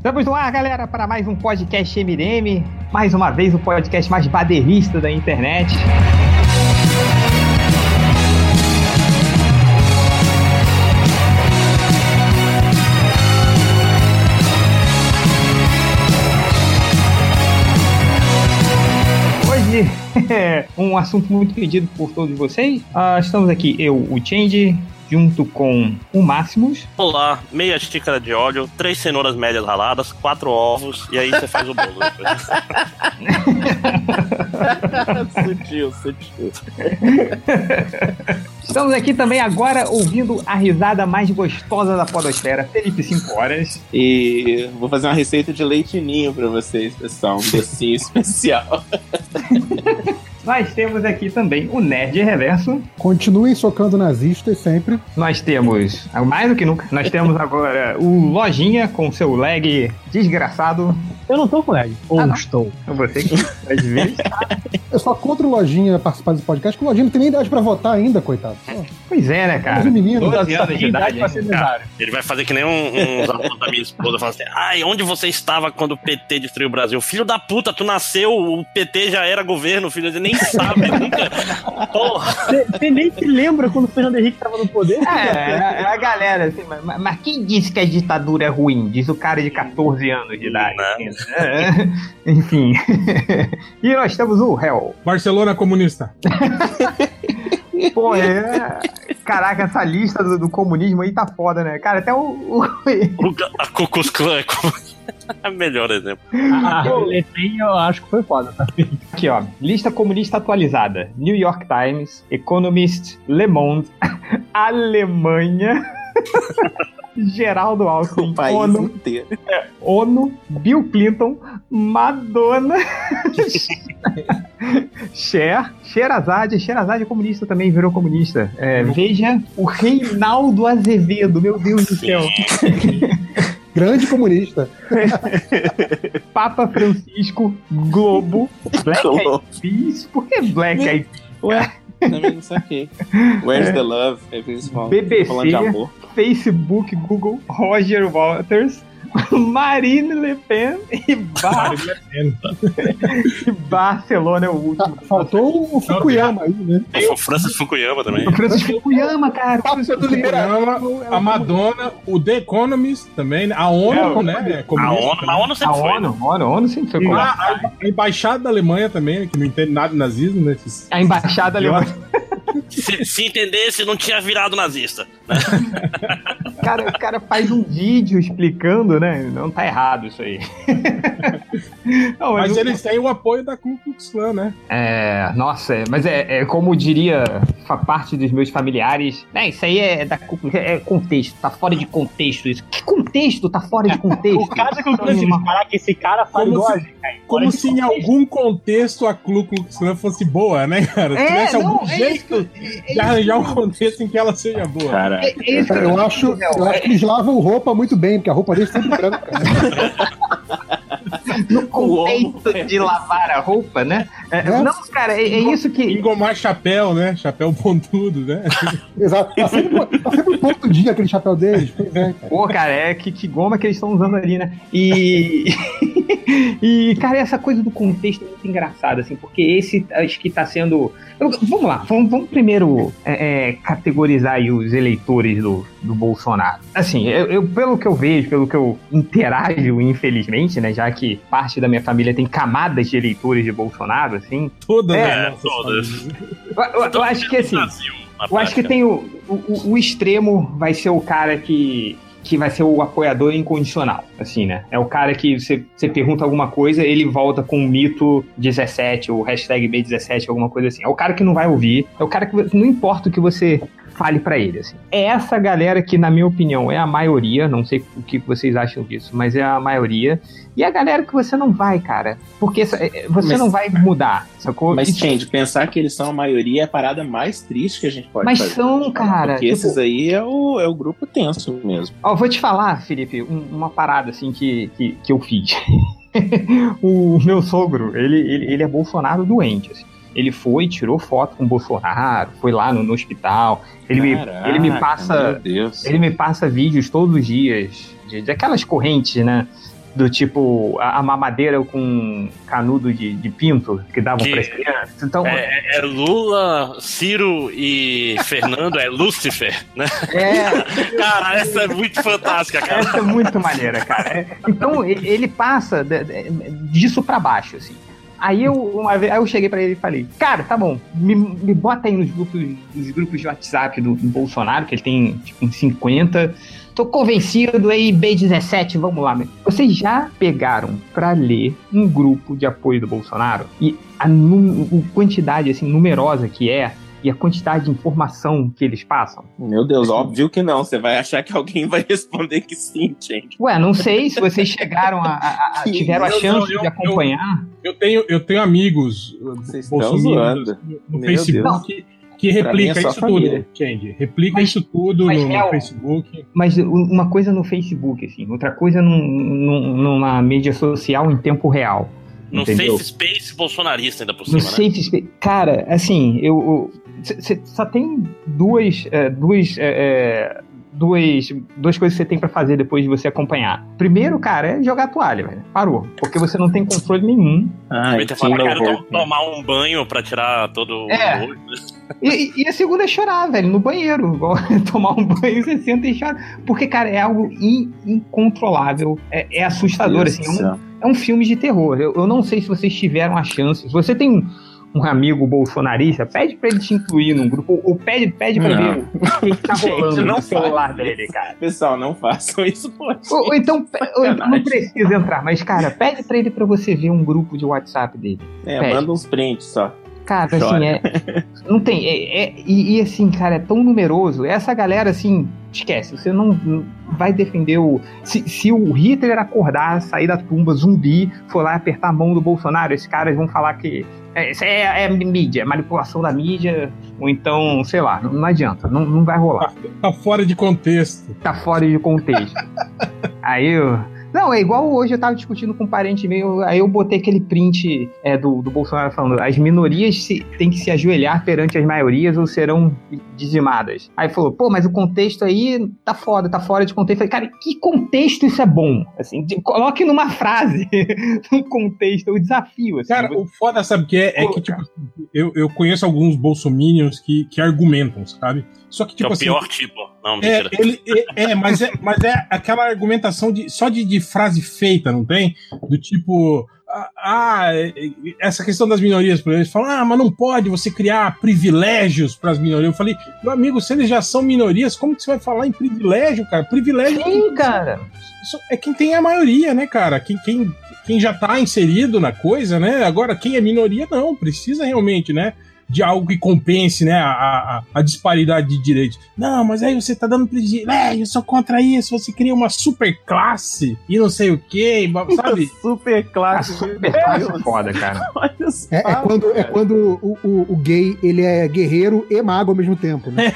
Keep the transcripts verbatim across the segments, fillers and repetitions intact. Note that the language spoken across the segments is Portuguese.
Estamos no ar, galera, para mais um podcast M D M. Mais uma vez o podcast mais baderrista da internet. Hoje é um assunto muito pedido por todos vocês. Uh, estamos aqui, eu, o Change, junto com o Máximos. Olá, meia xícara de óleo, três cenouras médias raladas, quatro ovos, e aí você faz o bolo. Sutil, sutil. Estamos aqui também agora ouvindo a risada mais gostosa da podosfera, Felipe cinco horas. E vou fazer uma receita de leite ninho pra vocês, pessoal, um docinho especial. Nós temos aqui também o Nerd Reverso. Continuem socando nazistas sempre. Nós temos, mais do que nunca, nós temos agora o Lojinha com seu lag desgraçado. Eu não tô com lag. Ou ah, estou. Você que às vezes Eu só contra o Lojinha participar desse podcast, porque o Lojinha não tem nem idade pra votar ainda, coitado. Pois é, né, cara? Mas o menino... doze anos de idade, pra ser mesário. Ele vai fazer que nem um, uns alunos da minha esposa, falando assim: ai, onde você estava quando o P T destruiu o Brasil? Filho da puta, tu nasceu, o P T já era governo, filho, ele nem sabe, nunca. Porra. Você nem se lembra quando o Fernando Henrique tava no poder? É, é a galera, assim, mas, mas quem disse que a ditadura é ruim? Diz o cara de catorze anos de idade. É, enfim. E nós temos o Hell. Barcelona comunista. Pô, é... Caraca, essa lista do, do comunismo aí tá foda, né? Cara, até o... o... o a Ku Klux Klan é comunista. É o melhor exemplo. A letrinha eu acho que foi foda, tá? Aqui, ó. Lista comunista atualizada. New York Times, Economist, Le Monde, Alemanha... Geraldo Alckmin, o país ONU, inteiro. É, ONU, Bill Clinton, Madonna, Cher, Sherazade, Sherazade é comunista também, virou comunista. É, veja o Reinaldo Azevedo, meu Deus do céu. Grande comunista. Papa Francisco, Globo, Black Eyed Peas, por que Black Eyed Peas? Ué, também não saquei. Where's é. the love? É principal. B B C, falando de amor. Facebook, Google, Roger Waters, Marine Le Pen e, Bar... e Barcelona é o último. Ah, faltou o Fukuyama aí, né? Tem o Francis Fukuyama também. O Francis Fukuyama, cara. O Fukuyama, a Madonna, o The Economist também, né? A ONU, é, né? É a ONU, a ONU sempre a foi. ONU, a ONU, a ONU sempre foi. A, a, a Embaixada da Alemanha também, né? Que não entende nada de nazismo, né? Esses... A Embaixada Alemã. Se, se entendesse, não tinha virado nazista. Cara, o cara faz um vídeo explicando, né? Não tá errado isso aí. Não, mas mas eles têm o apoio da Ku Klux Klan, né? É, nossa, mas é, é como diria parte dos meus familiares, né? Isso aí é da Ku Klux Klan, é contexto, tá fora de contexto isso. Que contexto tá fora de contexto? O cara da Ku Klux Klan, caraca, esse cara faz como igual se, como se em algum contexto a Ku Klux Klan fosse boa, né, cara? Se é, tivesse não, algum é jeito isso, é de arranjar um contexto em que ela seja boa. Caraca. É, é isso, eu, acho, eu acho que eles lavam roupa muito bem, porque a roupa deles é sempre branca. No contexto de lavar a roupa, né? É, é? Não, cara, é, é isso que... Engomar chapéu, né? Chapéu pontudo, né? Exato. Tá sempre, tá sempre pontudinho aquele chapéu deles. É, cara. Pô, cara, é que, que goma que eles estão usando ali, né? E... e, cara, essa coisa do contexto é muito engraçada, assim, porque esse acho que tá sendo... Vamos lá, vamos, vamos primeiro é, é, categorizar aí os eleitores do, do Bolsonaro. Assim, eu, eu, pelo que eu vejo, pelo que eu interajo, infelizmente, né, já que parte da minha família tem camadas de eleitores de Bolsonaro, assim... Todas, é, né? Todas. Eu, eu, eu acho que, assim, eu acho que tem o, o, o extremo vai ser o cara que... que vai ser o apoiador incondicional, assim, né? É o cara que você, você pergunta alguma coisa, ele volta com o mito dezessete, ou hashtag B dezessete, alguma coisa assim. É o cara que não vai ouvir, é o cara que não importa o que você fale pra ele, assim. É essa galera que, na minha opinião, é a maioria, não sei o que vocês acham disso, mas é a maioria, e a galera que você não vai, cara, porque você mas, não vai mudar, sacou? Mas, Change, pensar que eles são a maioria é a parada mais triste que a gente pode mas fazer. Mas são, cara. Porque tipo, esses aí é o, é o grupo tenso mesmo. Ó, vou te falar, Felipe, um, uma parada, assim, que, que, que eu fiz. O meu sogro, ele, ele, ele é Bolsonaro doente, assim. Ele foi, tirou foto com o Bolsonaro, foi lá no, no hospital. Ele, Caraca, me, ele me passa. Ele me passa vídeos todos os dias de, de aquelas correntes, né? do tipo a, a mamadeira com canudo de, de pinto que davam Que- para as crianças. Então, É, é Lula, Ciro e Fernando, é Lúcifer, né? é, Cara, essa é muito fantástica, cara. essa é muito maneira, cara. É, então, e- ele passa de- de- disso pra baixo, assim. Aí eu, uma vez, aí eu cheguei pra ele e falei, cara, tá bom, me, me bota aí nos grupos, nos grupos de WhatsApp do, do Bolsonaro, que ele tem tipo uns cinquenta. Tô convencido aí, B dezessete, vamos lá. Vocês já pegaram pra ler um grupo de apoio do Bolsonaro? E a nu- o quantidade, assim, numerosa que é, e a quantidade de informação que eles passam? Meu Deus, óbvio que não. Você vai achar que alguém vai responder que sim, gente. Ué, não sei se vocês chegaram a, a- a- tiveram a Eu- chance eu- de acompanhar. Eu tenho, eu tenho amigos Vocês estão bolsominions zoando. no Meu Facebook que Pra mim replica é só isso família. tudo, Change. Replica Mas- isso tudo mas no, no real- Facebook. Mas u- uma coisa no Facebook, assim, outra coisa num- num- numa mídia social em tempo real. No entendeu? Safe Space bolsonarista ainda por No cima, né? safe space. Cara, assim, eu. Você só tem duas. é, duas. é, é, duas, duas coisas que você tem pra fazer depois de você acompanhar. Primeiro, cara, é jogar a toalha, velho. Parou. Porque você não tem controle nenhum. Ai, Devia ter que falado, quero horror. to- tomar um banho pra tirar todo É. o nojo. E, e a segunda é chorar, velho, no banheiro. Igual tomar um banho, você senta e chora. Porque, cara, é algo in- incontrolável. É, é assustador, Deus assim. do É um, céu. é um filme de terror. Eu, eu não sei se vocês tiveram a chance. Se você tem um, um amigo bolsonarista, pede pra ele te incluir num grupo. Ou, ou pede, pede pra Não. ver o que, que tá Gente, rolando não no celular faz dele, isso. cara. Pessoal, não façam isso, pode. Ou, ou então, pe- ou então não Sacanagem. precisa entrar, mas, cara, pede pra ele pra você ver um grupo de WhatsApp dele. É, Pede. manda uns prints só. Cara, Chora. assim, é. Não tem. É, é- e, e, assim, cara, é tão numeroso. Essa galera, assim, esquece. Você não, não vai defender o. Se, se o Hitler acordar, sair da tumba, zumbi, for lá apertar a mão do Bolsonaro, esses caras vão falar que. É, isso é, é mídia, é manipulação da mídia, ou então, sei lá, não, não adianta, não, não vai rolar. Tá fora de contexto. Tá fora de contexto. Aí eu. Não, é igual hoje eu tava discutindo com um parente meu, aí eu botei aquele print é, do, do Bolsonaro falando, as minorias se, têm que se ajoelhar perante as maiorias ou serão dizimadas. Aí falou, pô, mas o contexto aí tá foda, tá fora de contexto. Eu falei, cara, que contexto isso é bom? Assim, de- coloque numa frase, um contexto, o desafio. Assim, Cara, você- o foda, sabe o que é? É que, tipo, eu, eu conheço alguns bolsominions que, que argumentam, sabe? Só que, Que é tipo o assim. pior tipo. Não, É, mentira. ele, é, é, mas é, mas é aquela argumentação de, só de, de frase feita, não tem? Do tipo, ah, ah, essa questão das minorias, por exemplo, eles falam, ah, mas não pode você criar privilégios para as minorias. Eu falei, meu amigo, se eles já são minorias, como que você vai falar em privilégio, cara? Privilégio Sim, cara. isso é quem tem a maioria, né, cara? Quem, quem, quem já tá inserido na coisa, né? Agora, quem é minoria, não. Precisa realmente, né? De algo que compense, né, a, a, a disparidade de direitos. Não, mas aí você tá dando privilégio, eu sou contra isso, você cria uma super classe e não sei o quê, sabe? Super A clássico. super classe é foda, cara. Olha só. É, é quando, é quando o, o, o gay ele é guerreiro e mago ao mesmo tempo, né?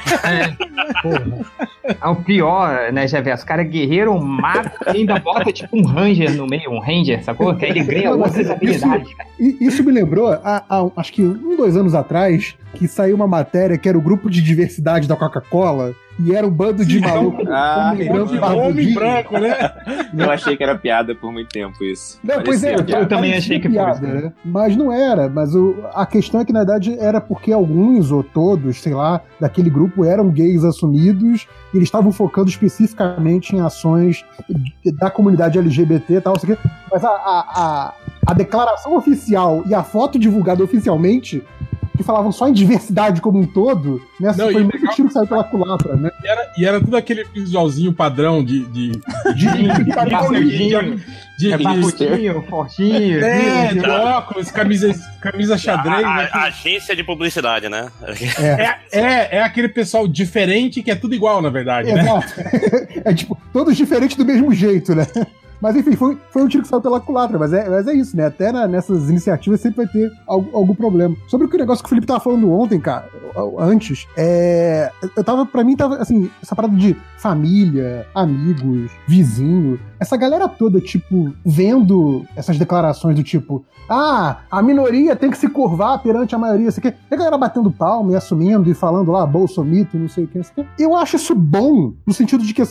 Porra. É o pior, né, Gervais? O cara é guerreiro, mago, e ainda bota tipo um ranger no meio, um ranger, sacou? Que aí ele ganha Não, mas outras isso- habilidades, cara. E isso me lembrou, há, há, acho que um, dois anos atrás, que saiu uma matéria que era o grupo de diversidade da Coca-Cola, e era um bando de malucos, Ah, homem branco e mano. Homem barbudinho. branco, né? Eu achei que era piada por muito tempo isso. Não, pois é, Parecia piada. eu também parecia achei que piada, fosse. né? Mas não era. Mas o, a questão é que, na verdade, era porque alguns ou todos, sei lá, daquele grupo eram gays assumidos e eles estavam focando especificamente em ações da comunidade L G B T e tal, não sei o quê. Mas a, a, a, a declaração oficial e a foto divulgada oficialmente, que falavam só em diversidade como um todo, né? Não, Foi e muito legal- tiro que saiu pela culatra, né? E era, e era tudo aquele visualzinho padrão de. de, De, De barbudinho, de, é de- barbudinho, fortinho. é, viu? de óculos, camisa, camisa xadrez. A, né? a- a agência de publicidade, né? É, é, é aquele pessoal diferente que é tudo igual, na verdade, né? Exato. É tipo, todos diferentes do mesmo jeito, né? Mas enfim, foi, foi um tiro que saiu pela culatra, mas é, mas é isso, né? Até na- nessas iniciativas sempre vai ter algum, algum problema. Sobre o que o negócio que o Felipe tava falando ontem, cara, antes, é. Eu tava, pra mim, tava assim, essa parada de família, amigos, vizinho, essa galera toda, tipo, vendo essas declarações do tipo, ah, a minoria tem que se curvar perante a maioria, isso aqui. E a galera batendo palma e assumindo e falando lá, bolsomito, não sei o que, não sei o que. Eu acho isso bom, no sentido de que, assim,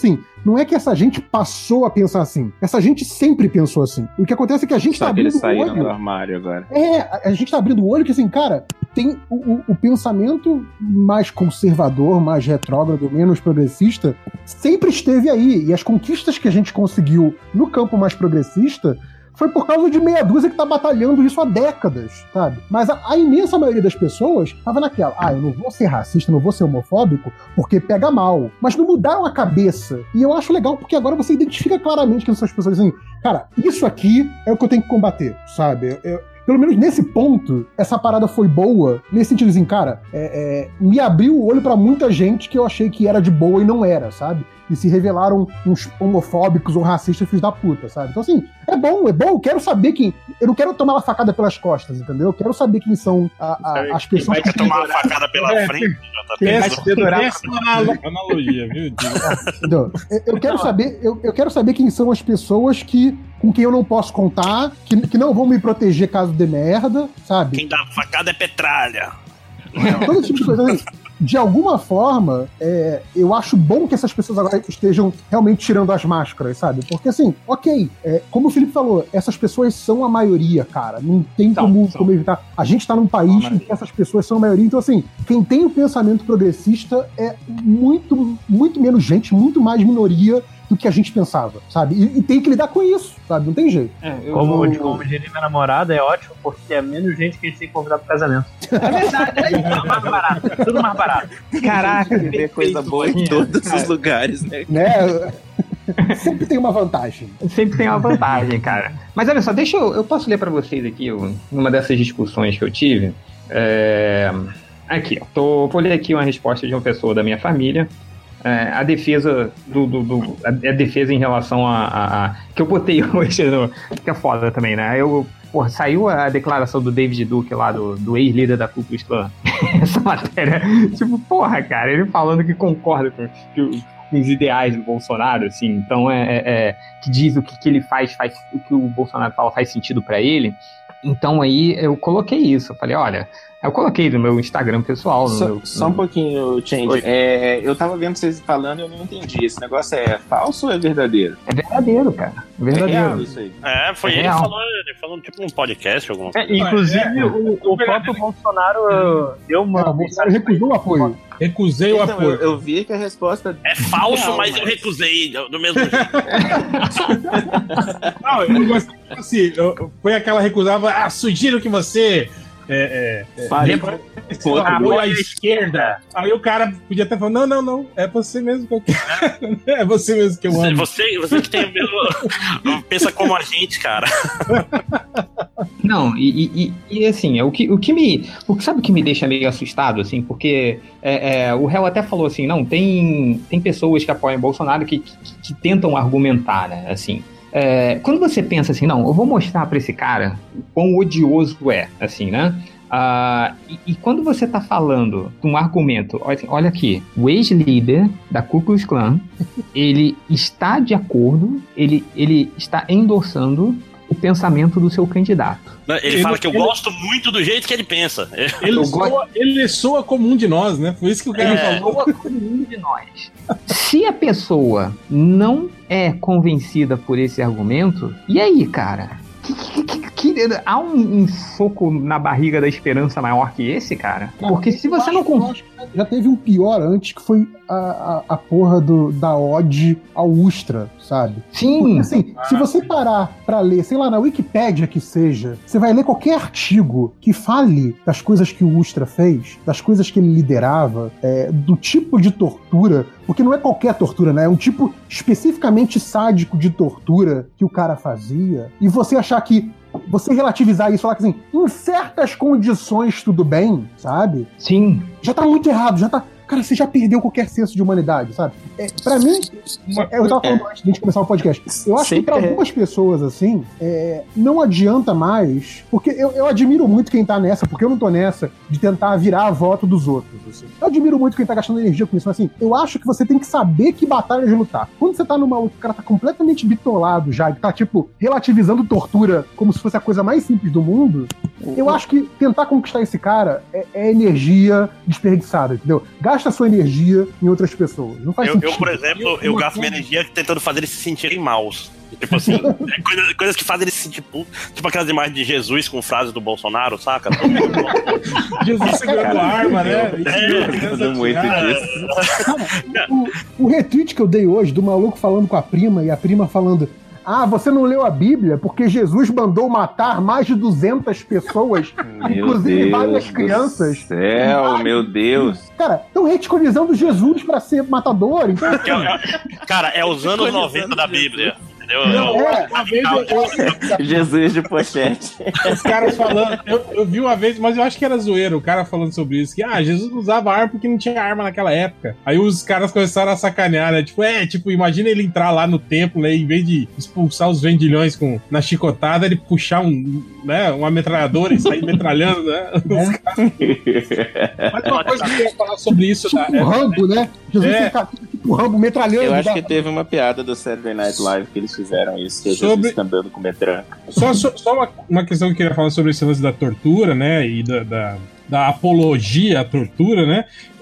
não é que essa gente passou a pensar assim. Essa gente sempre pensou assim. O que acontece é que a gente Só tá que eles abrindo o saíram olho. do armário agora. É, a, a gente tá abrindo o olho que assim, cara, tem o, o, o pensamento mais conservador, mais retrógrado, menos progressista, sempre esteve aí. E as conquistas que a gente conseguiu no campo mais progressista foi por causa de meia dúzia que tá batalhando isso há décadas, sabe? Mas a, a imensa maioria das pessoas tava naquela, ah, eu não vou ser racista, não vou ser homofóbico, porque pega mal. Mas não mudaram a cabeça. E eu acho legal, porque agora você identifica claramente que essas pessoas assim, cara, isso aqui é o que eu tenho que combater, sabe? Eu, eu, pelo menos nesse ponto, essa parada foi boa, nesse sentido assim, cara, é, é, me abriu o olho pra muita gente que eu achei que era de boa e não era, sabe? E se revelaram uns homofóbicos ou racistas filhos da puta, sabe? Então, assim, é bom, é bom, eu quero saber quem... Eu não quero tomar uma facada pelas costas, entendeu? Eu quero saber quem são a, a, as pessoas... Vai que tomar uma facada pela É, frente, já tá Tem pensando. essa, tem essa analo- analogia, viu? Entendeu? Eu, eu quero saber, eu, eu quero saber quem são as pessoas que... com quem eu não posso contar, que, que não vão me proteger caso dê merda, sabe? Quem dá facada é petralha. Todo tipo de coisa. Assim, de alguma forma, é, eu acho bom que essas pessoas agora estejam realmente tirando as máscaras, sabe? Porque assim, ok, é, como o Felipe falou, essas pessoas são a maioria, cara. Não tem São, como, são. como evitar. A gente tá num país em que essas pessoas são a maioria, então assim, quem tem o pensamento progressista é muito, muito menos gente, muito mais minoria do que a gente pensava, sabe? E, e tem que lidar com isso, sabe? Não tem jeito. É, eu- Como, eu- como diria minha namorada, é ótimo porque é menos gente que a gente tem que convidar pro casamento. É verdade, é Tudo mais barato. Tudo mais barato. Caraca, Ver coisa boa em todos os lugares, né? Né? Sempre tem uma vantagem. sempre tem uma vantagem, cara. Mas olha só, deixa eu. Eu posso ler pra vocês aqui um- uma dessas discussões que eu tive. É, aqui, ó. Tô, vou ler aqui uma resposta de uma pessoa da minha família. É, a defesa do, do, do- a, a defesa em relação a, a- a- que eu botei hoje no, que é foda também, né? Eu, porra, saiu a declaração do David Duke lá, do, do ex-líder da Ku Klux Klan. Essa matéria, tipo, porra, cara, ele falando que concorda com, que, com os ideais do Bolsonaro, assim, então é, é- é que diz o que, que ele faz, faz, o que o Bolsonaro fala faz sentido pra ele. Então aí eu coloquei isso, eu falei, olha, eu coloquei no meu Instagram pessoal. No Só, meu, só um pouquinho, Change. É, eu tava vendo vocês falando e eu não entendi. Esse negócio é falso ou é verdadeiro? É verdadeiro, cara. É É verdadeiro. real isso aí. É, foi É ele real. falando, ele falando tipo um podcast, alguma coisa. É, inclusive, o, o próprio Bolsonaro deu uma. É, o Bolsonaro recusou o apoio. Recusei o Então, apoio. eu, eu vi que a resposta É falso, Real, mas mas- eu recusei do do mesmo jeito. Não, eu gostei, assim, eu- foi aquela recusava, ah, sugiro que você é, é, Fale. lembra- apoia a esquerda. Aí o cara podia até falar, não, não, não, é você mesmo que eu quero. É você mesmo que eu Você, amo. você, você que tem o mesmo. Pensa como a gente, cara. Não, e, e, e, e, assim, o que, o que me. O que, sabe o que me deixa meio assustado, assim? Porque é, é, o réu até falou assim, não, tem, tem pessoas que apoiam Bolsonaro que, que, que tentam argumentar, né? Assim. É, quando você pensa assim, não, eu vou mostrar pra esse cara o quão odioso é, assim, né? Ah, e, e quando você tá falando de um argumento, olha, assim, olha aqui, o ex-líder da Ku Klux Klan, ele está de acordo, ele, ele está endossando o pensamento do seu candidato. Ele, Ele- fala que eu ele- gosto muito do jeito que ele pensa. Ele Eu soa, ele soa como um de nós, né? Foi isso que o cara É. falou. Soa como um de nós. Se a pessoa não é convencida por esse argumento, e aí, cara? Que, que- que- que- há um, um soco na barriga da esperança maior que esse, cara? Porque se você não Eu consegue. acho que já teve um pior antes, que foi a, a, a porra do, da ode ao Ustra, sabe? Porque, Sim, assim, se você parar pra ler, sei lá, na Wikipédia que seja, você vai ler qualquer artigo que fale das coisas que o Ustra fez, das coisas que ele liderava, é, do tipo de tortura, porque não é qualquer tortura, né? É um tipo especificamente sádico de tortura que o cara fazia, e você achar que você relativizar isso, falar que assim, em certas condições tudo bem, sabe? sim. Já tá muito errado, já tá. Cara, você já perdeu qualquer senso de humanidade, sabe? É, pra mim, é, eu tava falando antes de a gente começar o podcast. Eu acho que Sempre pra é. algumas pessoas, assim, é, não adianta mais. Porque eu, eu admiro muito quem tá nessa, porque eu não tô nessa de tentar virar a voto dos outros. Assim. Eu admiro muito quem tá gastando energia com isso, mas assim, eu acho que você tem que saber que batalha de lutar. Quando você tá numa luta, o cara tá completamente bitolado já, ele tá, tipo, relativizando tortura como se fosse a coisa mais simples do mundo. Eu acho que tentar conquistar esse cara é, é energia desperdiçada, entendeu? Gasta gasta sua energia em outras pessoas. Não faz eu, sentido. eu, por exemplo, eu gasto minha energia tentando fazer eles se sentirem maus. Tipo assim, é coisa, coisas que fazem eles se sentir puto. Tipo aquelas imagens de Jesus com frases do Bolsonaro, saca? Jesus segurando a arma, né? Eu muito disso. Cara, o, o retweet que eu dei hoje do maluco falando com a prima e a prima falando: ah, você não leu a Bíblia porque Jesus mandou matar mais de duzentas pessoas, Meu inclusive Deus várias do crianças. Céu, meu Deus. Cara, estão reticonizando Jesus pra ser matador. Então... Cara, é os anos noventa da Bíblia. Entendeu? Não, é, uma vez eu, eu, Jesus de pochete. Os caras falando, eu, eu vi uma vez, mas eu acho que era zoeiro, o cara falando sobre isso, que ah, Jesus não usava arma porque não tinha arma naquela época. Aí os caras começaram a sacanear, né? Tipo, é, tipo, imagina ele entrar lá no templo, né? Em vez de expulsar os vendilhões com, na chicotada, ele puxar um, né, uma metralhadora e sair metralhando, né? É. Mas uma coisa que eu ia falar sobre isso, tipo tá? O Rambo, né? Jesus É. tem tipo o Rambo metralhando. Eu acho da... que teve uma piada do Saturday Night Live que eles fizeram isso, que Sobre... Jesus andando com metranca. Só, só, só uma, uma questão que eu queria falar sobre esse lance da tortura, né? E da, da, da apologia à tortura, né?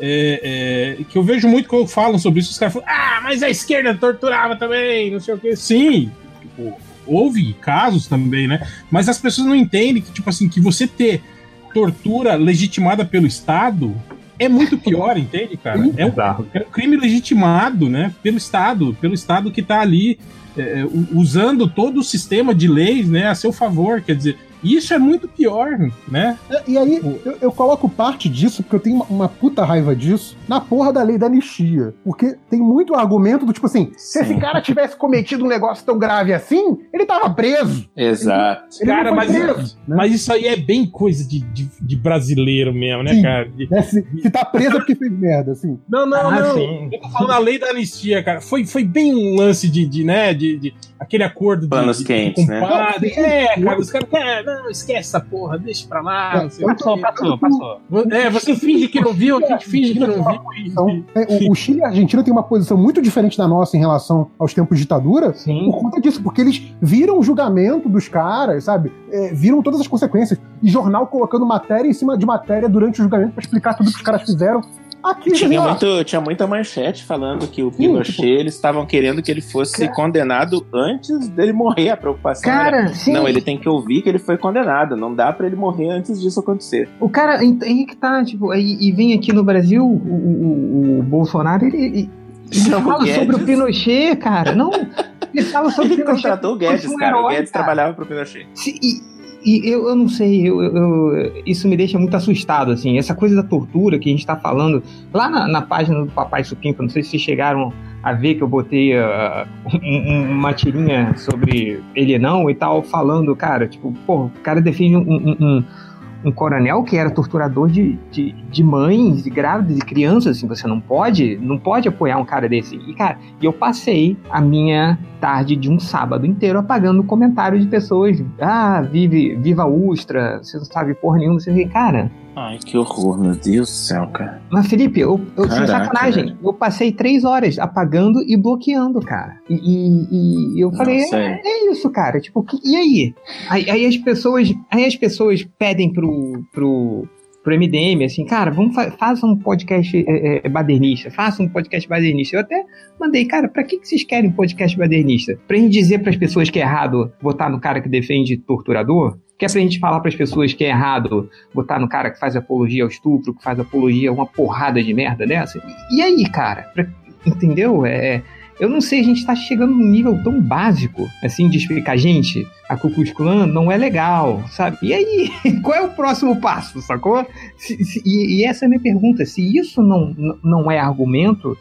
É, é, que eu vejo muito quando falam sobre isso, os caras falam, ah, mas a esquerda torturava também, não sei o quê. Sim, tipo, houve casos também, né? Mas as pessoas não entendem que, tipo assim, que você ter tortura legitimada pelo Estado é muito pior, entende, cara? É um, é um crime legitimado, né? Pelo Estado, pelo Estado que tá ali é, usando todo o sistema de leis, né, a seu favor, quer dizer, isso é muito pior, né? E aí, eu, eu coloco parte disso, porque eu tenho uma, uma puta raiva disso, na porra da lei da anistia. Porque tem muito argumento do tipo assim, se esse cara tivesse cometido um negócio tão grave assim, ele tava preso. Exato. Ele, ele cara, mas, preso, né? mas isso aí é bem coisa de, de, de brasileiro mesmo, né, sim, cara? De, né? Se, se tá preso é porque fez merda, assim. Não, não, ah, não. Sim. Eu tô falando a lei da anistia, cara. Foi, foi bem um lance de, de né, de, de aquele acordo de... Panos de, quentes, de né? Não, é, cara, os caras querem... Não, esquece essa porra, deixa pra lá. Não sei Passou, passou, passou. É, você finge que não viu, a gente finge que não viu. Então, é, o, o Chile e a Argentina tem uma posição muito diferente da nossa em relação aos tempos de ditadura. Sim. Por conta disso, porque eles viram o julgamento dos caras, sabe? É, viram todas as consequências. E jornal colocando matéria em cima de matéria durante o julgamento pra explicar tudo que os caras fizeram. Aqui, tinha, lá. muito, tinha muita manchete falando que o Pinochet, sim, tipo, eles estavam querendo que ele fosse cara, condenado antes dele morrer. A preocupação cara, era, sim. não, ele tem que ouvir que ele foi condenado, não dá pra ele morrer antes disso acontecer. O cara, aí que tá, tipo, e, e vem aqui no Brasil, o, o, o Bolsonaro, ele, ele, ele fala Guedes. sobre o Pinochet, cara, não, ele fala sobre ele o Pinochet. Ele contratou o Guedes, um cara, herói, o Guedes cara. trabalhava pro Pinochet. Se, e, E eu, eu não sei, eu, eu, isso me deixa muito assustado, assim, essa coisa da tortura que a gente tá falando, lá na, na página do Papai Supimpa, não sei se vocês chegaram a ver que eu botei uh, um, uma tirinha sobre ele não e tal, falando, cara, tipo, pô, o cara defende um, um, um, um coronel que era torturador de, de, de mães, de grávidas, de crianças, assim, você não pode, não pode apoiar um cara desse. E, cara, eu passei a minha tarde de um sábado inteiro apagando comentário de pessoas, ah, vive, viva a Ustra, você não sabe porra nenhuma, você vê, cara... Ai, que horror, meu Deus do céu, cara. Mas, Felipe, eu, eu Caraca, sem sacanagem, velho. Eu passei três horas apagando e bloqueando, cara. E, e, e eu falei, Nossa, é, é isso, cara. Tipo, que, e aí? aí? Aí as pessoas, aí as pessoas pedem pro, pro, pro M D M, assim, cara, vamos fa- faça um podcast é, é, badernista, faça um podcast badernista. Eu até mandei, cara, pra que, que vocês querem um podcast badernista? Pra gente dizer pras pessoas que é errado votar no cara que defende torturador? Que é pra gente falar pras pessoas que é errado botar no cara que faz apologia ao estupro, que faz apologia a uma porrada de merda dessa? E, e aí, cara? Pra, entendeu? É, eu não sei, a gente tá chegando num nível tão básico, assim, de explicar, gente, a Ku Klux Klan não é legal, sabe? E aí? Qual é o próximo passo, sacou? Se, se, e, e essa é a minha pergunta. Se isso não, não é argumento...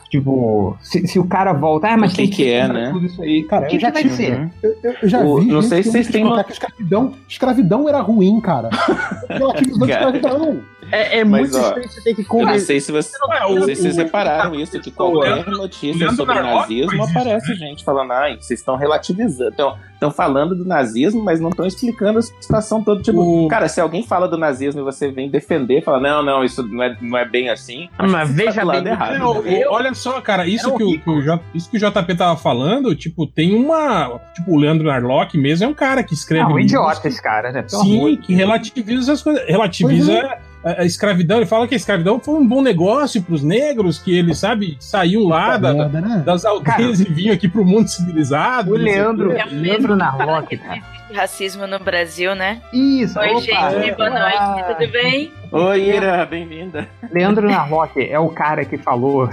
Tipo, se, se o cara volta, ah, mas o que, que é, né? Tudo isso aí, cara, o que, eu já que vai tive, ser? né? Eu, eu, eu já o, vi. Não sei se vocês têm uma... que escravidão, escravidão era ruim, cara. Relativizou escravidão. É, é Mas, muito ó, estranho você ter que eu convencer. não sei se, você, Não, é, não o- sei se vocês o- repararam isso, que qualquer notícia sobre nazismo aparece gente falando, ai, vocês estão relativizando, estão falando do nazismo, mas não estão explicando a situação toda. Tipo, O- cara, se alguém fala do nazismo e você vem defender, fala, não, não, isso não é, não é bem assim. Mas acho que você veja tá do lado bem, errado. É, o- né? o- olha só, cara, isso Era que, o, que o J, isso que o J P tava falando, tipo, tem uma. Tipo, o Leandro Narlock mesmo é um cara que escreve. É um livros idiota esse cara, né? Pelo amor Sim, de que relativiza as coisas. Relativiza Pois a, a, a escravidão, ele fala que a escravidão foi um bom negócio pros negros, que eles, sabe, saíam lá da, da, né? das aldeias e vinham aqui pro mundo civilizado. O Leandro, Leandro Narlock, cara. Racismo no Brasil, né? Isso, Oi, opa, gente, boa noite, tudo bem? Oi, Ira, bem-vinda. Leandro Narlock é o cara que falou,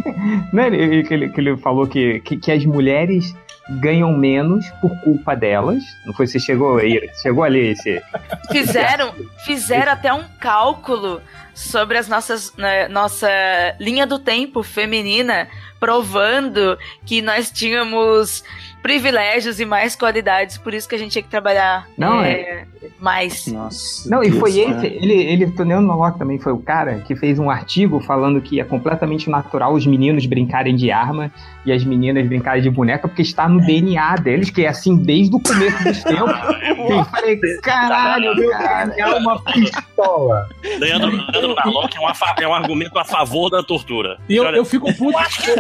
né, ele, que, ele, que ele falou que, que, que as mulheres ganham menos por culpa delas. Não foi você chegou, Ira? Chegou ali esse... Fizeram, fizeram até um cálculo sobre as nossas, né, nossa linha do tempo feminina, provando que nós tínhamos privilégios e mais qualidades, por isso que a gente tinha que trabalhar não, é, é... mais. Nossa, não, Deus e foi Deus esse, ele, ele, o Leandro Narlock também foi o cara que fez um artigo falando que é completamente natural os meninos brincarem de arma e as meninas brincarem de boneca, porque está no D N A deles, que é assim desde o começo dos tempos. Eu falei, caralho, cara, é uma pistola. Leandro, Leandro Narlock é, uma, é um argumento a favor da tortura. E eu, eu fico puto.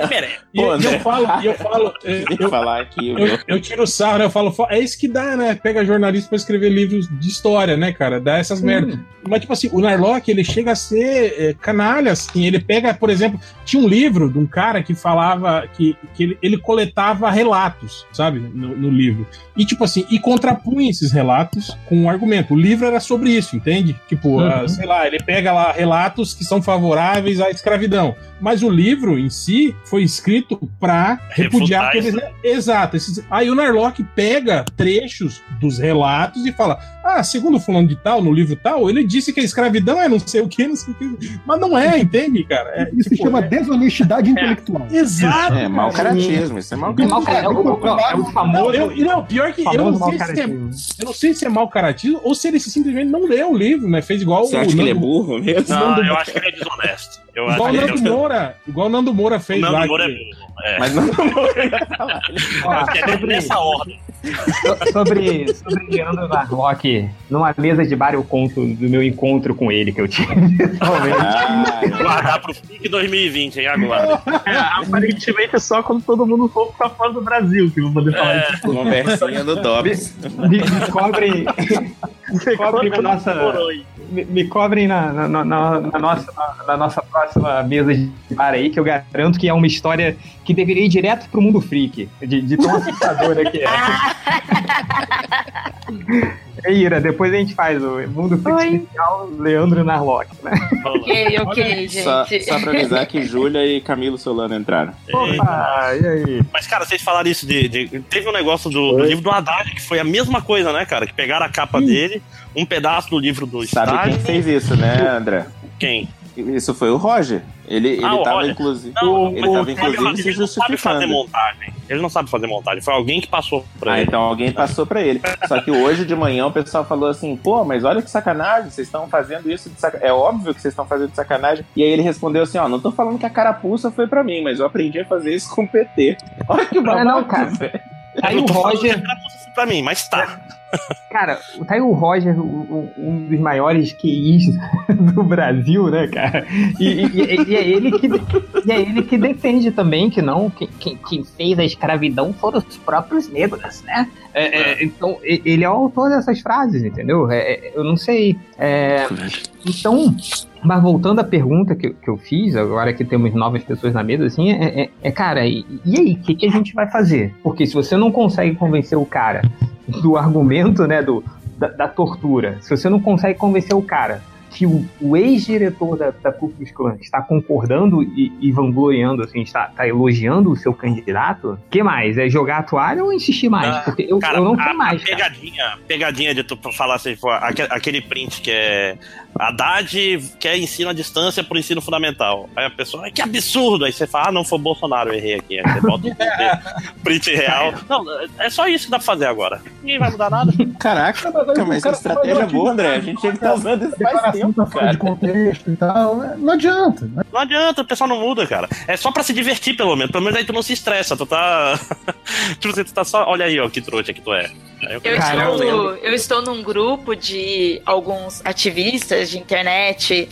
E eu, eu falo, e eu falo, eu, eu, falar aqui, eu, eu tiro o sarro, né? Eu falo, é isso que dá, né? Pega jornalista pra escrever livros de história, né, cara? Dá essas hum. merdas. Mas, tipo assim, o Narlock, ele chega a ser é, canalha, assim. Ele pega, por exemplo, tinha um livro de um cara que falava que, que ele, ele coletava relatos, sabe? No, no livro. E, tipo assim, e contrapunha esses relatos com um argumento. O livro era sobre isso, entende? Tipo, uhum. uh, sei lá, ele pega lá relatos que são favoráveis à escravidão. Mas o livro em si foi escrito pra repudiar aqueles... Né? Exato. Esses... Aí o Narlock pega trechos dos relatos e fala, ah, segundo fulano de tal, no livro tal, ele disse que a escravidão é não sei o que, não sei o que. Mas não é, entende, cara? É, isso tipo, se chama é... desonestidade é. intelectual. Exato. É, mau caratismo. Isso é mau caratismo. É, é, é o famoso... Não, eu, não, pior que eu não, sei se é, eu não sei se é mau caratismo ou se ele simplesmente não leu o livro, né? Fez igual Você o... acha Nando... que ele é burro mesmo? Não, Nando... eu acho que ele é desonesto. Eu igual o Nando Moura. Igual o Nando Moura fez o Nando lá. Moura que... é burro. É. Mas Nando Moura ia falar. Ó, é nessa ordem. Sobre, sobre Leandro Narlock, numa mesa de bar eu conto do meu encontro com ele que eu tive. Ah, guardar pro F I C dois mil e vinte, hein? Agora. É, aparentemente é só quando todo mundo for pra fora do Brasil que eu vou poder falar é. isso. Conversinha do Dobbs. Me, me, me cobrem. Me cobrem na nossa. Me, me cobrem na, na, na, na, nossa, na, na nossa próxima mesa de bar aí, que eu garanto que é uma história que deveria ir direto pro mundo freak, de, de tão assustadora que é. É, Ira, depois a gente faz o Mundo Freak especial Leandro Narlock, né? Ok, ok, gente. Só, só pra avisar que Júlia e Camilo Solano entraram. Opa, e aí? Mas, cara, vocês falaram isso de... de teve um negócio do, do livro do Haddad, que foi a mesma coisa, né, cara? Que pegaram a capa hum. dele, um pedaço do livro do Sabe Stalin. Quem fez isso, né, André? Quem? Isso foi o Roger. Ele, ele ah, tava, Roger. inclusive, não, ele tava, inclusive, se ele não sabe fazer justificando. montagem. Ele não sabe fazer montagem. Foi alguém que passou pra ah, ele. então alguém passou pra ele. Só que hoje de manhã o pessoal falou assim, pô, mas olha que sacanagem, vocês estão fazendo isso de sacanagem. É óbvio que vocês estão fazendo de sacanagem. E aí ele respondeu assim, ó, não tô falando que a carapuça foi pra mim, mas eu aprendi a fazer isso com o P T. Olha que babaca, não, cara. Aí o Roger... Pra mim, mas tá. Cara, tá aí o Roger, um, um dos maiores Q Is do Brasil, né, cara? E, e, e, é ele que, e é ele que defende também que não, que, que, quem fez a escravidão foram os próprios negros, né? É, é, então, ele é o autor dessas frases, entendeu? É, eu não sei. É, então, mas voltando à pergunta que, que eu fiz, agora que temos novas pessoas na mesa, assim, é, é, é cara, e, e aí, o que, que a gente vai fazer? Porque se você não consegue convencer o cara do argumento, né, do, da, da tortura, se você não consegue convencer o cara que o, o ex-diretor da, da Ku Klux Klan está concordando e, e vangloriando, assim, está, está elogiando o seu candidato, o que mais? É jogar a toalha ou insistir mais? Ah, Porque eu, cara, eu não a, sei mais. A pegadinha, pegadinha de tu falar assim, pô, aquele, aquele print que é Haddad quer ensino à distância pro ensino fundamental. Aí a pessoa, que absurdo! Aí você fala, ah, não foi Bolsonaro, eu errei aqui. Aí você bota o print real. Não, é só isso que dá pra fazer agora. Ninguém vai mudar nada. Caraca, mas essa estratégia é boa, André. A gente tinha que estar usando isso faz tempo. Fora de contexto e tal, não adianta. Né? Não adianta, o pessoal não muda, cara. É só pra se divertir, pelo menos. Pelo menos aí tu não se estressa, tu tá. Tipo, você tá só. Olha aí, ó, que trouxa que tu é. Eu, eu, estou, eu estou num grupo de alguns ativistas de internet.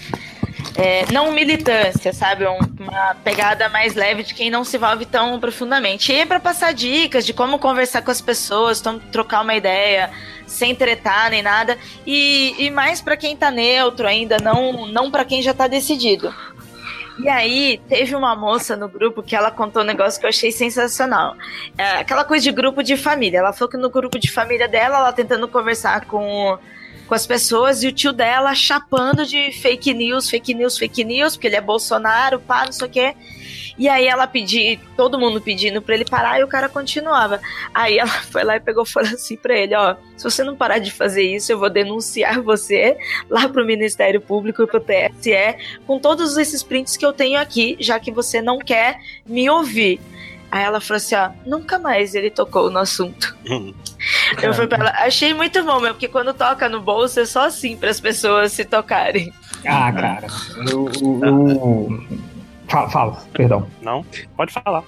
É, não militância, sabe? Uma pegada mais leve de quem não se envolve tão profundamente. E é pra passar dicas de como conversar com as pessoas, como trocar uma ideia. sem tretar nem nada, e, e mais pra quem tá neutro ainda, não, não pra quem já tá decidido. E aí, teve uma moça no grupo que ela contou um negócio que eu achei sensacional. É, aquela coisa de grupo de família. Ela falou que no grupo de família dela, ela tentando conversar com, com as pessoas, e o tio dela chapando de fake news, fake news, fake news, porque ele é Bolsonaro, pá, não sei o quê. E aí ela pediu, todo mundo pedindo pra ele parar, e o cara continuava. Aí ela foi lá e pegou e falou assim pra ele, ó, se você não parar de fazer isso, eu vou denunciar você lá pro Ministério Público e pro T S E, com todos esses prints que eu tenho aqui, já que você não quer me ouvir. Aí ela falou assim, ó, nunca mais ele tocou no assunto. Eu fui pra ela, achei muito bom, meu, porque quando toca no bolso é só assim pras pessoas se tocarem. Ah, cara, eu... eu, eu... Fala, fala, perdão. Não? Pode falar.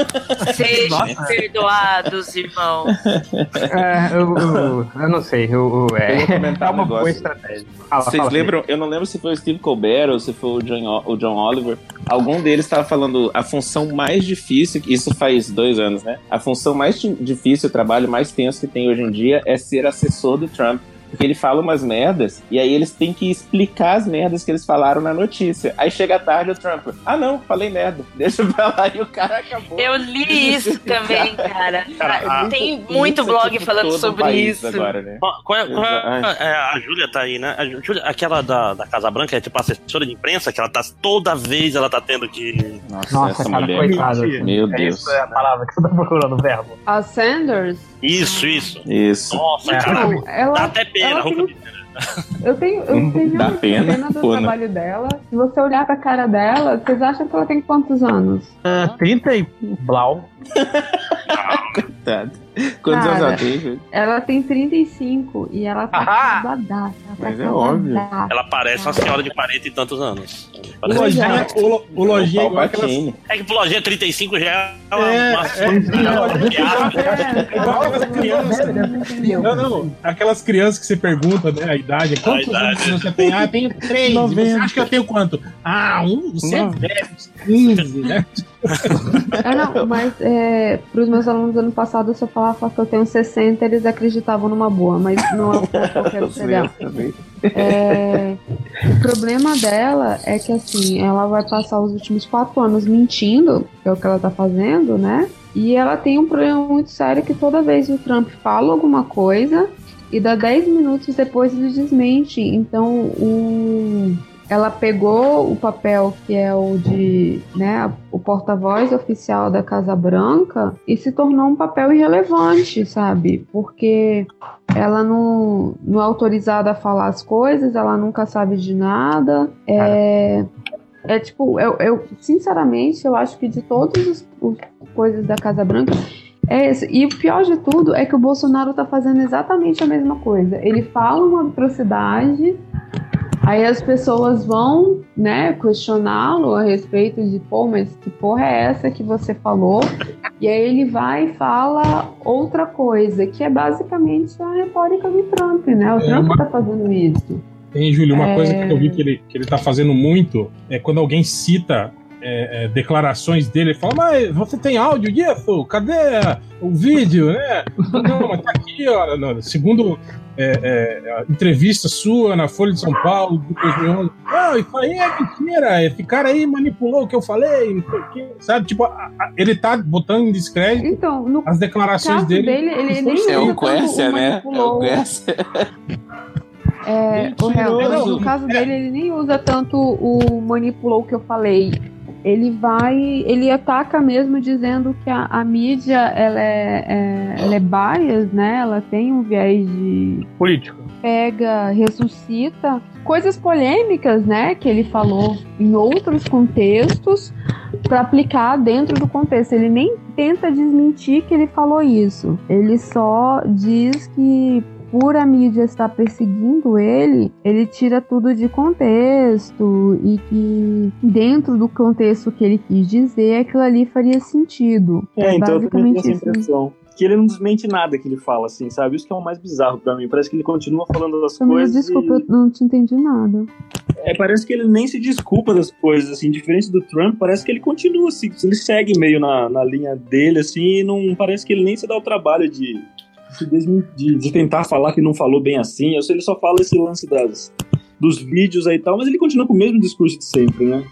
Sejam perdoados, irmão. É, eu, eu, eu não sei. Eu, eu, é, Eu vou comentar é um uma boa negócio. estratégia. Fala, Vocês fala, lembram? Eu não lembro se foi o Steve Colbert ou se foi o John, o John Oliver. Algum deles estava falando a função mais difícil, isso faz dois anos, né? A função mais difícil, o trabalho mais tenso que tem hoje em dia é ser assessor do Trump. Porque ele fala umas merdas, e aí eles têm que explicar as merdas que eles falaram na notícia. Aí chega a tarde o Trump, ah não, falei merda, deixa pra lá, e o cara acabou. Eu li isso também, cara. Cara, tem isso, muito isso, blog tipo, falando todo sobre país isso. agora, né? Qual é, qual é, Ai. é, a Júlia tá aí, né? A Júlia, aquela da, da Casa Branca, é tipo assessora de imprensa, que ela tá toda vez, ela tá tendo que... Nossa, Nossa, essa cara, mulher. coitada. Meu É Deus. isso é a palavra que você tá procurando, o verbo. A Sanders, Isso, isso. Isso. Nossa, É. cara, não, ela, dá até pena. ela roupa tem- de pena. eu tenho, eu tenho Dá pena, do pô, né? trabalho dela. Se você olhar pra cara dela, vocês acham que ela tem quantos anos? trinta e blau. Coitado. Quantos Cara, anos ela tem, gente? Ela tem trinta e cinco e ela tá Ah! acabadaça. Ela tá Mas é óbvio. acabadaça. Ela parece uma senhora de quarenta e tantos anos. O Parece- lojinha, o, lo- o lojinha é igual aquelas, Palpatine. É que pro lojinha trinta e cinco já é uma... É, uma- é, É, igual aquelas crianças. Não, não. Aquelas crianças que você pergunta, né, a idade. Quantos idade. anos você tem? Ah, tenho três. E você acha que eu tenho quanto? Ah, um, você é velho, quinze, né? É, não, mas é, pros meus alunos do ano passado, se eu falava que eu tenho sessenta, eles acreditavam numa boa, mas não é o ponto que eu quero chegar. Também. É, o problema dela é que, assim, ela vai passar os últimos quatro anos mentindo, que é o que ela tá fazendo, né? E ela tem um problema muito sério que toda vez que o Trump fala alguma coisa e dá dez minutos depois ele desmente. Então, o... ela pegou o papel que é o de, né, o porta-voz oficial da Casa Branca e se tornou um papel irrelevante, sabe? Porque ela não, não é autorizada a falar as coisas, ela nunca sabe de nada. É, é tipo, eu, eu sinceramente, eu acho que de todas as coisas da Casa Branca, é esse. E o pior de tudo é que o Bolsonaro tá fazendo exatamente a mesma coisa. Ele fala uma atrocidade, aí as pessoas vão, né, questioná-lo a respeito de, pô, mas que porra é essa que você falou? E aí ele vai e fala outra coisa, que é basicamente a retórica do Trump, né? O É Trump uma- tá fazendo isso. Tem, Júlio, uma É. coisa que eu vi que ele, que ele tá fazendo muito é quando alguém cita é, é, declarações dele, ele fala, mas você tem áudio disso? Cadê o vídeo, né? Não, mas tá aqui, ó. Não, segundo é, é, a entrevista sua na Folha de São Paulo, de dois mil e onze, não, isso aí é mentira, esse cara aí manipulou o que eu falei, não sei o quê, sabe? Tipo, a- a- ele tá botando em descrédito Então, no as declarações caso dele. dele, ele nem usa É o tanto Quercia, o né? É o manipulou. Quercia. É, o real, Mentiroso. no caso dele, ele nem usa tanto o manipulou que eu falei. Ele vai, ele ataca mesmo dizendo que a, a mídia ela é, é, ela é bias, né? Ela tem um viés de Político. pega, ressuscita coisas polêmicas, né? Que ele falou em outros contextos para aplicar dentro do contexto. Ele nem tenta desmentir que ele falou isso. Ele só diz que por a mídia estar perseguindo ele, ele tira tudo de contexto e que dentro do contexto que ele quis dizer, aquilo ali faria sentido. É, então eu também tenho essa isso. impressão. Que ele não desmente nada que ele fala, assim, sabe? Isso que é o mais bizarro pra mim. Parece que ele continua falando das Também, coisas. desculpa, e- eu não te entendi nada. É, parece que ele nem se desculpa das coisas, assim. Diferente do Trump, parece que ele continua, assim. Ele segue meio na, na linha dele, assim, e não parece que ele nem se dá o trabalho de de, de, de tentar falar que não falou bem assim. Eu sei, ele só fala esse lance das, dos vídeos aí e tal, mas ele continua com o mesmo discurso de sempre, né?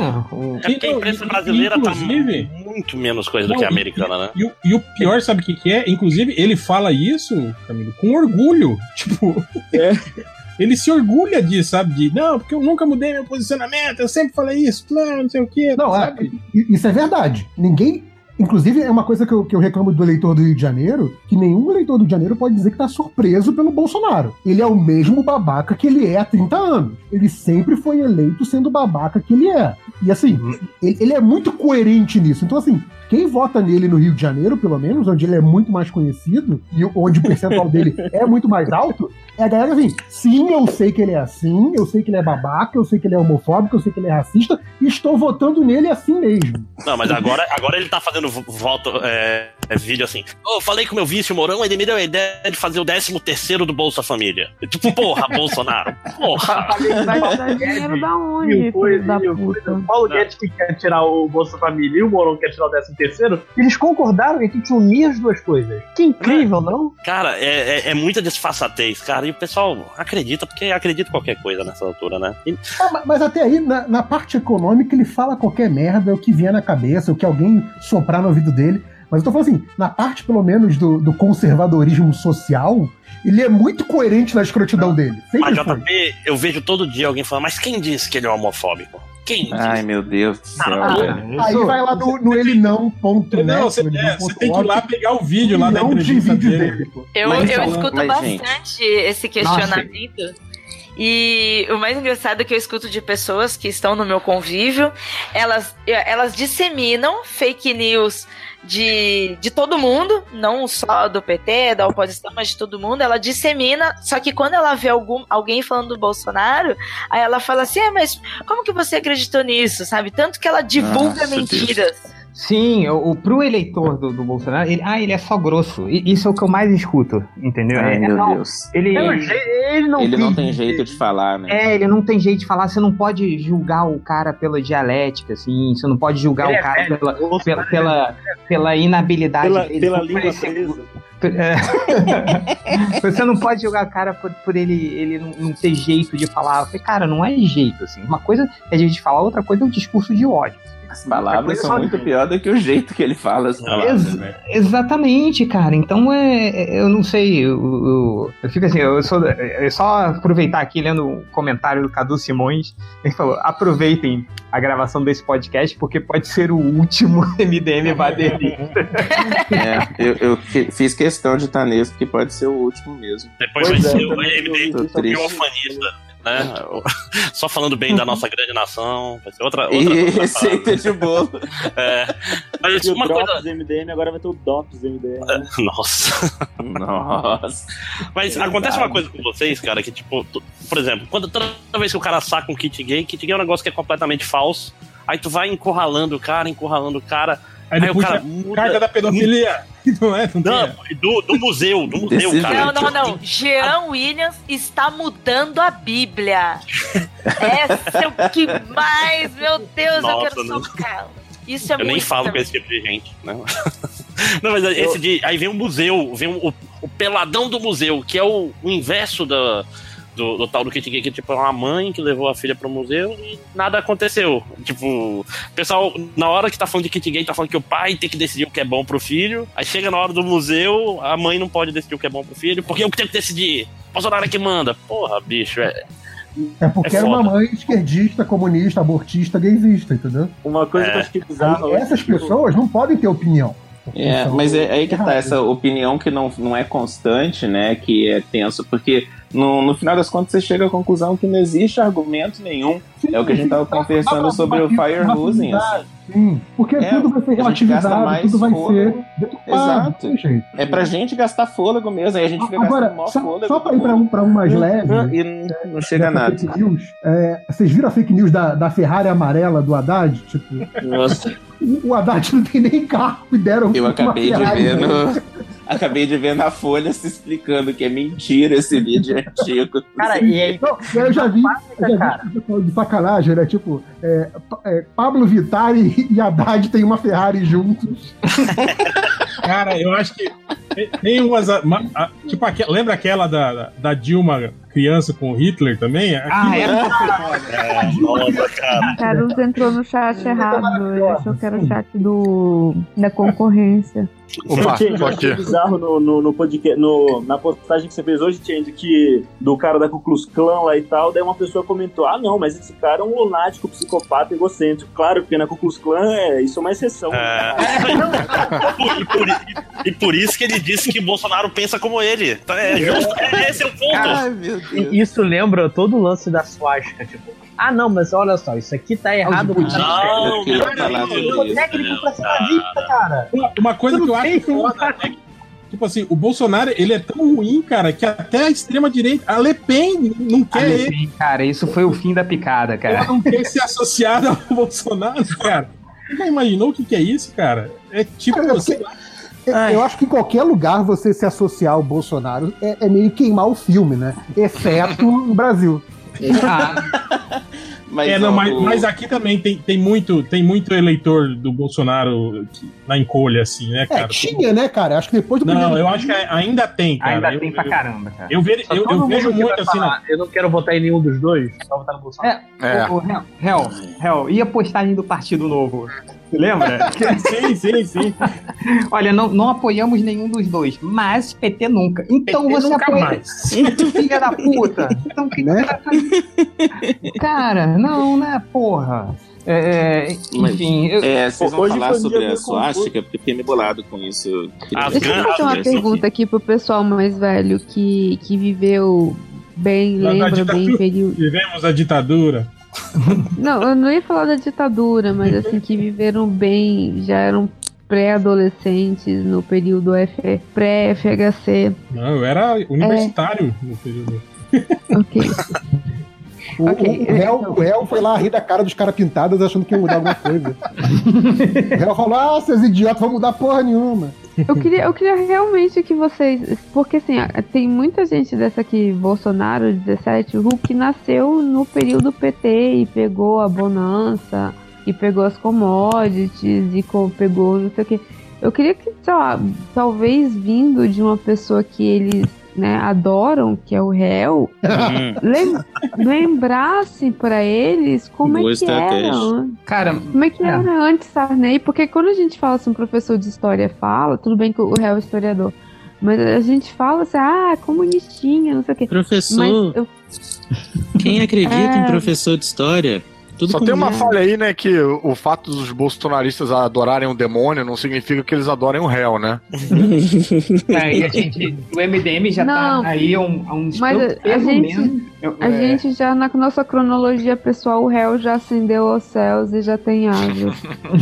É porque a imprensa brasileira inclusive, tá muito menos coisa não, do que a americana, né? E, e, e o pior, sabe o que, que é? Inclusive, ele fala isso, Camilo, com orgulho. Tipo, é. Ele se orgulha disso, sabe? De, não, porque eu nunca mudei meu posicionamento, eu sempre falei isso, não, não sei o quê. Não, sabe? É, isso é verdade. Ninguém... Inclusive, é uma coisa que eu, que eu reclamo do eleitor do Rio de Janeiro, que nenhum eleitor do Rio de Janeiro pode dizer que tá surpreso pelo Bolsonaro. Ele é o mesmo babaca que ele é há trinta anos. Ele sempre foi eleito sendo o babaca que ele é. E assim, uhum. ele, ele é muito coerente nisso. Então assim, quem vota nele no Rio de Janeiro, pelo menos, onde ele é muito mais conhecido, e onde o percentual dele é muito mais alto, é a galera assim, sim, eu sei que ele é assim, eu sei que ele é babaca, eu sei que ele é homofóbico, eu sei que ele é racista, e estou votando nele assim mesmo. Não, mas agora, agora ele tá fazendo voto, é, é vídeo assim, oh, falei com o meu vice, o Mourão, ele me deu a ideia de fazer o décimo terceiro do Bolsa Família. Tipo, porra, Bolsonaro, porra. Vai dar dinheiro da onde, filho da puta? O Paulo Guedes que quer tirar o Bolsa Família e o Mourão quer tirar o décimo terceiro, eles concordaram que a gente unir as duas coisas. Que incrível, não? Cara, é, é, é muita disfarçatez, cara, e o pessoal acredita, porque acredita em qualquer coisa nessa altura, né? E... Ah, mas até aí, na, na parte econômica, ele fala qualquer merda, o que vier na cabeça, o que alguém soprar no ouvido dele. Mas eu tô falando assim, na parte, pelo menos, do, do conservadorismo social, ele é muito coerente na escrotidão dele. Mas, J P, eu vejo todo dia alguém falando, mas quem disse que ele é homofóbico? Quem disse? Ai, meu Deus do céu. Ah, aí vai lá no, no ele não ponto net. Não, você, é, você tem que ir lá pegar o vídeo lá da entrevista dele. dele eu, mas, eu escuto mas, bastante gente. esse questionamento. Nossa. E o mais engraçado é que eu escuto de pessoas que estão no meu convívio, elas, elas disseminam fake news de, de todo mundo, não só do P T, da oposição, mas de todo mundo. Ela dissemina, só que quando ela vê algum, alguém falando do Bolsonaro, aí ela fala assim, é, mas como que você acreditou nisso, sabe? Tanto que ela divulga Nossa, mentiras. Deus. Sim, o, o, pro eleitor do, do Bolsonaro, ele, ah, ele é só grosso. E, isso é o que eu mais escuto, entendeu? Ai, é, meu não, Deus. Ele, ele, ele, não, ele não tem jeito de falar, né? É, ele não tem jeito de falar. Você não pode julgar o cara pela dialética, assim. Você não pode julgar ele o cara é pela, pela, pela, pela inabilidade pela, dele. Pela língua presa. É. Você não pode julgar o cara por, por ele, ele não, não ter jeito de falar. Eu falei, cara, não é jeito, assim. Uma coisa é jeito de falar, outra coisa é o discurso de ódio. As palavras são muito pior do que o jeito que ele fala as palavras, Ex- né? Exatamente, cara. Então, é, eu não sei, eu, eu, eu fico assim, eu sou, é só aproveitar aqui, lendo o comentário do Cadu Simões, ele falou, aproveitem a gravação desse podcast, porque pode ser o último M D M baderista. É, eu, eu fiz questão de estar nesse, porque pode ser o último mesmo. Depois pois vai é, ser o M D M orfanista. Né? Só falando bem da nossa grande nação, vai ser outra, outra e receita de bolo. É, mas e uma o coisa. Drops M D M agora vai ter o Dops M D M. Né? Nossa. Nossa. Mas é acontece verdade. Uma coisa com vocês, cara, que tipo, tu, por exemplo, quando toda vez que o cara saca um kit gay, kit gay é um negócio que é completamente falso. Aí tu vai encurralando o cara, encurralando o cara. Aí, aí o cara muda. Carga da pedofilia. Não é? Não, não do, do museu, do museu, Desse cara. Não, não, não. Jean Williams está mudando a Bíblia. Essa é o que mais, meu Deus, Nossa, eu quero socá-lo. Isso é eu muito. Eu nem falo também. Com esse tipo de gente, né? Não, mas esse eu... de. Aí vem o museu, vem o, o peladão do museu, que é o, o inverso da. Do, do tal do kit gay, que tipo, é uma mãe que levou a filha pro museu e nada aconteceu. Tipo, o pessoal, na hora que tá falando de kit gay, tá falando que o pai tem que decidir o que é bom pro filho. Aí chega na hora do museu, a mãe não pode decidir o que é bom pro filho, porque eu que tenho que decidir. Bolsonaro é que manda. Porra, bicho, é. É porque é era uma mãe esquerdista, comunista, abortista, gaysista, entendeu? Uma coisa é. que eu acho que é bizarro. Essas pessoas não podem ter opinião. É, mas é aí que tá essa opinião que não, não é constante, né? Que é tenso, porque no, no final das contas você chega à conclusão que não existe argumento nenhum. Sim, é o que a gente tava conversando sobre o fire losing, assim. Sim, porque é, tudo vai ser relativizado, tudo vai ser deturpado. Exato. É pra gente gastar fôlego mesmo, aí a gente fica Agora, gastando maior só, fôlego. Só pra ir pra um, pra um mais leve. E não, não chega a nada. Fake news, é, vocês viram a fake news da, da Ferrari amarela do Haddad? Tipo, nossa. O, o Haddad não tem nem carro e deram. Eu acabei de ver no. Acabei de ver na Folha se explicando que é mentira esse vídeo antigo. Cara, e aí? Não, eu já vi, eu já vi de sacanagem, né? Tipo, é, é, Pablo Vittar e Haddad tem uma Ferrari juntos. Cara, eu acho que tem umas. Uma, a, tipo, aquela, lembra aquela da, da Dilma criança com Hitler também? Aquilo, Ah, é? É, nossa, cara. Caruso entrou no chat errado. Ele achou que era o chat do, da concorrência. Opa, Change, tô eu achei aqui. bizarro no, no, no podcast, no, na postagem que você fez hoje, Change, que do cara da Ku Klux Klan lá e tal, daí uma pessoa comentou, ah não, mas esse cara é um lunático, psicopata, egocêntrico. Claro, porque na Ku Klux Klan é, isso é uma exceção. É. e, por, e por isso que ele disse que o Bolsonaro pensa como ele. Então é justo, é, esse é o ponto. Ai, meu Deus. Isso lembra todo o lance da suástica, tipo, ah não, mas olha só, isso aqui tá errado. Não, não, Eu queria falar sobre Eu sou isso, técnico né? pra ser nazista, cara. Uma, uma coisa que eu acho foda é que, tipo assim, o Bolsonaro, ele é tão ruim, cara, que até a extrema-direita, a Le Pen, não A quer Le ele. Pen, cara, isso foi o fim da picada, Ela cara. não quer ser associada ao Bolsonaro, cara. Você já imaginou o que, que é isso, cara? É tipo Cara, você. Eu, eu acho que em qualquer lugar você se associar ao Bolsonaro é, é meio queimar o filme, né? Exceto no Brasil. Ah, Mas, É, não, ó, mas, o- mas aqui também tem, tem, muito, tem muito eleitor do Bolsonaro que- na encolha, assim, né, É, cara? tinha, né, cara? Acho que depois do Não, primeiro- eu acho que ainda tem, cara. ainda eu, tem pra eu, caramba, cara. eu, ve- Só eu- todo eu mundo vejo que muito vai assim, na- falar, eu não quero votar em nenhum dos dois, só votar no Bolsonaro. É. O, o Hel, Hel, Hel, e a postagem do Partido Novo? Você lembra? Sim, sim, sim. Olha, não, não apoiamos nenhum dos dois, mas P T nunca. Então P T você nunca apoia. mais. Filha da puta. Então o que Né? que você vai fazer? Cara, não, né, porra. É, é, Mas- enfim, eu, É, vocês vão Hoje falar foi um sobre dia a meio suástica, porque fiquei meio bolado com isso. As Deixa eu gan- fazer uma as- pergunta aqui pro pessoal mais velho que, que viveu bem, Da- da lembra bem ditadura. período. Vivemos a ditadura. Não, eu não ia falar da ditadura, mas assim, que viveram bem, já eram pré-adolescentes no período F- pré-F H C. Não, eu era universitário no período. Ok. O, Ok. o, réu, o réu foi lá rir da cara dos caras pintados achando que ia mudar alguma coisa. O réu falou: ah, seus idiotas, vão mudar porra nenhuma. Eu queria, eu queria realmente que vocês. Porque assim, tem muita gente dessa aqui, Bolsonaro, dezessete, o que nasceu no período P T e pegou a bonança, e pegou as commodities, e co- pegou não sei o que. Eu queria que, sei lá, talvez vindo de uma pessoa que eles, né, adoram, que é o réu, Hum. lem- lembrasse pra eles como Boa é que estratégia. era an- cara, como é que É. era antes Sarney? Porque quando a gente fala assim, um professor de história fala, tudo bem que o réu é historiador, mas a gente fala assim, ah, comunistinha, não sei o quê. Mas Professor, eu, quem acredita É. em professor de história? Tudo Só com tem uma É. falha aí, né, que o, o fato dos bolsonaristas adorarem o demônio não significa que eles adorem o réu, né? é, e a gente, o M D M já Não. tá aí há um, há uns Mas pelo- a- a pelo gente- menos, eu- a é, gente já, na nossa cronologia pessoal, o réu já ascendeu aos céus e já tem asas.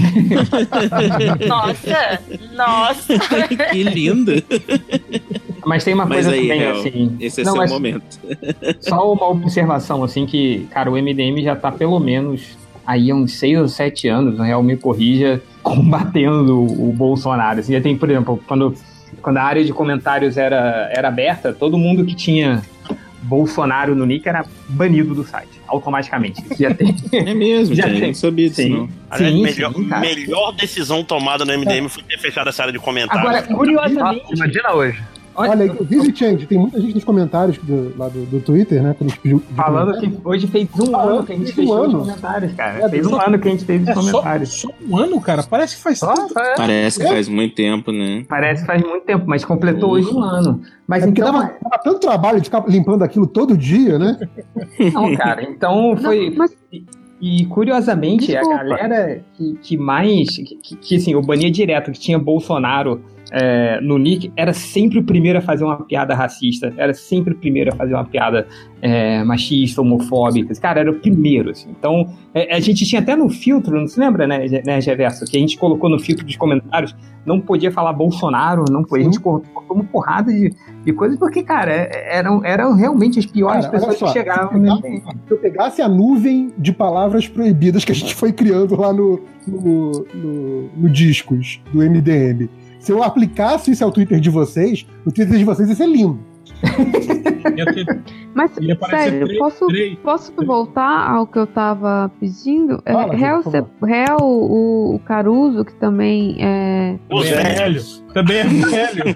Nossa! Nossa! Que lindo. mas tem uma Mas coisa aí, também, Hel, assim. esse é não, seu mas momento. só uma observação, assim, que, cara, o M D M já tá pelo menos aí há uns seis ou sete anos, o Real me corrija, combatendo o Bolsonaro. Assim, já tem, por exemplo, quando, quando a área de comentários era, era aberta, todo mundo que tinha Bolsonaro no nick era banido do site, automaticamente. Isso já tem. É mesmo, Já gente, tem. não sabia disso, Sim. não. Aliás, Sim, melhor, sim, cara. melhor decisão tomada no M D M foi ter fechado essa área de comentários. Agora, curiosamente, Imagina hoje. Olha, inclusive, Change, tem muita gente nos comentários do, lá do, do Twitter, né? Quando a gente pediu, pediu falando comentário. que hoje fez um Falando ano que a gente que fez um fechou os ano. comentários, cara. É, fez um ano que a gente fez os É só, comentários. só um ano, cara? Parece que faz tanto. Parece que faz muito tempo, né? Parece que faz muito tempo, mas completou hoje um ano. Mas É porque então, dava, dava tanto trabalho de ficar limpando aquilo todo dia, né? não, cara, então foi. Não, mas E curiosamente, Desculpa. a galera que, que mais. Que, que assim, eu bania direto, que tinha Bolsonaro é, no nick, era sempre o primeiro a fazer uma piada racista, era sempre o primeiro a fazer uma piada é, machista, homofóbica. Cara, era o primeiro, assim. Então, é, a gente tinha até no filtro, não se lembra, né, Ge- né Geverso? Que a gente colocou no filtro dos comentários, não podia falar Bolsonaro, não podia. A gente cortou uma porrada de, de coisas, porque, cara, é- eram, eram realmente as piores Cara, olha pessoas só, que chegavam. se eu né? pegasse- Se eu pegasse a nuvem de palavras proibidas que a gente foi criando lá no, no, no, no Discos do M D M, se eu aplicasse isso ao Twitter de vocês, o Twitter de vocês ia ser lindo. Ia ter- Mas, ia parecer sério, três- posso, três- posso voltar ao que eu tava pedindo? É, Fala, réu, por favor. cê- réu, o, o Caruso, que também é. Os Também é velhos. Também é velho.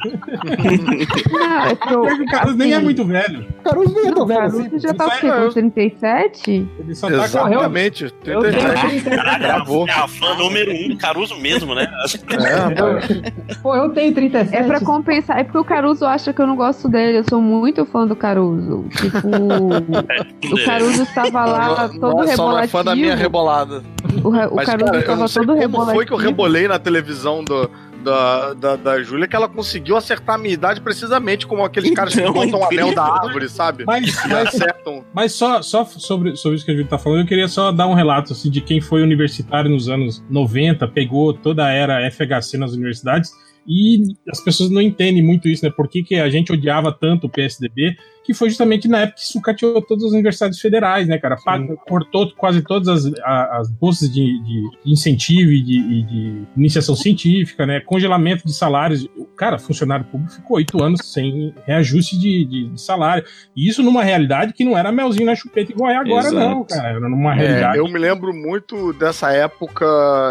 Não, é que eu, O Caruso nem é muito velho. O Caruso nem é tão o velho Caruso assim. já tá o quê? Isso aí, Com trinta e sete? Ele só tá Exatamente. Eu trinta e sete. tenho, Caraca, Gravou. é a fã número um do Caruso mesmo, né? É, rapaz. pô, eu tenho trinta e sete. É pra compensar. É porque o Caruso acha que eu não gosto dele. Eu sou muito fã do Caruso. Tipo, o Caruso estava lá todo Nossa, só não é rebolativo. fã da minha rebolada. O, re- o Mas, Caruso cara, eu estava não sei todo como rebolativo. foi que eu rebolei na televisão do, da, da, da Júlia, que ela conseguiu acertar a minha idade precisamente como aqueles caras que Então, botam o anel incrível. da árvore, sabe? Mas, E mas, acertam. mas só, só sobre, sobre isso que a gente tá falando, eu queria só dar um relato assim, de quem foi universitário nos anos noventa, pegou toda a era F H C nas universidades, e as pessoas não entendem muito isso, né? Por que, que a gente odiava tanto o P S D B, que foi justamente na época que sucateou todas as universidades federais, né, cara? Paga, cortou quase todas as, a- as bolsas de, de incentivo e de, e de iniciação científica, né? Congelamento de salários. Cara, funcionário público ficou oito anos sem reajuste de, de, de salário. E isso numa realidade que não era melzinho na chupeta igual é agora, Exato. não, cara. Era numa É, realidade. eu me lembro muito dessa época,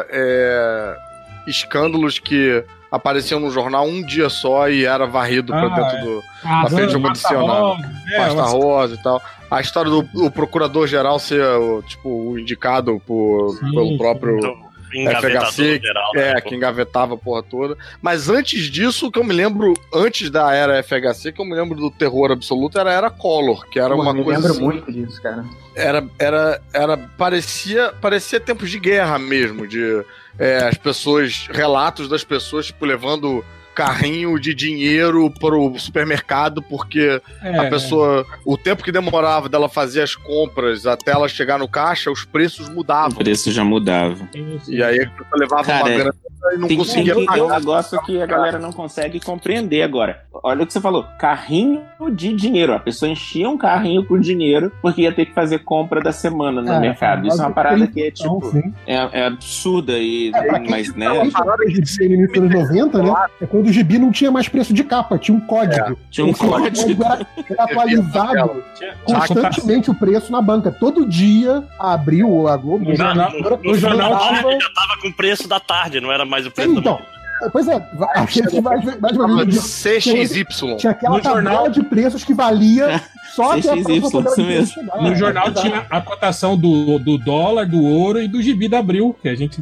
é, escândalos que apareciam no jornal um dia só e era varrido Ah, pra dentro é. do, Ah, da frente do Pasta condicionado. rosa, é, Pasta uma- rosa e tal. A história do, do procurador-geral ser o, tipo, o indicado por, Sim, pelo sim. próprio Engavetador F H C, geral. é, né? que engavetava a porra toda. Mas antes disso, o que eu me lembro, antes da era F H C, que eu me lembro do terror absoluto, era a era Collor, que era Pô, uma me coisa lembro assim, muito disso, cara. era, era, era parecia, parecia tempos de guerra mesmo, de é, as pessoas, relatos das pessoas, tipo, levando carrinho de dinheiro pro supermercado porque é, a pessoa, o tempo que demorava dela fazer as compras até ela chegar no caixa, os preços O mudavam. preço já mudava. E aí a pessoa levava Cara, uma grana e não tem- conseguia tem que- É um pagar. negócio que a galera não consegue compreender agora. Olha o que você falou, carrinho de dinheiro. A pessoa enchia um carrinho com dinheiro porque ia ter que fazer compra da semana no É, mercado. Isso é uma parada que é tipo, Sim. é, é absurda e, É, pra quem mas né? A parada de gibi no início dos anos noventa, né? É quando o gibi não tinha mais preço de capa, tinha um código. Tinha um Esse código. era, era atualizado Tinha- constantemente o preço na banca. Todo dia, a Abril ou a Globo. No jornal- no jornal lançava- Já tava com o preço da tarde, não era mais o preço Sim, do então. Pois é, a gente mais, mais uma Tava de vez. C X Y. Tinha aquela No tabela jornal- de preços que valia só até a C X Y, próxima tabela isso de preços mesmo. chegar. No jornal Exato. tinha a cotação do, do dólar, do ouro e do gibi da Abril, que a gente.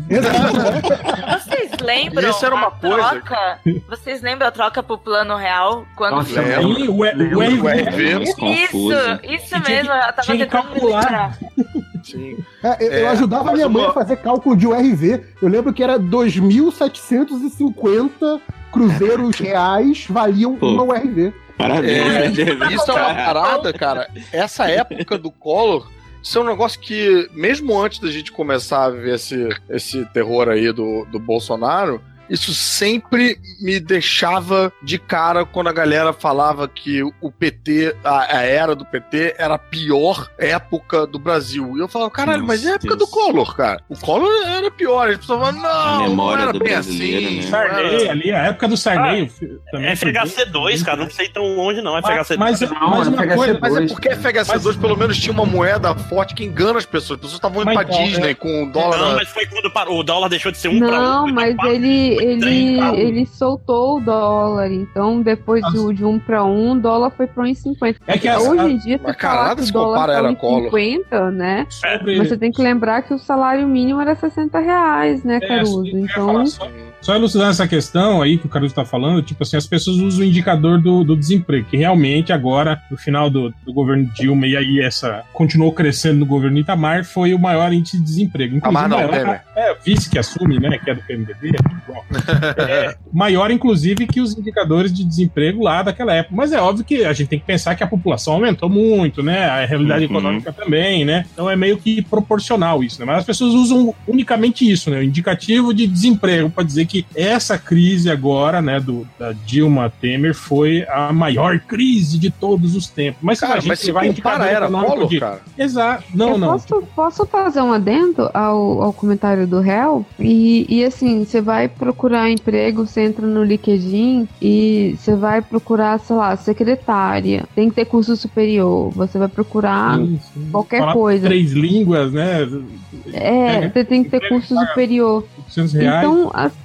Exato. Vocês lembram Isso era uma a coisa. troca? Vocês lembram a troca pro plano real? Quando Nossa, foi? Lembro. Sim, o, o, O R V. R V. Mas confuso. Isso, isso E tinha mesmo, que- eu tava tinha que tentando me calcular. lembrar. Sim. É, eu, eu É, ajudava mas minha mãe uma- a fazer cálculo de U R V. Eu lembro que era dois mil setecentos e cinquenta cruzeiros reais valiam Pô. uma U R V. Parabéns, É, né, Jeremy? Isso é uma parada, cara. Essa época do Collor, isso é um negócio que, mesmo antes da gente começar a ver esse, esse terror aí do, do Bolsonaro, isso sempre me deixava de cara quando a galera falava que o P T, a, a era do P T, era a pior época do Brasil. E eu falava, caralho, mas é a época Deus. do Collor, cara. O Collor era pior. As pessoas falavam, não, Memória não era do bem brasileiro, assim. né? não Sarney, era- ali, a época do Sarney. o fi- também foi F H C dois, cara, não sei tão longe não, F H C Mas, dois. mas, mas uma F H C coisa. Mas é dois, porque a F H C dois pelo menos tinha uma moeda forte que engana as pessoas. As pessoas estavam indo Mas pra então, Disney é- com o dólar. Não, na- mas foi quando parou, o dólar deixou de ser um pra um. Não, foi pra mas quatro. ele, ele, trem, ele soltou o dólar. Então, depois do, de um para um, o dólar foi para um e cinquenta. É que essa- Hoje em dia, mas você falar caralho, que o se dólar compara tá era um e Collor. cinquenta, né? sobre- Mas você tem que lembrar que o salário mínimo era sessenta reais, né, É, Caruso? isso que eu ia Então, falar, só, só elucidando essa questão aí que o Caruso tá falando, tipo assim, as pessoas usam o indicador do, do desemprego, que realmente agora, no final do, do governo Dilma, e aí essa continuou crescendo no governo Itamar, foi o maior índice de desemprego. Itamar não, maior, Temer. é, o vice que assume, né, que é do P M D B, bom, é, maior, inclusive, que os indicadores de desemprego lá daquela época. Mas é óbvio que a gente tem que pensar que a população aumentou muito, né, a realidade Uhum. econômica também, né, então é meio que proporcional isso, né, mas as pessoas usam unicamente isso, né, o indicativo de desemprego, para dizer que essa crise agora, né, do, da Dilma Temer foi a maior crise de todos os tempos. Mas, Cara, a gente mas se vai compara indicador era econômico Collor, de- cara. Exato. Não, eu não. posso, posso fazer um adendo ao, ao comentário do réu? E, e assim, você vai procurar emprego, você entra no LinkedIn e você vai procurar, sei lá, secretária. Tem que ter curso superior. Você vai procurar Sim, sim. qualquer Falar coisa. Três línguas, né? É, você tem que ter curso superior. oitocentos reais. Então, as-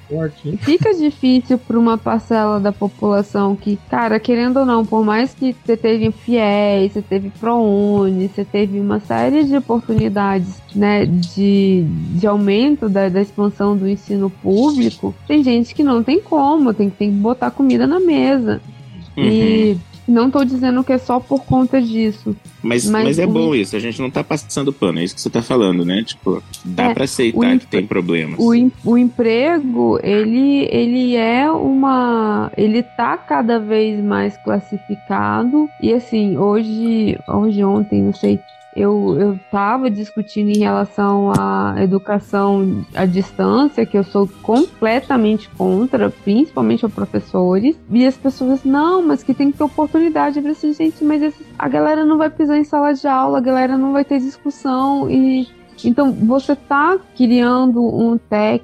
forte. Fica difícil para uma parcela da população que, cara, querendo ou não, por mais que você teve fiéis, você teve ProUni, você teve uma série de oportunidades, né, de, de aumento da, da expansão do ensino público, tem gente que não tem como, tem, tem que botar comida na mesa. Uhum. E não tô dizendo que é só por conta disso. Mas, mas, mas é o... bom isso, a gente não tá passando pano, é isso que você tá falando, né? Tipo, dá é, pra aceitar em... que tem problemas. O, em... o emprego, ele, ele é uma... Ele tá cada vez mais classificado. E assim, hoje, hoje ontem, não sei... Eu, eu tava discutindo em relação à educação à distância, que eu sou completamente contra, principalmente a professores, e as pessoas, não, mas que tem que ter oportunidade. Eu falei assim, gente, mas esse, a galera não vai pisar em sala de aula, a galera não vai ter discussão, e... Então, você está criando um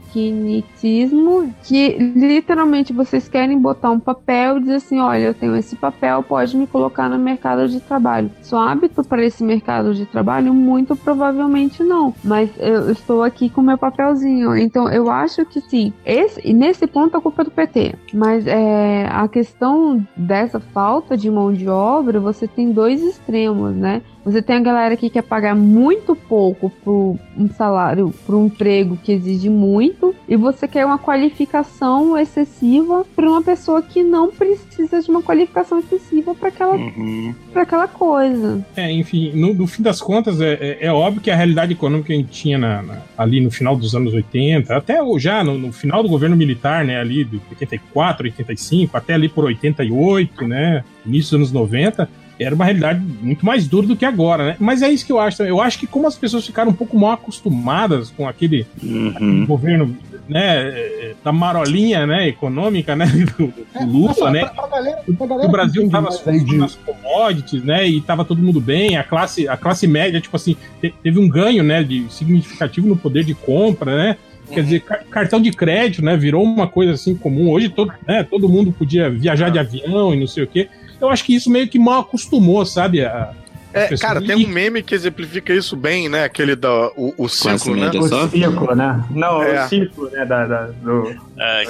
tecnicismo que, literalmente, vocês querem botar um papel e dizer assim, olha, eu tenho esse papel, pode me colocar no mercado de trabalho. Sou hábito para esse mercado de trabalho? Muito provavelmente não. Mas eu estou aqui com meu papelzinho. Então, eu acho que sim. Esse, e nesse ponto, a culpa é do P T. Mas é, a questão dessa falta de mão de obra, você tem dois extremos, né? Você tem a galera que quer pagar muito pouco por um salário, por um emprego que exige muito, e você quer uma qualificação excessiva para uma pessoa que não precisa de uma qualificação excessiva para aquela, uhum. para aquela coisa. É, enfim, no, no fim das contas, é, é, é óbvio que a realidade econômica que a gente tinha na, na, ali no final dos anos oitenta, até já no, no final do governo militar, né, ali de oitenta e quatro, oitenta e cinco, até ali por oitenta e oito, né, início dos anos noventa, era uma realidade muito mais dura do que agora, né? Mas é isso que eu acho. Eu acho que como as pessoas ficaram um pouco mal acostumadas com aquele, uhum. aquele governo, né, da marolinha, né, econômica, né, do, do é, Lula, nossa, né? Pra, pra galera, pra galera o Brasil estava de... nas commodities, né, e estava todo mundo bem, a classe, a classe média, tipo assim, teve um ganho, né, de significativo no poder de compra, né? Quer dizer, cartão de crédito, né, virou uma coisa assim comum. Hoje todo, né, todo mundo podia viajar de avião e não sei o quê. Eu acho que isso meio que mal acostumou, sabe? A, é, cara, tem um meme que exemplifica isso bem, né? Aquele da o, o ciclo, né? O ciclo, né? Não, é. o ciclo, né? Da, da, do... é,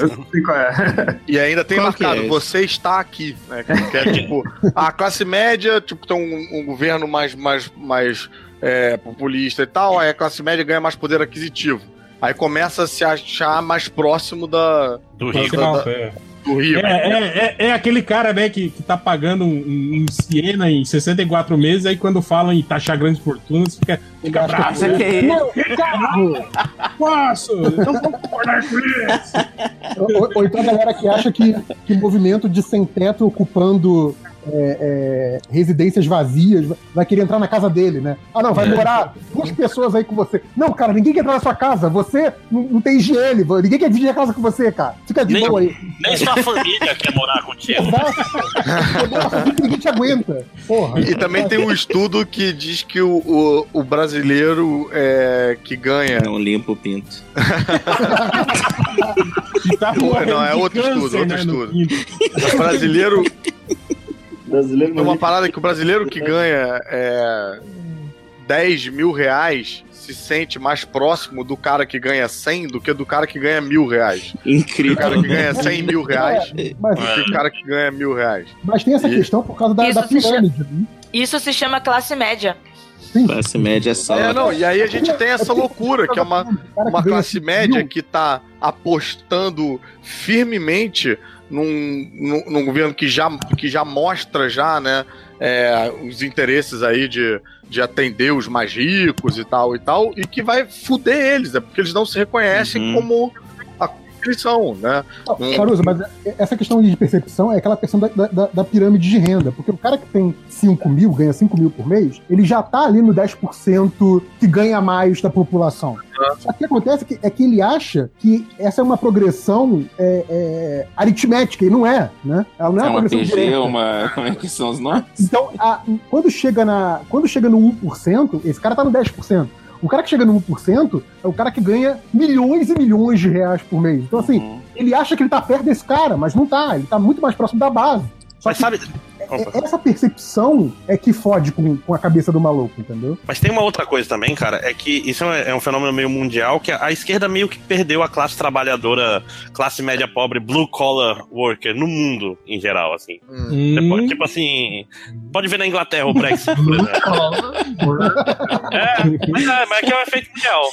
é. E ainda tem Qual marcado, é você está aqui, né? Que é tipo, a classe média, tipo, tem um, um governo mais, mais, mais é, populista e tal, aí a classe média ganha mais poder aquisitivo. Aí começa a se achar mais próximo da... Do rico. Da, da, é. do Rio. É, é, é, é aquele cara, né, que, que tá pagando um, um Siena em sessenta e quatro meses, aí quando falam em taxar grandes fortunas, fica, fica bravo. Isso aqui é meu carro! Posso! Não vou concordar com isso! Ou, ou então a galera que acha que, que movimento de sem-teto ocupando é, é, residências vazias vai querer entrar na casa dele, né? Ah, não, vai morar duas pessoas aí com você. Não, cara, ninguém quer entrar na sua casa. Você não, não tem higiene. Ninguém quer dividir a casa com você, cara. Fica de nem, boa aí. Nem sua família quer morar contigo. Exato. Ninguém te aguenta. Porra. E também tem um estudo que diz que o, o, o brasileiro é, que ganha... Não limpa o pinto. tá não, é outro câncer, estudo, outro né, estudo. O brasileiro... brasileiro é uma parada que o brasileiro que ganha é, dez mil reais se sente mais próximo do cara que ganha cem do que do cara que ganha mil reais. Incrível. O cara que ganha cem mil reais é, mas, do que o cara que ganha mil reais. Mas tem essa e... questão por causa da, da pirâmide. Chama, isso se chama classe média. Sim. Classe média é só. É, não, e aí a gente tem essa loucura, que é uma, uma classe média que tá apostando firmemente num, num, num governo que já, que já mostra já, né, é, os interesses aí de, de atender os mais ricos e tal e tal, e que vai fuder eles, é porque eles não se reconhecem uhum. como eles são, né? Não, Caruso, mas essa questão de percepção é aquela questão da, da, da pirâmide de renda, porque o cara que tem cinco mil, ganha cinco mil por mês, ele já tá ali no dez por cento que ganha mais da população. É. Só que o que acontece é que, é que ele acha que essa é uma progressão é, é, aritmética, e não é, né? Ela não é, é uma progressão P G, direta. Uma... Como é que são os nomes? Então, a, quando, chega na, quando chega no um por cento, esse cara tá no dez por cento. O cara que chega no um por cento é o cara que ganha milhões e milhões de reais por mês. Então, assim, uhum. ele acha que ele tá perto desse cara, mas não tá. Ele tá muito mais próximo da base. Só mas que sabe... é, essa percepção é que fode com, com a cabeça do maluco, entendeu? Mas tem uma outra coisa também, cara, é que isso é um fenômeno meio mundial, que a esquerda meio que perdeu a classe trabalhadora, classe média pobre, blue collar worker no mundo em geral, assim. Hum. Depois, tipo assim, pode ver na Inglaterra o Brexit, por exemplo. é, mas é, mas é que é um efeito mundial.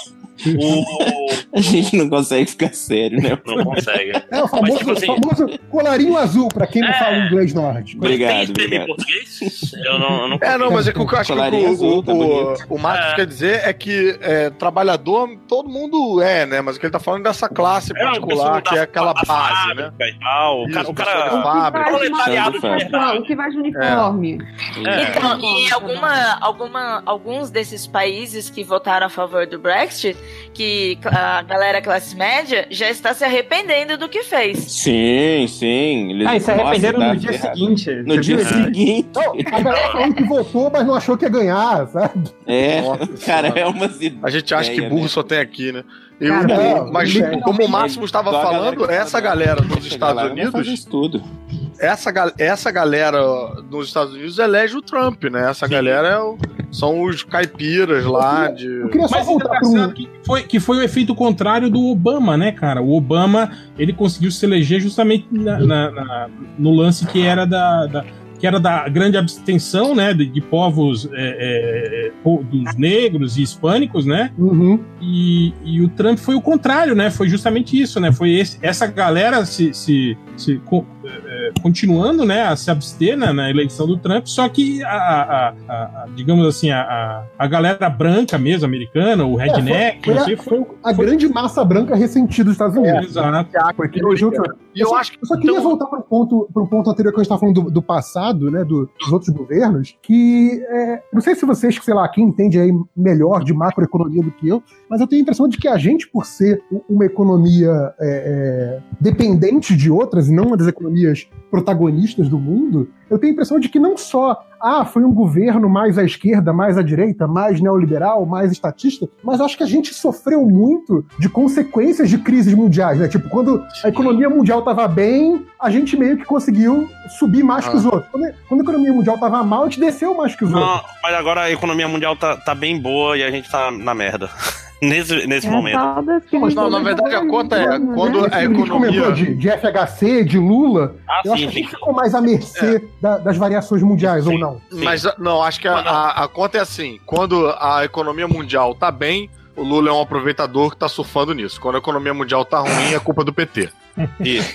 O... A gente não consegue ficar sério, né? Não consegue. É o famoso, Mas, tipo assim, famoso colarinho azul, pra quem não É. fala inglês nórdico. Obrigado, tem em obrigado. português? Eu não, eu não É, não, mas é que o que eu acho que Colarinho o, azul, o, tá o, bonito. o Marcos É. quer dizer é que é, trabalhador, todo mundo é, né? Mas o que ele tá falando é dessa classe É, o particular, que é aquela da base, né? fábrica e tal. O Isso, cara, o pessoal da cara fábrica. proletariado de Chão de verdade. O que vai de uniforme. É. Então, e alguma, alguma, alguns desses países que votaram a favor do Brexit, que a galera classe média já está se arrependendo do que fez. Sim, sim. Eles, Ah, e se nossa, arrependeram tá no dia ferrado. seguinte. No Você dia viu isso? seguinte. Não, a galera falando que votou, mas não achou que ia ganhar, sabe? É, Nossa cara, Senhora. é umas A gente acha que ideia, burro né? só tem aqui, né? Eu, Cara, eu- é, mas é. como o Máximo estava Igual a galera falando, que essa fala- galera nos Essa Estados galera vai fazer Unidos, isso tudo. essa, ga- essa galera nos Estados Unidos elege o Trump, né? Essa galera é o- são os caipiras lá de... Eu queria só Mas é voltar para engraçado um... que foi, que foi o efeito contrário do Obama, né, cara? O Obama, ele conseguiu se eleger justamente na- na- na- no lance que era da, da- que era da grande abstenção, né, de, de povos é, é, po- dos negros e hispânicos, né? Uhum. E, e o Trump foi o contrário, né? Foi justamente isso, né? Foi esse- essa galera se, se, se co- é, continuando, né, a se abster na, na eleição do Trump, só que a, a- a- a- digamos assim, a, a, a galera branca mesmo, americana, o redneck, Foi, não a, sei, foi a grande massa branca ressentida dos Estados Unidos. exato. Foi que hoje eu, E eu acho que eu só queria então- voltar para um ponto, para um ponto anterior que a gente estava falando do, do passado, né, do- dos outros governos, que é, não sei se vocês, sei lá, quem entende aí melhor de macroeconomia do que eu, mas eu tenho a impressão de que a gente, por ser u- uma economia é, é, dependente de outras e não uma das economias protagonistas do mundo, eu tenho a impressão de que não só ah, foi um governo mais à esquerda, mais à direita, mais neoliberal, mais estatista, mas acho que a gente sofreu muito de consequências de crises mundiais, né? Tipo, quando a economia mundial estava bem, a gente meio que conseguiu subir mais que os outros. Quando, quando a economia mundial estava mal, a gente desceu mais que os Não, outros. mas agora a economia mundial tá, tá bem boa e a gente tá na merda. nesse nesse É momento. tal das Mas não, na verdade a conta é né? quando a A gente comentou economia... de, de F H C, de Lula, Ah, eu acho sim, que a gente sim. ficou mais à mercê da- das variações mundiais, Sim. ou não? Mas não, acho que a, a, a conta é assim: quando a economia mundial tá bem, o Lula é um aproveitador que tá surfando nisso. Quando a economia mundial tá ruim, é culpa do P T. Isso.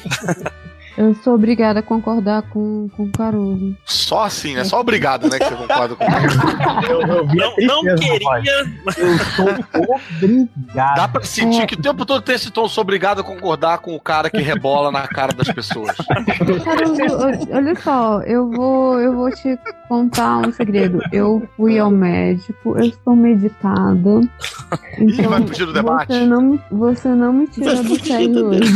Eu sou obrigada a concordar com, com o Caruso. Só assim, né? Só obrigado, né? Que você concorda comigo. Eu, eu vi a Não, não tristeza na voz. queria. Eu sou obrigado. Dá pra sentir que o tempo todo tem esse tom, sou obrigado a concordar com o cara que rebola na cara das pessoas. Caruso, o- olha só, eu vou, eu vou te contar um segredo. Eu fui ao médico, eu estou medicada. Então, vai fugir do debate? Você não, você não me tira do sério hoje.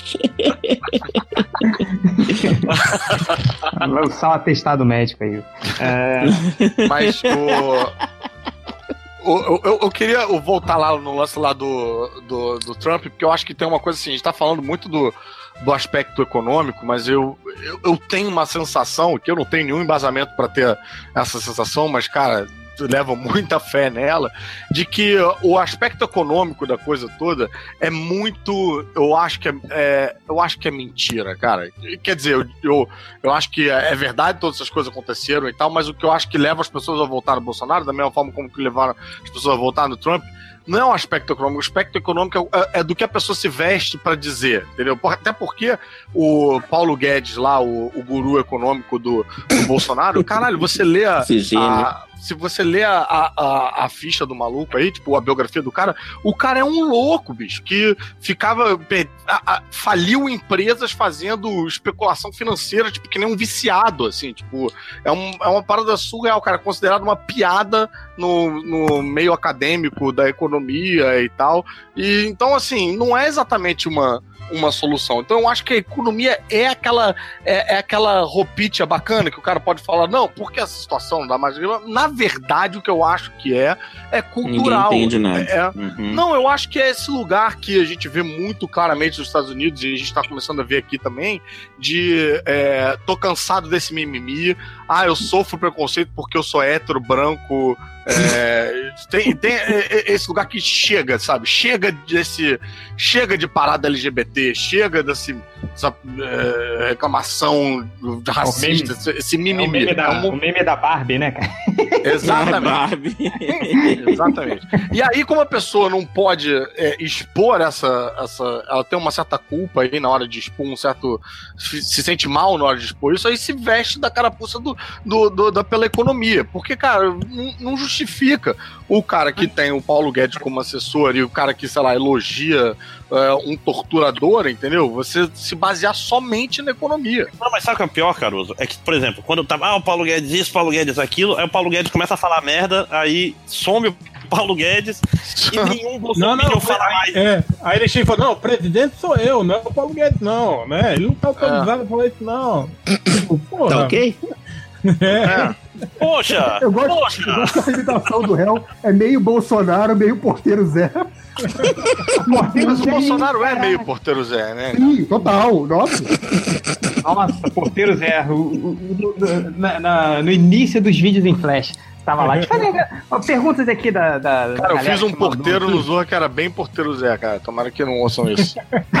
Lançar um atestado médico aí. É, Mas o. o- eu, eu, eu queria voltar lá no lance lá do, do, do Trump, porque eu acho que tem uma coisa assim, a gente tá falando muito do, do aspecto econômico, mas eu, eu, eu tenho uma sensação, que eu não tenho nenhum embasamento para ter essa sensação, mas, cara, levo muita fé nela, de que o aspecto econômico da coisa toda é muito, eu acho que é, é, eu acho que é mentira, cara. Quer dizer, eu, eu, eu acho que é verdade, todas essas coisas aconteceram e tal, mas o que eu acho que leva as pessoas a votar no Bolsonaro, da mesma forma como que levaram as pessoas a votar no Trump, não é um aspecto econômico, o aspecto econômico é, é do que a pessoa se veste pra dizer, entendeu? Por- Até porque o Paulo Guedes lá, o, o guru econômico do, do Bolsonaro, caralho, você lê a, Esse gênio. a- se você lê a, a, a, a ficha do maluco aí, tipo, a biografia do cara, o cara é um louco, bicho, que ficava, pe- a- a- faliu empresas fazendo especulação financeira, tipo, que nem um viciado, assim, tipo, é, um, é uma parada surreal, cara, considerado uma piada no, no meio acadêmico da economia e tal, e então, assim, não é exatamente uma uma solução. Então eu acho que a economia é aquela é, é aquela roupinha bacana que o cara pode falar, não, porque essa situação não dá mais. Na verdade, o que eu acho que é, é cultural. Ninguém entende nada. É, Uhum. Não, eu acho que é esse lugar que a gente vê muito claramente nos Estados Unidos, e a gente tá começando a ver aqui também, de é, tô cansado desse mimimi, ah, eu sofro preconceito porque eu sou hétero, branco, é, tem, tem esse lugar que chega, sabe? Chega desse, chega de parada L G B T, chega desse, dessa é, reclamação racista, o meme, esse mimimi. É o, meme da, é um... o meme da Barbie, né, cara? Exatamente. Exatamente. E aí, como a pessoa não pode é, expor essa, essa. Ela tem uma certa culpa aí na hora de expor um certo. Se, se sente mal na hora de expor isso, aí se veste da carapuça do, do, do, da, pela economia. Porque, cara, não, não justifica o cara que tem o Paulo Guedes como assessor e o cara que, sei lá, elogia é, um torturador, entendeu? Você se basear somente na economia. Não, mas sabe o que é pior, Caruso? É que, por exemplo, quando tava, ah, o Paulo Guedes isso, Paulo Guedes aquilo, aí o Paulo Guedes começa a falar merda, aí some o Paulo Guedes e nenhum Não, não, fala mais. É, aí ele chega e fala, não, o presidente sou eu, não é o Paulo Guedes, não, né? Ele não tá autorizado a falar isso, não. Tipo, porra. Tá ok? É. Poxa! Eu gosto, poxa. eu gosto que a imitação do réu é meio Bolsonaro, meio Porteiro Zé. Mas o Bolsonaro é meio Porteiro Zé, né? Sim, total. Nossa. Nossa, Porteiro Zé. O, o, o, na, na, no início dos vídeos em flash. Tava lá. Deixa eu fazer perguntas aqui da. da cara, da eu fiz um porteiro mandou. no Zorra que era bem Porteiro Zé, cara. Tomara que não ouçam isso.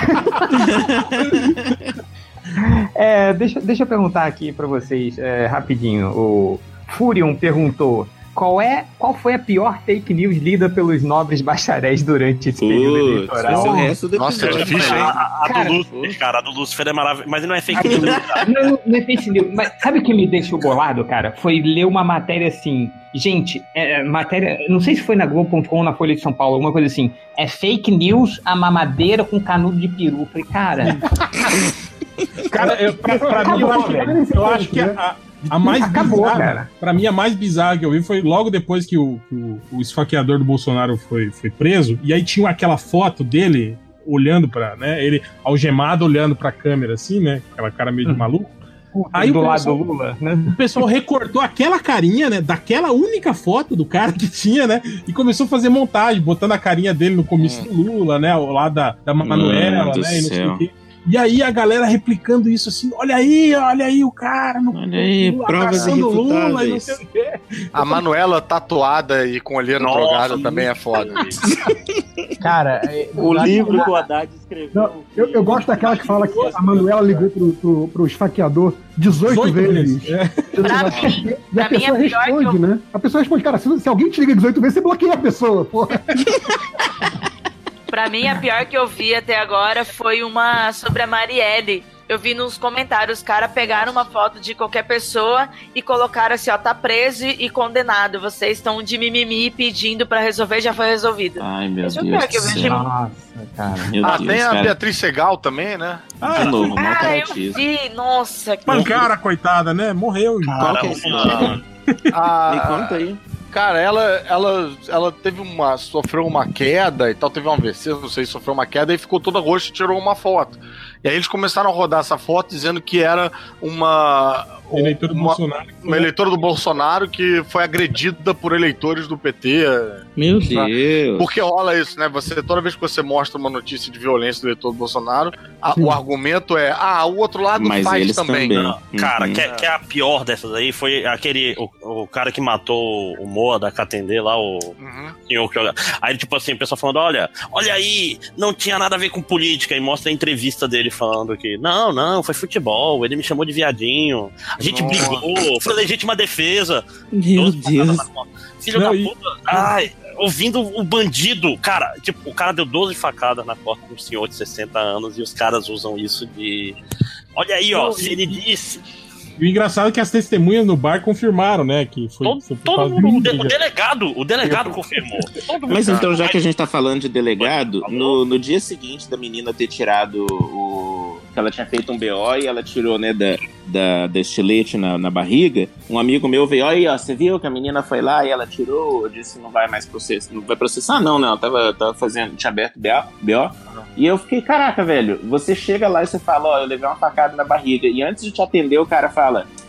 É, deixa, deixa eu perguntar aqui pra vocês, é, rapidinho. O Furion perguntou: qual, é, qual foi a pior fake news lida pelos nobres bacharéis durante esse período Putz, eleitoral? esse é o resto do Nossa, é episódio. difícil, hein? A, a Cara, do Lúcifer, cara, a do Lúcifer é maravilhosa, mas não é fake news. Não, não é fake news, mas sabe o que me deixou bolado, cara? Foi ler uma matéria assim. Gente, é, matéria. Não sei se foi na Globo ponto com ou na Folha de São Paulo, alguma coisa assim. É fake news a mamadeira com canudo de peru. Falei, cara. Cara, eu, pra, pra Acabou, mim, eu acho, velho. eu acho que a, a mais Acabou, bizarra, cara. pra mim, a mais bizarra que eu vi foi logo depois que o, que o, o esfaqueador do Bolsonaro foi, foi preso, e aí tinha aquela foto dele olhando pra, né, ele algemado olhando pra câmera assim, né, aquela cara meio de maluco. Aí do o lado pessoal, do Lula, né? O pessoal recortou aquela carinha, né, daquela única foto do cara que tinha, né, e começou a fazer montagem, botando a carinha dele no comício do Lula, né, ao lado da, da Manuela, Mano né, e não do sei o céu. quê. E aí a galera replicando isso assim, olha aí, olha aí o cara no Olha aí, Lula, provas abraçando o Lula e não irrefutáveis. sei o quê. A Manuela tatuada e com olheira Nossa, drogada também é foda. Cara, é- O livro que o Haddad escreveu. Não, eu, eu gosto daquela que fala que a Manuela ligou pro, pro, pro esfaqueador dezoito, dezoito vezes. vezes. É. Pra mim, E a pra mim pessoa é pior que responde, eu... né? A pessoa responde, cara, se, se alguém te liga dezoito vezes, você bloqueia a pessoa, porra. Pra mim, a pior que eu vi até agora foi uma sobre a Marielle. Eu vi nos comentários, os caras pegaram uma foto de qualquer pessoa e colocaram assim, ó, tá preso e condenado. Vocês estão de mimimi pedindo pra resolver, já foi resolvido. Ai, meu Esse é o Deus pior que eu do vejo. céu. Nossa, cara. Meu Ah, Deus, tem a cara. Beatriz Segal também, né? De novo, mau Cara, eu caratismo. vi, nossa. que- Pancara, coitada, né? Morreu. Qual que é esse nome? A- Me conta aí. Cara, ela, ela, ela teve uma. Sofreu uma queda e tal, teve um A V C, não sei, sofreu uma queda e ficou toda roxa e tirou uma foto. E aí eles começaram a rodar essa foto dizendo que era uma. Eleitor do uma, Bolsonaro. uma eleitora do Bolsonaro que foi agredida por eleitores do P T. Meu Deus. Porque rola isso, né? Você, toda vez que você mostra uma notícia de violência do eleitor do Bolsonaro, a- o argumento é: ah, o outro lado Mas faz eles também. também. Não, cara, Uhum. que, é- que é a pior dessas aí foi aquele. O, o cara que matou o Moa da Catendê lá, o Uhum. senhor que olha. Aí, tipo assim, o pessoal falando: olha, olha aí, não tinha nada a ver com política. E mostra a entrevista dele falando que: não, não, foi futebol, ele me chamou de viadinho, a gente Nossa. brigou, foi legítima defesa. Meu doze facadas Deus. na conta. Filho Não, da e- puta. Ai, ouvindo o bandido. Cara, tipo, o cara deu doze facadas na costa de um senhor de sessenta anos e os caras usam isso de. Olha aí, ó, se ele disse. E o engraçado é que as testemunhas no bar confirmaram, né? Que foi, Todo, foi por todo causa mundo, o, do- de- o delegado, o delegado confirmou. Todo mundo. Mas então, já que a gente tá falando de delegado, no, no dia seguinte da menina ter tirado o. Que ela tinha feito um B O e ela tirou, né, da, da, da estilete na, na barriga, um amigo meu veio, aí, ó, você viu que a menina foi lá e ela tirou, disse não vai mais processar, não vai processar, não, né? Ela tava, tava fazendo, tinha aberto B O. E eu fiquei, caraca, velho, você chega lá e você fala, ó, eu levei uma facada na barriga, e antes de te atender, o cara fala,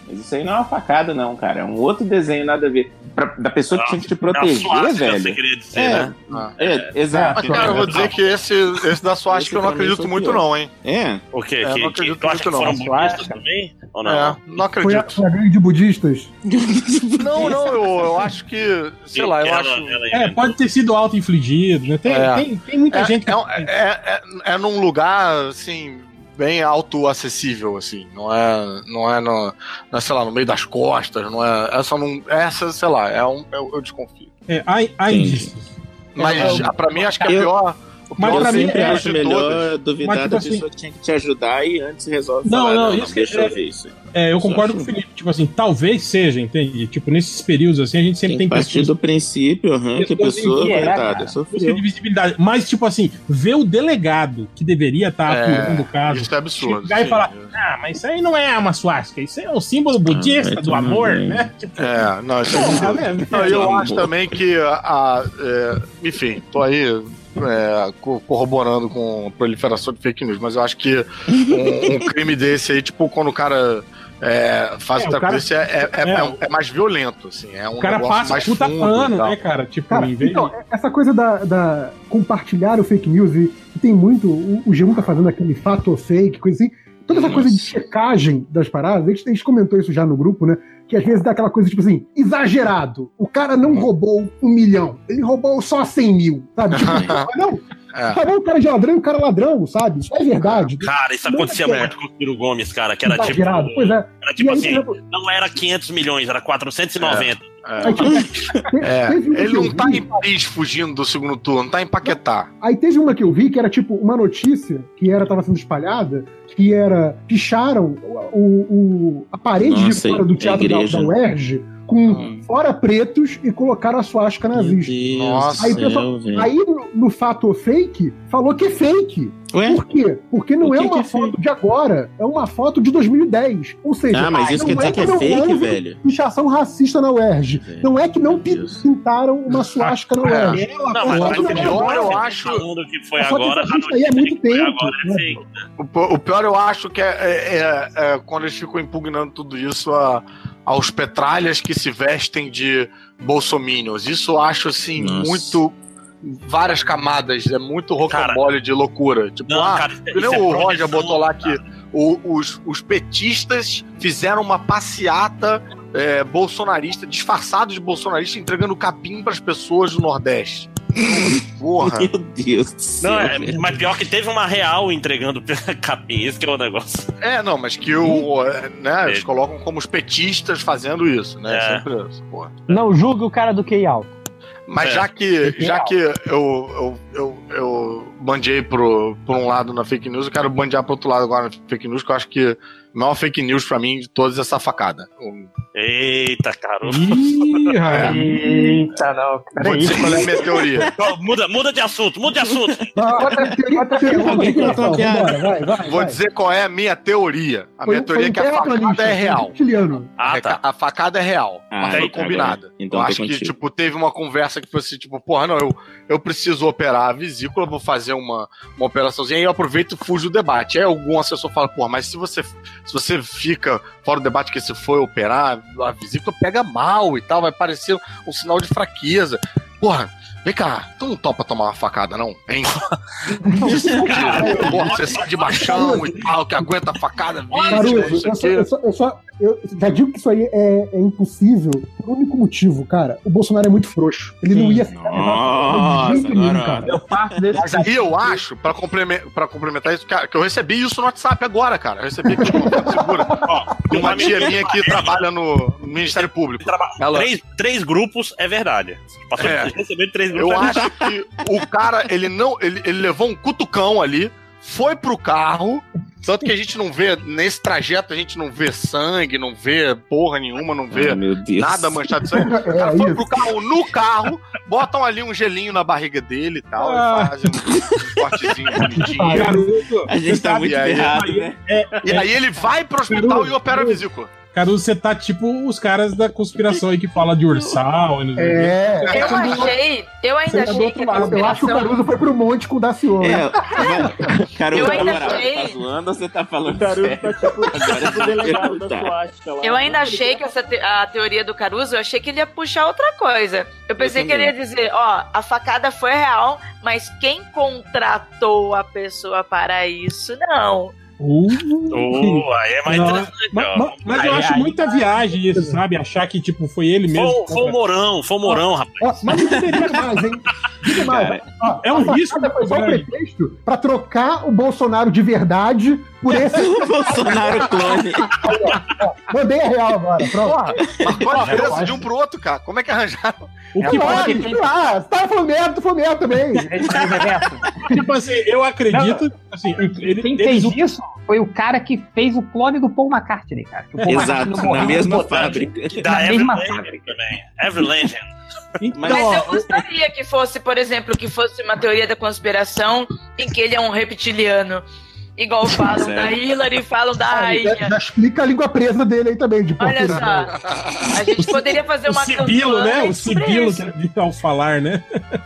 Mas isso aí não é uma facada, não, cara. É um outro desenho, nada a ver. Pra, da pessoa que tinha que te proteger, velho. Você queria dizer, é, né? é, é, exato. Mas, cara, eu vou dizer que esse, esse da Swastika eu não acredito muito, não, hein? É? O quê? É, que, não acredito que, tu acha que muito, foram não. budistas também? Ou não? É, não Foi a, acredito. foi a gangue de budistas? Não, não, eu, eu acho que. Sei lá, eu Ela- acho. ela É, pode ter sido auto-infligido, né? Tem, É. tem, tem muita É, gente que. é, um- é, é, é num lugar, assim, bem autoacessível, assim. Não é, não é, no, não é, sei lá, no meio das costas, não é. Essa, não, essa sei lá, é um, eu, eu desconfio. É, há, há Sim. indícios. Mas, É, pra mim, acho que a eu- pior. O Mas pior pra Eu mim sempre é- acho de melhor todas. duvidar Mas, tipo da assim- pessoa que tinha que te ajudar e antes resolve Não, falar, não, não, isso deixa é- eu ver isso. É, eu Só concordo acho- com o Felipe. Tipo assim, talvez seja, entende? Tipo, nesses períodos assim, a gente sempre Tem tem, que partir do princípio, aham, que a pessoas pessoa, em guerra, coitada, busca sofreu. de visibilidade. Mas, tipo assim, ver o delegado que deveria estar apurando o caso. Isso é absurdo. Chegar e sim. falar, ah, mas isso aí não é uma swastika, isso é um símbolo budista vai do tomar amor, banho. né? Tipo, É, não, isso é porra, absurdo. né? Não, eu Amor. acho também que a. a- é, enfim, tô aí é, co- corroborando com a proliferação de fake news, mas eu acho que um, um crime desse aí, tipo, quando o cara é, faz É, outra o cara- coisa, é, é, é, é. é mais violento, assim. É um O cara negócio passa mais puta fundo pano, e tal. né, cara? Tipo, Cara, em vez então, de... essa coisa da, da compartilhar o fake news, e, e tem muito, o, o G um tá fazendo aquele fato ou fake, coisa assim, toda essa Nossa. coisa de checagem das paradas, a gente, a gente comentou isso já no grupo, né, que às vezes dá aquela coisa, tipo assim, exagerado, o cara não roubou um milhão, ele roubou só cem mil, sabe? Tipo, não, É. tá bom, o cara de ladrão e o cara ladrão, sabe? Isso é verdade. Cara, isso Não acontecia é muito com o Ciro Gomes, cara, que era tipo. Exagerado, pois é. Era tipo E aí, assim, por exemplo, não era quinhentos milhões, era quatrocentos e noventa. aí, tipo, te- É, teve uma ele que eu não tá vi- em Paris fugindo do segundo turno, tá em Paquetá. Aí teve uma que eu vi que era tipo uma notícia que era tava sendo espalhada, que era picharam o, o- a parede Nossa, de fora do a teatro da, igreja. da U E R J com Hum. fora pretos e colocaram a suástica Meu nazista. Deus Nossa, Aí, do o pessoal, céu, velho. aí no, no fato ou fake, falou que é fake. Ué? Por quê? Porque não O é que uma que é foto fake? de agora, é uma foto de dois mil e dez. Ou seja, Ah, mas isso não quer dizer que é não fake, houve velho? pichação racista na U E R J. Velho, Não é que não meu pi- Deus. pintaram uma suástica na U E R J. Não, mas Ela- mas o ela- pior eu eu acho- acho. Falando que foi a foto agora, a existe aí há notícia muito que foi tempo, agora é né? fake. O, pi- o pior eu acho que é, é- é- é quando eles ficam impugnando tudo isso a- aos petralhas que se vestem de bolsominions. Isso eu acho, assim, Nossa. muito... Várias camadas, é muito rocambole de loucura. Tipo, Não, ah, cara, isso é- que nem isso é o Roger projeção, botou lá cara. que o- os, os petistas fizeram uma passeata é, bolsonarista, disfarçados de bolsonarista, entregando capim para as pessoas do Nordeste. Porra. Meu Deus do céu. Não, é, velho. mas pior que teve uma real entregando capim, esse que é o negócio. É, não, mas que o, é, né, eles colocam como os petistas fazendo isso, né? É. Sempre isso, porra. Não julgue o cara do Q I alto. Mas É. já que, já que eu, eu, eu, eu bandeei pro, por um lado na fake news, eu quero bandear pro outro lado agora na fake news, que eu acho que a maior fake news pra mim de todas é essa facada. Um- Eita, cara. Ih, rapaz. Eita, não. Vou Peraí. dizer qual é a minha teoria. Ó, Muda, muda de assunto, muda de assunto. Outra teoria, outra teoria. Alguém Vambora, contou a piada. vai, vai, Vou vai. dizer qual é a minha teoria. A Foi- minha teoria é foi que um a facada terraplanista, é real. reptiliano. Ah, tá. A facada é real, Ah, mas foi então combinada. agora- então eu tô acho que, contigo. tipo, teve uma conversa que fosse, tipo, porra, não, eu, eu preciso operar a vesícula, vou fazer uma, uma operaçãozinha, aí eu aproveito e fujo do debate. Aí algum assessor fala, porra, mas se você, se você fica fora do debate que se for operar, a vesícula pega mal e tal, vai parecer um sinal de fraqueza. Porra, vem cá, tu não topa tomar uma facada, não? Hein? Porra, você sai de baixão e tal, que aguenta a facada, vídeo, Caruso, não sei eu o só, quê. eu, só, eu, só, eu já digo que isso aí é, é impossível por um único motivo, cara. O Bolsonaro é muito frouxo. Ele não ia ficar Nossa, de jeito nenhum, agora- cara. Eu parto desse Mas aí eu acho, pra complementar, pra complementar isso, cara, que eu recebi isso no WhatsApp agora, cara. Eu recebi aqui de uma fonte segura. Ó, De uma tia minha que trabalha no Ministério Público. Ela- Três, três grupos é verdade. Passou É. recebeu de três grupos. Eu é acho que o cara, ele não. Ele, ele levou um cutucão ali, foi pro carro. Tanto que a gente não vê, nesse trajeto, a gente não vê sangue, não vê porra nenhuma, não vê Ai, meu Deus. nada manchado de sangue. O cara É foi isso. pro carro no carro, botam ali um gelinho na barriga dele e tal, Ah. e fazem um cortezinho bonitinho. Garoto, A gente tá sabe, muito e aí- ferrado, né? E aí ele vai pro hospital e opera a vesícula. Caruso, você tá tipo os caras da conspiração aí que fala de ursal. E É. Eu achei, eu ainda achei que a Eu acho que o Caruso foi pro monte com o Daciolo. É, Caruso, Eu na ainda moral, achei- tá zoando ou você tá falando O Caruso sério? tá tipo, tipo o delegado da Tá. suástica lá. Eu ainda achei que essa te- a teoria do Caruso, eu achei que ele ia puxar outra coisa. Eu pensei Eu que ele ia também. dizer, ó, a facada foi real, mas quem contratou a pessoa para isso, não. Uh, Oh, aí é mais Não, interessante, mas, ó. mas- mas eu Aí- acho aí- muita viagem isso, sabe? Achar que, tipo, foi ele mesmo. Foi, foi o Mourão, foi o Mourão, rapaz. Ó, mas não deveria mais, hein? Diga mais. Cara, Ó, é um a risco facada foi só um grande. pretexto pra trocar o Bolsonaro de verdade por esse. O Bolsonaro clone. Mandei a real agora, pronto. Porra, mas qual a Eu diferença acho- de um pro outro, cara? Como é que arranjaram? O É que uma Ah, pode, coisa sei lá, você tava falando merda, tu falou merda também. tipo assim, eu acredito, assim, ele, Quem eles- fez isso foi o cara que fez o clone do Paul McCartney, cara. Que o Paul Exato, McCartney na morreu mesma botando- fábrica. Que dá Na Every mesma Legend fábrica. também. Every Legend. Então, Mas- Mas ó, eu gostaria que fosse, por exemplo, que fosse uma teoria da conspiração em que ele é um reptiliano. Igual falam Sério? da Hillary, falam da Já, rainha. já explica a língua presa dele aí também, de Olha português. só, a gente poderia fazer o uma Sibilo, né? campanha O sobre Sibilo isso. que ao falar, né?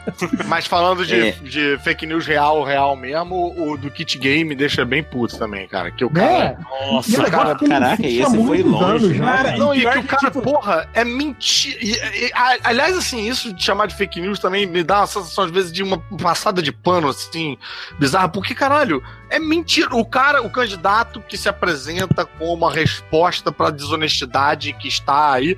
Mas falando de, É. de fake news real, real mesmo, o do Kit Game deixa bem puto também, cara. Que o cara. Né? E é Nossa, um negócio que ele caraca, insiste há esse foi muitos longe, anos já, cara. cara. Não, e pior que o que, cara, tipo- porra, é mentira. E, e, a- aliás, assim, isso de chamar de fake news também me dá uma sensação, às vezes, de uma passada de pano, assim, bizarra. Porque, caralho, é mentira. O cara, o candidato que se apresenta como uma resposta pra desonestidade que está aí,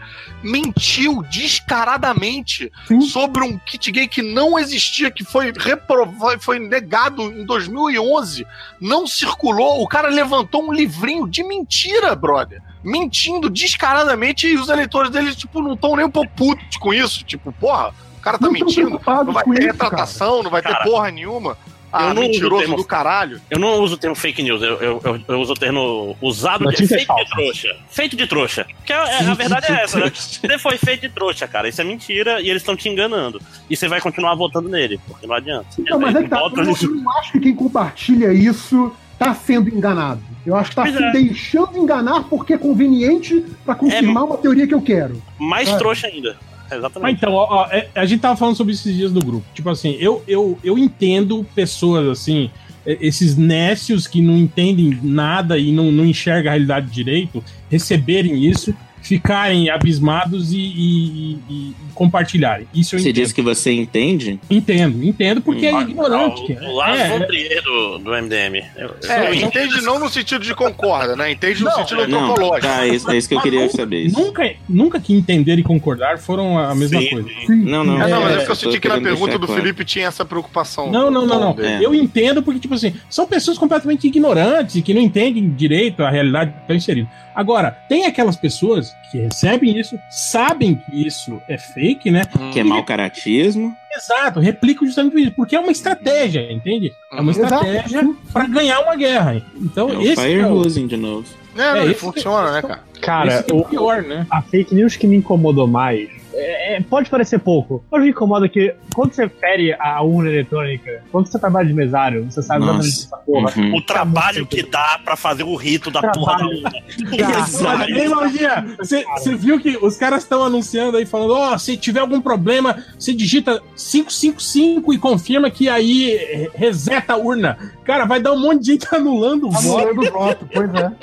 mentiu descaradamente Sim. sobre um kit gay que não existia, que foi reprovado, foi negado em dois mil e onze, não circulou. O cara levantou um livrinho de mentira, brother. Mentindo descaradamente, e os eleitores dele, tipo, não estão nem um pouco putos com isso. Tipo, porra, o cara tá Não tão mentindo, preocupados não vai com ter isso, retratação, não vai ter Cara, porra nenhuma. Ah, eu não uso o mentiroso termo- do caralho. Eu não uso o termo fake news, eu, eu, eu, eu uso o termo usado de Notícias feito de falsas. trouxa. Feito de trouxa. Porque a, a verdade é essa, né? Você foi feito de trouxa, cara. Isso é mentira e eles estão te enganando. E você vai continuar votando nele, porque não adianta. Então, mas é que tá, eu, Bota não- isso- eu não acho que quem compartilha isso tá sendo enganado. Eu acho que tá Pois se é. deixando enganar porque é conveniente pra confirmar uma teoria que eu quero. Mais É. trouxa ainda. Mas Exatamente. então, ó, ó, é- a gente tava falando sobre esses dias no grupo. Tipo assim, eu, eu, eu entendo pessoas assim, é, esses nécios que não entendem nada e não, não enxergam a realidade direito, receberem isso, ficarem abismados e, e- e- e compartilharem. Isso eu Você entendo. diz que você entende? Entendo, entendo, porque é Hum. ignorante. O, o Lars É, von Trier do, do M D M. Eu, eu É, entendo. entende não no sentido de concorda, né? Entende no Não, sentido Não, antropológico. tá, é isso, é isso que eu Mas queria nunca- saber. Isso. Nunca, nunca que entender e concordar foram a mesma Sim. coisa. Sim. Não, não. Ah, não, mas é É, porque eu tô senti que na querendo pergunta deixar do claro. Felipe tinha essa preocupação. Não, não, não, não. É. Eu entendo porque, tipo assim, são pessoas completamente ignorantes e que não entendem direito a realidade que estão inseridas. Agora, tem aquelas pessoas que recebem isso, sabem que isso é fake, né? Que é mau caratismo. Exato, replicam justamente isso, porque é uma estratégia, entende? É uma Exato. estratégia para ganhar uma guerra. Então, É o esse Fire é o, Losing de novo. É, não, É, e esse- funciona, né, cara? Cara, esse que é o o, pior, né? a fake news que me incomodou mais é, é- pode parecer pouco, mas me incomoda que quando você fere a urna eletrônica, quando você trabalha de mesário, você sabe Nossa. exatamente essa porra. Uhum. O trabalho que dá pra fazer o rito da porra da Trabalho. urna. Olha, ei, Lojinha, você você viu que os caras estão anunciando aí, falando, ó, se tiver algum problema, você digita cinco cinco cinco e confirma que aí eh, reseta a urna. Cara, vai dar um monte de gente anulando o voto. Anulando o voto, pois é.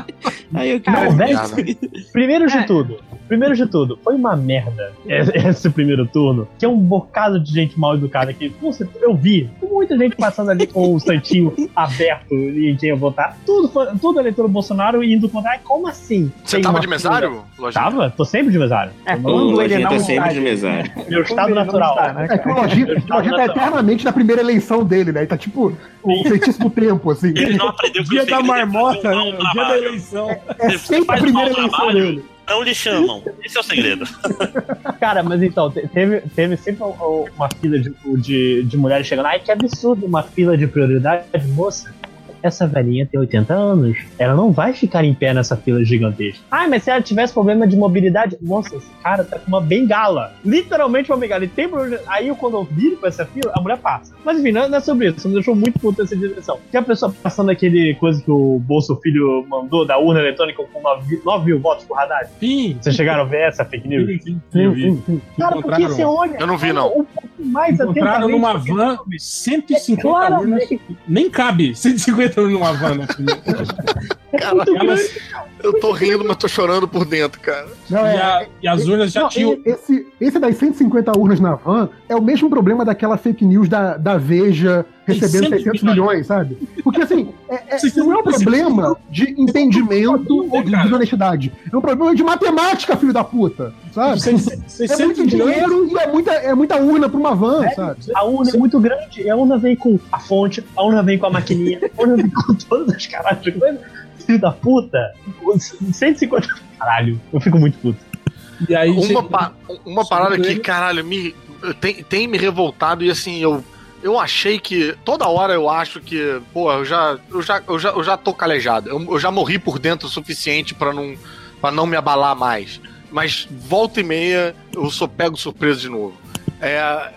Aí eu Cara, quero. velho, primeiro de tudo, primeiro de tudo, foi uma merda esse esse primeiro turno, que é um bocado de gente mal educada aqui. Nossa, eu vi muita gente passando ali com o santinho aberto e quem ia votar. Tudo, foi- tudo eleitor Bolsonaro indo contra. Ai, como assim? Você Tem tava uma de fila- mesário, Lojinha? Tava, tô sempre de mesário. É, O quando ele Lojinha não tá sempre está- de mesário. Meu estado ele não natural. está, né, É que o Lojinha, o Lojinha tá eternamente na primeira eleição dele, né? Ele tá tipo o feitiço do tempo, assim. Ele não aprendeu que Dia o da segredo é marmota, fazer um né? mau O dia da trabalho. eleição. É Você sempre a faz primeira mau eleição trabalho, dele. Não lhe chamam. Esse é o segredo. Cara, mas então, te- teve, teve sempre o- o- uma fila de, de, de mulheres chegando. Ai, que absurdo, uma fila de prioridade, moça. essa velhinha tem oitenta anos, ela não vai ficar em pé nessa fila gigantesca. Ai, mas se ela tivesse problema de mobilidade, nossa, esse cara tá com uma bengala, literalmente uma bengala, e tem problema. Aí quando eu viro pra essa fila, a mulher passa. Mas enfim, não é sobre isso, me deixou muito puto essa direção. Que a pessoa passando aquele coisa que o Bolso Filho mandou da urna eletrônica com nove mil votos por Haddad. Sim. Vocês chegaram a ver essa fake news? Sim, sim, sim, eu vi. Cara, porque você olha... Eu não vi, não. Um pouco mais encontraram numa van cento e cinquenta é, urnas. Nem cabe cento e cinquenta urnas numa van. Né? Cara, elas... eu tô rindo, mas tô chorando por dentro, cara. Não, e, é, a, e as urnas já não, tinham... Esse, esse das cento e cinquenta urnas na van é o mesmo problema daquela fake news da, da Veja recebendo seiscentos milhões, sabe? Porque, assim, é, é, não é um problema de entendimento ou de honestidade. É um problema de matemática, filho da puta, sabe? É muito dinheiro e é muita, é muita urna pra uma van, é, sabe? A urna é muito grande. A urna vem com a fonte, a urna vem com a maquininha, a urna vem com todas as caralho de coisa. Filho da puta, cento e cinquenta... Caralho, eu fico muito puto. E aí, uma chega... pa uma parada que, caralho, me, tem, tem me revoltado e assim, eu, eu achei que... Toda hora eu acho que, pô, eu já, eu já, eu já, eu já tô calejado. Eu, eu já morri por dentro o suficiente pra não, pra não me abalar mais. Mas volta e meia eu sou pego surpreso de novo. É,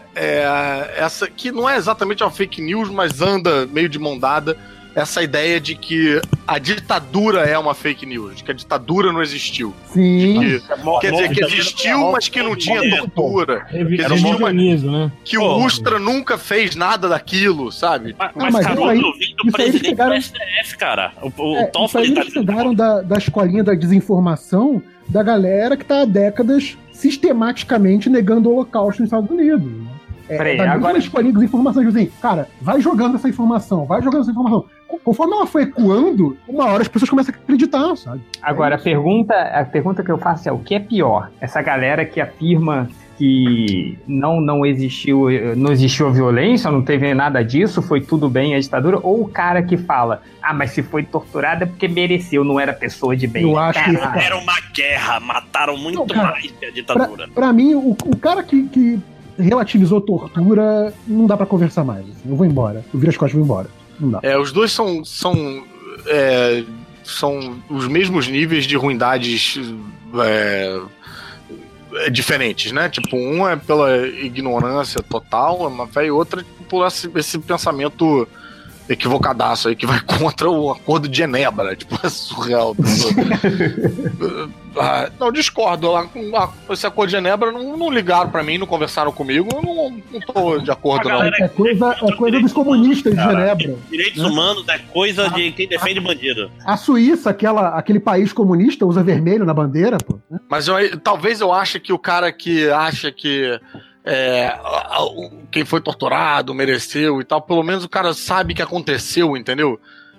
é essa que não é exatamente uma fake news, mas anda meio de mão dada. Essa ideia de que a ditadura é uma fake news, de que a ditadura não existiu. Sim. Que, quer dizer, que existiu, mas que não tinha tortura. Que, existiu, uma, que o Ustra nunca fez nada daquilo, sabe? Mas, mas, mas cara, aí, o do presidente chegaram... do S T F, cara. O, o é, Toffoli isso aí tá eles chegaram da, da escolinha da desinformação da galera que tá há décadas sistematicamente negando o Holocausto nos Estados Unidos, né? É, Peraí, da agora... escolinha de desinformação, assim, cara, vai jogando essa informação, vai jogando essa informação. Conforme ela foi ecoando, uma hora as pessoas começam a acreditar, sabe? Agora, é a, pergunta, a pergunta que eu faço é, o que é pior? Essa galera que afirma que não, não, existiu, não existiu a violência, não teve nada disso, foi tudo bem a ditadura, ou o cara que fala, ah, mas se foi torturado é porque mereceu, não era pessoa de bem. Eu acho que cara, era uma guerra, mataram muito não, cara, mais que a ditadura. Pra, pra mim, o, o cara que... que relativizou tortura, não dá pra conversar mais. Eu vou embora. Eu viro as costas e vou embora. Não dá. É, os dois são são, é, são os mesmos níveis de ruindades é, diferentes, né? Tipo, um é pela ignorância total, uma fé, e outra por esse, esse pensamento equivocadaço aí que vai contra o Acordo de Genebra. Tipo, é surreal. ah, não, discordo. Esse Acordo de Genebra não, não ligaram pra mim, não conversaram comigo. Eu não, não tô de acordo, não. É coisa, é coisa dos comunistas de Genebra. Direitos né? humanos é coisa a, de quem defende a, bandido. A Suíça, aquela, aquele país comunista, usa vermelho na bandeira, pô. Mas eu, talvez eu ache que o cara que acha que É, quem foi torturado mereceu e tal, pelo menos o cara sabe que aconteceu, entendeu?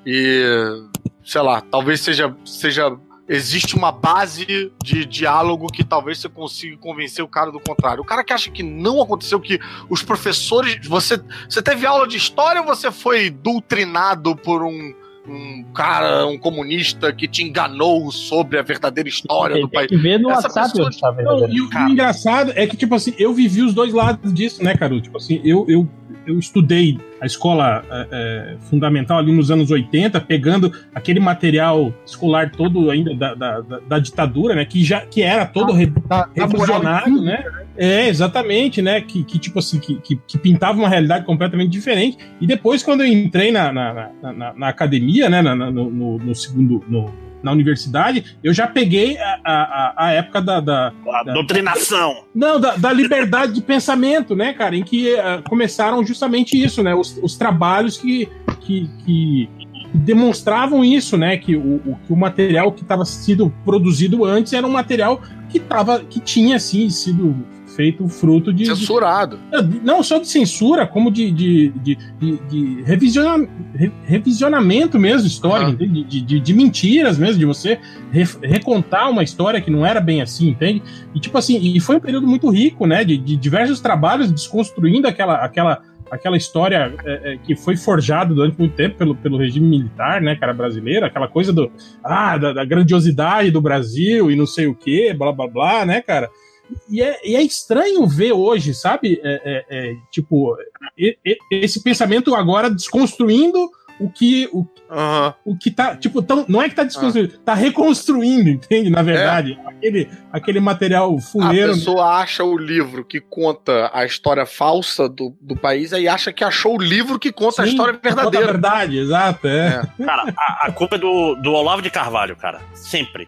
E sei lá, talvez seja, seja existe uma base de diálogo que talvez você consiga convencer o cara do contrário. O cara que acha que não aconteceu, que os professores, você, você teve aula de história ou você foi doutrinado por um um cara, um comunista que te enganou sobre a verdadeira história tem, do país. Tem que ver no Essa WhatsApp pessoa... tá não, e o, o engraçado é que, tipo assim, eu vivi os dois lados disso, né, Caru? Tipo assim, eu, eu, eu estudei a escola é, é, fundamental ali nos anos oitenta, pegando aquele material escolar todo ainda da, da, da, da ditadura, né, que, já, que era todo re, tá, revisionado, tá né? É, exatamente, né? Que, que tipo assim, que, que, que pintava uma realidade completamente diferente. E depois, quando eu entrei na, na, na, na, na academia, né? Na, na, no, no segundo. No, na universidade, eu já peguei a, a, a época da... da a da, doutrinação. Da, não, da, da liberdade de pensamento, né, cara? Em que uh, começaram justamente isso, né? Os, os trabalhos que, que, que demonstravam isso, né? Que o, o, que o material que estava sendo produzido antes era um material que, tava, que tinha, assim, sido feito fruto de... Censurado. De, não só de censura, como de, de, de, de, de revisiona, re, revisionamento mesmo histórico, uhum. de, de, de mentiras mesmo, de você re, recontar uma história que não era bem assim, entende? E tipo assim, e foi um período muito rico, né, de, de diversos trabalhos desconstruindo aquela, aquela, aquela história é, é, que foi forjada durante muito tempo pelo, pelo regime militar, né, cara, brasileiro, aquela coisa do, ah, da, da grandiosidade do Brasil e não sei o que, blá, blá, blá, né, cara? E é, e é estranho ver hoje, sabe? É, é, é, tipo, e, e, esse pensamento agora desconstruindo o que. O, uhum. o que tá. Tipo, tão, não é que tá desconstruindo, uhum. tá reconstruindo, entende? Na verdade. É. Aquele, aquele material fuleiro. A pessoa acha o livro que conta a história falsa do, do país e acha que achou o livro que conta Sim, a história verdadeira. A verdade, exato. É. É. Cara, a, a culpa é do, do Olavo de Carvalho, cara. Sempre.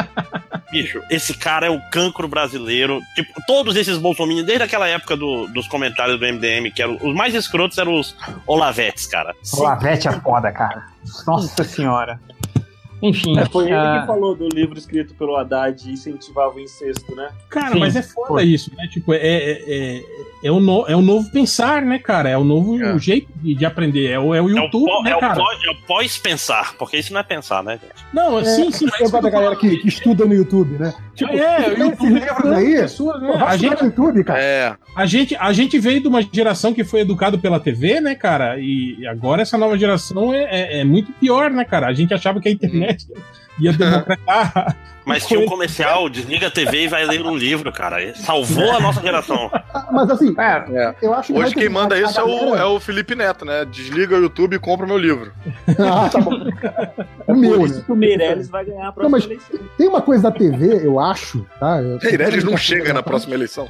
Bicho, esse cara é o cancro brasileiro. Tipo, todos esses bolsominions, desde aquela época do, dos comentários do M D M, que eram os mais escrotos, eram os Olavetes, cara. Olavete é foda, cara. Nossa senhora. Enfim. É, foi ele uh... que falou do livro escrito pelo Haddad e incentivava o incesto, né? Cara, Sim, mas é foda foi. isso, né? Tipo, é, é, é, é, o no, é o novo pensar, né, cara? É o novo é. jeito de, de aprender. É o, é o YouTube, é o, né, é cara? O, é o pós-pensar, porque isso não é pensar, né, gente? Não, é, sim, sim. Eu gosto da galera que, que estuda no YouTube, né? Tipo, é, o YouTube livros aí, pessoas, né? A gente no YouTube, cara. É. A gente, a gente veio de uma geração que foi educado pela T V, né, cara? E agora essa nova geração é, é, é muito pior, né, cara? A gente achava que a internet ia democratizar. Mas tinha um comercial, desliga a T V e vai ler um livro, cara. Salvou a nossa geração. Mas assim, é. eu acho que hoje quem manda isso é o, é o Felipe Neto, né? Desliga o YouTube e compra o meu livro. Ah, tá bom. É meu, por isso né? que o Meirelles vai ganhar a próxima não, mas eleição. Tem uma coisa da T V, eu acho, tá? Eu... Meirelles não chega na próxima eleição.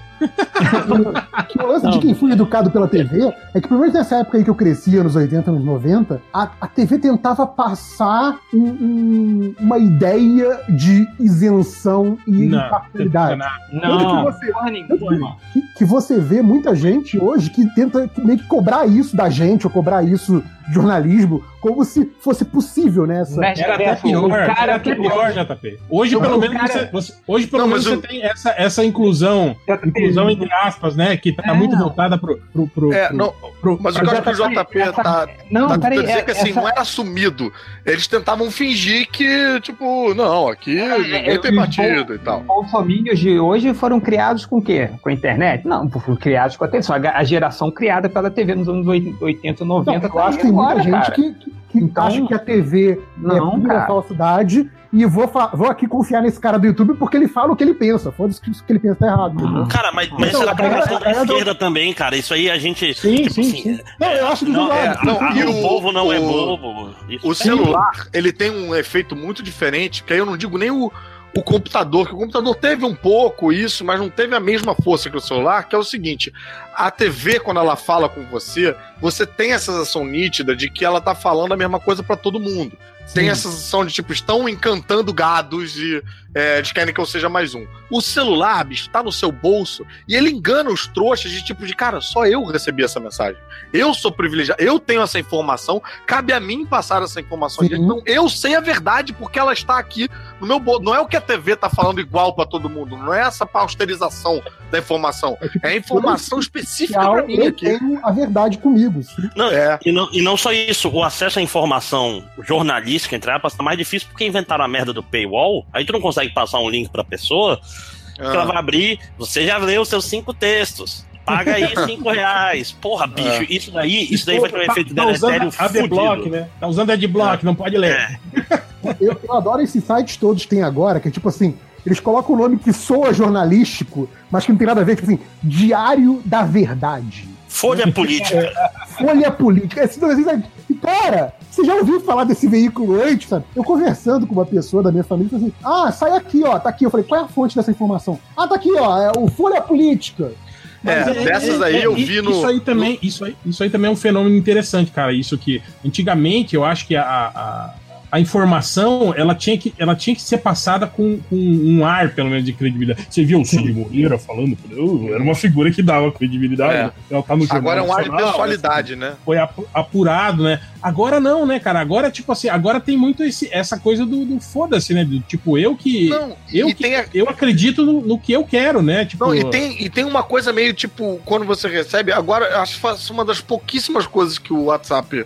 Que o lance não. de quem foi educado pela T V é que, pelo menos nessa época aí que eu cresci, anos oitenta, anos noventa, a, a T V tentava passar um, um, uma ideia de isenção e imparcialidade. Não, não. Que você, que, que você vê muita gente hoje que tenta meio que cobrar isso da gente, ou cobrar isso de jornalismo, como se fosse possível, né? Essa... Era até pior, cara, era até pior, J P. Hoje, pelo menos, cara... você, você, hoje, pelo não, menos, você eu... tem essa, essa inclusão, inclusão entre aspas, né? Que tá é. muito voltada pro. pro, pro, é, pro, não, pro mas o que eu acho que o J P essa... tá. Não, tá peraí, dizer é, que assim, essa... não era assumido. Eles tentavam fingir que, tipo, não, aqui é, ninguém é, tem partido e tal. Os bolsominions de hoje foram criados com o quê? Com a internet? Não, foram criados com a atenção. A geração criada pela T V nos anos oitenta, noventa. Não, eu acho que tem muita gente cara. que, que, que então, acha que a T V não, é pura falsidade e vou, vou aqui confiar nesse cara do YouTube porque ele fala o que ele pensa. Foda-se que o que ele pensa tá errado. Entendeu? Cara, mas, mas então, isso é da programação da esquerda também, cara. Isso aí a gente... Sim, tipo, sim, assim, sim. Não, eu acho que não, é, não, e o, o povo não o, é bobo. Isso o celular, ele tem um efeito muito diferente, que aí eu não digo nem o o computador, que o computador teve um pouco isso, mas não teve a mesma força que o celular, que é o seguinte, a T V, quando ela fala com você, você tem essa sensação nítida de que ela tá falando a mesma coisa pra todo mundo. Sim. Tem essa sensação de, tipo, estão encantando gados e é, de querem que eu seja mais um. O celular, bicho, tá no seu bolso e ele engana os trouxas de tipo de, cara, só eu recebi essa mensagem. Eu sou privilegiado, eu tenho essa informação, cabe a mim passar essa informação. Sim. Então eu sei a verdade porque ela está aqui no meu bolso. Não é o que a T V tá falando igual pra todo mundo, não é essa pasteurização da informação. É, tipo, é a informação específica pra mim eu aqui. Eu tenho a verdade comigo. Não, é. e, não, e não só isso, o acesso à informação jornalística, entre aspas, tá mais difícil porque inventaram a merda do paywall, aí tu não consegue passar um link pra pessoa, ah. ela vai abrir, você já leu os seus cinco textos. Paga aí cinco reais. Porra, bicho, é. isso daí, isso daí vai ter um tá, efeito tá deletério fudido. Né? Tá usando adblock, é. não pode ler. É. Eu, eu adoro esses sites todos que tem agora, que é tipo assim, eles colocam o nome que soa jornalístico, mas que não tem nada a ver, tipo assim, Diário da Verdade. Folha Política. É, Folha Política. Esse, e, cara, você já ouviu falar desse veículo antes, sabe? Eu conversando com uma pessoa da minha família, falei assim, ah, sai aqui, ó, tá aqui. Eu falei, qual é a fonte dessa informação? Ah, tá aqui, ó, é o Folha Política. É, é, dessas aí é, eu vi no... Isso aí, também, isso, aí, isso aí também é um fenômeno interessante, cara. Isso que, antigamente, eu acho que a... a... a informação, ela tinha que, ela tinha que ser passada com, com um ar, pelo menos, de credibilidade. Você viu o Cid Moreira falando? Oh, era uma figura que dava credibilidade. É. Né? Ela tá no Agora é um ar de pessoalidade, né? Foi apurado, né? Agora não, né, cara? Agora, tipo assim, agora tem muito esse, essa coisa do, do foda-se, né? Do, tipo, eu que... Não, eu, que a... eu acredito no, no que eu quero, né? Tipo... Não, e tem, e tem uma coisa meio, tipo, quando você recebe... Agora, acho que uma das pouquíssimas coisas que o WhatsApp...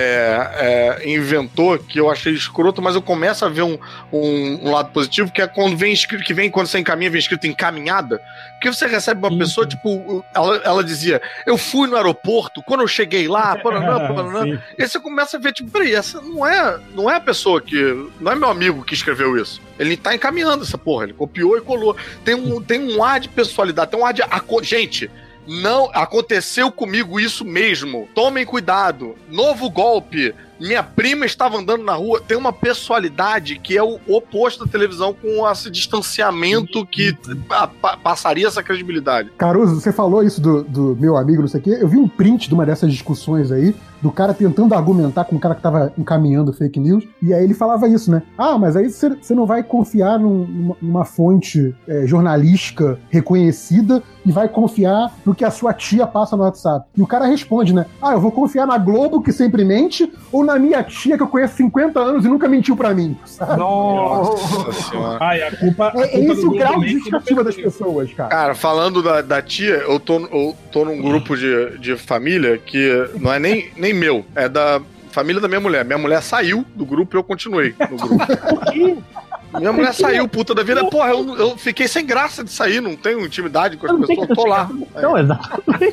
É, é, inventou, que eu achei escroto, mas eu começo a ver um, um, um lado positivo, que é quando vem escrito, que vem quando você encaminha, vem escrito encaminhada, porque você recebe uma sim, pessoa, sim. tipo, ela, ela dizia, eu fui no aeroporto, quando eu cheguei lá, paranã, paranã, e você começa a ver, tipo, peraí, essa não é, não é a pessoa que, não é meu amigo que escreveu isso, ele tá encaminhando essa porra, ele copiou e colou, tem um, tem um ar de pessoalidade, tem um ar de, gente, não, aconteceu comigo isso mesmo. Tomem cuidado. Novo golpe. minha prima estava andando na rua. Tem uma pessoalidade que é o oposto da televisão, com esse distanciamento que a, pa, passaria essa credibilidade. Caruso, você falou isso do, do meu amigo, não sei o quê. Eu vi um print de uma dessas discussões aí, do cara tentando argumentar com o cara que tava encaminhando fake news, e aí ele falava isso, né? Ah, mas aí você não vai confiar num, numa, numa fonte é, jornalística reconhecida e vai confiar no que a sua tia passa no WhatsApp. E o cara responde, né? Ah, eu vou confiar na Globo, que sempre mente, ou na minha tia, que eu conheço cinquenta anos e nunca mentiu pra mim, sabe? Nossa senhora. Ai, a culpa, a culpa É, é esse o grau de também, justificativa das pessoas, cara. Cara, falando da, da tia, eu tô, eu tô num grupo de, de família que não é nem, nem meu, é da família da minha mulher. Minha mulher saiu do grupo e eu continuei no grupo. Minha mulher saiu, puta da vida. Porra, eu, eu fiquei sem graça de sair, não tenho intimidade com as pessoas, tô lá. Não, exatamente.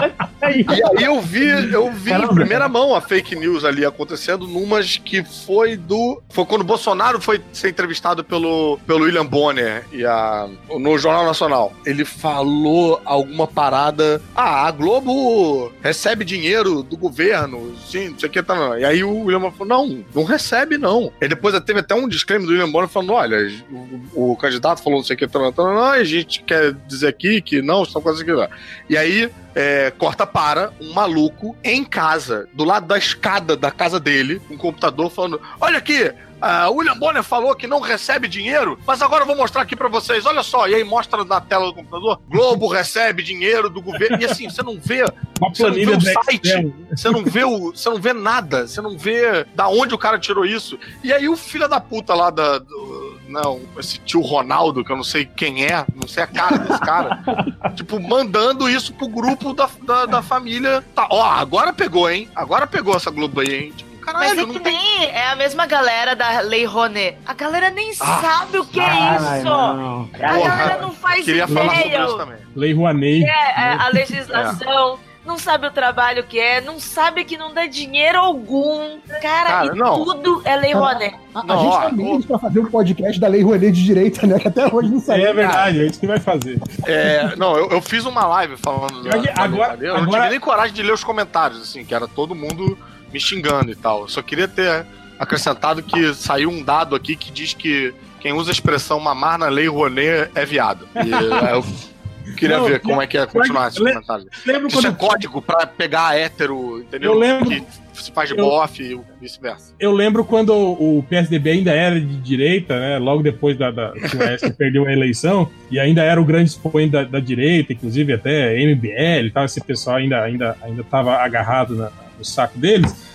E aí eu vi, eu vi em primeira mão a fake news ali acontecendo, numas que foi do... Foi quando o Bolsonaro foi ser entrevistado pelo, pelo William Bonner e a, no Jornal Nacional. Ele falou alguma parada... Ah, a Globo recebe dinheiro do governo, sim, não sei o que. Tá, e aí o William falou, não, não recebe não. E depois teve até um disclaimer do William Bonner falando, olha, o, o candidato falou não sei o que, não, não, a gente quer dizer aqui que não, são coisas que... E aí... É, corta para um maluco em casa, do lado da escada da casa dele, um computador falando, olha aqui, o uh, William Bonner falou que não recebe dinheiro, mas agora eu vou mostrar aqui pra vocês, olha só, e aí mostra na tela do computador, Globo recebe dinheiro do governo, e assim, você não vê, uma você não vê o site, Excel. você não vê o, você não vê nada, você não vê da onde o cara tirou isso, e aí o filho da puta lá da... Do, não, esse tio Ronaldo, que eu não sei quem é, não sei a cara desse cara, tipo, mandando isso pro grupo da, da, da família. Tá, ó, agora pegou, hein? Agora pegou essa Globo aí, hein? Tipo, caralho, mas é não que tem... nem é a mesma galera da Lei Rouanet. A galera nem ah, sabe o que ai, é isso. Não. A Porra, galera não faz queria ideia. Falar sobre isso também. Lei Rouanet. É, é a legislação. É. Não sabe o trabalho que é, não sabe que não dá dinheiro algum. Cara, cara e não. tudo é Lei Rouanet. A, a, a gente tá meio pra fazer um podcast da Lei Rouanet de direita, né? Que até hoje não saiu. É verdade, é isso que vai fazer. É, não, eu, eu fiz uma live falando. Da, agora, da eu agora... não tive nem coragem de ler os comentários, assim, que era todo mundo me xingando e tal. Eu só queria ter acrescentado que saiu um dado aqui que diz que quem usa a expressão mamar na Lei Rouanet é viado. E eu queria não, ver como é que ia continuar esse comentário. Isso quando... é código pra pegar hétero, entendeu? Eu lembro... Que se faz de eu... bofe e vice-versa. Eu lembro quando o P S D B ainda era de direita, né? Logo depois da, da que o Aécio perdeu a eleição, e ainda era o grande expoente da, da direita, inclusive até M B L e tal, esse pessoal ainda, ainda, ainda tava agarrado na, no saco deles.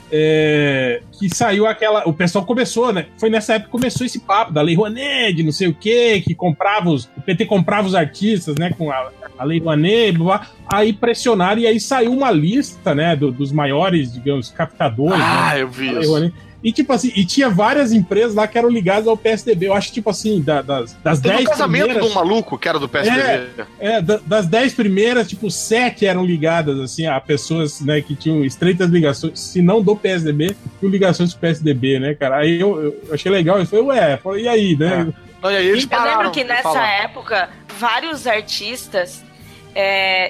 É, que saiu aquela... O pessoal começou, né? Foi nessa época que começou esse papo da Lei Rouanet, não sei o quê, que comprava os... O P T comprava os artistas, né? Com a, a Lei Rouanet, blá, blá, aí pressionaram e aí saiu uma lista, né? Do, dos maiores, digamos, captadores. Ah, né, eu vi isso. Rouanet. E, tipo assim, e tinha várias empresas lá que eram ligadas ao P S D B. Eu acho, tipo assim, da, das, das Teve dez um casamento primeiras... de um maluco que era do P S D B. É, é da, das dez primeiras, tipo, sete eram ligadas, assim, a pessoas, né, que tinham estreitas ligações, se não do P S D B, com ligações do P S D B, né, cara? Aí eu, eu achei legal, eu falei, ué, e aí, né? É. Não, e aí eles eu pararam lembro que nessa falar. época, vários artistas... É,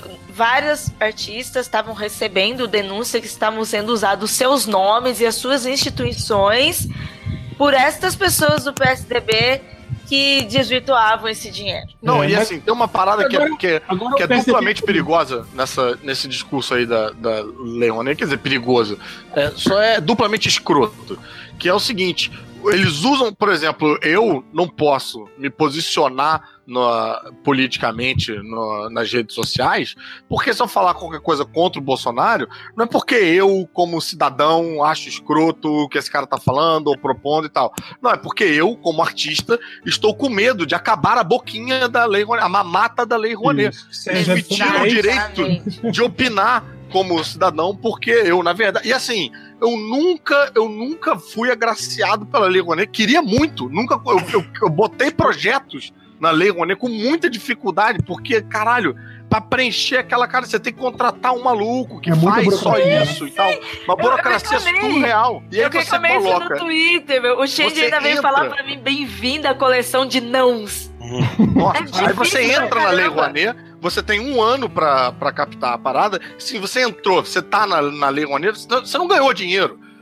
vários artistas estavam recebendo denúncia que estavam sendo usados seus nomes e as suas instituições por estas pessoas do P S D B que desvirtuavam esse dinheiro. Não, é, e assim, tem uma parada agora, que é, que é, que é duplamente perigosa nessa, nesse discurso aí da, da Leone, quer dizer, perigoso, é, só é duplamente escroto, que é o seguinte... Eles usam, por exemplo, eu não posso me posicionar no, politicamente no, nas redes sociais, porque se eu falar qualquer coisa contra o Bolsonaro, não é porque eu, como cidadão, acho escroto o que esse cara tá falando ou propondo e tal. Não, é porque eu, como artista, estou com medo de acabar a boquinha da Lei Rouanet, a mamata da Lei Rouanet. Eles me tiram o direito de opinar como cidadão, porque eu, na verdade... E assim, eu nunca, eu nunca fui agraciado pela Lei Rouanet, queria muito, nunca... Eu, eu, eu botei projetos na Lei Rouanet com muita dificuldade, porque, caralho, pra preencher aquela cara, você tem que contratar um maluco que é faz só isso e tal. Uma burocracia surreal. E aí eu você coloca... no Twitter, meu. O Change ainda veio falar pra mim, bem-vinda à coleção de nãos. Nossa, é aí você entra na Lei Rouanet, você tem um ano pra, pra captar a parada. Se você entrou, você tá na, na Lei Rouanet, você não ganhou dinheiro.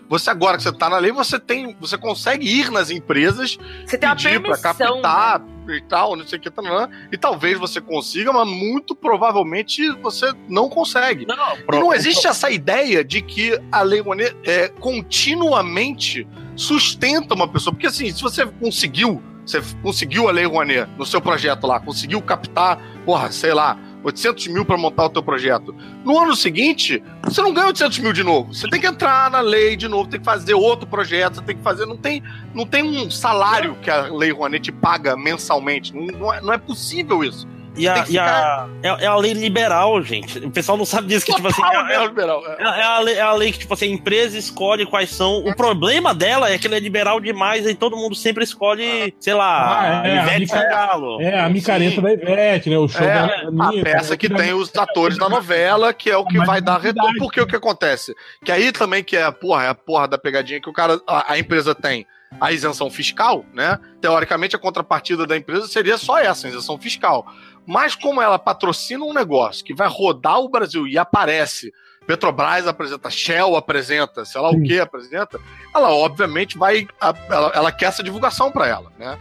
você agora que você tá na lei, você tem, você consegue ir nas empresas, você tem pedir pra captar, né? E tal, não sei o que, e talvez você consiga, mas muito provavelmente você não consegue. Não, pro, e não existe pro... essa ideia de que a Lei Rouanet é, continuamente sustenta uma pessoa, porque assim, se você conseguiu, você conseguiu a Lei Rouanet no seu projeto lá, conseguiu captar, porra, sei lá, oitocentos mil para montar o teu projeto. No ano seguinte, você não ganha oitocentos mil de novo. Você tem que entrar na lei de novo, tem que fazer outro projeto, você tem que fazer... Não tem, não tem um salário que a Lei Rouanet te paga mensalmente. Não, não, é, não é possível isso. E, a, e a, é, é a lei liberal, gente. O pessoal não sabe disso, que, tipo assim, é, é, liberal, é. É, é, a lei, é a lei que, tipo assim, a empresa escolhe quais são. O problema dela é que ela é liberal demais e todo mundo sempre escolhe, sei lá, ah, é, Ivete Sangalo. É, a micareta da Ivete, né? O show é, da Anitta, a peça né? que tem os atores da novela, que é o que Mas vai dar retorno. Porque o que acontece? Que aí também que é a porra, é a porra da pegadinha que o cara, a, a empresa tem. A isenção fiscal, né? Teoricamente, a contrapartida da empresa seria só essa, a isenção fiscal. Mas como ela patrocina um negócio que vai rodar o Brasil e aparece, Petrobras apresenta, Shell apresenta, sei lá Sim. o que apresenta, ela obviamente vai, ela, ela quer essa divulgação para ela, né?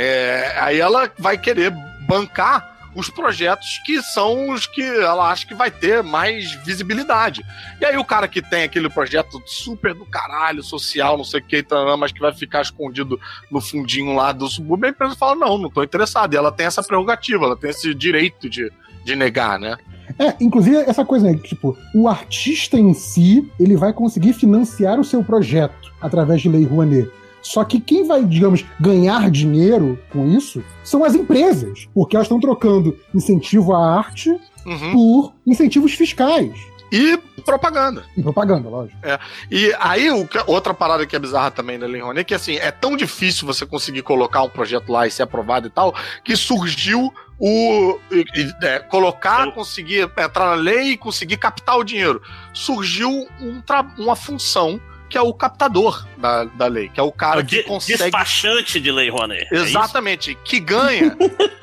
É, aí ela vai querer bancar os projetos que são os que ela acha que vai ter mais visibilidade. E aí o cara que tem aquele projeto super do caralho, social, não sei o que, mas que vai ficar escondido no fundinho lá do subúrbio, a empresa fala, não, não tô interessado. E ela tem essa prerrogativa, ela tem esse direito de, de negar, né? É, inclusive essa coisa, né, tipo, o artista em si, ele vai conseguir financiar o seu projeto através de Lei Rouanet. Só que quem vai, digamos, ganhar dinheiro com isso são as empresas, porque elas estão trocando incentivo à arte uhum. por incentivos fiscais. E propaganda. E propaganda, lógico. É. E aí, o, outra parada que é bizarra também da Lei Rouanet, que assim, é tão difícil você conseguir colocar um projeto lá e ser aprovado e tal, que surgiu o... É, colocar, conseguir entrar na lei e conseguir captar o dinheiro. Surgiu um tra- uma função que é o captador da, da lei, que é o cara o que consegue... Despachante de Lei Rouanet. Exatamente, é que ganha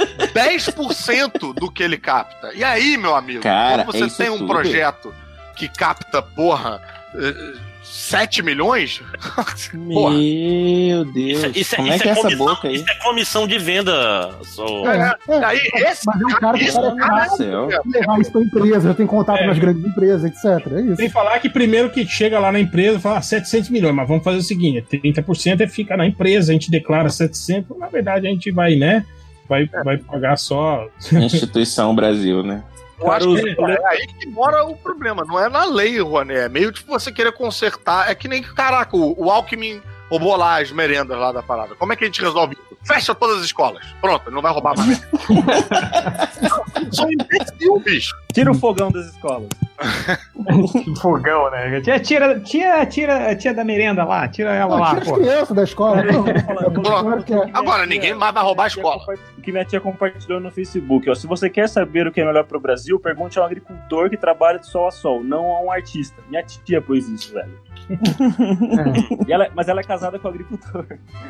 dez por cento do que ele capta. E aí, meu amigo, cara, quando você tem um tudo. projeto que capta, porra, sete milhões? Meu Deus, isso, isso, como isso é que é, é essa comissão, boca aí? Isso é comissão de venda. So... É, é, aí, esse mas é um cara que vai levar isso pra empresa, já tem contato é. nas grandes empresas, etcétera. É isso. Sem falar que primeiro que chega lá na empresa, fala ah, setecentos milhões, mas vamos fazer o seguinte, trinta por cento é fica na empresa, a gente declara setecentos, na verdade a gente vai, né, vai, é. vai pagar só... Instituição Brasil, né? Eu acho que é aí que mora o problema, não é na lei, Rouanet, é meio tipo você querer consertar, é que nem, caraca, o, o Alckmin roubou lá as merendas lá da parada, como é que a gente resolve isso? Fecha todas as escolas, pronto, ele não vai roubar mais. Só um imbecil, bicho. Tira o fogão das escolas. Fogão, né? Tira, tira, tira, tira, tira da merenda lá, tira ela não, lá, tira pô. Tira as crianças da escola. Não, não, agora, ninguém mais vai roubar a escola. O que minha tia compartilhou no Facebook, ó. Se você quer saber o que é melhor pro Brasil, pergunte a um agricultor que trabalha de sol a sol, não a um artista. Minha tia pôs isso, velho. É. E ela, mas ela é casada com o agricultor.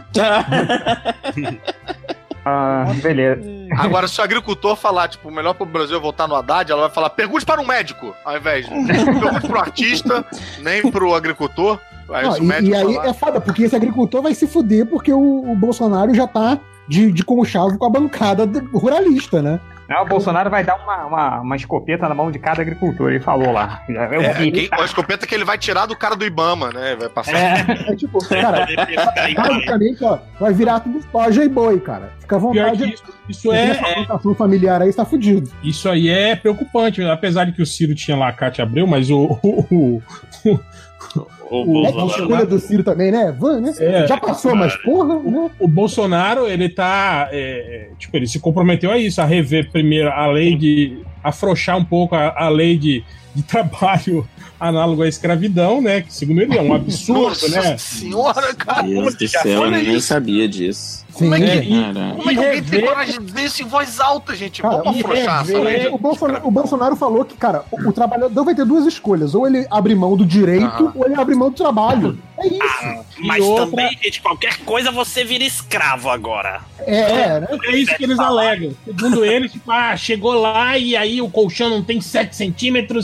Ah, beleza. Agora, se o agricultor falar, tipo, o melhor pro Brasil é voltar no Haddad, ela vai falar, pergunte para um médico, ao invés de pergunte pro artista, nem pro agricultor. Aí, não, e, e aí falar... é foda, porque esse agricultor vai se fuder porque o, o Bolsonaro já tá de, de conchavo com a bancada ruralista, né? Ah, o Bolsonaro vai dar uma, uma, uma escopeta na mão de cada agricultor, ele falou lá. Eu é, vi, quem, tá. A escopeta que ele vai tirar do cara do Ibama, né? Vai passar. É, é tipo, cara, basicamente, ó, vai virar tudo soja e boi, cara. Fica à vontade. Isso, isso é. A plantação familiar aí está fudido. Isso aí é preocupante, apesar de que o Ciro tinha lá a Cátia Abreu, mas o. o, o, o O, o escolha do Ciro também, né? Van, né? É, já passou, mas porra, né? O, o Bolsonaro, ele tá. É, tipo, ele se comprometeu a isso, a rever primeiro a lei de. Afrouxar um pouco a, a lei de, de trabalho análogo à escravidão, né? Que segundo ele é um absurdo, Nossa né? Senhora, cara! Meu Deus do céu, eu nem sabia disso. Como é que, é, e, como é que alguém tem coragem de dizer isso em voz alta, gente? Cara, vamos afrouxar essa lei. O Bolsonaro, o Bolsonaro falou que, cara, o, o trabalhador vai ter duas escolhas. Ou ele abre mão do direito, uhum. ou ele abre mão do trabalho. É isso. Ah, mas outra... também, gente, qualquer coisa você vira escravo agora. É, é, né? É isso que eles alegam. Segundo eles, tipo, ah, chegou lá e aí o colchão não tem sete centímetros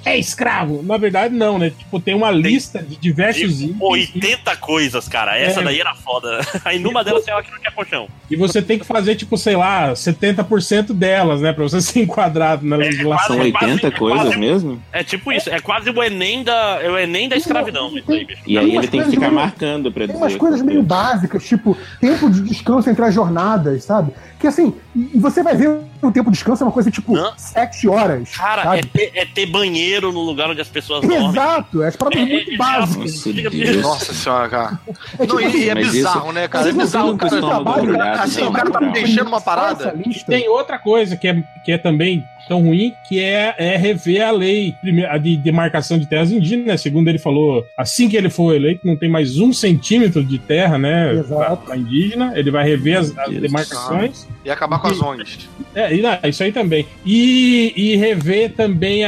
é escravo. Na verdade, não, né? Tipo, tem uma lista de diversos de itens. oitenta coisas, cara. Essa É. daí era foda. Aí numa delas tem ela que não tinha colchão. E você tem que fazer, tipo, sei lá, setenta por cento delas, né? Pra você ser enquadrado na legislação. São quase- oitenta quase- coisas quase- mesmo? É tipo isso, é quase o Enem da, é o Enem da escravidão. Isso aí, bicho. E aí Tem umas ele tem que coisas ficar meio- marcando pra Tem dizer. umas coisas qual que meio é. básicas, tipo tempo de descanso entre as jornadas, sabe? Que assim, e e você vai ver o tempo de descanso é uma coisa tipo Não. sete horas. Cara, sabe? é ter, é ter banheiro no lugar onde as pessoas dormem. Exato, é as paradas É, muito é, básicas. Nossa, Deus. Nossa senhora, cara. É Não, e, e é Mas bizarro, isso- né, cara? É isso não bizarro, tem um cara. estômago embrulhado, Assim, não, o cara tá me natural. deixando uma Essa parada. lista. Tem outra coisa que é, que é também tão ruim, que é, é rever a lei primeiro, a de demarcação de terras indígenas. Segundo ele falou, assim que ele for eleito, não tem mais um centímetro de terra, né? Exato. Pra, pra indígena. Ele vai rever as, as Deus. demarcações. E acabar com as O N Gs. É, e, não, isso aí também. E, e rever também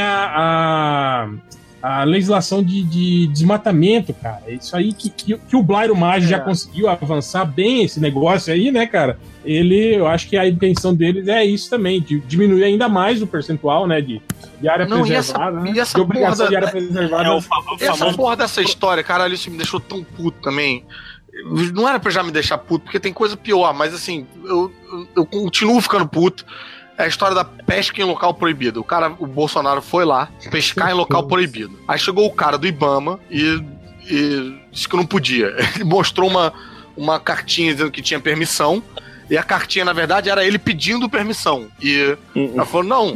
a, a, a legislação de, de desmatamento, cara. Isso aí que, que, que o Blairo Maggi É. já conseguiu avançar bem esse negócio aí, né, cara? Ele, eu acho que a intenção deles é isso também, de diminuir ainda mais o percentual, né, de, de área Não, e essa- preservada, né? e essa de obrigação porra de da- área preservada. É o, fa- o Essa famoso. porra dessa história, caralho, isso me deixou tão puto também. Não era pra já me deixar puto, porque tem coisa pior, mas assim, eu, eu, eu continuo ficando puto. É a história da pesca em local proibido. O cara, o Bolsonaro foi lá pescar em local proibido. Aí chegou o cara do Ibama e, e disse que não podia. Ele mostrou uma, uma cartinha dizendo que tinha permissão. E a cartinha, na verdade, era ele pedindo permissão. E ela falou, não,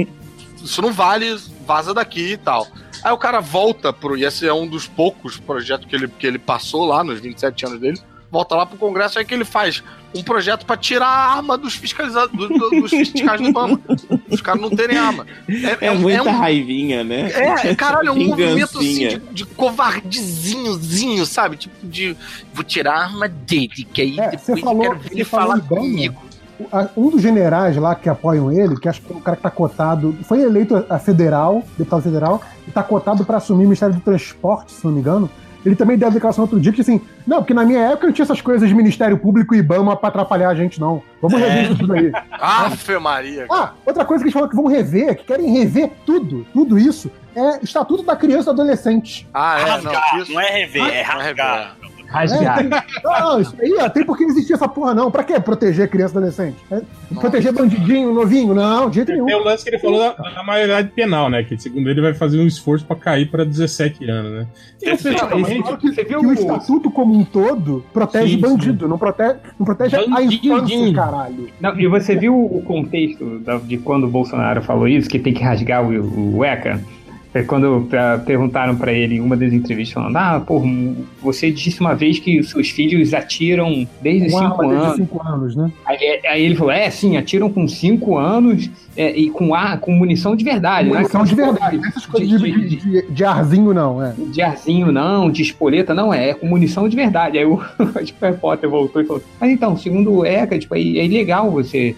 isso não vale, vaza daqui e tal. Aí o cara volta pro... E esse é um dos poucos projetos que ele, que ele passou lá nos vinte e sete anos dele. Volta lá pro Congresso, aí que ele faz um projeto pra tirar a arma dos fiscalizados, do, do, dos fiscais do Ibama. Os caras não terem arma. É, um- muita um- raivinha, né? é, caralho, é um movimento assim Vingancinha. de, de covardezinhozinho, sabe? Tipo, de vou tirar a arma dele, que aí É, depois você falou- eu quero ver você ele falou falar Ibama. comigo. A- Um dos generais lá que apoiam ele, que acho que é o cara que tá cotado, foi eleito a federal, deputado federal, e tá cotado pra assumir o Ministério do Transporte, se não me engano. Ele também deu a declaração outro dia que assim, não, porque na minha época não tinha essas coisas de Ministério Público e Ibama pra atrapalhar a gente, não. Vamos rever isso tudo aí. Afe Maria. Ah, outra coisa que eles falaram que vão rever, que querem rever tudo, tudo isso, é Estatuto da Criança e do Adolescente. Ah, é, não. Rasgar, Isso... não é rever, é Não é rever. rasgar. Rasgar. Não, não, isso aí, ó, tem porque não existia essa porra, não. Pra que proteger criança e adolescente? É, proteger bandidinho, novinho? Não, de jeito nenhum. Tem o lance que ele falou da, da maioridade penal, né? Que segundo ele vai fazer um esforço pra cair pra dezessete anos, né? Eu, Esse- pessoalmente, Claro que, Você viu que o o- estatuto como um todo protege Sim, bandido, não protege, não protege a Bandidinho. infância, caralho. Não, e você viu o contexto da- de quando o Bolsonaro falou isso, que tem que rasgar o, o ECA? É quando pra- perguntaram pra ele em uma das entrevistas, falando, ah, pô, você disse uma vez que os seus filhos atiram desde os Com cinco arma desde anos. cinco anos, né? Aí, aí ele falou, é, sim, atiram com cinco anos é, e com, ar, com munição de verdade. não é Munição de aquelas verdade. coisas Essas coisas de, de, de- de arzinho, não, é. de arzinho não, de espoleta não, é com munição de verdade. Aí o tipo, o repórter voltou e falou, mas então, segundo o ECA, tipo, é, é ilegal você,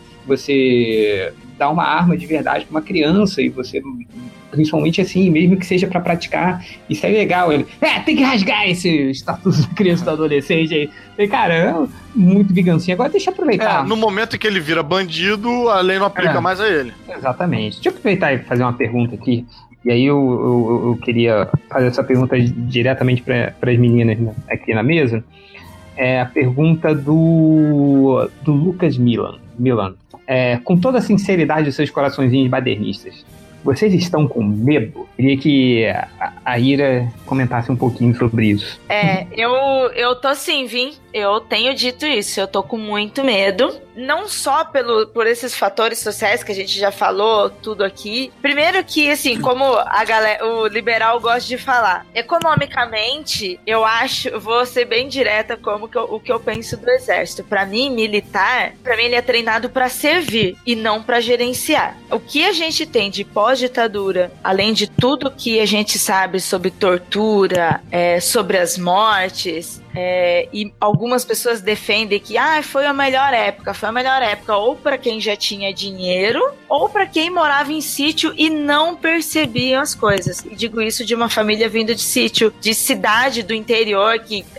você dar uma arma de verdade pra uma criança e você, principalmente assim, mesmo que seja pra praticar, isso é legal. Ele, é, tem que rasgar esse estatuto da criança e do adolescente aí. Falei, cara, é muito vingancinha, agora deixa eu aproveitar. É, no momento em que ele vira bandido, a lei não aplica É. mais a ele. Exatamente. Deixa eu aproveitar e fazer uma pergunta aqui. E aí eu, eu, eu queria fazer essa pergunta diretamente para as meninas né, aqui na mesa. É a pergunta do, do Lucas Milan. Milan. É, com toda a sinceridade dos seus coraçõezinhos badernistas, vocês estão com medo? Queria que a, a Ira comentasse um pouquinho sobre isso. É, eu, eu tô sim, Vim. Eu tenho dito isso. Eu tô com muito medo. Não só pelo, por esses fatores sociais que a gente já falou, tudo aqui. Primeiro que, assim, como a galera, o liberal gosta de falar, economicamente, eu acho, eu vou ser bem direta como que eu, o que eu penso do exército. Pra mim, militar, pra mim ele é treinado pra servir e não pra gerenciar. O que a gente tem de pós-ditadura, além de tudo que a gente sabe sobre tortura, é, sobre as mortes, é, e algumas pessoas defendem que ah, foi a melhor época, foi a melhor época ou para quem já tinha dinheiro ou para quem morava em sítio e não percebia as coisas. E digo isso de uma família vindo de sítio, de cidade do interior que é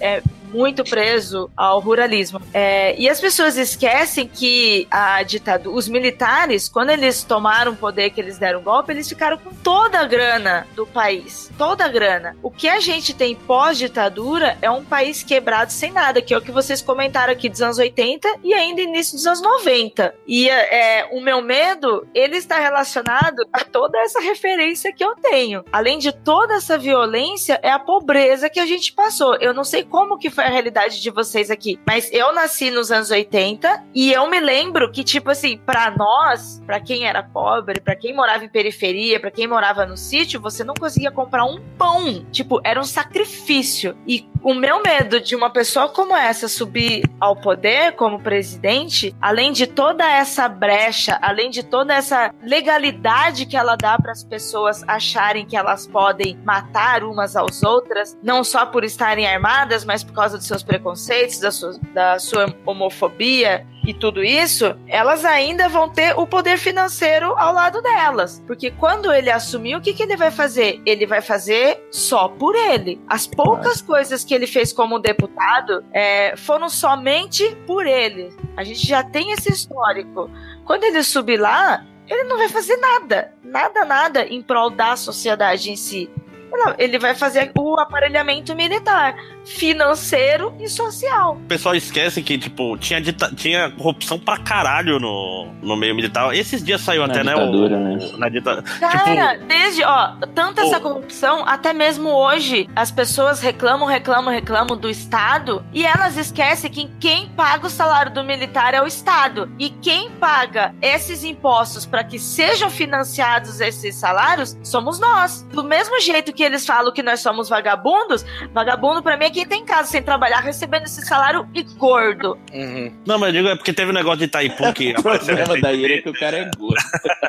muito preso ao ruralismo. É, e as pessoas esquecem que a ditadura, os militares, quando eles tomaram o poder, que eles deram golpe, eles ficaram com toda a grana do país. Toda a grana. O que a gente tem pós-ditadura é um país quebrado sem nada, que é o que vocês comentaram aqui dos anos oitenta e ainda início dos anos noventa. E é, o meu medo, ele está relacionado a toda essa referência que eu tenho. Além de toda essa violência, é a pobreza que a gente passou. Eu não sei como que foi a realidade de vocês aqui, mas eu nasci nos anos oitenta e eu me lembro que, tipo assim, pra nós, pra quem era pobre, pra quem morava em periferia, pra quem morava no sítio, você não conseguia comprar um pão. Tipo, era um sacrifício. E o meu medo de uma pessoa como essa subir ao poder como presidente, além de toda essa brecha, além de toda essa legalidade que ela dá para as pessoas acharem que elas podem matar umas às outras, não só por estarem armadas, mas por causa dos seus preconceitos, da sua, da sua homofobia e tudo isso, elas ainda vão ter o poder financeiro ao lado delas. Porque quando ele assumir, o que, que ele vai fazer? Ele vai fazer só por ele. As poucas coisas que ele fez como deputado é, foram somente por ele. A gente já tem esse histórico. Quando ele subir lá, ele não vai fazer nada. Nada, nada em prol da sociedade em si. Não, ele vai fazer o aparelhamento militar, financeiro e social. O pessoal esquece que, tipo, tinha, dita- tinha corrupção pra caralho no, no meio militar. Esses dias saiu Na até, ditadura, né? O, né? Na ditadura. Cara, Tipo, desde, ó, tanto essa corrupção, até mesmo hoje, as pessoas reclamam, reclamam, reclamam do Estado e elas esquecem que quem paga o salário do militar é o Estado. E quem paga esses impostos para que sejam financiados esses salários somos nós. Do mesmo jeito que eles falam que nós somos vagabundos, vagabundo pra mim é quem tem casa sem trabalhar, recebendo esse salário e gordo. Uhum. Não, mas eu digo, é porque teve um negócio de Itaipu que O problema da Ira é que o cara é gordo.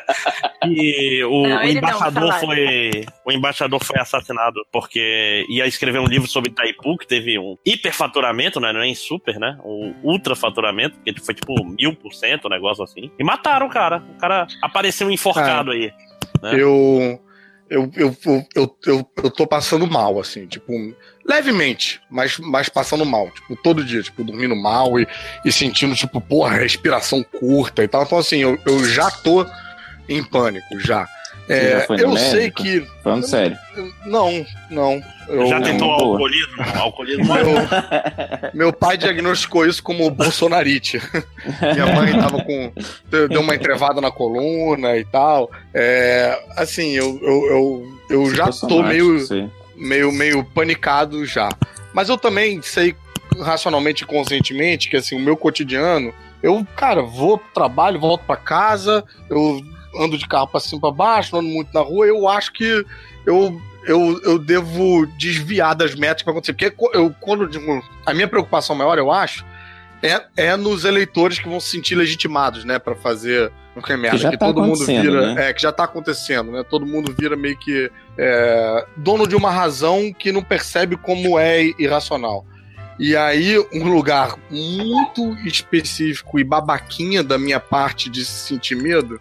E o, Não, o ele embaixador não, salário. foi o embaixador foi assassinado porque ia escrever um livro sobre Itaipu que teve um hiperfaturamento, né? Não é nem super, né? Um ultrafaturamento, que foi tipo mil por cento, um negócio assim. E mataram o cara. O cara apareceu enforcado Ah, aí. Né? Eu, eu, eu, eu, eu, eu, eu tô passando mal, assim, tipo, levemente, mas, mas passando mal, tipo, todo dia, tipo, dormindo mal e, e sentindo, tipo, porra, respiração curta e tal. Então, assim, eu, eu já tô em pânico, já. Você É, já foi no eu médico? sei que. Falando sério. Não, não. Eu, Já tentou boa. alcoolismo? Alcoolismo. Meu, meu pai diagnosticou isso como bolsonarite. Minha mãe tava com. Deu uma entrevada na coluna e tal. É, assim, eu, eu, eu, eu já tô meio, Sim. meio, meio panicado já. Mas eu também sei racionalmente e conscientemente que assim, o meu cotidiano, eu, cara, vou pro trabalho, volto pra casa, eu ando de carro pra cima e pra baixo, ando muito na rua, eu acho que eu. Eu, eu devo desviar das metas que vai acontecer. Porque eu, quando eu digo, a minha preocupação maior, eu acho, é, é nos eleitores que vão se sentir legitimados, né, pra fazer qualquer merda. Que já que tá todo mundo vira. né? É, que já tá acontecendo, né? Todo mundo vira meio que é, dono de uma razão que não percebe como é irracional. E aí, um lugar muito específico e babaquinha da minha parte de sentir medo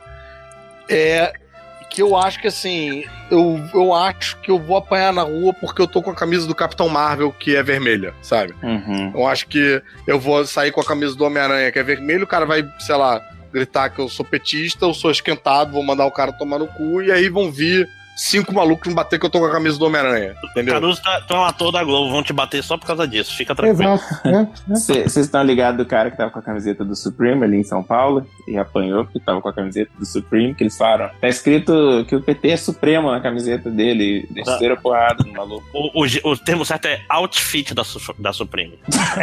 é que eu acho que, assim, eu, eu acho que eu vou apanhar na rua porque eu tô com a camisa do Capitão Marvel, que é vermelha, sabe? Uhum. Eu acho que eu vou sair com a camisa do Homem-Aranha, que é vermelho, o cara vai, sei lá, gritar que eu sou petista, eu sou esquentado, vou mandar o cara tomar no cu, e aí vão vir cinco malucos me bater que eu tô com a camisa do Homem-Aranha, entendeu? Caruso, tá, tu é um ator da Globo, vão te bater só por causa disso, fica tranquilo. Exato. né? Vocês estão ligados do cara que tava com a camiseta do Supreme ali em São Paulo e apanhou porque tava com a camiseta do Supreme, que eles falaram, tá escrito que o P T é Supremo na camiseta dele, desceram a porrada no maluco. O, o, o termo certo é outfit da, Su- da Supreme.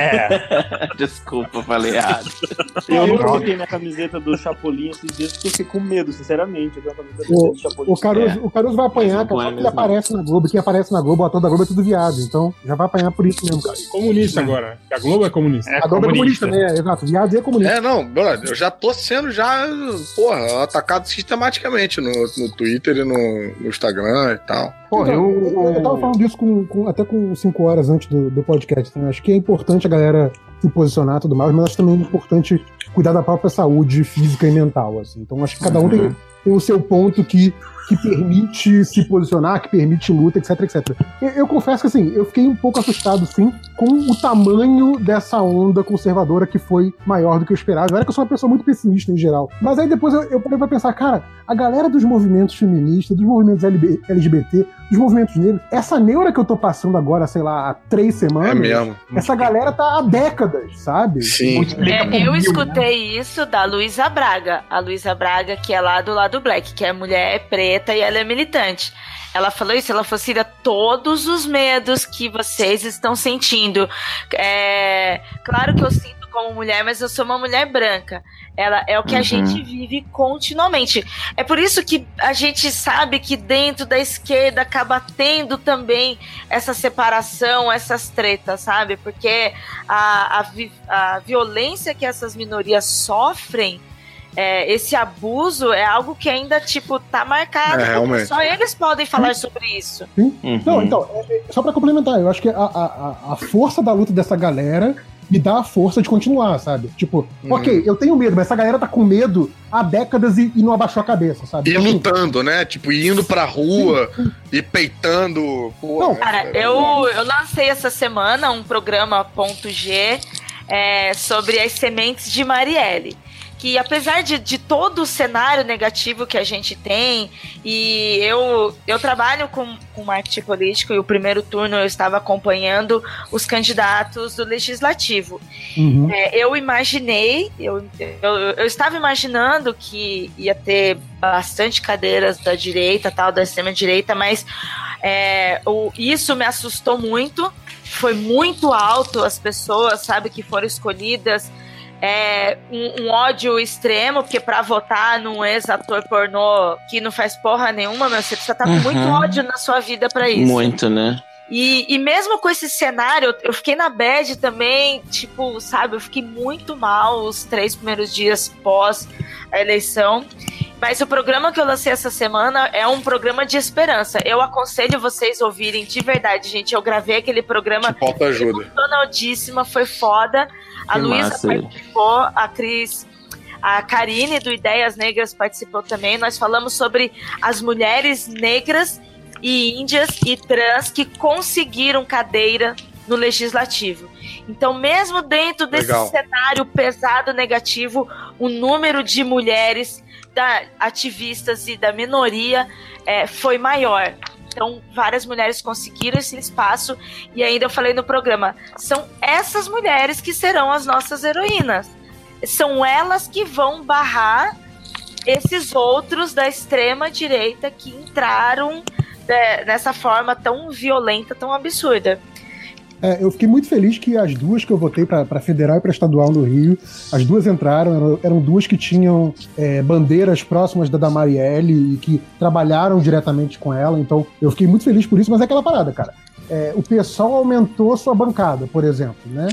É. Desculpa, falei errado. Eu não coloquei minha camiseta do Chapolin esses dias porque eu fiquei com medo, sinceramente. Eu tenho uma camiseta do Chapolin. O Caruso, o Caruso vai apanhar, Mas cara, não é só que ele mesmo. aparece na Globo. Quem aparece na Globo, o ator da Globo é tudo viado. Então já vai apanhar por isso mesmo, cara. Comunista agora. A Globo é comunista. É A Globo comunista. é comunista, né? Exato. Viado é comunista. É, não, brother, eu já tô sendo já, porra, atacado sistematicamente no, no Twitter e no, no Instagram e tal. Porra, eu, eu, eu tava falando disso com, com- até com cinco horas antes do, do podcast. Né? Acho que é importante a galera se posicionar e tudo mais, mas acho também importante cuidar da própria saúde física e mental. Assim. Então acho que cada um tem, tem o seu ponto que que permite se posicionar, que permite luta, etc, etcétera. Eu, eu confesso que, assim, eu fiquei um pouco assustado, sim, com o tamanho dessa onda conservadora que foi maior do que eu esperava. Eu era que eu sou uma pessoa muito pessimista em geral. Mas aí depois eu, eu parei pra pensar, cara, a galera dos movimentos feministas, dos movimentos L G B T, dos movimentos negros, essa neura que eu tô passando agora, sei lá, há três semanas, é mesmo. Essa galera tá há décadas, sabe? Sim. É, eu escutei isso da Luísa Braga. A Luísa Braga, que é lá do lado black, que é mulher preta e ela é militante. Ela falou isso, ela falou assim, todos os medos que vocês estão sentindo. É, claro que eu sinto como mulher, mas eu sou uma mulher branca. Ela é o que uhum. a gente vive continuamente. É por isso que a gente sabe que dentro da esquerda acaba tendo também essa separação, essas tretas, sabe? Porque a, a, a violência que essas minorias sofrem, é, esse abuso é algo que ainda, tipo, tá marcado. É, só eles podem falar sobre isso. Sim. Uhum. Não, então, é, é, só pra complementar, eu acho que a, a, a força da luta dessa galera me dá a força de continuar, sabe? Tipo, uhum. ok, eu tenho medo, mas essa galera tá com medo há décadas e, e não abaixou a cabeça, sabe? E então, lutando, assim, né? Tipo, indo pra rua sim, sim. e peitando. Pô, não, cara, é, eu, eu lancei essa semana um programa ponto G é, sobre as sementes de Marielle. Que apesar de, de todo o cenário negativo que a gente tem, e eu, eu trabalho com, com marketing político, e o primeiro turno eu estava acompanhando os candidatos do Legislativo. Uhum. É, eu imaginei, eu, eu, eu estava imaginando que ia ter bastante cadeiras da direita, tal, da extrema-direita, mas é, o, isso me assustou muito, foi muito alto as pessoas, sabe, que foram escolhidas. É, um, um ódio extremo, porque pra votar num ex-ator pornô que não faz porra nenhuma, meu, você precisa estar com uhum. muito ódio na sua vida pra isso. Muito, né? E, e mesmo com esse cenário, eu fiquei na bad também, tipo, sabe, eu fiquei muito mal os três primeiros dias pós a eleição. Mas o programa que eu lancei essa semana é um programa de esperança. Eu aconselho vocês ouvirem de verdade, gente. Eu gravei aquele programa. Falta ajuda. Emocionadíssima, foi foda. A Luísa participou, a Cris, a Karine do Ideias Negras participou também. Nós falamos sobre as mulheres negras e índias e trans que conseguiram cadeira no Legislativo. Então, mesmo dentro desse Legal. cenário pesado, negativo, o número de mulheres da, ativistas e da minoria é, foi maior. Então, várias mulheres conseguiram esse espaço e ainda eu falei no programa, são essas mulheres que serão as nossas heroínas. São elas que vão barrar esses outros da extrema-direita que entraram de, nessa forma tão violenta, tão absurda. É, eu fiquei muito feliz que as duas que eu votei para federal e para estadual no Rio, as duas entraram, eram, eram duas que tinham é, bandeiras próximas da da Marielle e que trabalharam diretamente com ela, então eu fiquei muito feliz por isso, mas é aquela parada, cara. É, o PSOL aumentou sua bancada, por exemplo, né?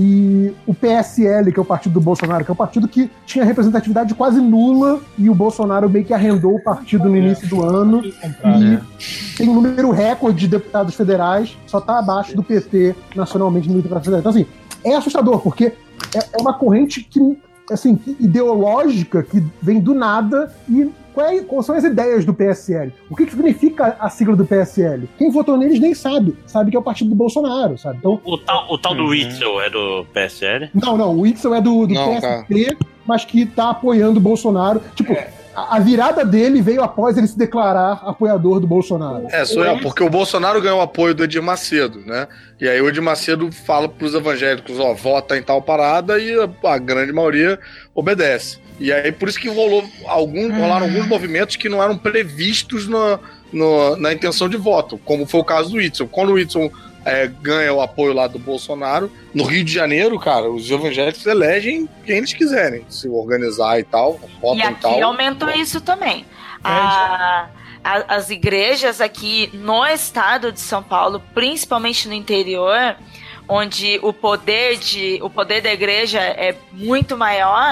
E o P S L, que é o partido do Bolsonaro, que é o partido que tinha representatividade quase nula, e o Bolsonaro meio que arrendou o partido no início do ano, e tem um número recorde de deputados federais, só tá abaixo do P T nacionalmente no deputado federal. Então, assim, é assustador, porque é, é uma corrente que, assim, ideológica, que vem do nada, e Quais, quais são as ideias do P S L? O que, que significa a sigla do P S L? Quem votou neles nem sabe. Sabe que é o partido do Bolsonaro, sabe? Então, o tal, o tal do Witzel é do P S L? Não, não. O Witzel é do, do não, P S P, cara. Mas que tá apoiando o Bolsonaro. Tipo, é. a, a virada dele veio após ele se declarar apoiador do Bolsonaro. É, só é, porque o Bolsonaro ganhou o apoio do Edir Macedo, né? E aí o Edir Macedo fala pros evangélicos, ó, vota em tal parada, e a, a grande maioria obedece. E aí, por isso que rolou alguns, rolaram alguns movimentos que não eram previstos no, no, na intenção de voto, como foi o caso do Witzel. Quando o Witzel é, ganha o apoio lá do Bolsonaro, no Rio de Janeiro, cara, os evangélicos elegem quem eles quiserem, se organizar e tal, votam e aqui e tal. Aumentou isso também. A, a, as igrejas aqui no estado de São Paulo, principalmente no interior, onde o poder, de, o poder da igreja é muito maior,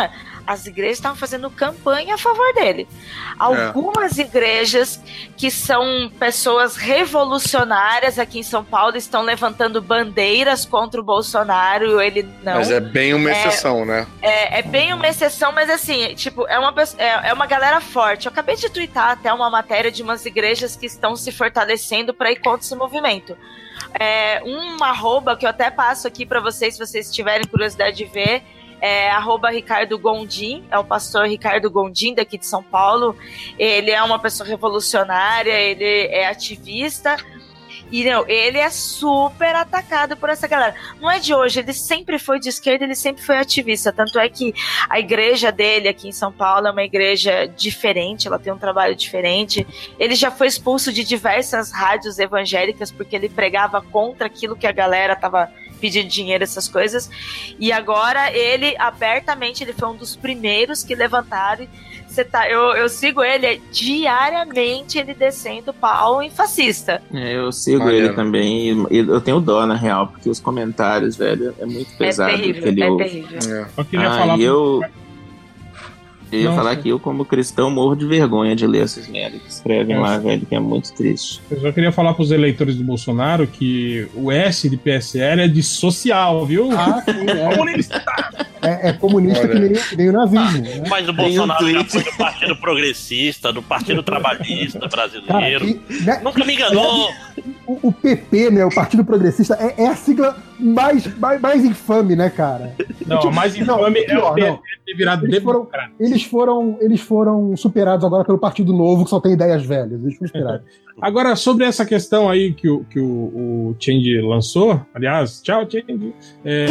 as igrejas estavam fazendo campanha a favor dele. Algumas é. igrejas que são pessoas revolucionárias aqui em São Paulo estão levantando bandeiras contra o Bolsonaro, ele não. Mas é bem uma é, exceção, né? É, é bem uma exceção, mas assim, tipo, é uma, é, é uma galera forte. Eu acabei de twittar até uma matéria de umas igrejas que estão se fortalecendo para ir contra esse movimento. É, um arroba que eu até passo aqui para vocês, se vocês tiverem curiosidade de ver, é arroba Ricardo Gondim, é o pastor Ricardo Gondim daqui de São Paulo. Ele é uma pessoa revolucionária, ele é ativista e não, ele é super atacado por essa galera. Não é de hoje, ele sempre foi de esquerda, ele sempre foi ativista, tanto é que a igreja dele aqui em São Paulo é uma igreja diferente, ela tem um trabalho diferente. Ele já foi expulso de diversas rádios evangélicas porque ele pregava contra aquilo que a galera tava pedindo dinheiro, essas coisas, e agora ele abertamente, ele foi um dos primeiros que levantaram. Você tá, eu, eu sigo ele diariamente, ele descendo pau em fascista. É, eu sigo Maneiro. ele também, e eu tenho dó, na real, porque os comentários, velho, é muito pesado. É terrível, que ele é ouve. terrível. É. Eu queria Ah, falar. e eu, eu ia Não, falar sim. que eu, como cristão, morro de vergonha de ler essas merdas que escrevem É, lá, sim. velho, que é muito triste. Eu só queria falar pros eleitores do Bolsonaro que o S de P S L é de social, viu? Ah, sim, é. Comunista. É, é comunista que nem, que nem o nazismo. Né? Mas o Tem um Bolsonaro já tweet. foi do Partido Progressista, do Partido Trabalhista Cara, Brasileiro. e, né, Nunca me enganou. o, o P P, né, o Partido Progressista, é, é a sigla mais, mais, mais infame, né, cara? Não, a mais Não, infame é pior, o P S não. L ter virado Eles foram, democrata. eles, foram, eles foram superados agora pelo Partido Novo, que só tem ideias velhas. Eles foram superados. Agora, sobre essa questão aí que o, que o, o Change lançou, aliás, tchau, Change. É,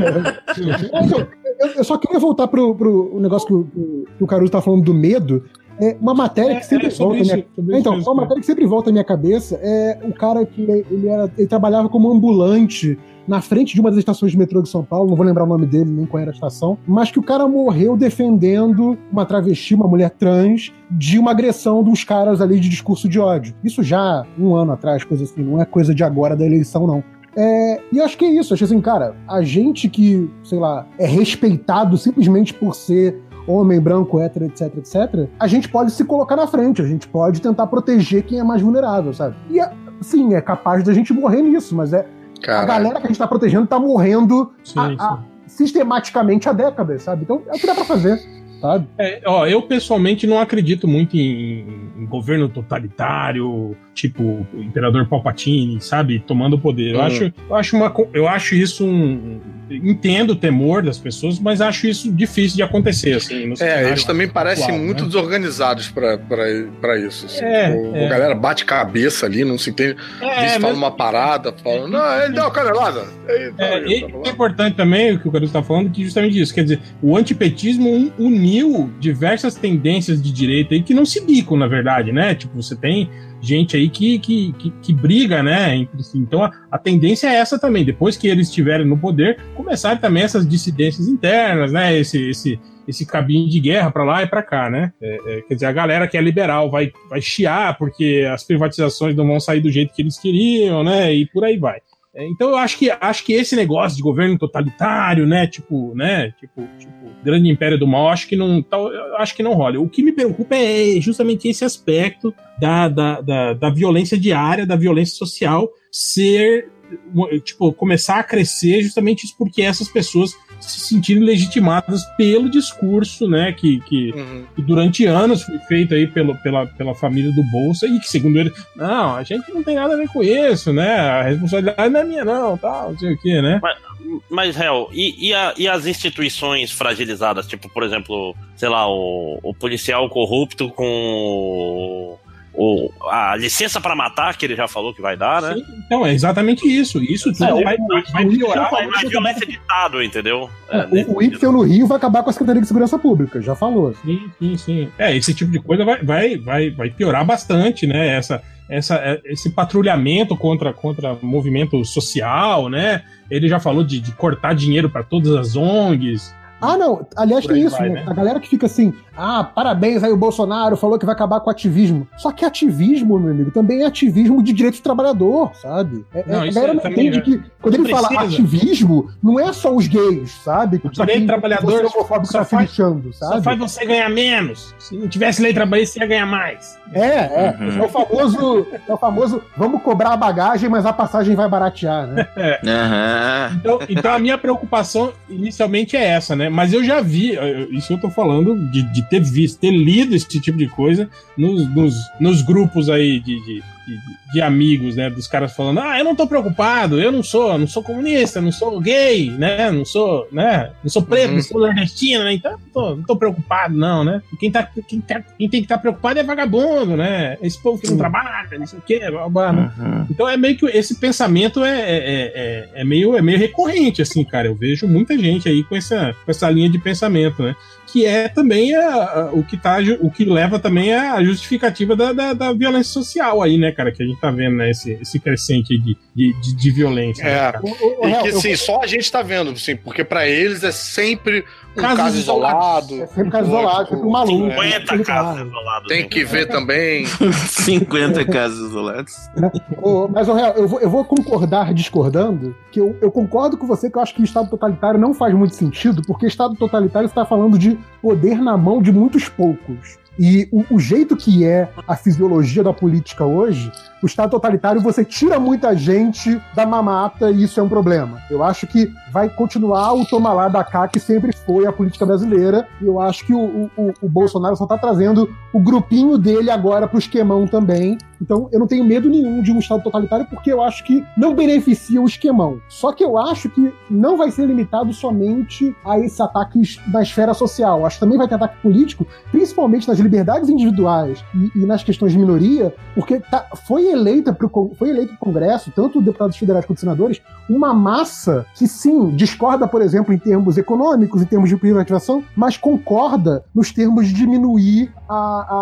eu, eu só queria voltar pro, pro negócio que o, que o Caruso tá falando do medo. É uma matéria que sempre é, é sobre volta isso, à minha... sobre isso Então, mesmo, uma né? matéria que sempre volta à minha cabeça é o cara que ele, era, ele trabalhava como ambulante na frente de uma das estações de metrô de São Paulo, não vou lembrar o nome dele, nem qual era a estação, mas que o cara morreu defendendo uma travesti, uma mulher trans, de uma agressão dos caras ali de discurso de ódio. Isso já um ano atrás, coisa assim, não é coisa de agora da eleição, não. É, e eu acho que é isso, acho assim, cara, a gente que, sei lá, é respeitado simplesmente por ser homem, branco, hétero, etc, etc, a gente pode se colocar na frente, a gente pode tentar proteger quem é mais vulnerável, sabe? E, sim, é capaz da gente morrer nisso, mas é Caralho. a galera que a gente tá protegendo tá morrendo Sim, a- a- sistematicamente há décadas, sabe? Então é o que dá pra fazer, sabe? É, ó, eu pessoalmente não acredito muito em, em governo totalitário, tipo o Imperador Palpatine, sabe, tomando o poder. Eu Uhum. acho, eu acho uma, co- eu acho isso um, entendo o temor das pessoas, mas acho isso difícil de acontecer, assim. no É, cenário eles também parecem atual, muito né? desorganizados pra, pra, pra isso. Assim. É, o, é. A galera bate cabeça ali, não se entende. É, Eles falam mas- uma parada, falam, não, ele deu uma canelada. Aí, tá, É, aí, e tá bom. é importante também o que o Caruso está falando, que justamente isso, quer dizer, o antipetismo un- uniu diversas tendências de direita aí que não se bicam, na verdade, né? Tipo, você tem gente aí que, que, que, que briga, né, entre si. Então a, a tendência é essa também, depois que eles estiverem no poder, começarem também essas dissidências internas, né, esse, esse, esse cabinho de guerra pra lá e pra cá, né? É, é, quer dizer, a galera que é liberal vai, vai chiar porque as privatizações não vão sair do jeito que eles queriam, né, e por aí vai. É, então eu acho que, acho que esse negócio de governo totalitário, né, tipo, né, tipo, tipo grande império do mal, acho que não, tal, eu acho que não rola. O que me preocupa é justamente esse aspecto da, da, da, da violência diária, da violência social ser, tipo, começar a crescer justamente isso porque essas pessoas se sentirem legitimadas pelo discurso, né, que, que, Uhum. que durante anos foi feito aí pelo, pela, pela família do Bolsa e que, segundo ele, não, a gente não tem nada a ver com isso, né, a responsabilidade não é minha não, tal, não sei o que, né. Mas, mas Hel, e, e, a- e as instituições fragilizadas? Tipo, por exemplo, sei lá, o, o policial corrupto com o, a licença pra matar, que ele já falou que vai dar, né? Sim, então, é exatamente isso. Isso tudo É, vai, o- vai, vai o- piorar. Vai vai mais acabar violência de Estado, entendeu? É, É, o, o Ipsen no Rio vai acabar com a Secretaria de Segurança Pública, já falou. Sim, sim, sim. É, esse tipo de coisa vai, vai, vai, vai piorar bastante, né? Essa, essa, esse patrulhamento contra, contra movimento social, né? Ele já falou de, de cortar dinheiro para todas as O N Gs. Ah, não. Aliás, Por tem aí isso, vai, né? né? A galera que fica assim, ah, parabéns aí o Bolsonaro, falou que vai acabar com o ativismo. Só que ativismo, meu amigo, também é ativismo de direito do trabalhador, sabe? É, Não, a isso galera é não também, entende né? que quando Não ele fala precisa. ativismo, não é só os gays, sabe? O direito trabalhador Você homofóbico só tá se faz- lixando, Só sabe? faz você ganhar menos. Se não tivesse lei trabalhista, você ia ganhar mais. É, é. Uhum. É o famoso, é o famoso vamos cobrar a bagagem, mas a passagem vai baratear, né? Aham. Então, então a minha preocupação inicialmente é essa, né? Mas eu já vi, eu- isso eu tô falando de, de ter visto, ter lido esse tipo de coisa nos, nos, nos grupos aí de, de, de- de amigos, né? Dos caras falando, ah, eu não tô preocupado, eu não sou, não sou comunista, não sou gay, né? Não sou, né? Não sou preto, Uhum. não sou nordestino, né? Então não tô, não tô preocupado, não, né? Quem, tá, quem, tá, quem tem que estar preocupado é vagabundo, né? Esse povo que não trabalha, não sei o quê, blá, blá, né? Uhum. Então é meio que esse pensamento é, é, é, é meio, é meio recorrente, assim, cara. Eu vejo muita gente aí com essa, com essa linha de pensamento, né? Que é também a, a- o, que tá, ju- o que leva também a justificativa da, da, da violência social aí, né, cara? Que a gente tá vendo, né? Esse, esse crescente aí de, de, de, de violência. né, É. cara? O- o- o E Real, que, eu- assim, só a gente tá vendo, assim, porque pra eles é sempre um Casos caso isolados. isolado. É sempre caso isolado, sempre um maluco. cinquenta Ele casos tá- isolados. Tem né? que ver também. cinquenta casos isolados. Ô, mas, ô, Real, eu vou, eu vou concordar discordando, que eu, eu concordo com você que eu acho que o Estado totalitário não faz muito sentido, porque Estado totalitário está falando de poder na mão de muitos poucos. E o, o jeito que é a fisiologia da política hoje, o Estado totalitário você tira muita gente da mamata e isso é um problema. Eu acho que vai continuar o toma lá da cá que sempre foi a política brasileira, e eu acho que o, o, o Bolsonaro só está trazendo o grupinho dele agora pro esquemão também. Então eu não tenho medo nenhum de um Estado totalitário, porque eu acho que não beneficia o esquemão. Só que eu acho que não vai ser limitado somente a esses ataques na esfera social. Eu acho que também vai ter ataque político, principalmente nas liberdades individuais e, e nas questões de minoria, porque tá, foi eleita pro, Con- foi eleito pro Congresso, tanto deputados federais quanto senadores, uma massa que sim, discorda, por exemplo, em termos econômicos, em termos de privatização, mas concorda nos termos de diminuir a,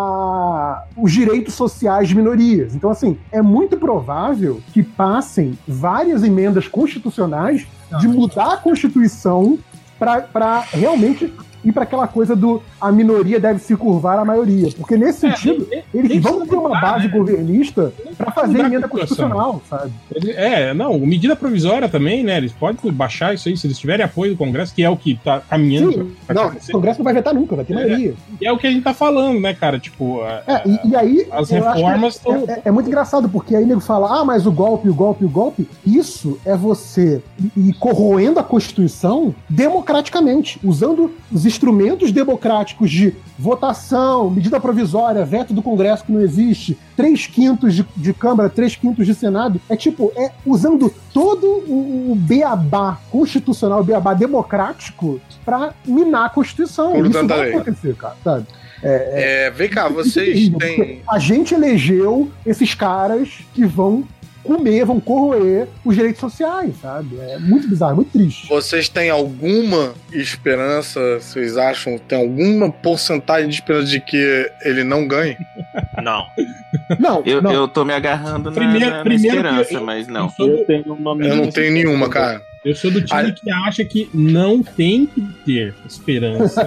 a- os direitos sociais de minorias. Então, assim, é muito provável que passem várias emendas constitucionais de mudar a Constituição para realmente ir para aquela coisa do a minoria deve se curvar à maioria. Porque nesse É, sentido, nem- eles nem vão precisa ter uma mudar, base né? governista para fazer mudar a emenda Constituição. constitucional, sabe? Ele- É, não, medida provisória também, né? Eles podem baixar isso aí, se eles tiverem apoio do Congresso, que é o que tá caminhando. Sim, pra não, acontecer. o Congresso não vai vetar nunca, vai ter É. maioria. E é o que a gente tá falando, né, cara? Tipo, a- É, e, e aí. as eu acho que reformas é, estão. é- é muito engraçado, porque aí nego fala, ah, mas o golpe, o golpe, o golpe. Isso é você ir corroendo a Constituição democraticamente, usando os instrumentos democráticos de votação, medida provisória, veto do Congresso que não existe, três quintos de, de Câmara, três quintos de Senado. É tipo, é usando todo o, o beabá constitucional, o beabá democrático, pra minar a Constituição. Por Isso tanta vai lei. acontecer, cara, sabe? É, vem cá, vocês Terrível, têm. porque a gente elegeu esses caras que vão comer, vão corroer os direitos sociais, sabe? É muito bizarro, muito triste. Vocês têm alguma esperança? Vocês acham? Tem alguma porcentagem de esperança de que ele não ganhe? Não. Não, Eu, não. eu tô me agarrando na, Primeiro- na- na primeiro que esperança, eu- mas não. Eu tenho uma Eu não tenho nenhuma, cara. Eu sou do time Ah, que acha que não tem que ter esperança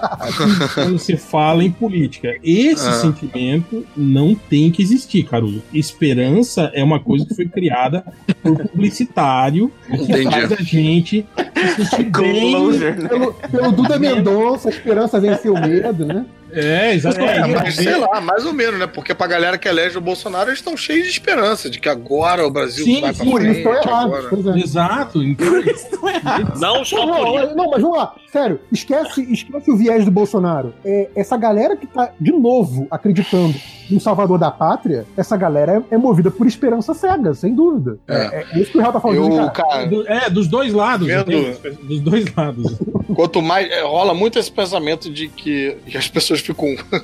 quando se fala em política. Esse Ah. sentimento não tem que existir, Caruso. Esperança é uma coisa que foi criada por publicitário e que Entendi. faz a gente se sentir bem. Closure, né? Pelo, pelo Duda Mendonça, a esperança venceu o medo, né? É, exatamente. É, mas sei lá, mais ou menos, né? Porque pra galera que elege o Bolsonaro, eles estão cheios de esperança de que agora o Brasil Sim, vai pra Por isso frente. estão errados. agora. Pois é. Exato. Então, Não só Não, por não, isso. não, mas vamos lá. Sério, esquece, esquece o viés do Bolsonaro. É, essa galera que tá, de novo, acreditando no salvador da pátria, essa galera é, é movida por esperança cega, sem dúvida. É, é isso que o Real tá falando. Eu, cara. cara, do- é, dos dois lados. Vendo- entende? Dos dois lados. quanto mais. é, rola muito esse pensamento de que, que as pessoas ficam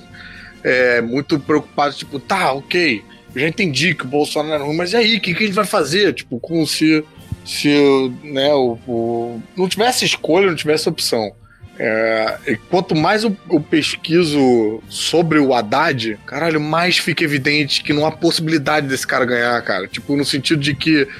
é, muito preocupadas, tipo, tá, ok, eu já entendi que o Bolsonaro é ruim, mas e aí, o que, que a gente vai fazer? Tipo, como se, se né, o, o- não tivesse escolha, não tivesse opção. É, e quanto mais eu, eu pesquiso sobre o Haddad, caralho, mais fica evidente que não há possibilidade desse cara ganhar, cara. Tipo, no sentido de que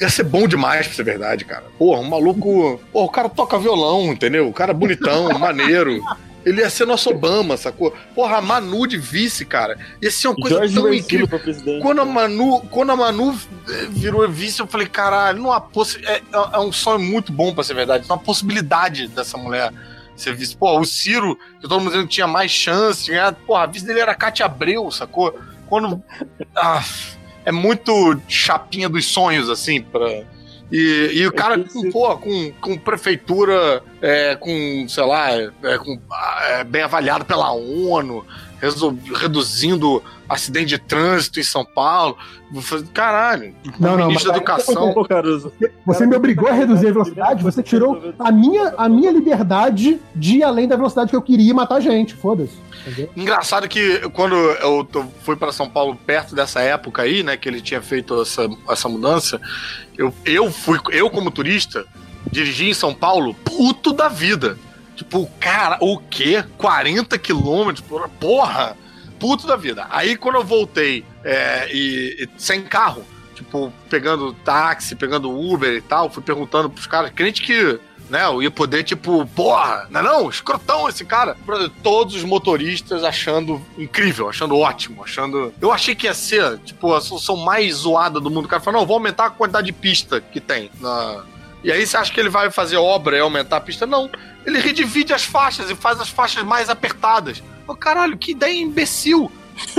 ia ser bom demais pra ser verdade, cara. Porra, um maluco... Porra, o cara toca violão, entendeu? O cara é bonitão, maneiro. Ele ia ser nosso Obama, sacou? Porra, a Manu de vice, cara. Ia ser uma coisa Jorge tão Versilo incrível. pra presidente. Quando a Manu, quando a Manu virou vice, eu falei, caralho, não há possi- é, é um sonho muito bom pra ser verdade. Não há possibilidade dessa mulher ser vice. Pô, o Ciro, que todo mundo dizendo que tinha mais chance de ganhar. Pô, a vice dele era a Cátia Abreu, sacou? Quando... Ah, é muito chapinha dos sonhos, assim, pra... E, e o cara, com, pô, com, com prefeitura, é, com, sei lá, é, com, é, bem avaliado pela ONU, resol, reduzindo acidente de trânsito em São Paulo. Caralho, não, não, ministro da Educação. Você, você me obrigou a reduzir a velocidade, você tirou a minha, a minha liberdade de ir além da velocidade que eu queria e matar gente, foda-se. Entendeu? Engraçado que quando eu fui para São Paulo perto dessa época aí, né, que ele tinha feito essa, essa mudança, eu, eu fui, eu como turista, dirigi em São Paulo, puto da vida. Tipo, cara, o quê? quarenta quilômetros por hora? Porra! Puto da vida. Aí quando eu voltei é, e, e sem carro, tipo, pegando táxi, pegando Uber e tal, fui perguntando pros caras, crente que, né, eu ia poder, tipo, porra, não é não? Escrotão esse cara. Todos os motoristas achando incrível, achando ótimo, achando... Eu achei que ia ser, tipo, a solução mais zoada do mundo. O cara falou, não, vou aumentar a quantidade de pista que tem na... E aí você acha que ele vai fazer obra e aumentar a pista? Não. Ele redivide as faixas e faz as faixas mais apertadas. Oh, caralho, que ideia imbecil.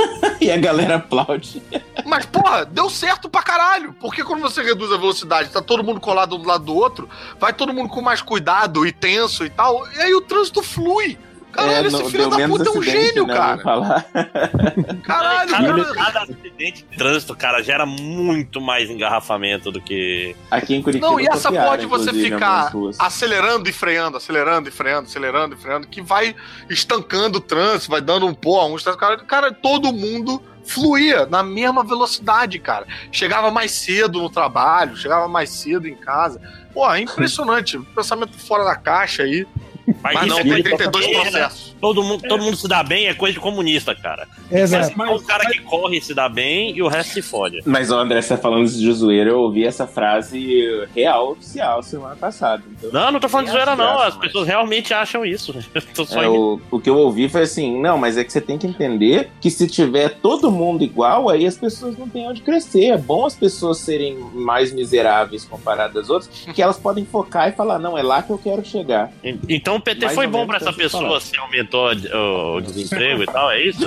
E a galera aplaude. Mas, porra, deu certo pra caralho. Porque quando você reduz a velocidade, tá todo mundo colado um do lado do outro, vai todo mundo com mais cuidado e tenso e tal, e aí o trânsito flui. Caralho, é, esse filho da puta é um gênio, né, cara. Falar. Caralho, cada, cara. cada acidente de trânsito, cara, gera muito mais engarrafamento do que... Aqui em Curitiba. Não, e essa copiaram, pode você ficar acelerando e freando, acelerando e freando, acelerando e freando, que vai estancando o trânsito, vai dando um pô, um cara, cara, todo mundo fluía na mesma velocidade, cara. Chegava mais cedo no trabalho, chegava mais cedo em casa. Pô, é impressionante. Pensamento fora da caixa aí. Mas, Mas não, é tem trinta e dois processos. Todo mundo, todo mundo se dá bem, é coisa de comunista, cara. Exato. Mas o cara que corre se dá bem e o resto se fode. Mas o André, você tá falando de zoeira, eu ouvi essa frase real, oficial, semana passada. Então, não, não tô falando de zoeira, não. As mas... pessoas realmente acham isso. É, o, o que eu ouvi foi assim, não, mas é que você tem que entender que se tiver todo mundo igual, aí as pessoas não têm onde crescer. É bom as pessoas serem mais miseráveis comparadas às outras, que elas podem focar e falar, não, é lá que eu quero chegar. Então o P T Mais foi ou bom menos pra essa que eu pessoa se aumentou o, o desemprego e tal, é isso?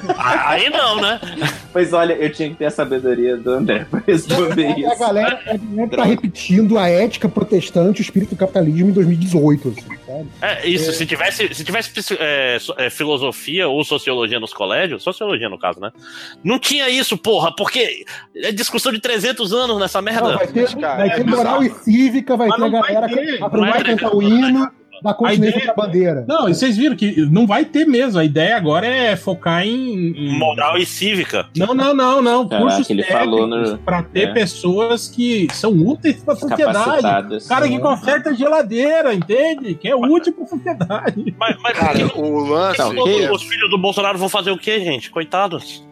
Aí não, né? Pois olha, eu tinha que ter a sabedoria do André pra responder é, isso. A galera, a galera tá repetindo a ética protestante e o espírito do capitalismo em dois mil e dezoito, assim, sabe? É, isso, é. se tivesse, se tivesse é, é, filosofia ou sociologia nos colégios, sociologia no caso, né? Não tinha isso, porra, porque é discussão de trezentos anos nessa merda. Não, vai ter, cara, vai é ter moral e cívica, vai Mas ter a galera aprender a cantar o hino da continência ideia... da bandeira. Não, e vocês viram que não vai ter mesmo. A ideia agora é focar em... em... moral e cívica. Não, não, não, não. Caraca, cursos ele falou no... pra ter é. pessoas que são úteis pra sociedade. Cara que conserta geladeira, entende? Que é útil pra sociedade. Mas, mas cara, que... o lance... Não, que... Os filhos do Bolsonaro vão fazer o quê, gente? Coitados.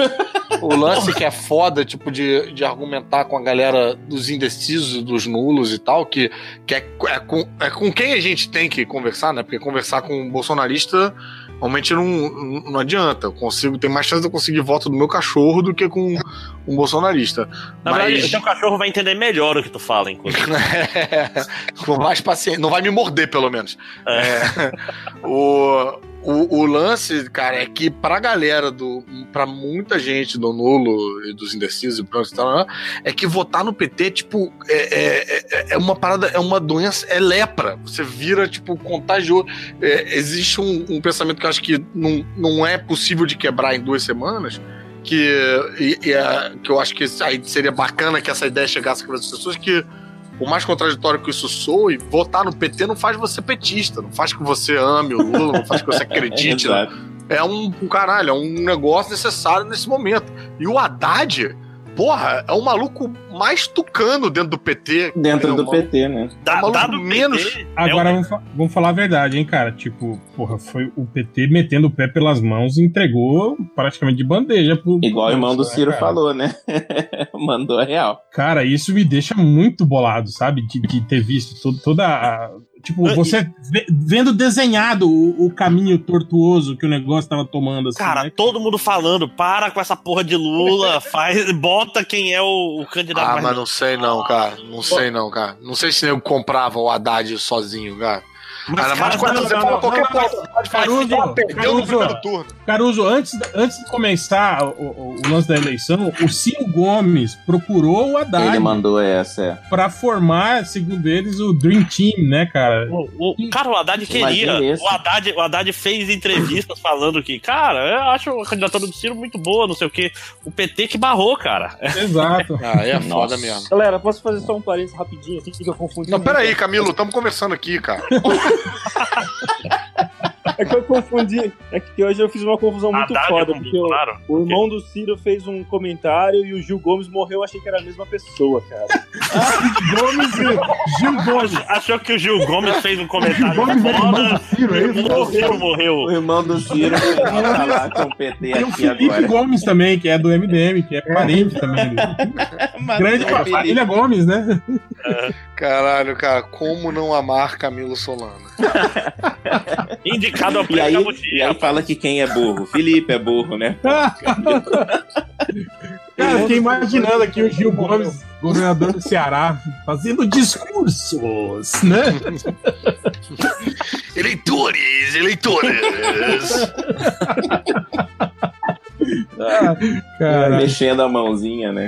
O lance que é foda, tipo, de, de argumentar com a galera dos indecisos, dos nulos e tal, que, que é, é, com, é com quem a gente tem que conversar, né? Porque conversar com um bolsonarista realmente não, não adianta. Eu consigo, tem mais chance de eu conseguir voto do meu cachorro do que com um bolsonarista. Na Mas... verdade, o teu cachorro vai entender melhor o que tu fala, inclusive. É, com mais paciência. Não vai me morder, pelo menos. É. É, o... O, o lance, cara, é que pra galera, do, pra muita gente do nulo e dos indecisos e pronto, é que votar no P T, tipo, é, é, é uma parada, é uma doença, é lepra. Você vira, tipo, contagioso. É, existe um, um pensamento que eu acho que não, não é possível de quebrar em duas semanas, que, e, e é, que eu acho que aí seria bacana que essa ideia chegasse para as pessoas, que por mais contraditório que isso soe, votar no P T não faz você petista, não faz que você ame o Lula, não faz que você acredite. É, é um, um caralho, é um negócio necessário nesse momento. E o Haddad, porra, é o maluco mais tucano dentro do P T. Dentro é do um P T, né? Da, maluco dado menos- P T, Agora é vamos, fa- vamos falar a verdade, hein, cara? Tipo, porra, foi o P T metendo o pé pelas mãos e entregou praticamente de bandeja pro. Igual o irmão do né, Ciro cara? falou, né? Mandou a real. Cara, isso me deixa muito bolado, sabe? De, de ter visto to- toda a. Tipo, Ah, você ve- vendo desenhado o, o caminho tortuoso que o negócio tava tomando, assim. Cara, né? todo mundo falando, para com essa porra de Lula, faz, bota quem é o, o candidato Ah, mais mas não sei não, cara. Não sei não, cara. Não sei se nego comprava o Haddad sozinho, cara. Mas, Ainda mais cara, quando não, você não, fala não, qualquer não, coisa. Pode falar, Caruso, "Ah, perdeu no Caruso. primeiro turno." Caruso, antes, antes de começar o, o- o lance da eleição, o Ciro Gomes procurou o Haddad Ele mandou essa, é. pra formar, segundo eles, o Dream Team, né, cara? O, o- cara, o Haddad queria. Imagina isso. O Haddad, o Haddad fez entrevistas falando que, cara, eu acho a candidatura do Ciro muito boa, não sei o quê. O P T que barrou, cara. Exato. Ah, é Nossa. foda mesmo. Galera, posso fazer só um parênteses rapidinho aqui que eu confundi? Não, pera aí, Camilo, estamos conversando aqui, cara. É que eu confundi. É que hoje eu fiz uma confusão muito Haddad foda, com porque o, Bolsonaro? o irmão do Ciro fez um comentário e o Gil Gomes morreu, eu achei que era a mesma pessoa, cara. Gomes e Gil Gomes. Achou que o Gil Gomes fez um comentário Gomes é irmão foda. do Ciro, O é isso? irmão do Ciro O morreu. irmão do Ciro foi falar com o P T Tem o aqui Felipe agora. Gomes também, que é do M D M, que é parente também. Grande Matou o família Gomes, né? Caralho, cara, como não amar Camilo Solano? Indicado ao E prêmio aí, Jabuti. e aí fala que quem é burro? Felipe é burro, né? Cara, fiquei imaginando aqui o Gil Gomes, governador do Ceará, fazendo discursos, né? Eleitores, eleitores. Ah, cara, Mexendo a mãozinha, né?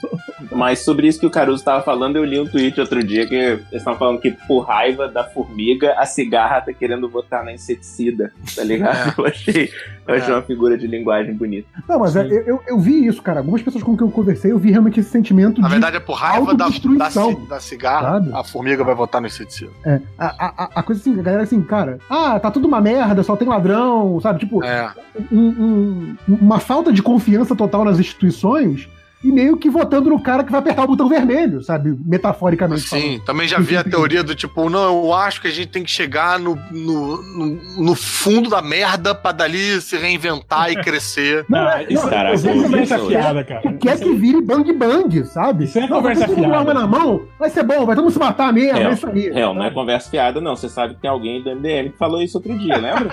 Mas sobre isso que o Caruso tava falando, eu li um tweet outro dia que eles estavam falando que, por raiva da formiga, a cigarra tá querendo votar na inseticida, tá ligado? Eu achei, eu achei uma figura de linguagem bonita. Não, mas é, eu, eu, eu vi isso, cara. Algumas pessoas com quem eu conversei, eu vi realmente esse sentimento Na de verdade é por raiva da, da, autodestruição, ci- da cigarra, sabe? a formiga vai votar no inseticida. É, a, a, a coisa assim, a galera assim, cara, ah, tá tudo uma merda, só tem ladrão, sabe? Tipo, É. um- um- uma falta de confiança total nas instituições e meio que votando no cara que vai apertar o botão vermelho, sabe? Metaforicamente Sim, também já vi a teoria do tipo, não, eu acho que a gente tem que chegar no, no, no, no fundo da merda pra dali se reinventar e crescer. Não, Ah, é, isso não, Caraca, isso é eu vi conversa isso fiada, cara. quer que vire bang bang, sabe? Isso é não, conversa vai ter todo mundo com fiada. arma na mão, vai ser bom, vai todo mundo se matar mesmo, é isso aí. Real, não é conversa fiada, não. Você sabe que tem alguém do M D M que falou isso outro dia, lembra?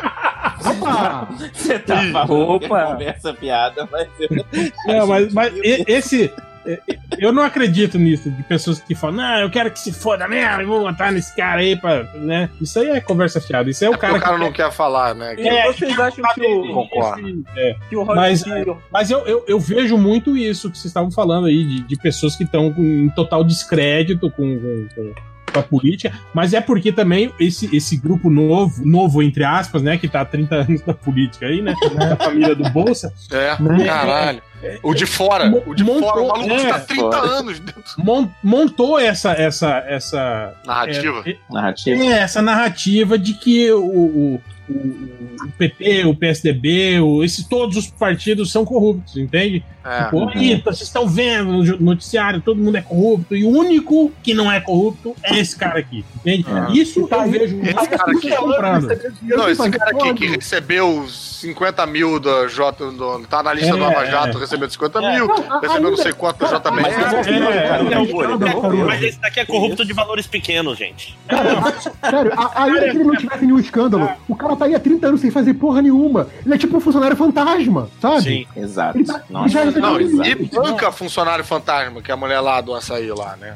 Opa! Você tá falando que é Opa. conversa fiada, mas eu... Não, mas, mas e- esse. e- Eu não acredito nisso, de pessoas que falam, não, eu quero que se foda mesmo, eu vou votar nesse cara aí, pra, né? Isso aí é conversa fiada, isso é o É porque cara o cara que não quer falar, né? E É, vocês acham que o, Concordo. É. que o Roger Mas- Ciro- Mas eu, eu, eu vejo muito isso que vocês estavam falando aí, de, de pessoas que estão em total descrédito com, com, com- com a política, mas é porque também esse, esse grupo novo, novo entre aspas, né, que tá há trinta anos na política aí, né, da família do Bolsa, É, Né? caralho. O de fora, o de Montou, fora, o maluco é, tá trinta fora. anos dentro mon- montou essa, essa, essa, narrativa. é, Narrativa. é, essa narrativa de que o, o, o, o P T, o P S D B, o, esses, todos os partidos são corruptos, entende? É. Pô, aí, vocês estão vendo no noticiário, todo mundo é corrupto, e o único que não é corrupto é esse cara aqui, entende? Ah. Isso Tá eu aí, vejo esse muito cara aqui. comprando. Não, esse cara aqui que recebeu cinquenta mil da J, do, tá na lista É, do Lava Jato, é. recebendo cinquenta mil, Não, recebeu não ainda- sei quanto da J B Mas R. eu vou- É, cara, é, eu é, vou- eu é, vou- Mas esse daqui é corrupto de valores pequenos, gente. Sério, a- ainda que ele não tivesse nenhum escândalo, o cara tá aí há trinta anos sem fazer porra nenhuma. Ele é tipo um funcionário fantasma, sabe? Sim. Exato. Ele tá- Nossa, já- já- Não, exato. e banca funcionário fantasma, que é a mulher lá do açaí lá, né?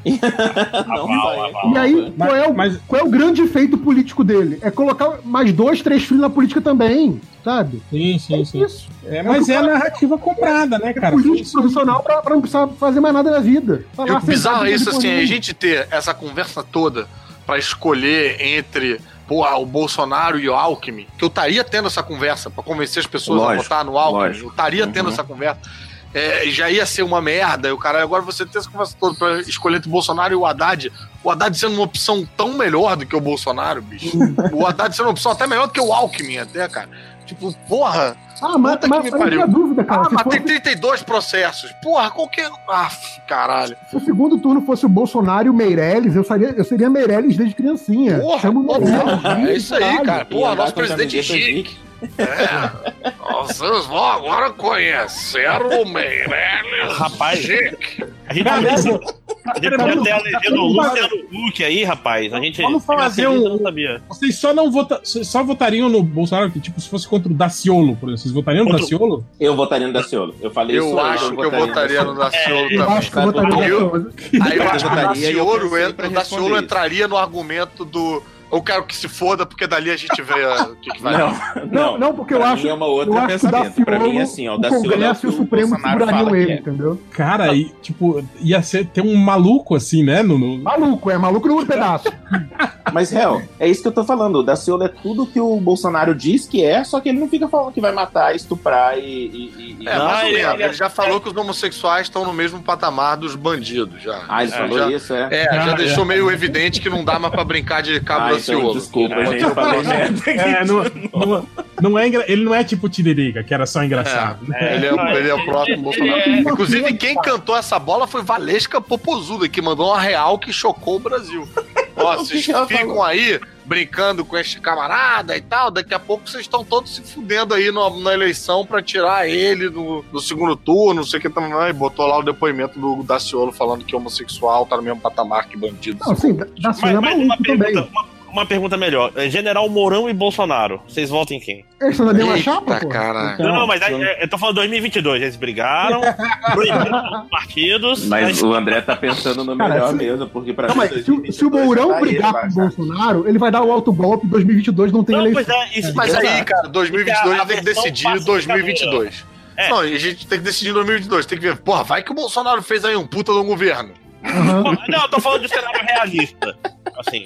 Não Aval, vai. aval. E aí, Mas- qual, é o, mas- qual é o grande efeito político dele? É colocar mais dois, três filhos na política também, sabe? Sim, sim, sim. Isso. É, mas é a narrativa comprada, né, cara? Político profissional pra, pra não precisar fazer mais nada na vida. Tá E lá o bizarro sentado é isso, de assim, porra a gente ter essa conversa toda pra escolher entre, porra, o Bolsonaro e o Alckmin, que eu estaria tendo essa conversa pra convencer as pessoas a Lógico, votar no Alckmin, lógico. eu estaria tendo Uhum. essa conversa. é, já ia ser uma merda, e o cara, agora você tem essa conversa toda pra escolher entre o Bolsonaro e o Haddad, o Haddad sendo uma opção tão melhor do que o Bolsonaro, bicho. O Haddad sendo uma opção até melhor do que o Alckmin, até, cara. Tipo, porra. Ah, mas, puta mas que me eu não pariu. tinha dúvida, cara. Ah, Se mas fosse- tem trinta e dois processos. Porra, qualquer. Ah, caralho. Se o segundo turno fosse o Bolsonaro e o Meirelles, eu seria, eu seria Meirelles desde criancinha. Porra, Chama o Meirelles. porra, é isso aí, caralho. cara. Porra, Ia andar nosso com a presidente camiseta chique. É. Vocês vão agora conhecer o Meirelles. Rapaz, chique. a gente podia a gente podia ter a legenda do Luciano Huck aí, rapaz. A gente Vamos fazer eu um- não sabia. Vocês só não vota, vocês só votariam no Bolsonaro, que, tipo, se fosse contra o Daciolo, por exemplo. Vocês votariam no Contra- Daciolo? Eu votaria no Daciolo. Eu falei isso Eu hoje, acho que eu votaria no Daciolo Eu também. acho que eu votaria no Eu- Daciolo. Aí eu acho que o votaria e eu Daciolo, pensei entra, pra o Daciolo responder entraria no argumento do eu quero que se foda, porque dali a gente vê uh, o que, que vai Não, dar. Não, não, porque eu pra acho- mim é uma Eu outra acho que o pensamento. Pra mim é Daciolo, assim, ó, o o Daciolo é o Congresso que e o Supremo Bolsonaro segurariam fala que ele, é. entendeu? Cara, e, tipo, ia ser, ter um maluco assim, né? No, no- Maluco, é maluco no pedaço. Mas, real, é isso que eu tô falando. O Daciolo é tudo que o Bolsonaro diz que é, só que ele não fica falando que vai matar, estuprar e... e, e... É, mais ou ele- menos. ele- Ele já falou que os homossexuais estão no mesmo patamar dos bandidos, já. Ah, ele É, falou já, isso, é? É, já Ah, deixou é. meio evidente que não dá mais pra brincar de cabo Ah, então, Daciolo. desculpa, É, gente, eu falei merda. É, não, não, não é engra- ele não é tipo Tiririca, que era só engraçado. É, ele, é, ele é o próximo Bolsonaro. Inclusive, quem cantou essa bola foi Valesca Popozuda, que mandou uma real que chocou o Brasil. Ó, O que vocês que ela ficam falou? aí brincando com este camarada e tal, daqui a pouco vocês estão todos se fudendo aí no- na eleição pra tirar ele do, do segundo turno, não sei o que também. E botou lá o depoimento do Daciolo falando que homossexual tá no mesmo patamar que bandido. Não, sim, Daciolo é Mas, mas uma, maluco também. pergunta, uma, uma pergunta melhor. É, General Mourão e Bolsonaro, vocês votam em quem? Eles estão na mesma Eita, chapa, pô? caralho. não, não, mas aí, é, eu tô falando dois mil e vinte e dois, eles brigaram, proibiram os partidos. Mas o André tá pensando no Cara, melhor se- mesmo, porque pra Não, mim... mas se, o- se o Mourão brigar com o Bolsonaro, ele vai dar o alto golpe em dois mil e vinte e dois, não tem Não, eleição. pois é, isso, Mas aí, exato. cara, dois mil e vinte e dois A- a tem que versão decidir pacificadora. dois mil e vinte e dois. É. Não, a gente tem que decidir em dois mil e vinte e dois. Tem que ver, porra, vai que o Bolsonaro fez aí um puta no governo. Não, eu tô falando de cenário realista. Assim.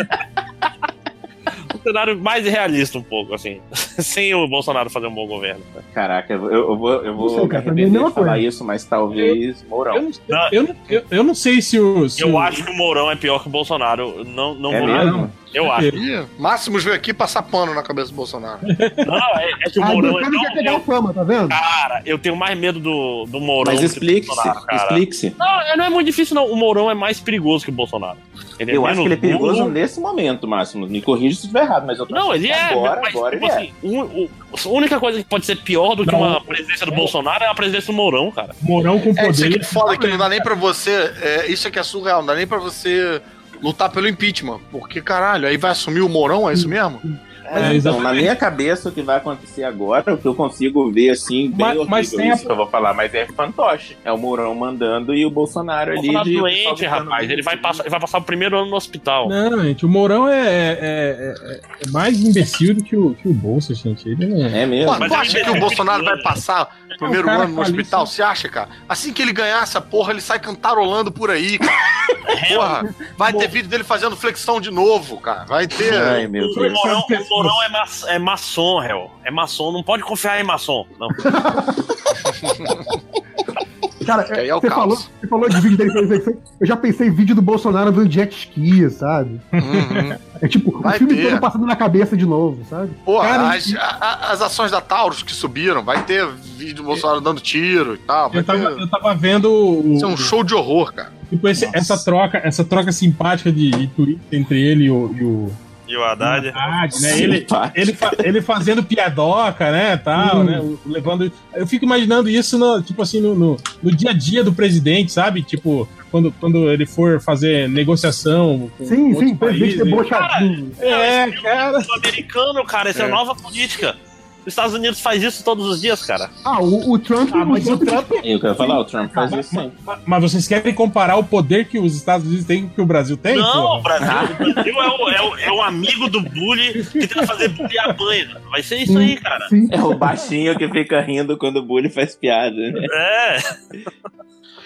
Um cenário mais realista um pouco, assim. Sem o Bolsonaro fazer um bom governo. Caraca, eu, eu vou, eu Não sei, vou cara, me pra mim é a arrepender mesma de falar coisa. isso, mas talvez Eu Mourão. não, eu, não, eu, eu não sei se o. Se Eu o- acho que o Mourão é pior que o Bolsonaro. Não, não É vou mesmo? Eu acho. Ih, Máximos veio aqui passar pano na cabeça do Bolsonaro. Não, é, é que o Aí Mourão é depois ele quer tão. pegar a Eu, fama, tá vendo? cara, eu tenho mais medo do, do Mourão. Mas do que do explique-se, Bolsonaro, cara. explique-se. Não, é- não é muito difícil, não. O Mourão é mais perigoso que o Bolsonaro. Ele é Eu acho que ele é menos perigoso burro. nesse momento, Máximo. Me corrija se estiver errado, mas eu tô Não, achando ele que é. agora, mas, agora tipo ele é. assim, o- o- a única coisa que pode ser pior do que Não. uma presidência do Bolsonaro é a presidência do Mourão, cara. Mourão com É, isso aqui poder. é foda, que não dá nem pra você. É, isso aqui é surreal, não dá nem pra você lutar pelo impeachment. Porque, caralho, aí vai assumir o Mourão, é isso mesmo? É, Então, exatamente. na minha cabeça, o que vai acontecer agora, o que eu consigo ver, assim, bem Mas- horrível mas tem a- isso que eu vou falar, mas é fantoche. É o Mourão mandando e o Bolsonaro O ali Bolsonaro de... doente, rapaz. Ele vai, passar, ele vai passar o primeiro ano no hospital. Não, gente, o Mourão é, é, é- é mais imbecil do que o, que o Bolsa, gente. Ele não é. É mesmo. Pô, Mas tu é acha que o verdade. Bolsonaro vai passar o primeiro cara ano no fala hospital? isso. Você acha, cara? Assim que ele ganhar essa porra, ele sai cantarolando por aí, cara. Porra, vai ter vídeo dele fazendo flexão de novo, cara. Vai ter. Ai, meu O Deus. Mourão, o Mourão é, ma é maçom, réu. É maçom, não pode confiar em maçom. Não. Cara, Que aí é o você, caos. falou, você falou de vídeo dele fazendo flexão. Eu já pensei em vídeo do Bolsonaro andando de jet ski, sabe? Uhum. É tipo, Vai o filme ter. todo passando na cabeça de novo, sabe? Porra, Cara, as, a- a- as ações da Taurus que subiram, vai ter vídeo do Bolsonaro dando tiro e tal. Vai Eu tava, ter... eu tava vendo o, Isso é um show de horror, cara. tipo, esse- essa troca, essa troca simpática de, de tweet entre ele e o, e o E o Haddad. Haddad, né? Ele, Simpático. ele, fa- ele fazendo piadoca, né, tal, Hum. né, o- levando... Eu fico imaginando isso, no, tipo assim, no, no, no dia a dia do presidente, sabe? Tipo, quando, quando ele for fazer negociação com Sim, outros sim, presidente países. debochadinho. É, cara... O americano, cara, essa é. É. a nova política. Os Estados Unidos faz isso todos os dias, cara. Ah, o, o Trump. Ah, mas o Trump... Eu quero falar, o Trump faz Mas, isso sim. mas- mas vocês querem comparar o poder que os Estados Unidos têm com o que o Brasil tem? Não, porra? o Brasil, o Brasil é, o, é, o, é o amigo do bully que tenta fazer bully e apanha. Vai ser isso aí, cara. Sim. É o baixinho que fica rindo quando o bully faz piada, né? É.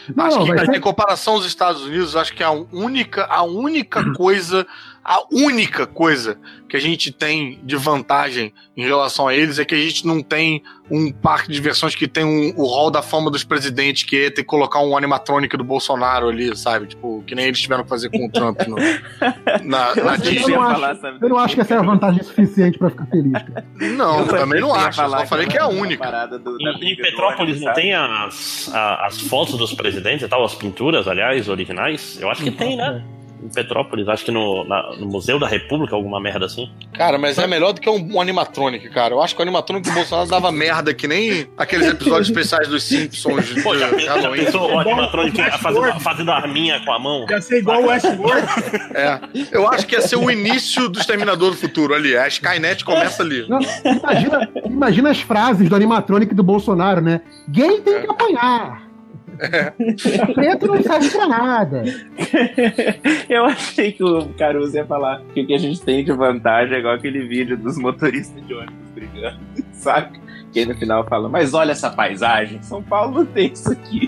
Não, acho que, ser... em comparação aos Estados Unidos, acho que a única, a única coisa, a única coisa que a gente tem de vantagem em relação a eles é que a gente não tem um parque de diversões que tem um, o hall da fama dos presidentes, que é ter que colocar um animatrônico do Bolsonaro ali, sabe? Tipo, que nem eles tiveram que fazer com o Trump no, na, na Disney. Eu não, acho, eu não acho que essa é a vantagem suficiente pra ficar feliz, cara. Não, eu também não acho. Eu só falei que é a única. Do, em, em Petrópolis não tem as, a, as fotos dos presidentes e tal, as pinturas, aliás, originais? Eu acho que tem, né? Em Petrópolis, acho que no, na, no Museu da República, alguma merda assim. Cara, mas é melhor do que um, um animatronic, cara. Eu acho que o animatronic do Bolsonaro dava merda, que nem aqueles episódios especiais dos Simpsons de Pô, já, já pensou o animatronic fazendo, fazendo arminha com a mão? Ia ser igual o Westworld. É, eu acho que ia ser o início do Exterminador do Futuro ali. A Skynet começa ali. Não, imagina, imagina as frases do animatronic do Bolsonaro, né? Gay tem que apanhar. É. Preto não serve pra nada. Eu achei que o Caruso ia falar que o que a gente tem de vantagem é igual aquele vídeo dos motoristas de ônibus brigando, saca? Que aí no final fala, mas olha essa paisagem, São Paulo não tem isso aqui.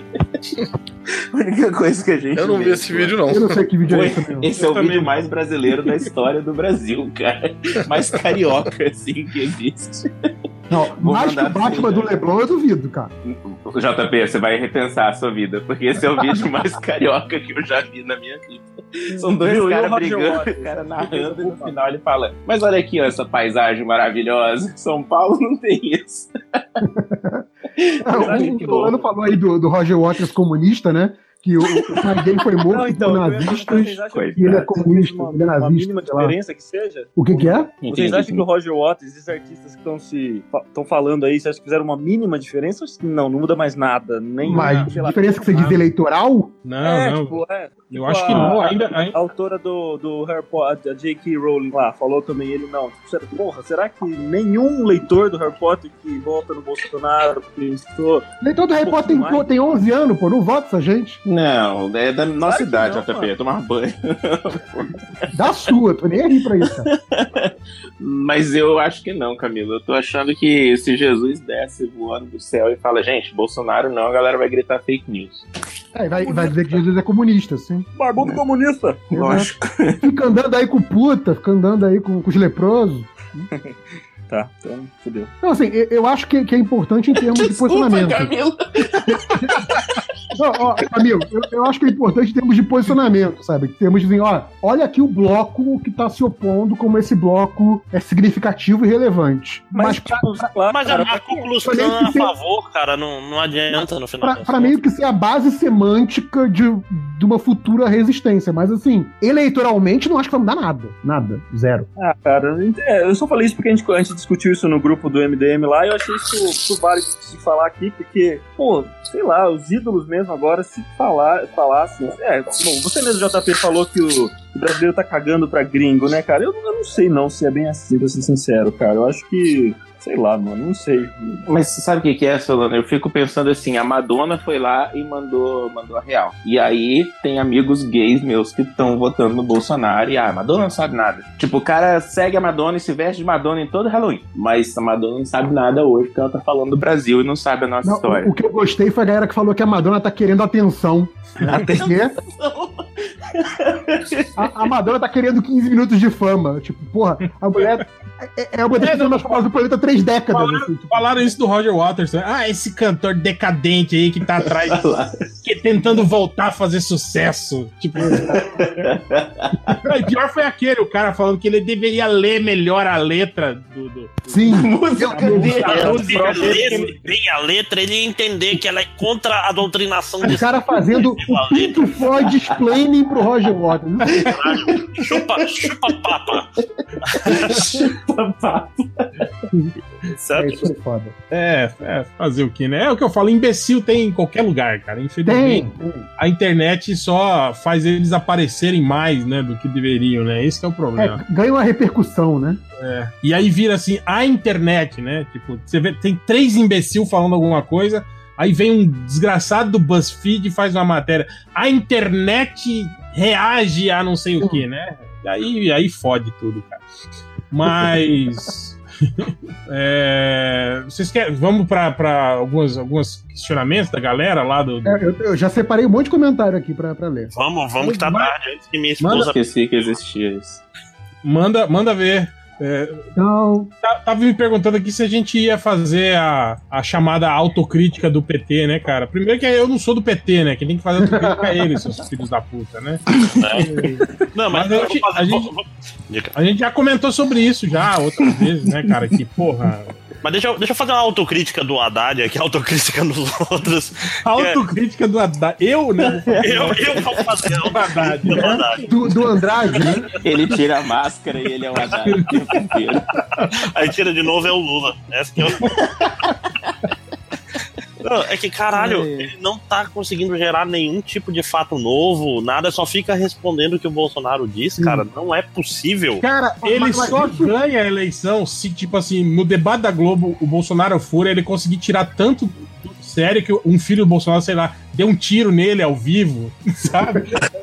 A única coisa que a gente... Eu não vi esse vídeo, não. Eu não sei que vídeo é esse. Esse é o vídeo mais brasileiro da história do Brasil, cara. Mais carioca, assim, que existe. Não, Vou mais que o Batman do Leblon, eu duvido, cara. J P, você vai repensar a sua vida, porque esse é o vídeo mais carioca que eu já vi na minha vida. São dois caras brigando, o cara narrando, e no final ele fala, mas olha aqui, ó, essa paisagem maravilhosa. São Paulo não tem isso. Ah, o Solano falou aí do, do Roger Waters comunista, né? Que o, o pai dele foi morto não, então, por nazistas e ele é comunista, uma, ele é nazista. Uma mínima diferença que seja? O que que é? Vocês acham que o Roger Waters, esses artistas que estão se estão falando aí, vocês acham que fizeram uma mínima diferença? Não, não muda mais nada. Nem Mas a diferença que você diz eleitoral? Não, é, não. Tipo, é, tipo eu acho que não. A, ainda, ainda... a autora do, do Harry Potter, a J K Rowling lá, falou também ele não. Tipo, porra, será que nenhum leitor do Harry Potter que vota no Bolsonaro pensou... Leitor do Harry Potter tem, tem onze anos, pô, não vota essa gente. Não, é da nossa claro idade, J P, não, tomar banho. Da sua, tô nem aí pra isso, cara. Mas eu acho que não, Camilo. Eu tô achando que se Jesus desce voando do céu e fala, gente, Bolsonaro não, a galera vai gritar fake news. É, vai, vai dizer que Jesus é comunista, sim. Barbudo é. comunista. Lógico. Fica andando aí com puta, fica andando aí com, com os leprosos. Tá, então fudeu. Então, assim, eu, eu acho que, que é importante em termos Desculpa, de posicionamento. Camilo. Não, ó, amigo, eu, eu acho que é importante em termos de posicionamento, sabe? Em termos de, ó, olha aqui o bloco que tá se opondo, como esse bloco é significativo e relevante. Mas, mas, pra, pra, mas cara, a, a conclusão é a favor, cara, não, não adianta no final. Pra, pra meio que ser a base semântica de, de uma futura resistência. Mas, assim, eleitoralmente, não acho que vai mudar nada. Nada. Zero. Ah, cara, eu só falei isso porque a gente, a gente discutiu isso no grupo do M D M lá e eu achei isso, isso válido de se falar aqui, porque, pô, sei lá, os ídolos mesmo agora, se falar, falassem. É, bom, você mesmo, J P, falou que o, o brasileiro tá cagando pra gringo, né, cara? Eu, eu não sei não se é bem assim, pra ser sincero, cara. Eu acho que. Sei lá, mano, não sei. Mas sabe o que, que é, Solano? Eu fico pensando assim, a Madonna foi lá e mandou, mandou a real. E aí tem amigos gays meus que estão votando no Bolsonaro e ah, a Madonna não sabe nada. Tipo, o cara segue a Madonna e se veste de Madonna em todo Halloween. Mas a Madonna não sabe nada hoje porque ela tá falando do Brasil e não sabe a nossa não, história. O, o que eu gostei foi a galera que falou que a Madonna tá querendo atenção. Atenção. a, a Madonna tá querendo quinze minutos de fama. Tipo, porra, a mulher... É, é uma das pessoas mais famosas do planeta há três décadas. Falaram, assim, tipo. falaram isso do Roger Waters. Né? Ah, esse cantor decadente aí que tá atrás, que, tentando voltar a fazer sucesso. Tipo. E pior foi aquele, o cara falando que ele deveria ler melhor a letra do. do Sim, música dele. A música dele, bem a letra, ele ia entender que ela é contra a doutrinação de. O cara fazendo o Pink Floyd explaining pro Roger Waters. Chupa, chupa papa. É, isso é foda. É, é, fazer o que, né? É o que eu falo, imbecil tem em qualquer lugar, cara. Infelizmente, tem, tem. A internet só faz eles aparecerem mais, né, do que deveriam, né? Esse que é o problema. É, ganha uma repercussão, né? É. E aí vira assim, a internet, né? Tipo, você vê, tem três imbecil falando alguma coisa, aí vem um desgraçado do BuzzFeed e faz uma matéria. A internet reage a não sei o que, né? E aí, aí fode tudo, cara. Mas... É, vocês querem. Vamos para alguns, alguns questionamentos da galera lá do. do... É, eu, eu já separei um monte de comentário aqui pra, pra ler. Vamos, vamos que tá tarde antes que minha esposa. Manda... Esqueci que existia isso. Manda, manda ver. É, então... Tava me perguntando aqui se a gente ia fazer a, a chamada autocrítica do P T, né, cara? Primeiro que eu não sou do P T, né? Quem tem que fazer autocrítica é eles, seus filhos da puta, né? É. Não, mas, mas a, gente, a, gente, a gente já comentou sobre isso já outras vezes, né, cara? Que, porra... Mas deixa eu, deixa eu fazer uma autocrítica do Haddad aqui, autocrítica nos outros. A autocrítica é... do Haddad. Eu, né? Eu, eu vou fazer a autocrítica do Haddad. Do, do Andrade, né? Ele tira a máscara e ele é o Haddad o tempo inteiro. Aí tira de novo é o Lula. Essa que eu... Não, é que, caralho, é. ele não tá conseguindo gerar nenhum tipo de fato novo, nada, só fica respondendo o que o Bolsonaro diz, cara. Hum. Não é possível. Cara, ele mas, só mas... ganha a eleição se, tipo assim, no debate da Globo, o Bolsonaro fura, ele conseguir tirar tanto sério que um filho do Bolsonaro, sei lá, deu um tiro nele ao vivo, sabe?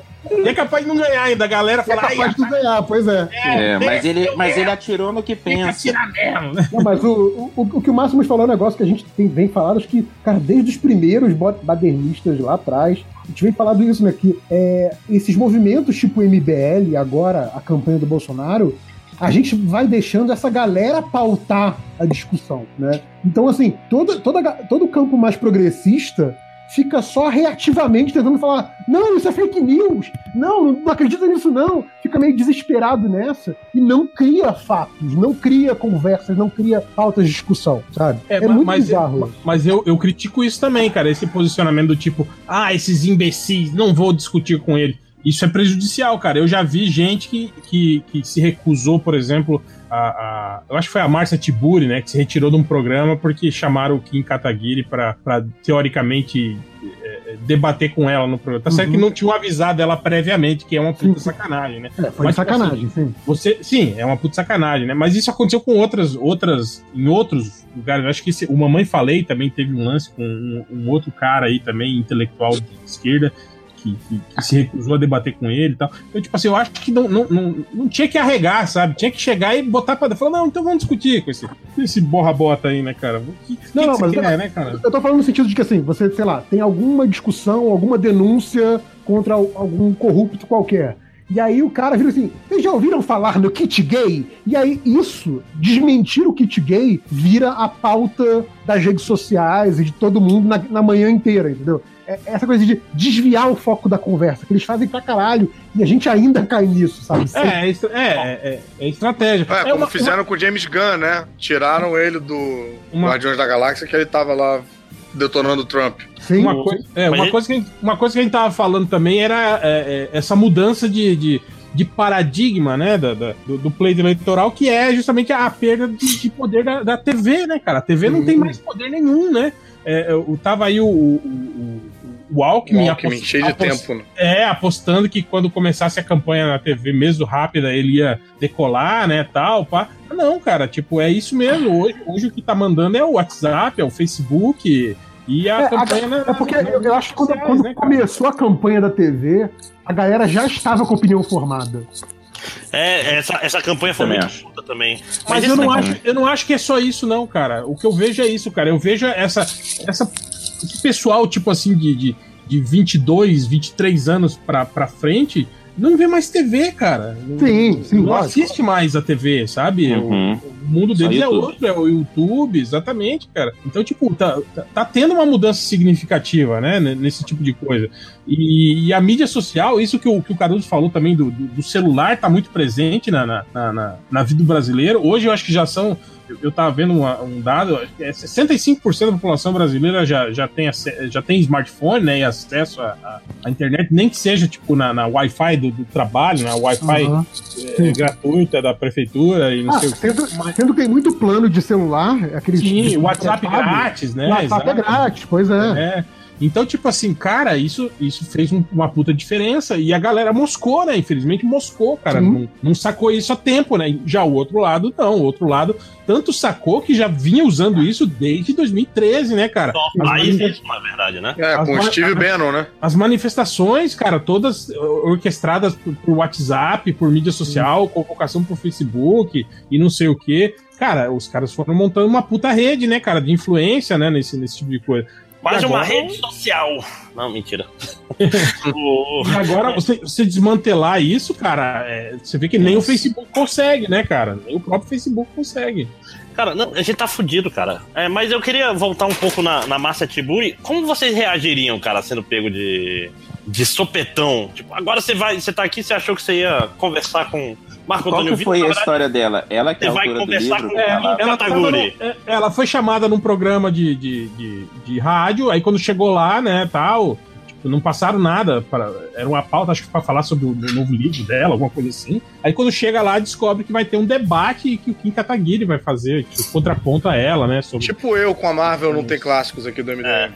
E é capaz de não ganhar ainda, a galera fala... É capaz de não ganhar, pois é. É, é mas, ele, mas ele atirou no que pensa. Mesmo. Não, mas o, o, o que o Máximo falou é um negócio que a gente tem, vem falado, acho que, cara, desde os primeiros badernistas lá atrás, a gente vem falando isso, né, que é, esses movimentos tipo M B L, agora a campanha do Bolsonaro, a gente vai deixando essa galera pautar a discussão, né? Então, assim, todo, toda, todo o campo mais progressista fica só reativamente tentando falar, não, isso é fake news, não, não acredita nisso não, fica meio desesperado nessa e não cria fatos, não cria conversas, não cria pautas de discussão, sabe? É, é muito mas bizarro. Eu, mas eu, eu critico isso também, cara, esse posicionamento do tipo, ah, esses imbecis, não vou discutir com ele. Isso é prejudicial, cara. Eu já vi gente que, que, que se recusou, por exemplo, a, a, eu acho que foi a Márcia Tiburi, né, que se retirou de um programa porque chamaram o Kim Kataguiri pra, pra teoricamente, é, debater com ela no programa. Tá certo uhum. que não tinham avisado ela previamente, que é uma puta sim. sacanagem, né? É, foi Mas, sacanagem, assim, sim. Você, sim, é uma puta sacanagem, né? Mas isso aconteceu com outras, outras em outros lugares. Eu acho que esse, o Mamãe Falei também teve um lance com um, um outro cara aí também, intelectual de esquerda, Que, que, que se recusou a debater com ele e tal. Então, tipo assim, eu acho que não, não, não, não tinha que arregar, sabe? Tinha que chegar e botar pra... Falar, não, então vamos discutir com esse, esse borra-bota aí, né, cara? Que, não, que não, que mas quer, eu, né, cara? Eu tô falando no sentido de que, assim, você, sei lá, tem alguma discussão, alguma denúncia contra algum corrupto qualquer. E aí o cara vira assim, vocês já ouviram falar no kit gay? E aí isso, desmentir o kit gay, vira a pauta das redes sociais e de todo mundo na, na manhã inteira, entendeu? É essa coisa de desviar o foco da conversa, que eles fazem pra caralho, e a gente ainda cai nisso, sabe? É, é, é, é, é estratégia. É, é como uma, fizeram uma... com o James Gunn, né? Tiraram ele do uma... Guardiões da Galáxia, que ele tava lá detonando o Trump. Sim, uma, coi é, uma, coisa que, uma coisa que a gente tava falando também era é, é, essa mudança de... de... de paradigma, né, da, da, do, do pleito eleitoral, que é justamente a perda de, de poder da, da T V, né, cara? A T V não tem mais poder nenhum, né? É, eu, tava aí o, o, o, o Alckmin, o Alckmin apost, cheio de apost, tempo, né? É, apostando que quando começasse a campanha na T V, mesmo rápida, ele ia decolar, né, tal, pá. Não, cara, tipo, é isso mesmo. Hoje, hoje o que tá mandando é o WhatsApp, é o Facebook e a é, campanha... A, na, é porque na, eu, eu acho que quando, sociais, quando né, começou a campanha da T V, a galera já estava com opinião formada. É, essa, essa campanha foi muito puta também. Mas, Mas eu, não acho, eu não acho que é só isso, não, cara. O que eu vejo é isso, cara. Eu vejo essa, essa esse pessoal, tipo assim, de, de, de vinte e dois, vinte e três anos pra, pra frente, não vê mais T V, cara. Sim, sim. Não lógico. Assiste mais a T V, sabe? Uhum. O, o mundo deles é outro, é o YouTube, exatamente, cara. Então, tipo, tá, tá, tá tendo uma mudança significativa, né, nesse tipo de coisa. E, e a mídia social, isso que o, que o Caruso falou também do, do, do celular, tá muito presente na, na, na, na vida do brasileiro. Hoje eu acho que já são... Eu estava vendo uma, um dado, é sessenta e cinco por cento da população brasileira já, já, tem, já tem smartphone, né, e acesso à internet, nem que seja tipo na, na Wi-Fi do, do trabalho, na Wi-Fi uhum. é, gratuita da prefeitura e não ah, sei o que. Mas tendo que tem muito plano de celular, aquele Sim, o WhatsApp grátis, né? O WhatsApp é grátis, pois é. é. Então, tipo assim, cara, isso, isso fez um, uma puta diferença e a galera moscou, né? Infelizmente moscou, cara. Não, não sacou isso a tempo, né? Já o outro lado, não. O outro lado tanto sacou que já vinha usando isso desde dois mil e treze, né, cara? Só mais isso, na verdade, né? É, com o Steve Bannon, né? As manifestações, cara, todas orquestradas por, por WhatsApp, por mídia social, convocação por Facebook e não sei o quê. cara, os caras foram montando uma puta rede, né, cara, de influência, né, nesse, nesse tipo de coisa. Quase agora... uma rede social. Não, mentira. E agora, você, você desmantelar isso, cara, é, você vê que nem o Facebook consegue, né, cara? Nem o próprio Facebook consegue. Cara, não, a gente tá fudido, cara. É, mas eu queria voltar um pouco na, na Márcia Tiburi. Como vocês reagiriam, cara, sendo pego de, de sopetão? Tipo, agora você vai, você tá aqui, você achou que você ia conversar com Marco Qual Antônio que foi Vitor, a história dela? Ela que é você vai autora do conversar livro? com É, ela, ela, Kataguri. no, ela foi chamada num programa de, de, de, de rádio, aí quando chegou lá, né, tal, tipo, não passaram nada, pra, era uma pauta, acho que pra falar sobre o, o novo livro dela, alguma coisa assim. Aí quando chega lá, descobre que vai ter um debate que o Kim Kataguiri vai fazer, que contraponta ela, né, sobre... Tipo eu com a Marvel não tem clássicos aqui do M D M.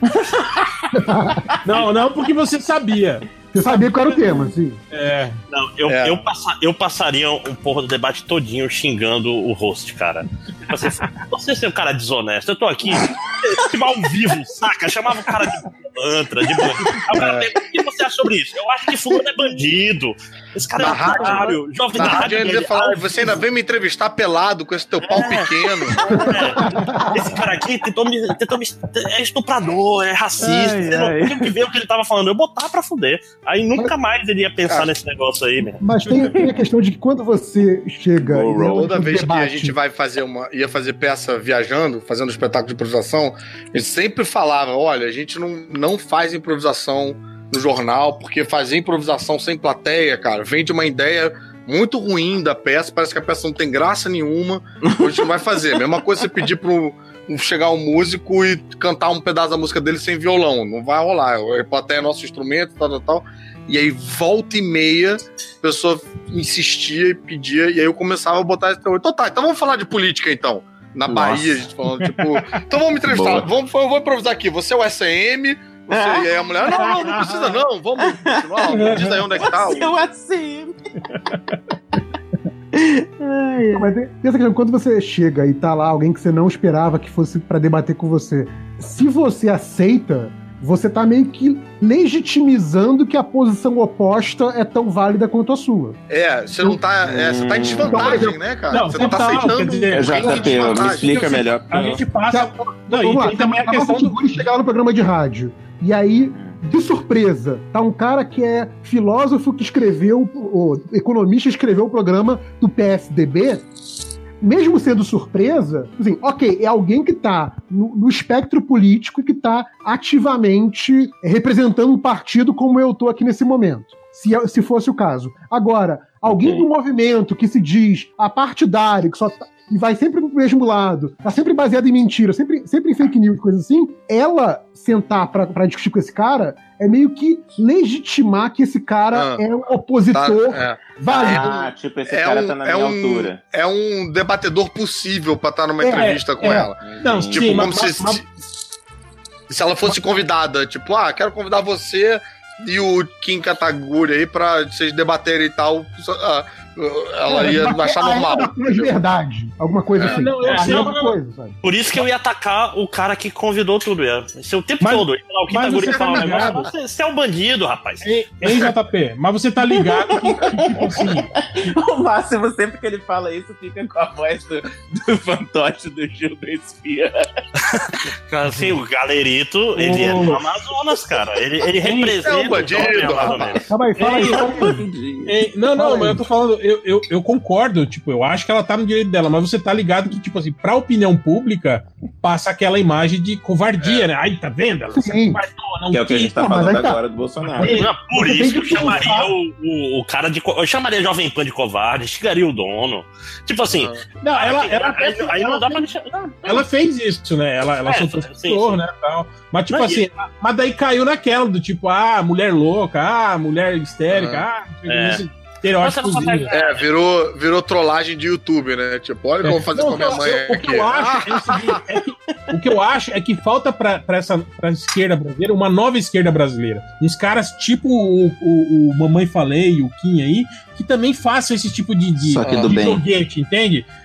Não, não porque você sabia. Você sabia qual era o tema, assim. É. Não, eu, É. eu, passa, eu passaria um porra do debate todinho xingando o host, cara. Você, você ser um cara desonesto. Eu tô aqui, tipo, ao vivo, saca? Chamava o cara de pilantra, de bandido. Aí o cara pergunta, o que você acha sobre isso? Eu acho que fulano é bandido. Esse cara Na é rádio, otário. Jovem Na da rádio rádio. ainda ele- ia falar, ah, você ainda vem me entrevistar pelado com esse teu pau É. pequeno. É. Esse cara aqui tentou me, tentou me. É estuprador, é racista. Ai, Você não ai. tinha que ver o que ele tava falando. Eu botar pra fuder. Aí nunca mais ele ia pensar Cara. nesse negócio aí, meu. Mas tem, tem a questão de que quando você chega... Go, e roll. realmente Toda um vez que a debate- gente vai fazer uma. Ia fazer peça viajando, fazendo espetáculo de improvisação, a gente sempre falava: olha, a gente não, não faz improvisação no jornal, porque fazer improvisação sem plateia, cara, vem de uma ideia muito ruim da peça, parece que a peça não tem graça nenhuma, a gente não vai fazer. Mesma coisa você pedir pro. Chegar um músico e cantar um pedaço da música dele sem violão. Não vai rolar. A plateia é nosso instrumento, tal, tal, tal. E aí, volta e meia, a pessoa insistia e pedia, e aí eu começava a botar esse teor. Então tá, então vamos falar de política, então. Na Nossa. Bahia, a gente falando, tipo... Então vamos me entrevistar, Boa. vamos, eu vou improvisar aqui. Você é o S A M, você, e aí a mulher, não, não, não precisa não, vamos continuar, não, diz aí onde é que tá. Eu assim. Não, mas tem, tem essa questão, quando você chega e tá lá alguém que você não esperava que fosse pra debater com você, se você aceita, você tá meio que legitimizando que a posição oposta é tão válida quanto a sua. É, você não tá, é, você tá em desvantagem, né, cara? Não, você não tá total, aceitando quer dizer, alguém J em P, me desvantagem. explica melhor. A gente passa. Não, Vamos e lá, tem também a a questão do. Seguri chegar lá no programa de rádio, e aí, de surpresa, tá um cara que é filósofo que escreveu, o economista escreveu o programa do P S D B, mesmo sendo surpresa, assim, ok, é alguém que tá no, no espectro político e que tá ativamente representando um partido como eu tô aqui nesse momento. Se, se fosse o caso. Agora, alguém Ok. do movimento que se diz apartidário, que só tá, e vai sempre pro mesmo lado, tá sempre baseado em mentira, sempre, sempre em fake news, coisa assim, ela sentar pra, pra discutir com esse cara é meio que legitimar que esse cara Ah, é um opositor Tá, é. válido. Ah, tipo, esse É cara um- tá na é minha um- altura. É um debatedor possível pra estar numa É, entrevista com é. ela. Não, Entendi. Tipo, sim, como mas, se, mas- se, se ela fosse convidada, tipo, ah, quero convidar você e o Kim Kataguiri aí pra vocês debaterem e tal. Ah, ela ia achar normal. Mas de verdade. Alguma coisa É. assim. Não, eu é a sei, mesma eu- coisa, sabe? Por isso que eu ia atacar o cara que convidou tudo. Ia. Esse é o tempo Mas- todo. Ia falar, o mas Kitaguri você tá fala um negócio. ligado? Você, você é um bandido, rapaz. Hein, hein, J P? Mas você tá ligado que, que, tipo assim. O Máximo, sempre que ele fala isso, fica com a voz do, do fantoche do Gil do Espia. Cara, assim, o Galerito, ele é do Amazonas, cara. Ele, ele representa É um o bandido, jovem rapaz. amazonense. Calma aí, fala aí. Ei, fala aí. Ei, não, não, Fala aí. mas eu tô falando, eu, eu, eu concordo, tipo, eu acho que ela tá no direito dela, mas você tá ligado que, tipo assim, pra opinião pública, passa aquela imagem de covardia, né? Ai, tá vendo? Ela Sim. não Que é o que a gente tá Não, mas falando aí tá. agora do Bolsonaro. Ei, Não, por Você isso tem que que eu chamaria pensar. o, o, o cara de. co- Eu chamaria Jovem Pan de covarde, xingaria o dono. Tipo assim. Não, ela, aí, ela, aí, aí não ela, dá pra deixar. Não, ela fez isso, né? Ela, ela É, soltou sim, o senhor, sim. né? Tal. Mas, tipo Não, assim, mas daí caiu naquela do tipo, ah, mulher louca, ah, mulher histérica, ah, É. esse estereótipo. Você não consegue- É, virou, virou trollagem de YouTube, né? Tipo, olha o que eu vou fazer Não, com a minha eu- mãe eu- o que aqui. eu acho é o seguinte, é que, o que eu acho é que falta pra, pra essa pra esquerda brasileira uma nova esquerda brasileira. Uns caras tipo o, o, o Mamãe Falei, o Kim aí, que também façam esse tipo de, de, Só que de do bem. joguete, entende?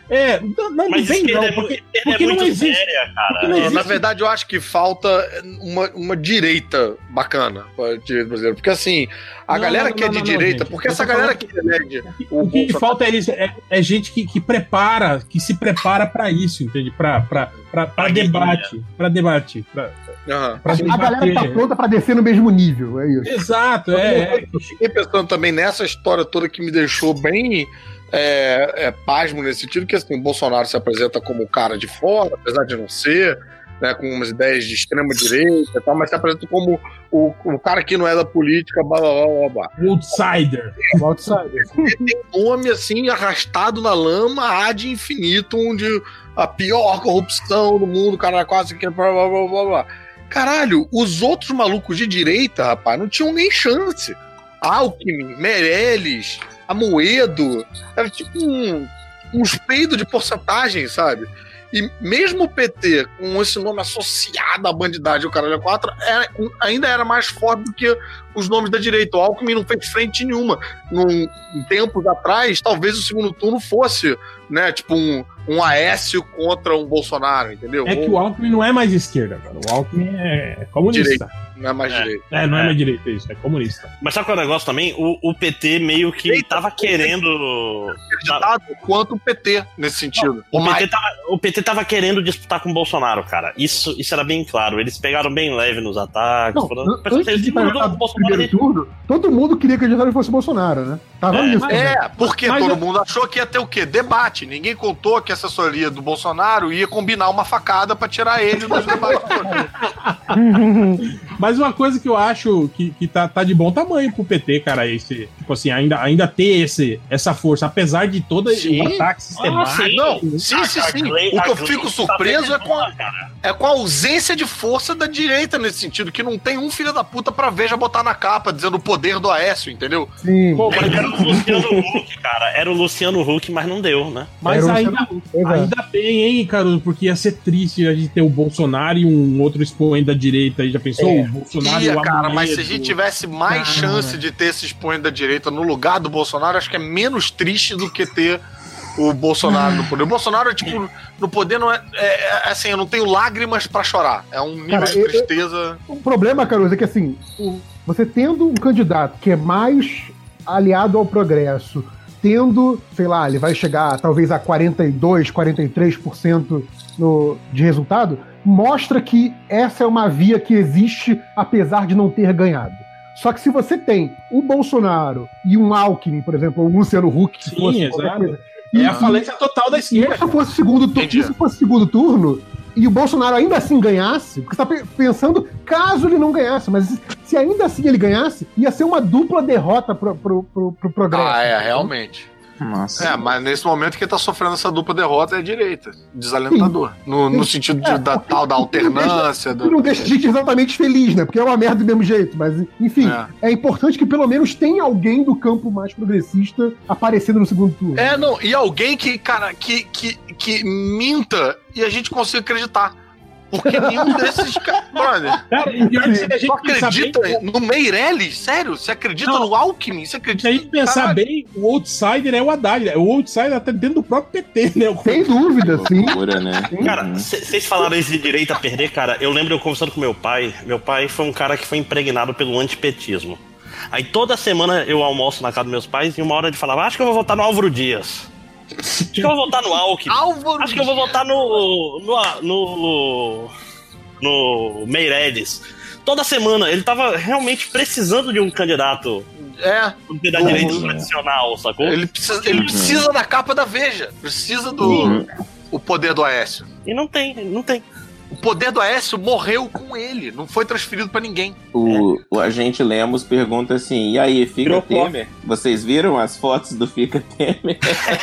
É, não, não Mas vem esquerda não, é, porque, esquerda porque é não muito existe. séria, cara. Não É, existe. na verdade, eu acho que falta uma, uma direita bacana para a direita brasileira. Porque assim, a Não, galera não, que é não, de não, direita, gente. porque Eu essa tô galera falando que elege O que falta é, é, é gente que, que prepara, que se prepara pra isso, entende? Pra, pra, pra, pra debate. Pra debate. Pra, Uhum. pra A galera tá pronta pra descer no mesmo nível, é isso. Exato, é. é. Eu fiquei pensando também nessa história toda que me deixou bem é, é, pasmo nesse sentido, que assim, o Bolsonaro se apresenta como o cara de fora, apesar de não ser, né, com umas ideias de extrema direita e tal, mas se apresenta como o, o cara que não é da política, blá blá blá blá blá. Outsider. O outsider. Tem nome assim, arrastado na lama, ad infinito, onde a pior corrupção do mundo, o cara quase que blá blá blá blá blá. Caralho, os outros malucos de direita, rapaz, não tinham nem chance. Alckmin, Meirelles, Amoedo, era tipo um, uns peidos de porcentagem, sabe? E mesmo o P T, com esse nome associado à bandidagem, o caralho quatro, era, ainda era mais forte do que os nomes da direita. O Alckmin não fez frente nenhuma. Num, em tempos atrás, talvez o segundo turno fosse, né, tipo um, um Aécio contra um Bolsonaro, entendeu? É que o Alckmin não é mais esquerda, cara. O Alckmin é comunista. Direita. Não é mais É. direita. É, não é, É. mais direita, isso, é comunista. Mas sabe qual é o negócio também? O, o P T meio que Eita, tava querendo. Acreditado quanto o P T nesse sentido. O Mas- P T, tava, o P T tava querendo disputar com o Bolsonaro, cara. Isso, isso era bem claro. Eles pegaram bem leve nos ataques. Não, foram- an- antes de segundo pegar o o Bolsonaro, primeiro turno, todo mundo queria que o candidato fosse Bolsonaro, né? Tava É, nisso. mas- também. É, porque Mas todo eu- mundo achou que ia ter o quê? Debate. Ninguém contou que a assessoria do Bolsonaro ia combinar uma facada pra tirar ele dos debates. Mas uma coisa que eu acho que, que tá, tá de bom tamanho pro P T, cara, esse, tipo assim, ainda, ainda ter esse, essa força, apesar de todo Sim. o ataque sistemático. sim. Não, sim, sim, A- a sim. Gleice- O que eu a fico Gleice surpreso tá é com, a, perdendo, cara. é com a ausência de força da direita nesse sentido, que não tem um filho da puta pra Veja botar na capa, dizendo o poder do Aécio, entendeu? Sim. Pô, mas, Era o Luciano Huck, cara. Era o Luciano Huck, mas não deu, né? mas Era o ainda, Luciano- Pois é. ainda bem, hein, Caruso, porque ia ser triste a gente ter o Bolsonaro e um outro expoente da direita aí, já pensou? É. O Bolsonaro e Ia, o cara, mas se a Amoedo. gente tivesse mais Cara. chance de ter esse expoente da direita no lugar do Bolsonaro, acho que é menos triste do que ter o Bolsonaro no poder. O Bolsonaro, tipo, no poder não é, é, é assim, eu não tenho lágrimas pra chorar. É um nível Cara, de eu- eu- tristeza. O problema, Caruso, é que assim, o- você tendo um candidato que é mais aliado ao progresso, tendo, sei lá, ele vai chegar talvez a quarenta e dois, quarenta e três por cento no, de resultado, mostra que essa é uma via que existe apesar de não ter ganhado. Só que se você tem o Bolsonaro e um Alckmin, por exemplo, ou um Luciano Huck, que Sim, fosse qualquer exato. coisa, É e- a falência total da e esquerda. isso fosse segundo turno, Entendi. isso fosse segundo turno e o Bolsonaro ainda assim ganhasse, porque você tá pe- pensando caso ele não ganhasse, mas se ainda assim ele ganhasse, ia ser uma dupla derrota pro, pro, pro, pro progresso. Ah, é, realmente. Nossa. É, mas nesse momento quem tá sofrendo essa dupla derrota é a direita. Desalentador. No, no sentido de- da tal da alternância. Que Do... não deixa a gente exatamente feliz, né? Porque é uma merda do mesmo jeito. Mas, enfim, É. é, importante que pelo menos tenha alguém do campo mais progressista aparecendo no segundo turno. É, não, e alguém que, cara, que, que, que minta e a gente consiga acreditar. Porque nenhum desses caras. Brother, Cara, e pior que se a gente tu pensar acredita bem, no Meirelles? Sério? Você acredita Não. no Alckmin? Você se acredita a gente pensar Caralho. bem, o outsider é o Haddad, né? O outsider até dentro do próprio P T, né? O- Sem dúvida, sim. Loucura, né? Cara, Uhum. vocês falaram isso de direita perder, cara. Eu lembro eu conversando com meu pai. Meu pai foi um cara que foi impregnado pelo antipetismo. Aí toda semana eu almoço na casa dos meus pais e uma hora ele falava: acho que eu vou votar no Álvaro Dias. Acho que eu vou votar no Alckmin. Álvaro Acho que eu vou votar no. no. no, no Meirelles. Toda semana ele tava realmente precisando de um candidato É, da Uhum. direita tradicional, sacou? ele precisa, ele precisa da capa da Veja. Precisa do Uhum. o poder do Aécio. E não tem, não tem. O poder do Aécio morreu com ele. Não foi transferido pra ninguém. O, o agente Lemos pergunta assim: e aí, fica Virou Temer? Vocês viram as fotos do Fica Temer?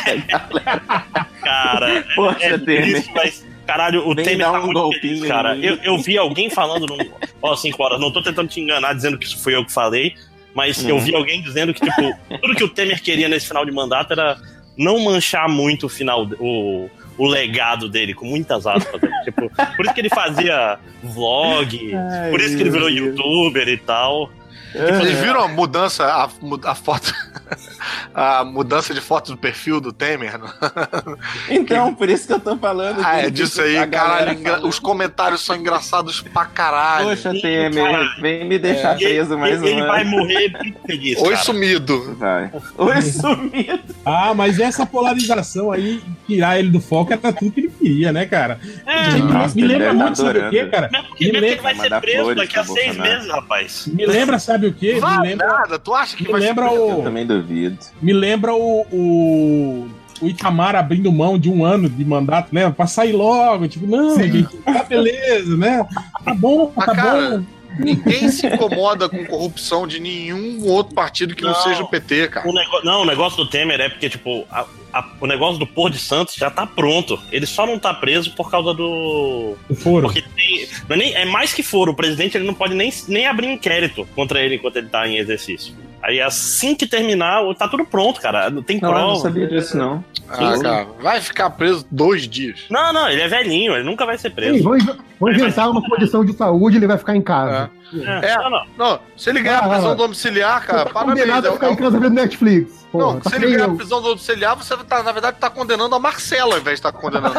Cara, Poxa, é Temer. triste, mas, caralho, o Vem Temer dar tá um muito golpinho feliz, cara. aí. Eu, eu vi alguém falando no. Ó, cinco horas, não tô tentando te enganar dizendo que isso fui eu que falei, mas eu Uhum. vi alguém dizendo que, tipo, tudo que o Temer queria nesse final de mandato era não manchar muito o final, o, o legado dele, com muitas aspas. Né? Tipo, por isso que ele fazia vlog, Ai, por isso que ele virou meu Deus. youtuber e tal. Vocês viram a mudança, a, mu- a foto, a mudança de foto do perfil do Temer. Então, por isso que eu tô falando. Ah, é disso aí, caralho. Engra... Os comentários são engraçados pra caralho. Poxa, Temer, vem me deixar é. preso mais ele, um ele vai morrer feliz, Oi, cara. Sumido. Vai. Oi, sumido. Ah, mas essa polarização aí, tirar ele do foco, era tudo que ele queria, né, cara? É, me, nossa, me lembra muito, tá sabe o quê, cara? Mesmo porque, me mesmo lembra... que ele vai ser preso daqui a seis meses, rapaz. Me lembra, sabe o quê? Vai me lembra... nada, tu acha que me vai lembra ser o... Eu também duvido. Me lembra o... o... o Itamar abrindo mão de um ano de mandato, né? Pra sair logo, tipo, não, Sim. gente, tá beleza, né? Tá bom, Mas, tá cara, bom. Ninguém se incomoda com corrupção de nenhum outro partido que não, não seja o P T, cara. O nego... Não, o negócio do Temer é porque, tipo, a, a, o negócio do Porto de Santos já tá pronto. Ele só não tá preso por causa do... O foro. Porque tem... Não é, nem... é mais que foro. O presidente ele não pode nem, nem abrir inquérito contra ele enquanto ele tá em exercício. Aí assim que terminar, tá tudo pronto, cara. Não tem não, prova. Eu não sabia disso, não. Ah, Sim. cara, vai ficar preso dois dias. Não, não, ele é velhinho, ele nunca vai ser preso. Sim, vamos, vamos inventar uma condição de saúde, ele vai ficar em casa. É, é. Não, não. não, se ele ganhar ah, prisão domiciliar, cara, tá parabéns. Condenado a ficar em casa vendo Netflix. Porra, não, tá se ele ganhar eu. prisão domiciliar, você tá, na verdade, tá condenando a Marcela ao invés de estar tá condenando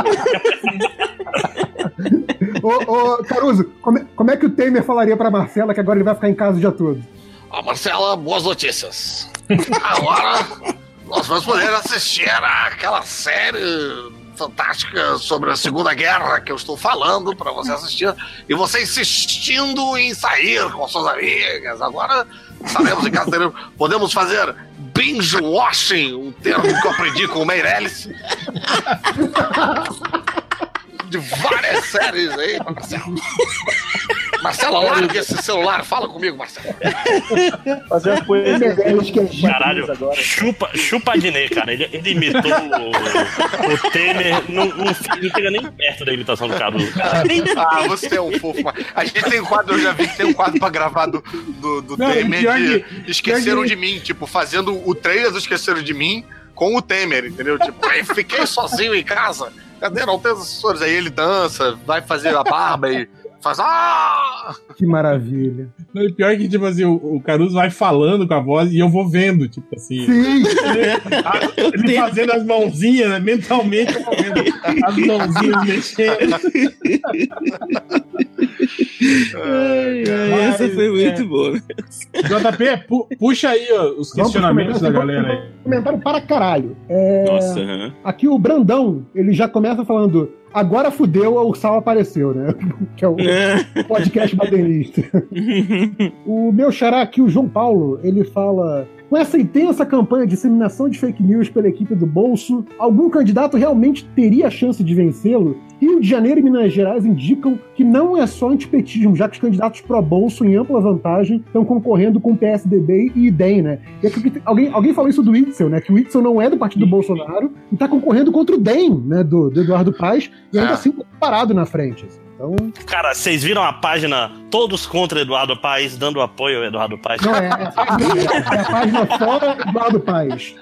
ele. Ô, ô, Caruso, como é, como é que o Temer falaria pra Marcela que agora ele vai ficar em casa o dia todo? Ah, Marcela, boas notícias. Agora nós vamos poder assistir aquela série fantástica sobre a Segunda Guerra que eu estou falando pra você assistir. E você insistindo em sair com suas amigas. Agora estaremos em casa. Podemos fazer binge watching, um termo que eu aprendi com o Meirelles. De várias séries aí, Marcelo. Marcelo, larga esse celular, fala comigo, Marcelo. Fazer as coisas que Caralho, chupa, chupa Adnê, cara. Ele, ele imitou o, o Temer, não, não, não chega nem perto da imitação do Caruso. Ah, você é um fofo. Mas a gente tem um quadro, eu já vi que tem um quadro pra gravar do, do, do não, Temer de que, Esqueceram de Mim, tipo, fazendo o trailer do Esqueceram de Mim com o Temer, entendeu? Tipo, fiquei sozinho em casa. Cadê? Não tem os assessores. Aí ele dança, vai fazer a barba e faz. Ah! Que maravilha. Não, e pior que, tipo assim, o, o Caruso vai falando com a voz e eu vou vendo, tipo assim. Sim! Ele, ele fazendo as mãozinhas, né? Mentalmente eu vou vendo as mãozinhas mexendo. Ai, ai, essa foi muito é. boa. J P, pu puxa aí ó, os questionamentos da galera aí. Comentário para caralho. É, Nossa, uhum. Aqui o Brandão, ele já começa falando: agora fudeu, o Sal apareceu, né? Que é o podcast badenista. O meu xará aqui, o João Paulo, ele fala: com essa intensa campanha de disseminação de fake news pela equipe do Bolso, algum candidato realmente teria a chance de vencê-lo? Rio de Janeiro e Minas Gerais indicam que não é só antipetismo, já que os candidatos pró-Bolso, em ampla vantagem, estão concorrendo com o P S D B e I D E M, né? E aqui, alguém, alguém falou isso do Witzel, né? Que o Witzel não é do partido do Bolsonaro e está concorrendo contra o D E M, né? Do, do Eduardo Paes, e ainda é. assim parado na frente. Assim. Então... Cara, vocês viram a página Todos contra Eduardo Paes, dando apoio ao Eduardo Paes? Não, é, é, é a página fora Eduardo Paes.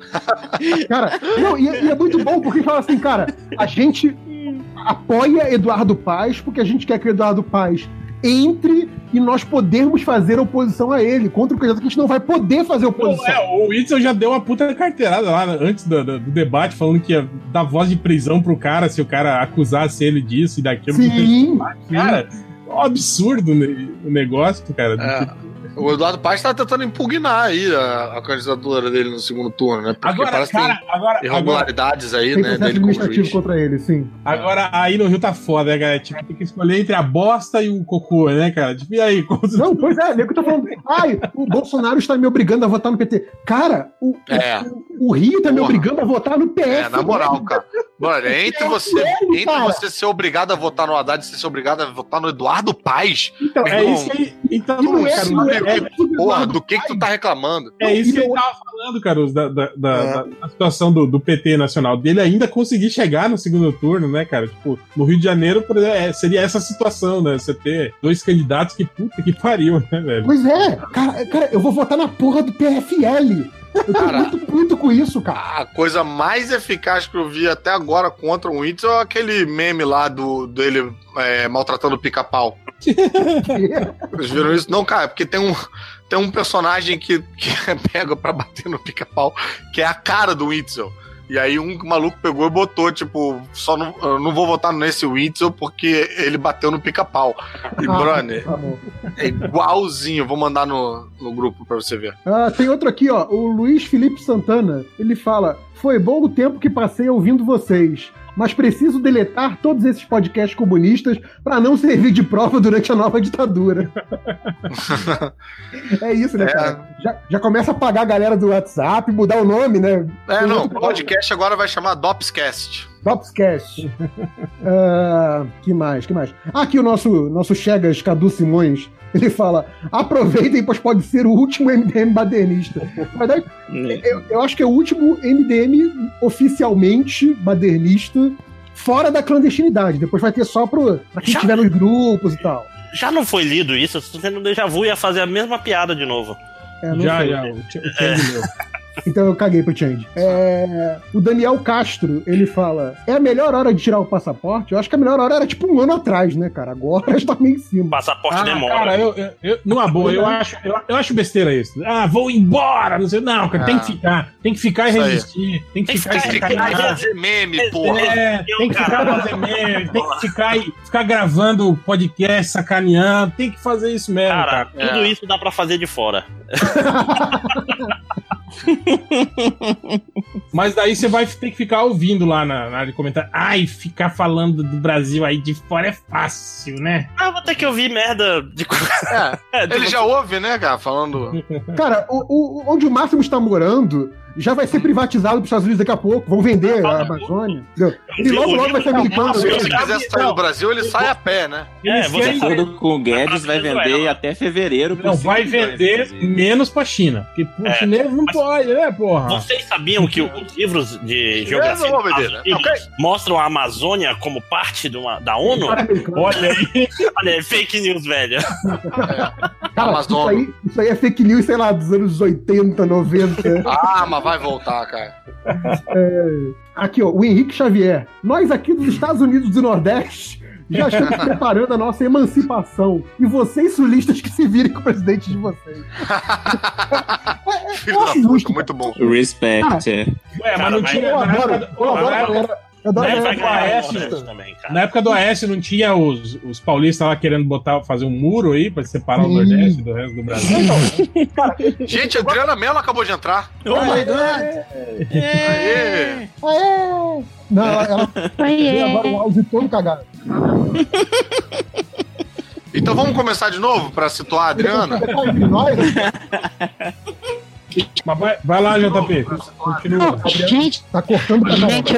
Cara, não, e, e é muito bom porque fala assim, cara, a gente apoia Eduardo Paes porque a gente quer que o Eduardo Paes entre e nós podermos fazer oposição a ele, contra o candidato que a gente não vai poder fazer oposição. Não, é, o Witzel já deu uma puta carteirada lá antes do, do, do debate, falando que ia dar voz de prisão pro cara se o cara acusasse ele disso e daquilo. Sim, cara, é um absurdo o negócio, cara. É. O Eduardo Paes tá tentando impugnar aí a, a candidatura dele no segundo turno, né? Porque agora, parece cara, que tem agora, irregularidades agora, aí, tem né? Dele administrativo contra ele, sim. Agora, aí no Rio tá foda, né, cara? Tipo, tem que escolher entre a bosta e o cocô, né, cara? Tipo, e aí? Como... Não, pois é, nego tá falando, ai, o Bolsonaro está me obrigando a votar no P T. Cara, o, é. o, o Rio tá Porra. me obrigando a votar no P F. É, na moral, cara. Mano, entre você, ele, entre você ser obrigado a votar no Haddad e você ser obrigado a votar no Eduardo Paes. Então, é isso que ele. Então, não, é, cara, não é, é, é, porra, do que que tu tá reclamando? É isso que ele tava falando, Caruso, da, da, da, é. da situação do, do P T nacional, dele ainda conseguir chegar no segundo turno, né, cara? Tipo, no Rio de Janeiro, por exemplo, seria essa situação, né? Você ter dois candidatos que puta que pariu, né, velho? Pois é, cara, cara, eu vou votar na porra do P F L. Eu tô cara, muito puto com isso, cara. A coisa mais eficaz que eu vi até agora contra o Witzel é aquele meme lá do, dele é, maltratando o pica-pau. Vocês viram isso? Não, cara, porque tem um, tem um personagem que, que pega pra bater no pica-pau, que é a cara do Witzel. E aí um maluco pegou e botou, tipo, só não, eu não vou votar nesse Witzel porque ele bateu no pica-pau. E, Ah, brother, tá bom. é igualzinho. Vou mandar no, no grupo pra você ver. Ah, tem outro aqui, ó. O Luiz Felipe Santana. Ele fala: foi bom o tempo que passei ouvindo vocês, mas preciso deletar todos esses podcasts comunistas pra não servir de prova durante a nova ditadura. É isso, né, É. cara? Já, já começa a pagar a galera do WhatsApp, mudar o nome, né? É, Tem não, o outro- podcast agora vai chamar Dopscast. Dopscast. Ah, que mais, que mais? Ah, aqui o nosso, nosso Chegas Cadu Simões, ele fala: aproveitem, pois pode ser o último M D M badernista. Na verdade, eu, eu acho que é o último M D M oficialmente badernista fora da clandestinidade. Depois vai ter só pro, pra quem Já- estiver nos grupos e tal. Já não foi lido isso? Se você não déjà vu, ia fazer a mesma piada de novo. É, não Já, sei. já. O Ch- o Change leu. Então eu caguei pro Change. É, o Daniel Castro, ele fala: é a melhor hora de tirar o passaporte? Eu acho que a melhor hora era tipo um ano atrás, né, cara? Agora está meio em cima. Passaporte Ah, demora. cara, eu, eu, eu, numa boa, eu acho, eu, eu acho besteira isso. Ah, vou embora, não sei. Não, cara, Ah. tem que ficar. Tem que ficar e Isso aí. resistir. Tem que Tem que ficar e ficar- Tem que sacanear. fazer meme, porra. É, tem que ficar Caralho. fazendo meme, tem que ficar, e- ficar gravando podcast, sacaneando, tem que fazer isso mesmo, Cara, cara. tudo É. isso dá pra fazer de fora. Mas daí você vai ter que ficar ouvindo lá na, na área de comentário. Ai, ficar falando do Brasil aí de fora é fácil, né? Ah, vou ter que ouvir merda de. É, É, ele já ouve, né, cara, falando... Cara, o, o- onde o Máximo está morando já vai ser privatizado pros Estados Unidos daqui a pouco. Vão vender a Amazônia. Entendeu? E logo, logo vai ser americano. Se né? ele quiser sair do Brasil, ele sai a pé, né? É, Eles você querem- De acordo com o Guedes, vai vender até fevereiro. por Não, cinco vai milhões, vender inclusive. menos pra China. Porque pro É, chinês não pode, né, porra? Vocês sabiam que os livros de geografia Eu não vou dos vender, Estados né? Unidos mostram a Amazônia como parte de uma, da ONU? Olha aí. Olha aí, fake news, velho. Cara, isso Amazon. aí, isso aí é fake news, sei lá, dos anos oitenta, noventa. Ah, mas vai voltar, cara. Aqui, ó, o Henrique Xavier. Nós aqui dos Estados Unidos do Nordeste já estamos preparando a nossa emancipação. E vocês, sulistas, que se virem com o presidente de vocês. Filho da acho puta, justo, muito bom. Respect, é. Ué, mas Cara, não mas tinha. Eu Na adoro, época, eu na adoro, época- galera. Eu adoro Na Vai época galera. do ganhar o Aécio, Nordeste também, cara. Na época do Aécio não tinha os, os paulistas lá querendo botar, fazer um muro aí pra separar o Sim. Nordeste do resto do Brasil. Gente, a Adriana Mello acabou de entrar. Oh my god! Aê! Aê! Não, ela, ela tem agora um áudio todo cagado. Então vamos começar de novo pra situar a Adriana? Entre nós, Mas vai, vai lá, J P. Continua. Gente, tá cortando pra não. gente,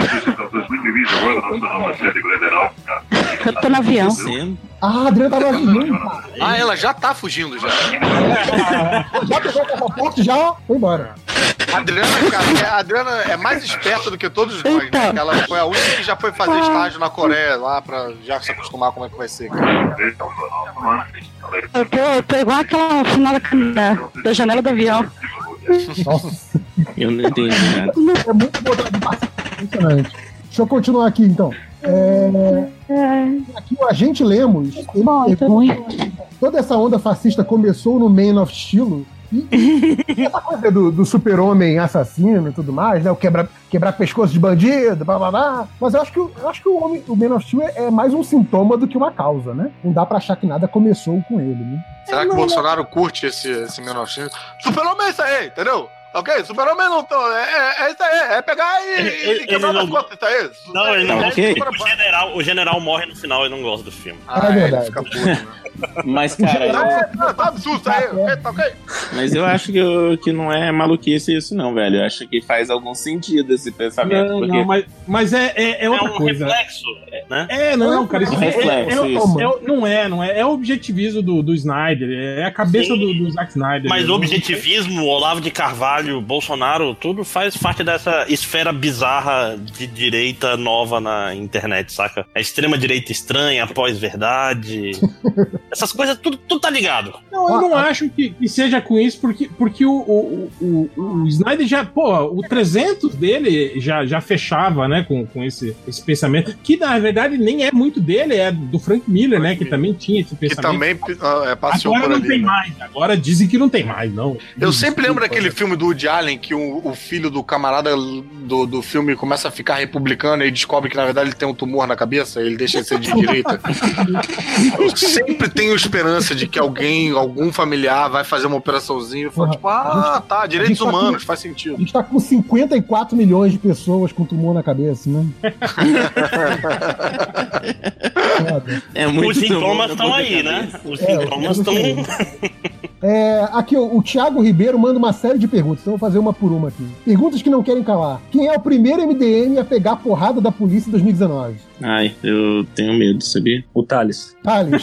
eu tô no avião. Sendo. Ah, a Adriana tava avisando, cara. Ah, ela já tá fugindo já. Já pegou o passaporte, já foi embora. A Adriana, cara, a Adriana é mais esperta do que todos nós, né? Então. Que ela foi a única que já foi fazer estágio na Coreia lá pra já se acostumar como é que vai ser. Cara. Eu tô, eu tô igual aquela final da, da, da janela do avião. Nossa, Eu não entendi nada. é muito bom de passaporte. Impressionante. Deixa eu continuar aqui, então. É, É, aqui o Agente Lemos, ele bom, pegou- tá ruim. toda essa onda fascista começou no Man of Steel. E, e essa coisa do, do super-homem assassino e tudo mais, né? O quebrar quebrar pescoço de bandido, blá blá blá. Mas eu acho que, o- eu acho que o, homem, o Man of Steel é, é mais um sintoma do que uma causa, né? Não dá pra achar que nada começou com ele, né? Será que o Bolsonaro curte esse, esse mil e novecentos? Super-homem é isso aí, entendeu? Ok? Super-homem não tô. É, é, é isso aí, é pegar e, Ele- e ele- quebrar ele as não- costas, isso aí. Não, ele não. Tá ok? O general, o general morre no final e não gosta do filme. Ah, É é, verdade. ele fica puto, né? Mas, cara, eu, É, tá tá absurdo isso aí, ok? Tá ok? mas eu acho que, eu- que não é maluquice isso, não, velho. Eu acho que faz algum sentido esse pensamento. Não, porque não, mas, mas é, é, é outra é um coisa. reflexo, né? É, não, cara, isso Um é, reflexo, é- é- isso. é- não é, não é. É o objetivismo do, do Snyder, é a cabeça Sim. do, do Zack Snyder. Mas né? o objetivismo, Olavo de Carvalho, Bolsonaro, tudo faz parte dessa esfera bizarra de direita nova na internet, saca? A extrema-direita estranha, pós-verdade. Essas coisas, tudo, tudo tá ligado. Não, eu não acho que, que seja com isso, porque, porque o, o, o, o Snyder já, pô, o trezentos dele já, já fechava, né, com, com esse, esse pensamento, que na verdade verdade, nem é muito dele, é do Frank Miller, né? Que também tinha esse Que pensamento. também é, passeou Agora por não ali. tem né? mais. Agora dizem que não tem mais, não. Eu sempre lembro daquele filme do Woody Allen que o, o filho do camarada do, do filme começa a ficar republicano e descobre que na verdade ele tem um tumor na cabeça e ele deixa de ser de direita. Eu sempre tenho esperança de que alguém, algum familiar vai fazer uma operaçãozinha e fala, tipo, ah, tá, direitos humanos, faz sentido. A gente tá com cinquenta e quatro milhões de pessoas com tumor na cabeça, né? É muito Os sintomas tumor na estão aí, né? cabeça. Os É, sintomas eu estão. É, aqui, o, o Thiago Ribeiro manda uma série de perguntas, então eu vou fazer uma por uma aqui. Perguntas que não querem calar. Quem é o primeiro M D M a pegar a porrada da polícia em dois mil e dezenove? Ai, eu tenho medo, sabia? O Thales. Thales.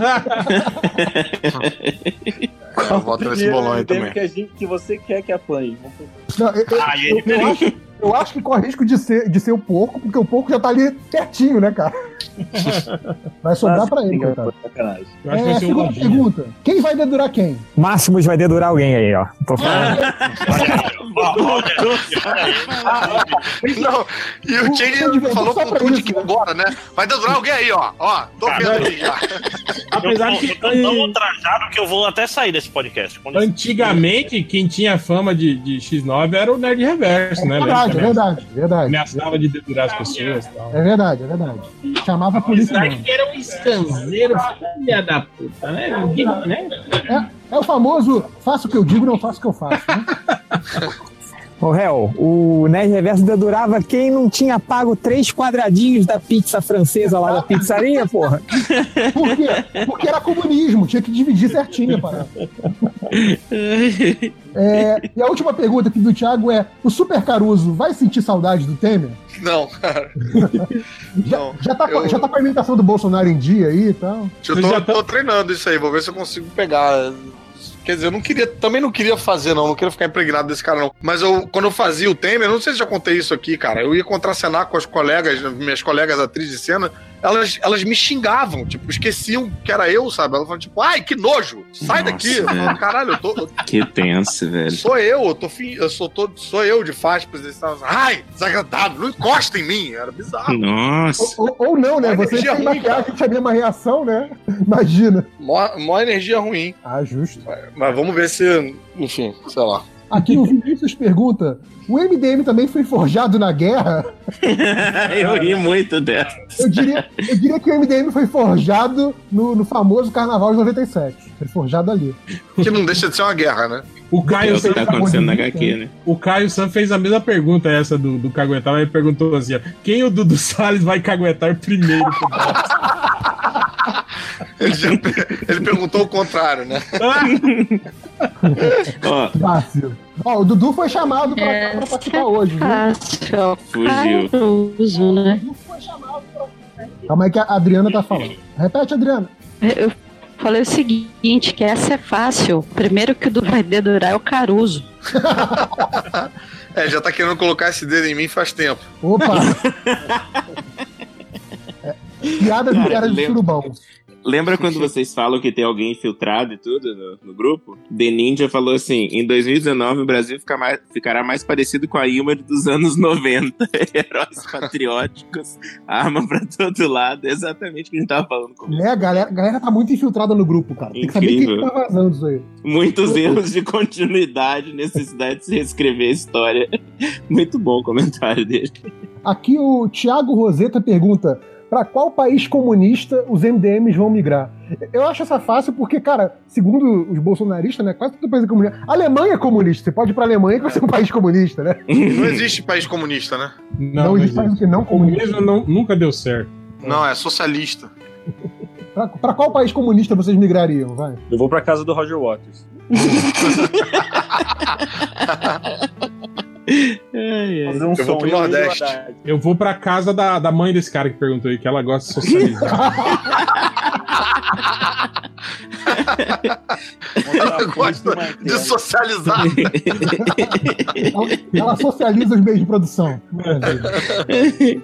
É, eu voto nesse bolão aí também. Que, a gente, que você quer que apanhe. Não, eu, eu, Ah, eu, eu acho, eu acho que corre risco de ser, de ser o porco, porque o porco já tá ali pertinho, né, cara? Vai sobrar Nossa, pra ele, que coitado. sacanagem. Eu acho que É, vai ser um segunda lojinha. pergunta. Quem vai dedurar quem? Máximos vai dedurar alguém aí, ó. Tô falando. Não, e o Change falou com o Tudy que agora, né? Vai dedurar alguém aí, ó. Ó, tô vendo aqui já. Eu Apesar tô, de eu tô tão ultrajado que eu vou até sair desse podcast. Quando antigamente, quem tinha fama de, de X nove era o Nerd Reverso, né? É verdade, é Lembra? verdade, verdade. Ameaçava de dedurar as pessoas e tal. É verdade, é verdade. Chamava a polícia mesmo. que era um escanzeiro, filha da puta, né? Ninguém, né? É, é o famoso faço o que eu digo, não faço o que eu faço, né? Ô, réu, o Nerd Reverso dedurava quem não tinha pago três quadradinhos da pizza francesa lá da pizzaria, porra. Por quê? Porque era comunismo, tinha que dividir certinho a parada. É, e a última pergunta aqui do Thiago é: o Super Caruso vai sentir saudade do Temer? Não, cara. Já, Não, já, tá, com- eu- já tá com a imitação do Bolsonaro em dia aí e tal? Eu tô, tô treinando isso aí, vou ver se eu consigo pegar. Quer dizer, eu não queria, também não queria fazer, não, não queria ficar impregnado desse cara, não. Mas eu, quando eu fazia o Temer, eu não sei se já contei isso aqui, cara. Eu ia contracenar com as colegas, minhas colegas atrizes de cena, elas, elas me xingavam, tipo, esqueciam que era eu, sabe? Elas falavam, tipo, ai, que nojo, sai Nossa, daqui. Eu velho. falava, caralho, eu tô. Eu, Que tenso, velho. sou eu, eu tô fin... eu sou todo, sou eu de faixa presidencial. Ai, desagradável, não encosta em mim. Era bizarro. Nossa. Ou, ou não, né? Uma Você energia tem ruim, maquiagem tinha a mesma reação, né? Imagina. Mó, mó energia ruim. Ah, justo. Mas vamos ver se, enfim, sei lá. Aqui o Vinícius pergunta: o M D M também foi forjado na guerra? Eu ri muito dessa. Eu diria, eu diria que o M D M foi forjado no, no famoso Carnaval de noventa e sete. Foi forjado ali. Que não deixa de ser uma guerra, né? O É Caio o que tá Sam, acontecendo na H Q, né? o Caio Sam fez a mesma pergunta essa do, do Caguetar. Ele perguntou assim: ó, quem o Dudu Salles vai caguetar primeiro? Ele, já, ele perguntou o contrário, né? Ó, Fácil. Ó, o Dudu foi chamado pra, É, pra participar hoje, viu? fácil. fugiu. Caruso, né? Calma aí que a Adriana tá falando. Repete, Adriana. Eu falei o seguinte, que essa é fácil. Primeiro que o do vai dedurar é o Caruso. É, já tá querendo colocar esse dedo em mim faz tempo. Opa! É, piada de Cara, cara de lembra- surubão. Lembra quando vocês falam que tem alguém infiltrado e tudo no, no grupo? The Ninja falou assim: em dois mil e dezenove o Brasil fica mais, ficará mais parecido com a Ilma dos anos noventa. Heróis patrióticos, arma pra todo lado. É exatamente o que a gente tava falando com Né, a galera, a galera tá muito infiltrada no grupo, cara. Tem que saber quem Incrível. que tá vazando isso aí. Muitos erros de continuidade, necessidade de se reescrever a história. Muito bom o comentário dele. Aqui o Thiago Roseta pergunta: pra qual país comunista os M D Ms vão migrar? Eu acho essa fácil porque, cara, segundo os bolsonaristas, né, quase todo país é comunista. A Alemanha é comunista. Você pode ir pra Alemanha que vai ser um país comunista, né? Não existe país comunista, né? Não, Não existe mas país que não comunista. comunismo não, nunca deu certo. Não, é socialista. Pra, pra qual país comunista vocês migrariam? Vai. Eu vou pra casa do Roger Waters. Fazer um Eu vou som pro eu e o Nordeste. Haddad. Eu vou pra casa da, da mãe desse cara que perguntou aí, que ela gosta de socializar. Ela gosta de socializar. Ela, ela socializa os meios de produção. Maravilha.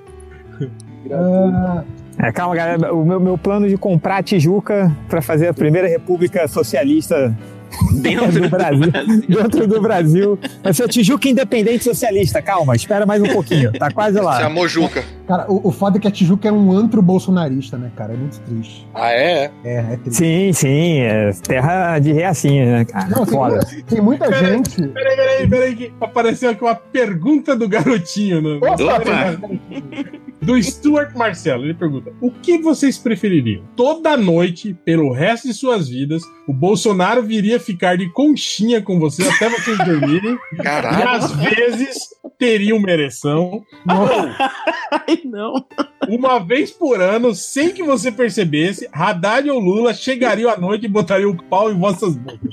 Ah, É, calma, galera. O meu, meu plano de comprar a Tijuca pra fazer a primeira república socialista Dentro do Brasil. Dentro do Brasil. Vai ser a Tijuca Independente Socialista. Calma, espera mais um pouquinho. Tá quase lá. Isso é a Mojuca. Cara, o, o foda é que a Tijuca é um antro bolsonarista, né, cara? É muito triste. Ah, é? É, é triste. Sim, sim. É terra de reacinha, né, cara? Não, foda. Tem, tem muita Pera, gente... Peraí, peraí, peraí, que apareceu aqui uma pergunta do garotinho. No... Opa! Do Stuart Marcelo. Ele pergunta: o que vocês prefeririam? Toda noite, pelo resto de suas vidas, o Bolsonaro viria ficar de conchinha com você até vocês dormirem. Caralho. E às vezes teria uma ereção. Ai, não. Uma vez por ano, sem que você percebesse, Haddad ou Lula chegariam à noite e botariam o pau em vossas bocas.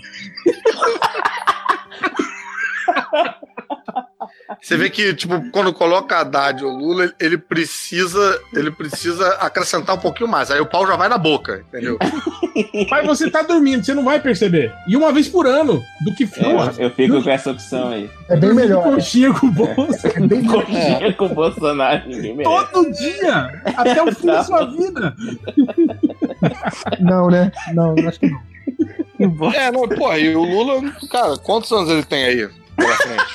Você vê que, tipo, quando coloca Haddad ou Lula, ele precisa, ele precisa acrescentar um pouquinho mais. Aí o pau já vai na boca, entendeu? Mas você tá dormindo, você não vai perceber. E uma vez por ano, do que for. É, eu fico com essa opção aí. É bem melhor. Conchinha com o Bolsonaro. É bem melhor. Conchinha com o Bolsonaro, ninguém merece. Todo dia! Até o fim da sua vida! Não, né? Não, eu acho que não. É, não, pô, e o Lula, cara, quantos anos ele tem aí pela frente?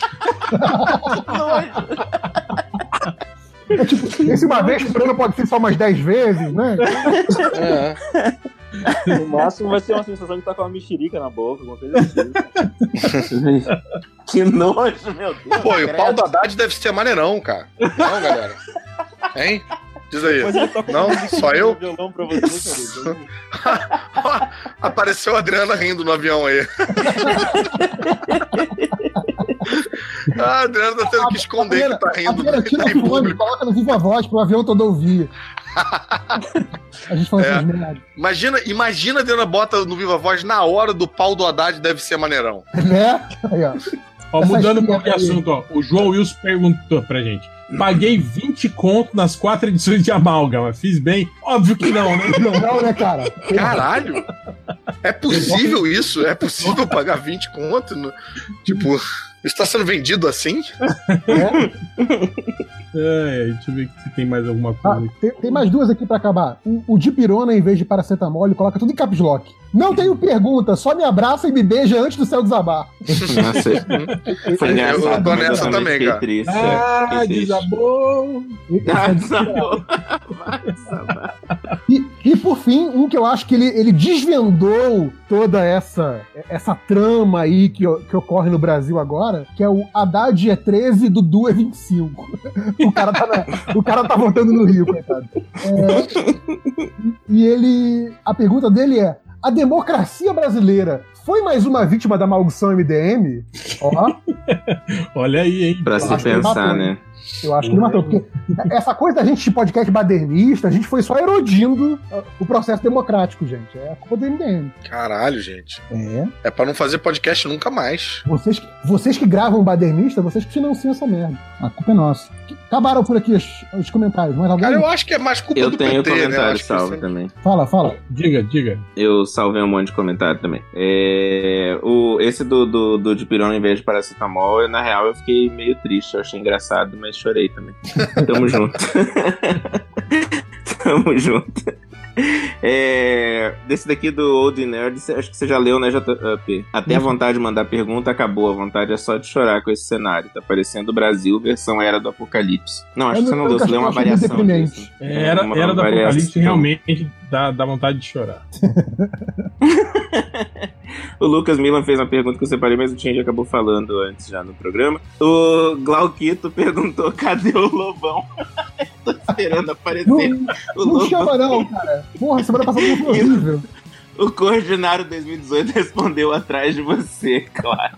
É tipo, esse uma vez por ano pode ser só umas dez vezes, né? É. No máximo vai ser uma sensação de estar com uma mexerica na boca, alguma coisa assim. Que nojo, meu Deus. Pô, e o pau do Haddad deve ser maneirão, cara. Não, galera? Hein? Diz aí. Não, só eu? Violão pra você, querido. Apareceu a Adriana rindo no avião aí. Ah, a Adriana tá tendo que esconder Adriana, que tá rindo. Adriana, tira Tá em o fone, público. coloca no Viva Voz pro avião todo ouvir. A gente falou É. essas merdas. Imagina, imagina a Adriana bota no Viva Voz na hora do pau do Haddad deve ser maneirão. Né? Aí, ó. Ó, Essa mudando um espinha pouco de aí. assunto, ó. O João Wilson perguntou pra gente: paguei vinte conto nas quatro edições de Amálgama. Fiz bem? Óbvio que não, né? Não, né, cara? Caralho! É possível isso? É possível pagar vinte conto? No... Tipo, isso tá sendo vendido assim? É, deixa eu ver se tem mais alguma Ah, coisa. tem, tem mais duas aqui pra acabar. O, o Dipirona, em vez de paracetamol, ele coloca tudo em caps lock. Não tenho pergunta, só me abraça e me beija antes do céu desabar. Nossa, foi engraçado. Eu tô mas nessa eu também, fiquei cara. triste. Ah, Fiquei triste. desabou! Ah, desabou. Vai desabar. E, e por fim, um que eu acho que ele, ele desvendou toda essa, essa trama aí que, que ocorre no Brasil agora, que é o Haddad é treze, Dudu é vinte e cinco. O cara tá, na- o cara tá voltando no Rio, coitado. É, e ele. A pergunta dele é: a democracia brasileira foi mais uma vítima da maldição M D M? Ó, Olha aí, hein? Pra se acho que ele pensar, matou, né? eu acho que ele matou. Porque essa coisa da gente de podcast badernista, a gente foi só erodindo o processo democrático, gente. É a culpa do M D M. Caralho, gente. É. É pra não fazer podcast nunca mais. Vocês, que- vocês que gravam badernista, vocês que financiam essa merda. A culpa é nossa. Acabaram por aqui os, os comentários. Mais alguém? Cara, eu acho que é mais culpa Eu do tenho P T, né? Eu comentário acho que salvo sempre- também. Fala, fala. Diga, diga. Eu salvei um monte de comentário também. É, o, esse do, do, do Dipirona em vez de paracetamol, eu, na real, eu fiquei meio triste. Eu achei engraçado, mas chorei também. Tamo junto. Tamo junto. É, desse daqui do Old Nerd, cê- acho que você já leu, né, J P? Até a vontade de mandar pergunta acabou. A vontade é só de chorar com esse cenário. Tá parecendo o Brasil, versão Era do Apocalipse. Não, acho Eu que você não- não eu leu, você leu uma acho muito variação deprimente. disso. É, era, Uma era do variação. Apocalipse, realmente dá, dá vontade de chorar. O Lucas Milan fez uma pergunta que eu separei, mas o Tindy acabou falando antes já no programa. O Glauquito perguntou: cadê o Lobão? Tô esperando aparecer Não, o não Lobão. chama, não, cara. Porra, semana passada foi horrível. O Coordinário dois mil e dezoito respondeu atrás de você, claro.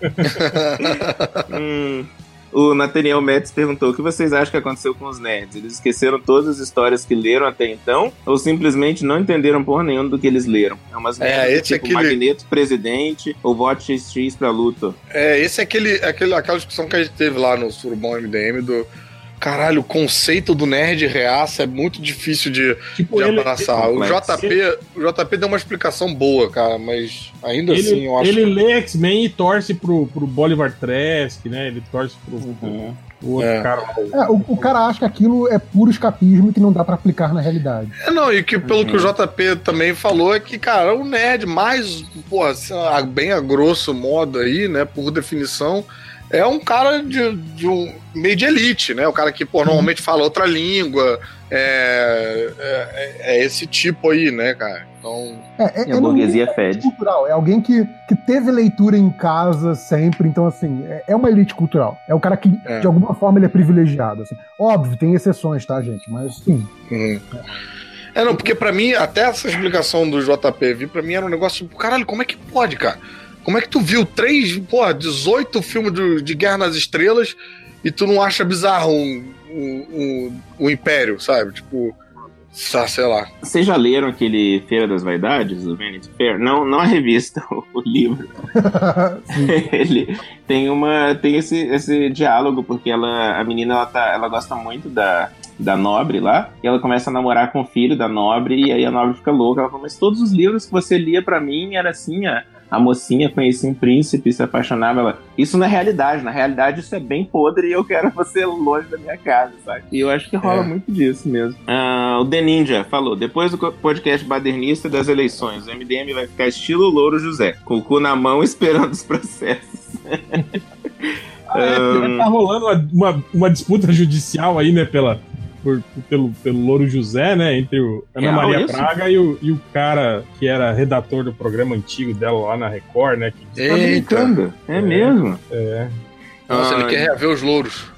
hum. O Nathaniel Metz perguntou: o que vocês acham que aconteceu com os nerds? Eles esqueceram todas as histórias que leram até então? Ou simplesmente não entenderam porra nenhuma do que eles leram? É umas É, merdas esse é tipo aquele- Magneto presidente ou vote X X pra luta. É, esse é aquele, aquele, aquela discussão que a gente teve lá no Surubom M D M do, caralho, o conceito do nerd reaça é muito difícil de, tipo, de ele, abraçar. ele, o, J P, ele, o J P deu uma explicação boa, cara, mas ainda ele, assim eu acho... Ele lê X-Men e torce pro, pro Bolivar Trask, né? Ele torce pro... Uhum. O outro é. cara. É, o, o cara acha que aquilo é puro escapismo e que não dá pra aplicar na realidade. É, não, e que pelo uhum. que o J P também falou é que, cara, o nerd mais, porra, bem a grosso modo aí, né, por definição, é um cara de, de um meio de elite, né? O cara que, pô, normalmente fala outra língua, é, é, é esse tipo aí, né, cara? Então... É, é, é a burguesia fede. Cultural, é alguém que, que teve leitura em casa sempre, então, assim, é, é uma elite cultural. É o cara que, é. de alguma forma, ele é privilegiado, assim. Óbvio, tem exceções, tá, gente? Mas, sim. Uhum. É, não, porque pra mim, até essa explicação do J P V, pra mim era um negócio, caralho, como é que pode, cara? Como é que tu viu três, porra, dezoito filmes de, de Guerra nas Estrelas e tu não acha bizarro um, um, um, um Império, sabe? Tipo, sei lá. Vocês já leram aquele Feira das Vaidades, o Vanity Fair? Não, não a revista, o livro. Ele tem uma tem esse, esse diálogo, porque ela, a menina ela, tá, ela gosta muito da, da Nobre lá, e ela começa a namorar com o filho da Nobre, e aí a Nobre fica louca. Ela fala, mas todos os livros que você lia pra mim era assim, a, a mocinha conhecia um príncipe, se apaixonava. Ela, isso não é realidade, na realidade isso é bem podre e eu quero você longe da minha casa, sabe? E eu acho que rola é. muito disso mesmo. Uh, o The Ninja falou, depois do podcast badernista das eleições, o M D M vai ficar estilo Louro José, com o cu na mão esperando os processos. ah, é, um... Tá rolando uma, uma, uma disputa judicial aí, né, pela... Por, pelo, pelo Louro José, né? Entre o Ana Real Maria isso? Praga e o, e o cara que era redator do programa antigo dela lá na Record, né? Que... Tá brincando? É, é mesmo? É. Nossa, ah, ele quer reaver os louros.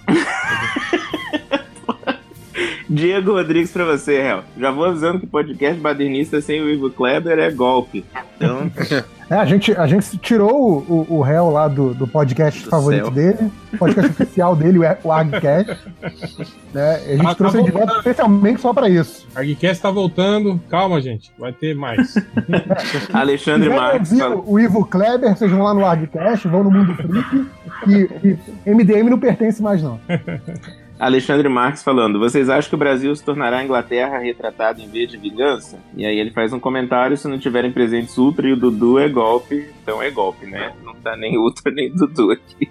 Diego Rodrigues pra você, Hel. Já vou avisando que o podcast badernista sem o Ivo Kleber é golpe. Então... É, a gente, a gente tirou o, o réu lá do, do podcast do favorito céu. dele, o podcast oficial dele, o ArgCast. Né? A gente ah, trouxe tá ele de volta especialmente só pra isso. O ArgCast tá voltando, calma, gente, vai ter mais. É. Alexandre Marques. O Ivo Kleber, vocês vão lá no ArgCast, vão no Mundo Freak, e, e M D M não pertence mais, não. Alexandre Marques falando, vocês acham que o Brasil se tornará a Inglaterra retratado em vez de vingança? E aí ele faz um comentário, se não tiverem presentes Ultra e o Dudu é golpe, então é golpe, né? Não tá nem Ultra nem Dudu aqui.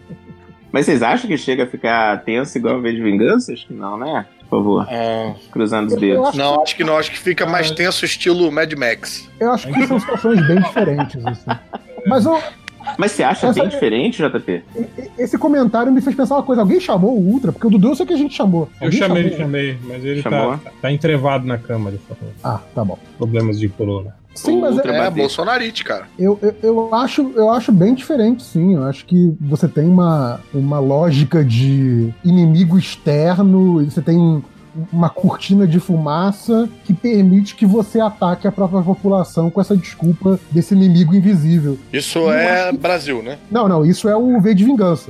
Mas vocês acham que chega a ficar tenso igual a vez de vingança? Acho que não, né? Por favor, é... cruzando os dedos. Acho não, que... acho que não, acho que fica mais tenso estilo Mad Max. Eu acho que são situações bem diferentes, assim. Mas eu... Mas você acha Essa, bem diferente, J P? Esse comentário me fez pensar uma coisa. Alguém chamou o Ultra? Porque o Dudu eu sei que a gente chamou. Eu chamei, chamou? chamei. Mas ele tá, tá entrevado na cama. De ah, tá bom. Problemas de corona. Sim, mas é, é bolsonarite, cara. Eu, eu, eu, acho, eu acho bem diferente, sim. Eu acho que você tem uma, uma lógica de inimigo externo, e você tem uma cortina de fumaça que permite que você ataque a própria população com essa desculpa desse inimigo invisível. Isso e é que... Brasil, né? Não, não, isso é o V de Vingança.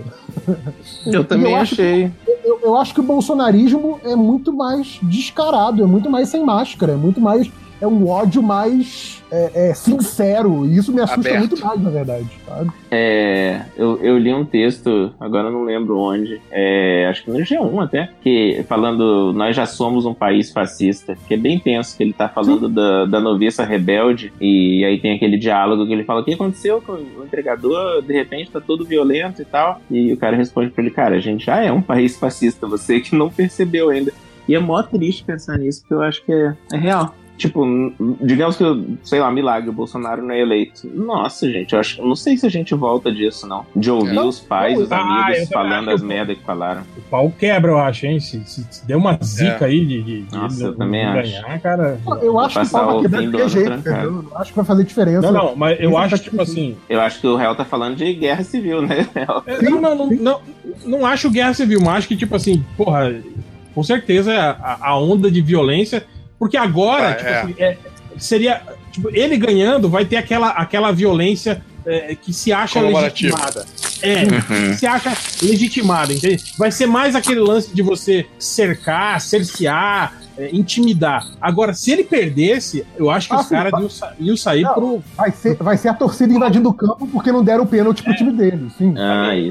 Eu também eu achei. Que, eu, eu acho que o bolsonarismo é muito mais descarado, é muito mais sem máscara, é muito mais... É um ódio mais é, é, sincero, e isso me assusta Aberto. muito mais, na verdade, sabe? É, eu, eu li um texto, agora eu não lembro onde, é, acho que no G um até, que falando, nós já somos um país fascista, que é bem tenso, que ele tá falando da, da noviça rebelde, e aí tem aquele diálogo que ele fala, o que aconteceu com o entregador, de repente tá todo violento e tal, e o cara responde pra ele, cara, a gente já é um país fascista, você que não percebeu ainda. E é mó triste pensar nisso, porque eu acho que é, é real. Tipo, digamos que, sei lá, milagre, o Bolsonaro não é eleito. Nossa, gente, eu acho, não sei se a gente volta disso, não. De ouvir não, os pais, não, os amigos ah, falando as merdas que falaram. O pau quebra, eu acho, hein? Se, se, se der uma zica é. aí de, de, Nossa, de eu também ganhar, acho. cara... Eu acho que o pau vai quebrar de qualquer jeito, entendeu? Não acho que vai fazer diferença. Não, não, mas eu acho, tipo assim... Eu acho que o réu tá falando de guerra civil, né? É, não, não, não, não, não acho guerra civil, mas acho que, tipo assim, porra, com certeza a, a onda de violência... Porque agora, ah, tipo é. assim, é, seria. Tipo, ele ganhando vai ter aquela, aquela violência é, que se acha legitimada. É, uhum. que se acha legitimada, entende? Vai ser mais aquele lance de você cercar, cercear, é, intimidar. Agora, se ele perdesse, eu acho que ah, os caras iam, iam sair não, pro. Vai ser, vai ser a torcida invadindo o campo porque não deram o pênalti pro time dele, sim. Ah, isso.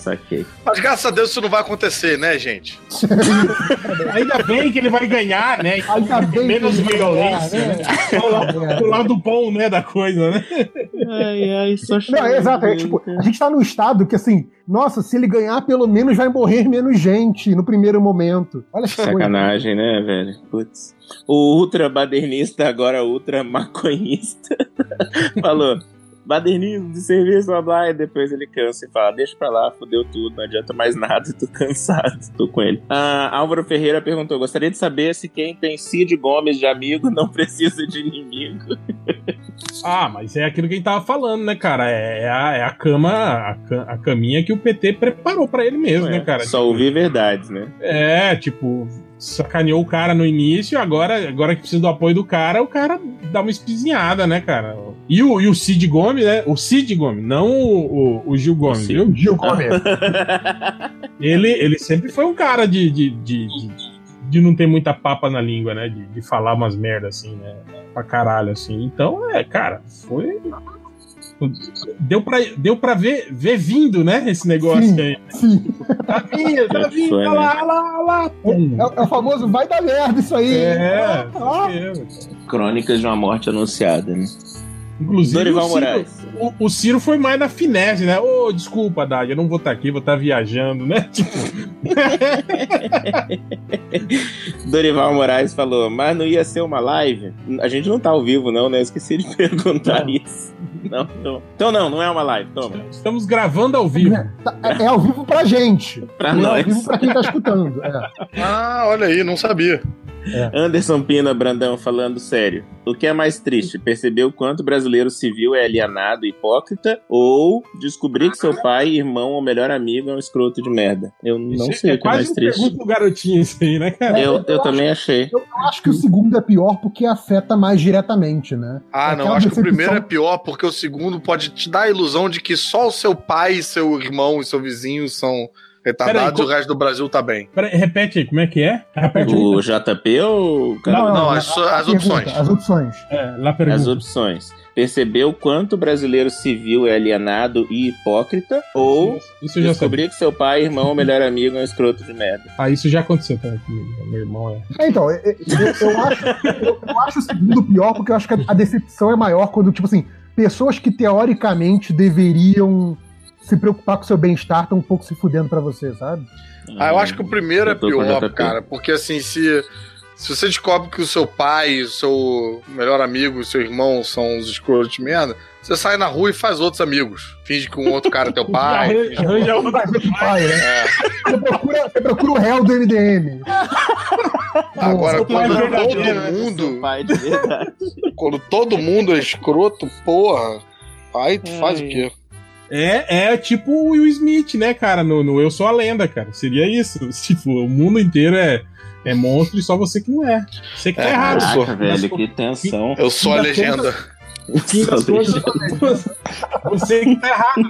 Saquei. Mas graças a Deus isso não vai acontecer, né, gente? Ainda bem que ele vai ganhar, né? Ainda bem Menos que ele vai violência, ganhar, né? né? O lado, o lado bom, né, da coisa, né? Ai, ai, só Não, é exato. É, tipo, a gente tá num estado que, assim, nossa, se ele ganhar, pelo menos vai morrer menos gente no primeiro momento. Olha que sacanagem, coisa. Né, velho? Putz. O ultra badernista, agora ultra maconhista, falou: badernismo de serviço, blá blá, e depois ele cansa e fala: deixa pra lá, fodeu tudo, não adianta mais nada, tô cansado, tô com ele. Ah, Álvaro Ferreira perguntou: gostaria de saber se quem tem Cid Gomes de amigo não precisa de inimigo. Ah, mas é aquilo que a gente tava falando, né, cara? É a, é a cama, a, a caminha que o P T preparou pra ele mesmo, é, né, cara? Só ouvir verdades, né? É, tipo, sacaneou o cara no início, agora, agora que precisa do apoio do cara, o cara dá uma espizinhada, né, cara? E o, e o Cid Gomes, né? O Cid Gomes, não o, o, o Gil Gomes, viu? O Gil Gomes. ele, ele sempre foi um cara de, de, de, de, de não ter muita papa na língua, né? De, de falar umas merdas assim, né? Pra caralho, assim. Então, é, cara, foi... Deu pra, deu pra ver, ver vindo, né? Esse negócio sim, aí. Sim. Tá vindo, tá vindo, olha lá, olha lá, olha lá. É, é o famoso vai dar merda isso aí. É, ah, é. Crônicas de uma morte anunciada, né? Inclusive, Dorival o Ciro, Moraes. O, o Ciro foi mais na finesse, né? Ô, oh, desculpa, Dade, eu não vou estar aqui, vou estar viajando, né? Tipo... Dorival Moraes falou: mas não ia ser uma live? A gente não tá ao vivo, não, né? Eu esqueci de perguntar não. isso. Não, não. Então não, não é uma live, toma. Estamos gravando ao vivo. É, é ao vivo pra gente. Pra não nós. É ao vivo pra quem tá escutando. É. Ah, olha aí, não sabia. É. Anderson Pina Brandão falando sério: o que é mais triste, perceber o quanto o brasileiro civil é alienado e hipócrita, ou descobrir que seu pai, irmão ou melhor amigo é um escroto de merda? Eu não isso sei é o que é mais triste. Quase um pergunta pro garotinho isso aí, né, cara? Eu, eu, eu também acho, achei. Eu, eu acho que o segundo é pior porque afeta mais diretamente, né? Ah, não, acho que o primeiro é pior porque o segundo pode te dar a ilusão de que só o seu pai, seu irmão e seu vizinho são... retardados e o resto do Brasil tá bem. Peraí, repete aí, como é que é? Repete o aí. J P ou... Não, não, não as, a, as opções. As opções. É, lá pergunta. As opções. Perceber o quanto o brasileiro civil é alienado e hipócrita, ou isso, isso já descobrir que seu pai, irmão ou melhor amigo é um escroto de merda. Ah, isso já aconteceu também comigo. Meu irmão é... Então, eu, eu, eu, acho, eu, eu acho o segundo pior porque eu acho que a, a decepção é maior quando, tipo assim, pessoas que teoricamente deveriam... se preocupar com o seu bem-estar, tá um pouco se fudendo pra você, sabe? Ah, eu acho que o primeiro é pior, cara, porque assim, se, se você descobre que o seu pai, o seu melhor amigo, o seu irmão são os escrotos de merda, você sai na rua e faz outros amigos. Finge que um outro cara é teu pai. Arranja outro pai, né? É. Você, procura, você procura o réu do M D M. Agora, quando todo mundo... Quando todo mundo é escroto, porra, aí tu faz o quê? É, é tipo o Will Smith, né, cara? No, no Eu Sou a Lenda, cara. Seria isso. Tipo, o mundo inteiro é, é monstro e só você que não é. Você que tá é, errado. Caraca, sou, velho, que tensão. Eu sou a legenda. Fim das coisas, você que tá errado.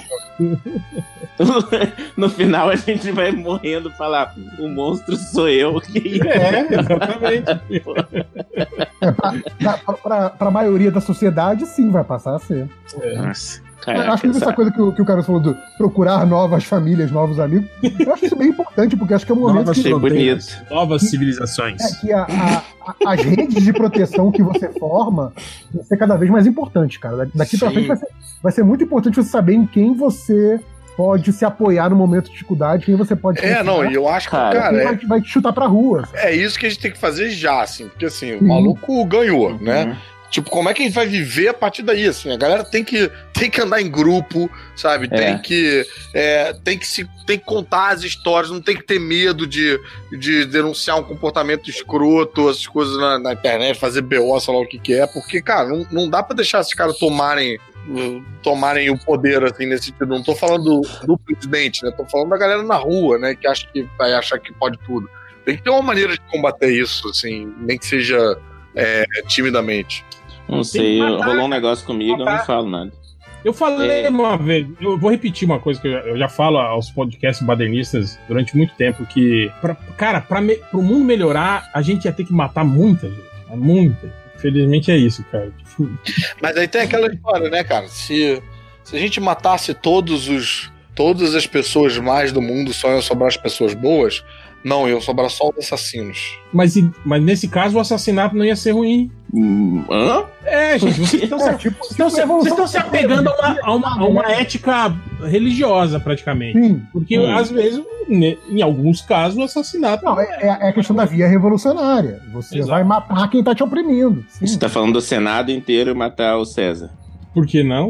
No final a gente vai morrendo e falar: o monstro sou eu. É, exatamente. É, pra, pra, pra, pra maioria da sociedade, sim, vai passar a ser. É. Nossa. Caraca, eu acho que essa coisa que o, que o cara falou do procurar novas famílias, novos amigos, eu acho isso bem importante, porque acho que é um momento Novas, que... bonito. Novas que, civilizações. É, que a, a, a, as redes de proteção que você forma vão ser cada vez mais importantes, cara. Daqui Sim. pra frente vai ser, vai ser muito importante você saber em quem você pode se apoiar no momento de dificuldade, quem você pode... É, não, e eu acho que, cara... cara quem é... vai, vai te chutar pra rua. Sabe? É isso que a gente tem que fazer já, assim, porque assim, o maluco ganhou, uhum. né? Tipo, como é que a gente vai viver a partir daí, assim? A galera tem que, tem que andar em grupo, sabe? É. Tem que é, tem que se tem que contar as histórias, não tem que ter medo de, de denunciar um comportamento escroto, essas coisas na, na internet, fazer B O, sei lá o que que é, porque, cara, não, não dá pra deixar esses caras tomarem tomarem o poder, assim, nesse sentido. Não tô falando do, do presidente, né? Tô falando da galera na rua, né? Que acha que vai achar que pode tudo. Tem que ter uma maneira de combater isso, assim, nem que seja é, timidamente. Não sei, matar, rolou um negócio comigo, matar. Eu não falo nada. Eu falei é. uma vez, eu vou repetir uma coisa que eu já falo aos podcasts badernistas durante muito tempo, que, pra, cara, para me, o mundo melhorar, a gente ia ter que matar muita gente, muita. Infelizmente é isso, cara. Mas aí tem aquela história, né, cara? Se, se a gente matasse todos os todas as pessoas mais do mundo só iam sobrar as pessoas boas. Não, iam sobrar só os assassinos. Mas, mas nesse caso o assassinato não ia ser ruim. Hum, hã? É, gente, vocês estão se, tipo, estão se, vocês estão se apegando a uma, a, uma, a uma ética religiosa, praticamente. Sim. Porque, hum. às vezes, em alguns casos, o assassinato... Não, é, é a questão da via revolucionária. Você Exato. vai matar quem tá te oprimindo. Sim. Você tá falando do Senado inteiro matar o César. Por que não?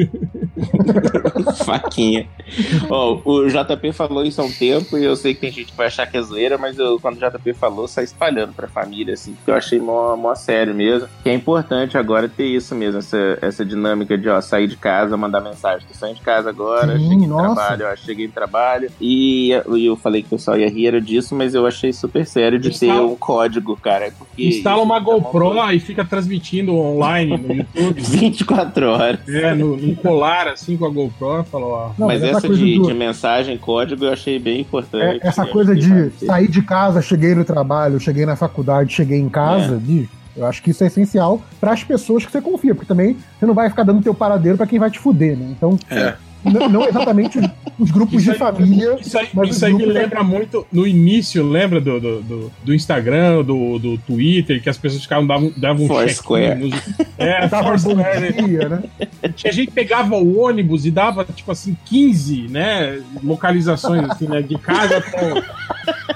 Faquinha. Ó, oh, o J P falou isso há um tempo e eu sei que tem gente que vai achar que é zoeira, mas eu, quando o J P falou, sai espalhando pra família, assim, porque eu achei mó, mó sério mesmo. Que é importante agora ter isso mesmo, essa, essa dinâmica de, ó, sair de casa, mandar mensagem. Tô saindo de casa agora, Sim, cheguei nossa. em trabalho, ó, cheguei em trabalho. E eu falei que o pessoal ia rir disso, mas eu achei super sério de Instala... ter um código, cara. Porque Instala uma GoPro é e fica transmitindo online no YouTube. vinte e quatro horas. É, no, no colar, assim, com a GoPro, falou, ó. Não, mas essa, essa de, do... de mensagem, código, eu achei bem importante. É, essa coisa de sair de casa, cheguei no trabalho, cheguei na faculdade, cheguei em casa, é. de, eu acho que isso é essencial para as pessoas que você confia, porque também você não vai ficar dando teu paradeiro para quem vai te fuder, né? Então, é. não, não exatamente os, os grupos isso de família. Isso aí, mas isso aí me lembra da... muito no início, lembra do, do, do, do Instagram, do, do Twitter, que as pessoas ficavam, davam, davam um check-in. É, Foursquare, né? A gente pegava o ônibus e dava, tipo assim, quinze, né, localizações, assim, né, de casa até...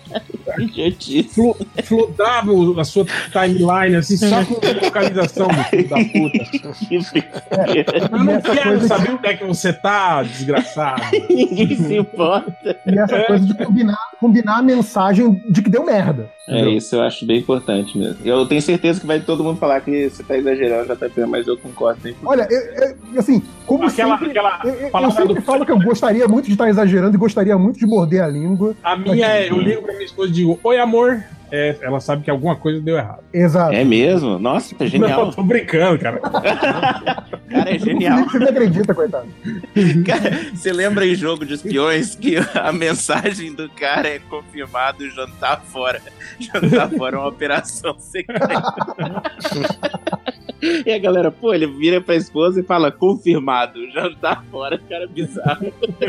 Flodava a sua timeline assim, só com localização do filho da puta. É, eu não quero saber que... onde é que você tá, desgraçado. Ninguém se importa. E essa é. coisa de combinar, combinar a mensagem de que deu merda. É, entendeu? Isso eu acho bem importante mesmo. Eu tenho certeza que vai todo mundo falar que você tá exagerando, já tá bem, mas eu concordo. Hein? Olha, eu, eu, assim, como aquela, sempre, aquela eu, eu sempre do... falo que eu gostaria muito de estar exagerando e gostaria muito de morder a língua. A minha é, eu ligo pra minha esposa e digo, oi amor, é, ela sabe que alguma coisa deu errado. Exato. É mesmo? Nossa, é genial. Não, eu tô brincando, cara. Cara, é genial. Você não acredita, coitado. Cara, você lembra em Jogo de Espiões que a mensagem do cara é confirmado jantar fora. Jantar fora é uma operação secreta. E a galera, pô, ele vira pra esposa e fala, confirmado, jantar fora, cara, bizarro.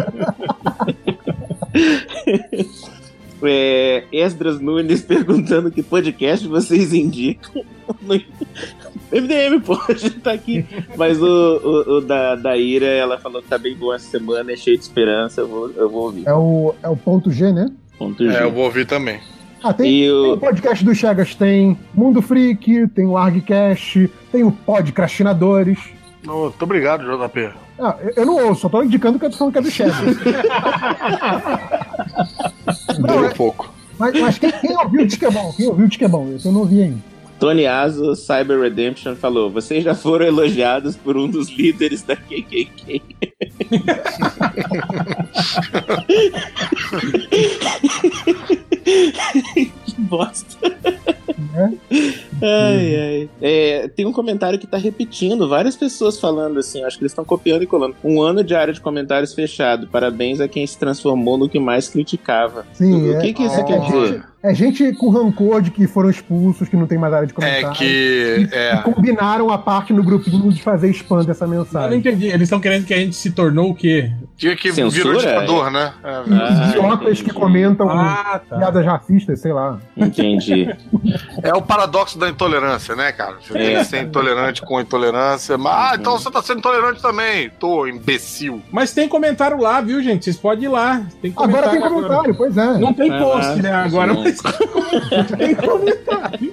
É, Esdras Nunes perguntando que podcast vocês indicam. No M D M, pô, a gente tá aqui. Mas o, o, o da, da Ira, ela falou que tá bem bom essa semana, é cheio de esperança, eu vou, eu vou ouvir. É o, é o ponto G, né? Ponto G. É, eu vou ouvir também. Ah, tem, tem o... o podcast do Chegas, tem Mundo Freak, tem o ArgCast, tem o Podcrastinadores. Não, muito obrigado, J P. Ah, eu, eu não ouço, só tô indicando que eu tô falando que é do Chegas. Não, um pouco. Mas, mas quem, quem ouviu o Disque é bom? Quem ouviu o Disque é bom? Eu não ouvi ainda. Tony Azo, Cyber Redemption, falou: vocês já foram elogiados por um dos líderes da K K K. Que bosta. É? Ai, ai. É, tem um comentário que tá repetindo, várias pessoas falando assim, acho que eles estão copiando e colando. Um ano de área de comentários fechado. Parabéns a quem se transformou no que mais criticava. Sim, o é, que, que isso é, quer dizer? Gente, é gente com rancor de que foram expulsos, que não tem mais área de comentário. É que. E, é. e combinaram a parte no grupinho de fazer spam dessa mensagem. Eu não entendi. Eles estão querendo que a gente se tornou o quê? Que, que virou ditador, né? É. Ah, idiotas que comentam ah, tá. piadas racistas, sei lá. Entendi. É o paradoxo da intolerância, né, cara? Você tem que ser intolerante com intolerância. Mas, ah, então você tá sendo intolerante também. Tô imbecil. Mas tem comentário lá, viu, gente? Vocês podem ir lá. Tem agora tem comentário, agora. Pois é. Não tem post, ah, né? Agora mas... tem comentário.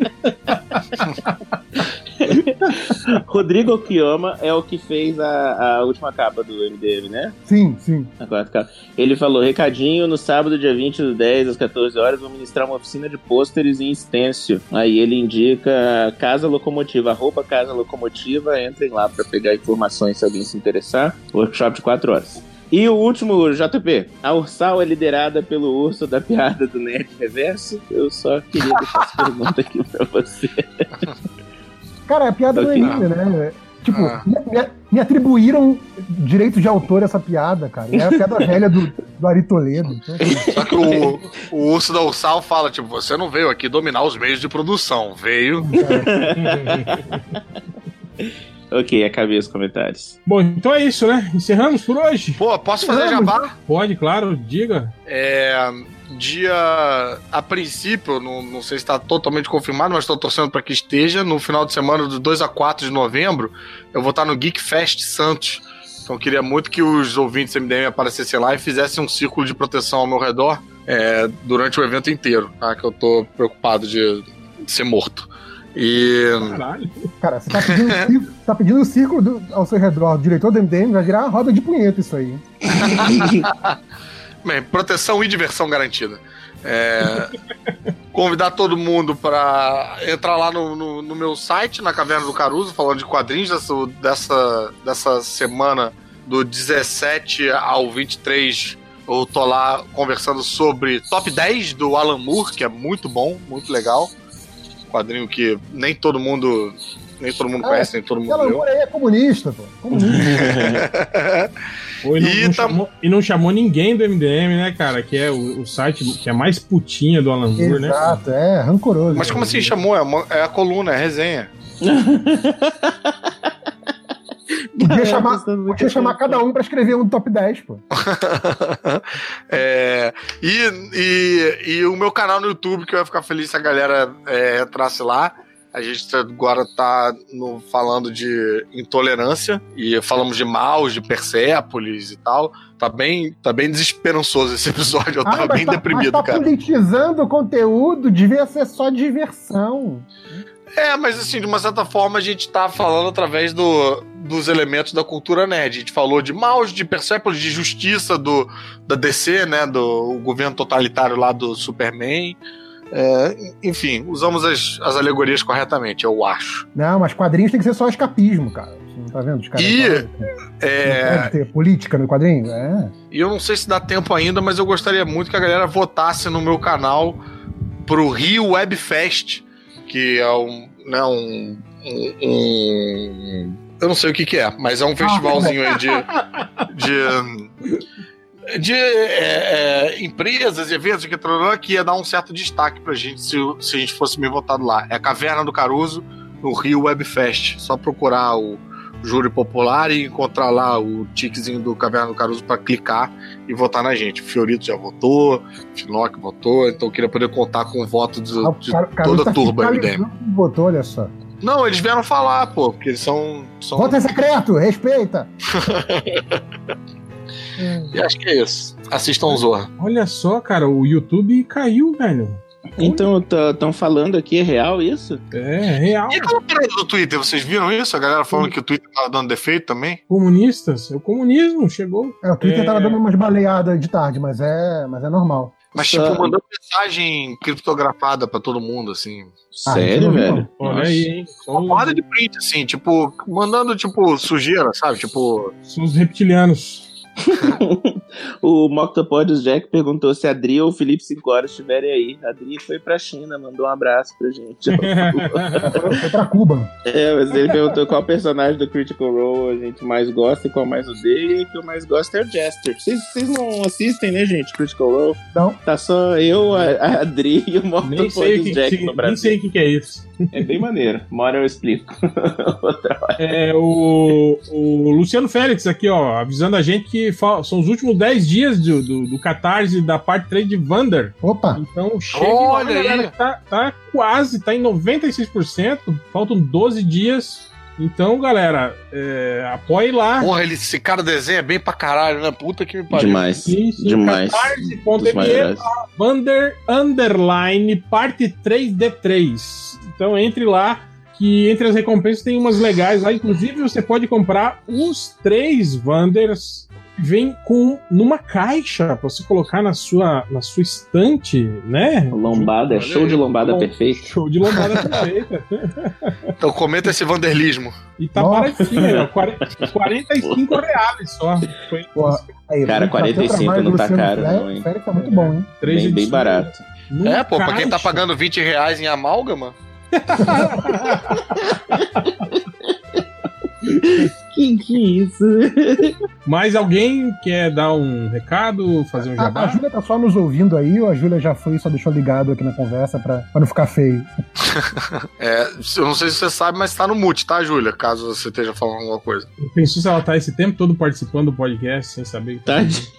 Rodrigo Okiyama é o que fez a, a última capa do M D M, né? Sim, sim. A quarta capa. Ele falou: recadinho, no sábado, dia vinte do dez, às catorze horas, vou ministrar uma oficina de pôsteres em stencil. Aí ele indica Casa Locomotiva, arroba Casa Locomotiva, entrem lá pra pegar informações se alguém se interessar. Workshop de quatro horas. E o último, J P, a Ursal é liderada pelo urso da piada do Nerd Reverso? Eu só queria deixar essa pergunta aqui pra você. Cara, é a piada do anime, né? Tipo, ah. me, me atribuíram direitos de autor essa piada, cara. É a piada velha do, do Ari Toledo. Então, só que o, o urso da Ursal fala, tipo, você não veio aqui dominar os meios de produção, veio... Ok, acabei os comentários. Bom, então é isso, né? Encerramos por hoje? Pô, posso fazer jabá? Pode, claro, diga. É... Dia, a princípio, não, não sei se está totalmente confirmado, mas estou torcendo para que esteja. No final de semana, do dois a quatro de novembro, eu vou estar no Geek Fest Santos. Então, eu queria muito que os ouvintes M D M aparecessem lá e fizessem um círculo de proteção ao meu redor é, durante o evento inteiro, tá? Que eu tô preocupado de, de ser morto. E... Caralho. Cara, você tá pedindo, um círculo, tá pedindo um círculo do, ao seu redor. O diretor do M D M vai virar uma roda de punheta isso aí. Bem, proteção e diversão garantida. É, convidar todo mundo para entrar lá no, no, no meu site, na Caverna do Caruso, falando de quadrinhos dessa, dessa, dessa semana, do dezessete ao vinte e três. Eu tô lá conversando sobre Top dez do Alan Moore, que é muito bom, muito legal. Quadrinho que nem todo mundo nem todo mundo ah, conhece, nem todo mundo Alan Moore aí é comunista, pô. Comunista. Pô, e, não, e, não tam... chamou, e não chamou ninguém do M D M, né, cara? Que é o, o site que é mais putinha do Alan Moore, né? Exato, é, rancoroso. Mas como assim chamou? É, uma, é a coluna, é a resenha. Podia chamar, podia chamar cada um pra escrever um top dez, pô. é, e, e, e o meu canal no YouTube, que eu ia ficar feliz se a galera é, entrasse lá. A gente agora tá no, falando de intolerância e falamos de Maus, de Persépolis e tal. Tá bem, tá bem desesperançoso esse episódio. Eu tava ah, bem tá, deprimido, mas tá cara. Politizando o conteúdo, devia ser só diversão. É, mas assim, de uma certa forma a gente tá falando através do, dos elementos da cultura nerd. A gente falou de Maus, de Persépolis, de Justiça do, da D C, né? Do o governo totalitário lá do Superman. É, enfim, usamos as, as alegorias corretamente, eu acho. Não, mas quadrinhos tem que ser só escapismo, cara. Você não tá vendo? Os caras e falam, é... não pode ter política no quadrinho? É. E eu não sei se dá tempo ainda, mas eu gostaria muito que a galera votasse no meu canal pro Rio Web Fest, que é um, né, um, um, um eu não sei o que que é, mas é um festivalzinho aí de de de é, é, empresas e eventos que ia dar um certo destaque pra gente se, se a gente fosse meio votado lá. É a Caverna do Caruso, no Rio Web Fest. Só procurar o Júri Popular e encontrar lá o tiquezinho do Caverna do Caruso pra clicar e votar na gente. O Fiorito já votou, o Finoc votou, então eu queria poder contar com o voto de, ah, de cara, toda tá a turba M D M. Votou, olha só. Não, eles vieram falar, pô, porque eles são... são... Voto é secreto, respeita! E acho que é isso. Assistam Zorra. Olha só, cara, o YouTube caiu, velho. Então, estão falando aqui, é real isso? É, é real. E aquela parada do Twitter, vocês viram isso? A galera falando Sim. que o Twitter tava dando defeito também? Comunistas, é o comunismo, chegou. É, o Twitter é... tava dando umas baleadas de tarde, mas é, mas é normal. Mas, tipo, mandando mensagem criptografada pra todo mundo, assim. Ah, sério, velho? Olha aí, hein? Uma porrada de print, assim, tipo, mandando, tipo, sujeira, sabe? Tipo... São os reptilianos. O Moctopods Jack perguntou se a Adri ou o Felipe cinco horas estiverem aí. A Adri foi pra China, mandou um abraço pra gente. Foi pra Cuba. É, mas ele perguntou qual personagem do Critical Role a gente mais gosta e qual mais odeia. E que eu mais gosto é o Jester. Vocês não assistem, né, gente? Critical Role? Não. Tá só eu, a, a Adri e o Moctopods Jack que, no Brasil. Nem sei o que, que é isso. É bem maneiro. Uma hora eu explico. Outra hora. É, o, o Luciano Félix aqui, ó, avisando a gente que são os últimos dez dias do, do, do Catarse da parte três de Wander. Opa! Então chega lá, galera, tá, tá quase, tá em noventa e seis por cento, faltam doze dias. Então, galera, é, apoie lá. Porra, ele, esse cara desenha bem pra caralho, né? Puta que me pariu. Demais, sim, sim, demais. Catarse ponto m e Wander underline parte três D três. Então entre lá, que entre as recompensas tem umas legais lá. Inclusive você pode comprar os três Wanders. Vem com numa caixa pra você colocar na sua, na sua estante, né? Lombada, é show de lombada perfeita. Show de lombada perfeita. Então comenta esse vanderlismo. E tá baratinho, quarenta e cinco reais só. Foi, Pô, aí, cara, quarenta e cinco não tá caro, não, hein? Tá muito bom, hein? Bem, bem barato. É, pô, pra quem tá pagando vinte reais em amálgama. Que que é isso? Mas alguém quer dar um recado, fazer um jabá? A, a Júlia tá só nos ouvindo aí, ou a Júlia já foi e só deixou ligado aqui na conversa pra, pra não ficar feio? É, eu não sei se você sabe, mas tá no mute, tá, Júlia? Caso você esteja falando alguma coisa. Pensou se ela tá esse tempo todo participando do podcast sem saber que tá.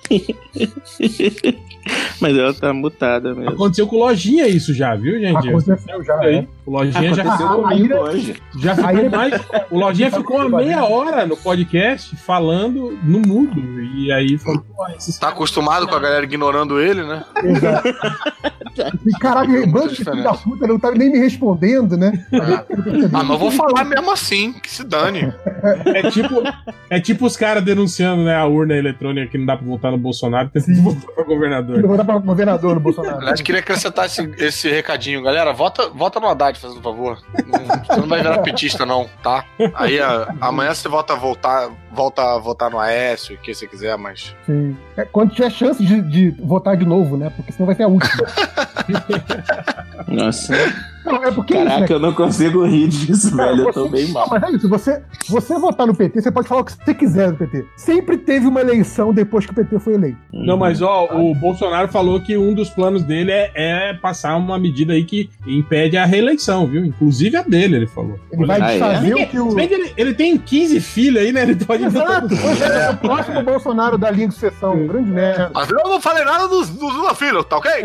Mas ela tá mutada mesmo. Aconteceu com o Lojinha isso já, viu, gente? Aconteceu já, aí. é. O Lojinha já Aconteceu ficou comigo hoje. Já ficou mais. O Lojinha ficou uma meia hora no podcast falando no mudo. E aí falou, pô, esses Tá acostumado com a galera ignorando ele, né? Exato. E caraca, bando de filho da puta, não tá nem me respondendo, né? Ah, ah, mas eu vou falar mesmo assim, que se dane. É tipo, é tipo os caras denunciando, né, a urna eletrônica que não dá pra votar no Bolsonaro, tem que votar pra governador. Não votar pra governador no Bolsonaro. Aliás, queria acrescentar esse, esse recadinho, galera. Vota, vota no Haddad, fazendo favor. Não, você não vai virar petista, não, tá? Aí a, amanhã você volta a voltar, volta a votar no Aécio, o que você quiser, mas. Sim. É, quando tiver chance de, de votar de novo, né? Porque senão vai ser a última. Nossa. Não, é porque Caraca, isso, né? eu não consigo rir disso, Não, velho. Eu você- tô bem mal. Não, mas é isso, você, você votar no P T, você pode falar o que você quiser do P T. Sempre teve uma eleição depois que o P T foi eleito. Não, mas ó, o Bolsonaro falou que um dos planos dele é, é passar uma medida aí que impede a reeleição, viu? Inclusive a dele, ele falou. Ele vai Ah, é? desfazer Se o que o. bem que ele, ele tem quinze filhos aí, né? Ele pode. Exato, pois é, é o próximo Bolsonaro da linha de sucessão. Grande merda. Mas eu não falei nada dos, dos Lula Filho, tá ok?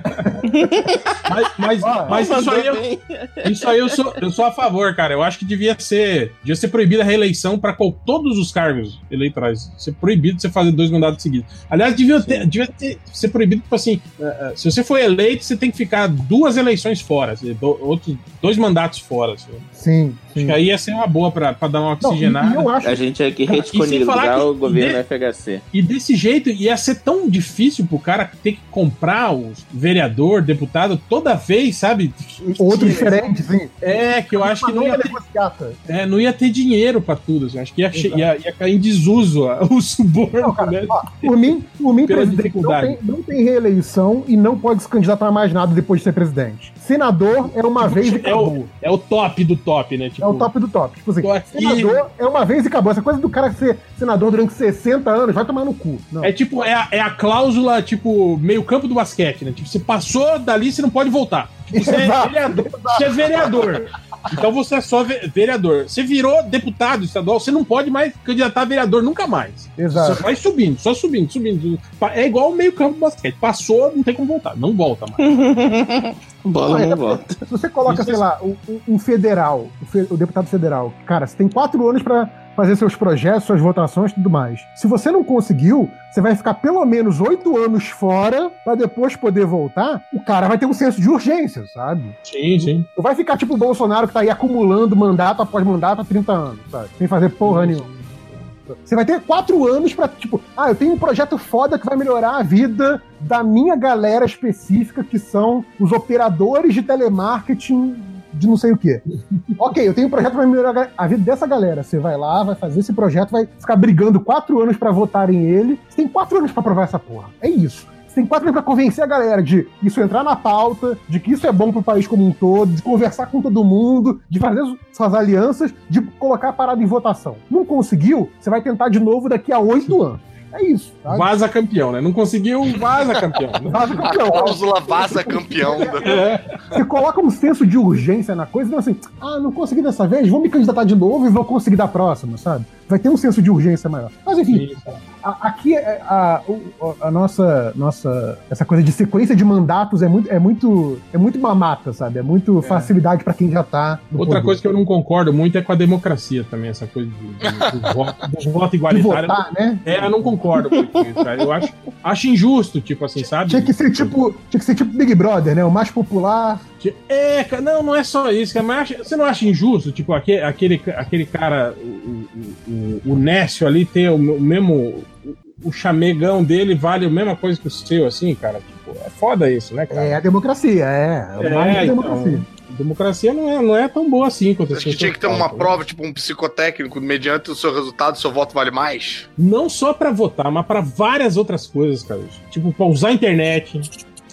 Mas, mas, Ó, mas isso aí, eu, isso aí eu, sou, eu sou a favor, cara. Eu acho que devia ser, devia ser proibida a reeleição para todos os cargos eleitorais. Ser proibido você fazer dois mandatos seguidos. Aliás, devia, ter, devia ter, ser proibido, tipo assim, uh, uh, se você for eleito, você tem que ficar duas eleições fora, assim, do, outros, dois mandatos fora. Assim. Sim, sim. Acho que aí ia ser uma boa pra, pra dar uma oxigenada. Não, e, e eu acho A gente tinha que E sem falar reticonizar que- o governo de- F H C. E desse jeito ia ser tão difícil pro cara ter que comprar os vereador, deputado, toda vez, sabe? outro diferente, sim. É, que eu acho que não ia ter, negociata. é, não ia ter dinheiro pra tudo. Assim. Acho que ia, che- ia, ia cair em desuso ó, o suborno. Não, cara, né? ó, por mim, por mim Pela presidente não dificuldade. tem, não tem reeleição e não pode se candidatar a mais nada depois de ser presidente. Senador é uma vez e é, o, acabou. é o top do top, né? Tipo, É o top do top. Tipo assim, tô aqui- senador é uma vez e acabou. Essa coisa do cara ser senador durante sessenta anos vai tomar no cu. Não. É tipo, é a, é a cláusula, tipo, meio campo do basquete, né? Tipo, você passou dali, você não pode voltar. Tipo, você, é Exato, vereador, você é vereador. Então você é só ve- vereador. Você virou deputado estadual, você não pode mais candidatar a vereador nunca mais. Exato. Você vai subindo, só subindo, subindo. Pa- É igual o meio campo do basquete. Passou, não tem como voltar. Não volta mais. Bola Olha, não volta. Se você coloca, Isso sei é- lá, um, um- um federal, o, fe- o deputado federal, cara, você tem quatro anos pra fazer seus projetos, suas votações e tudo mais. Se você não conseguiu, você vai ficar pelo menos oito anos fora pra depois poder voltar. O cara vai ter um senso de urgência, sabe? Sim, sim. Não vai ficar tipo o Bolsonaro que tá aí acumulando mandato após mandato há trinta anos, sabe? Sem fazer porra nenhuma. Você vai ter quatro anos pra, tipo, ah, eu tenho um projeto foda que vai melhorar a vida da minha galera específica, que são os operadores de telemarketing de não sei o quê. Ok, eu tenho um projeto pra melhorar a vida dessa galera. Você vai lá, vai fazer esse projeto, vai ficar brigando quatro anos pra votarem ele. Você tem quatro anos pra aprovar essa porra. É isso. Você tem quatro anos pra convencer a galera de isso entrar na pauta, de que isso é bom pro país como um todo, de conversar com todo mundo, de fazer suas alianças, de colocar a parada em votação. Não conseguiu? Você vai tentar de novo daqui a oito anos. É isso. Sabe? Vaza campeão, né? Não conseguiu, vaza campeão. né? Vaza A campeão. cláusula vaza campeão. Você coloca um senso de urgência na coisa, não assim, ah, não consegui dessa vez, vou me candidatar de novo e vou conseguir da próxima, sabe? Vai ter um senso de urgência maior. Mas enfim, a- aqui é a, o- a nossa, nossa. Essa coisa de sequência de mandatos é muito, é muito, é muito mamata, sabe? É muito facilidade pra quem já tá. no Outra poder. coisa que eu não concordo muito é com a democracia também, essa coisa de, de- do, voto, do voto De igualitário. votar, né? É, eu não concordo muito com isso, cara. Eu acho, acho injusto, tipo assim, sabe? Tinha que ser tipo, tinha que ser tipo Big Brother, né? O mais popular. É, cara, não, não é só isso, cara, mas acha- você não acha injusto, tipo, aquele, aquele, aquele cara, o, o, o, o Nécio ali ter o, o mesmo, o, o chamegão dele vale a mesma coisa que o seu, assim, cara, tipo, é foda isso, né, cara? É a democracia, é. É, É, mais a então, democracia. democracia não é, não é tão boa assim quanto Acho que tinha que ter uma prova, tipo um psicotécnico, mediante o seu resultado, seu voto vale mais. Não só pra votar, mas pra várias outras coisas, cara. Tipo, pra usar a internet.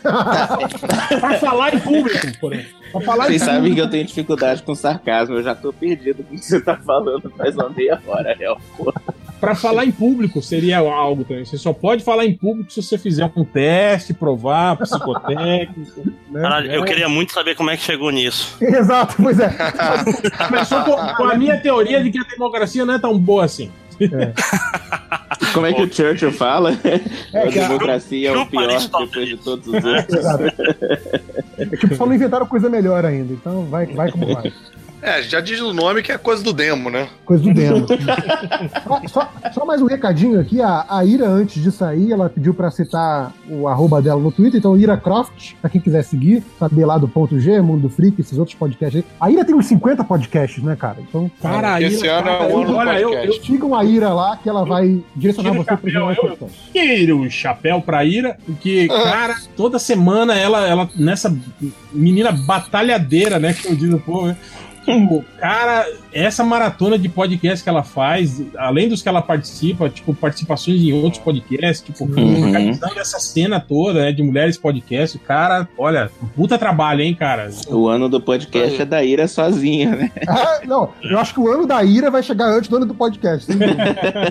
Pra falar em público, por exemplo. Pra falar Vocês em sabem público. que eu tenho dificuldade com sarcasmo, eu já tô perdido com o que você tá falando faz uma meia hora, real, porra. Pra falar em público seria algo também. Você só pode falar em público se você fizer um teste, provar, psicotécnico. Né? Caralho, eu É. queria muito saber como é que chegou nisso. Exato, pois é. Começou com, com a minha teoria de que a democracia não é tão boa assim. Como é que o Churchill fala? É, a que a- democracia é o Chupa pior Aristóteles. depois de todos os outros. Exato. É tipo, só não inventaram coisa melhor ainda, então vai, vai como vai. É, já diz o nome que é coisa do demo, né? Coisa do demo. só, só- só mais um recadinho aqui. A, a Ira, antes de sair, ela pediu pra citar o arroba dela no Twitter. Então, Ira Croft, pra quem quiser seguir, saber lá do Ponto G, Mundo Freak, esses outros podcasts aí. A Ira tem uns cinquenta podcasts, né, cara? Então, Cara, aí. Esse ano é o ano do olha, eu, podcast. eu sigam a Ira lá, que ela vai direcionar Tira o você para os chapéu, melhores eu- podcasts. tiro o chapéu pra Ira, porque, cara, toda semana ela, ela nessa menina batalhadeira, né, que eu digo, pô, né? Tipo, cara, essa maratona de podcast que ela faz, além dos que ela participa, tipo, participações em outros podcasts, tipo, Uhum. organizando essa cena toda, né, de mulheres podcast, cara, olha, um puta trabalho, hein, cara. O ano do podcast é da Ira sozinha, né? Ah, não, eu acho que o ano da Ira vai chegar antes do ano do podcast. sem dúvida.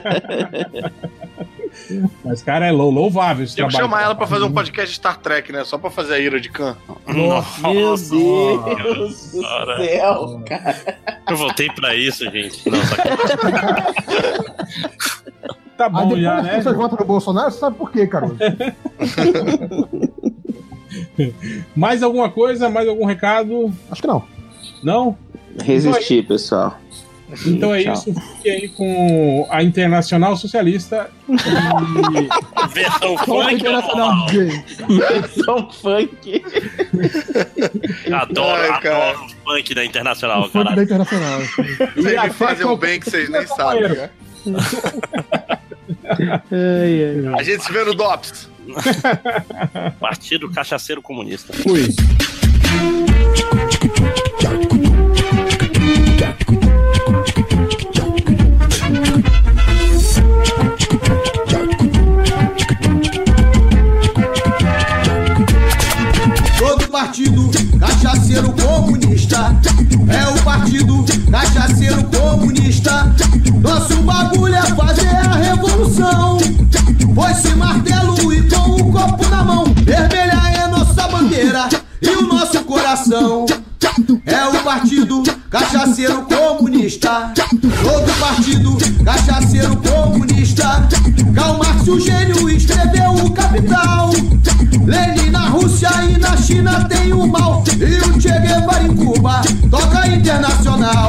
Mas, cara, é lou- louvável esse Tinha que trabalho. chamar ela pra fazer um podcast de Star Trek, né? Só pra fazer a ira de Khan. Nossa, Meu Deus do cara. céu, cara. Eu voltei pra isso, gente. Não, só que... Tá Aí bom depois já, as né? pessoas votam no Bolsonaro, você sabe por quê, Caruso? Mais alguma coisa? Mais algum recado? Acho que não. Não? Resistir, pessoal. Então é Tchau. isso. Fique aí com a Internacional Socialista e... Versão Só o funk. Internacional de Gay. Versão funk. Adoro, Ai, cara. adoro o funk da Internacional, O funk da caralho. Internacional. Vocês até me fazem um qualquer- bem que vocês nem sabem, né? Ai, ai. A gente se vê no DOPS. Partido Cachaceiro Comunista. Fui. Todo partido cachaceiro comunista é o partido cachaceiro comunista. Nosso bagulho é fazer a revolução. Foi-se martelo e com o copo na mão. Vermelha é nossa bandeira e o nosso coração. É o partido cachaceiro comunista. Todo partido cachaceiro comunista. Karl Marx, o gênio, escreveu o Capital. Lenin na Rússia e na China tem o mal. E o Che Guevara em Cuba toca Internacional.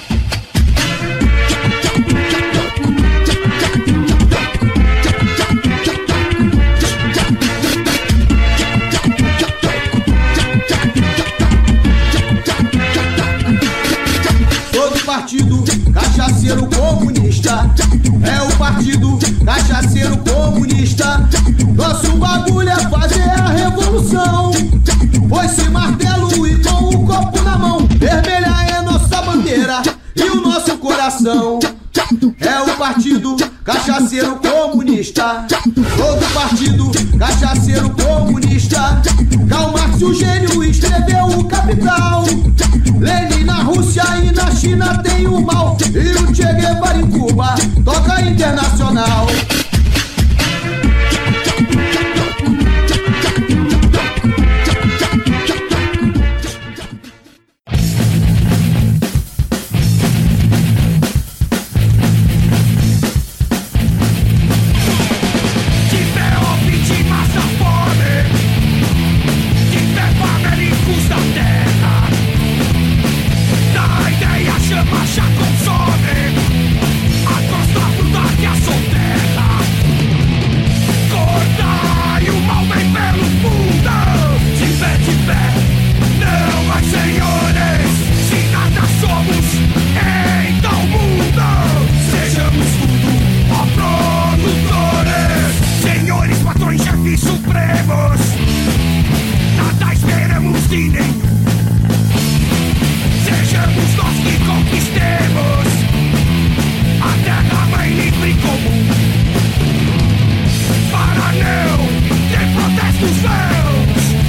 Todo partido cachaceiro comunista é o partido cachaceiro comunista. Nosso bagulho é fazer a revolução. Foi-se martelo e com o copo na mão. Vermelha é nossa bandeira e o nosso coração. É o partido cachaceiro comunista. Todo partido cachaceiro comunista. Karl Marx, o gênio, escreveu o Capital. Lenin na Rússia e na China tem o mal. E o Che Guevara em Cuba toca Internacional. Para não ter protestos vãos.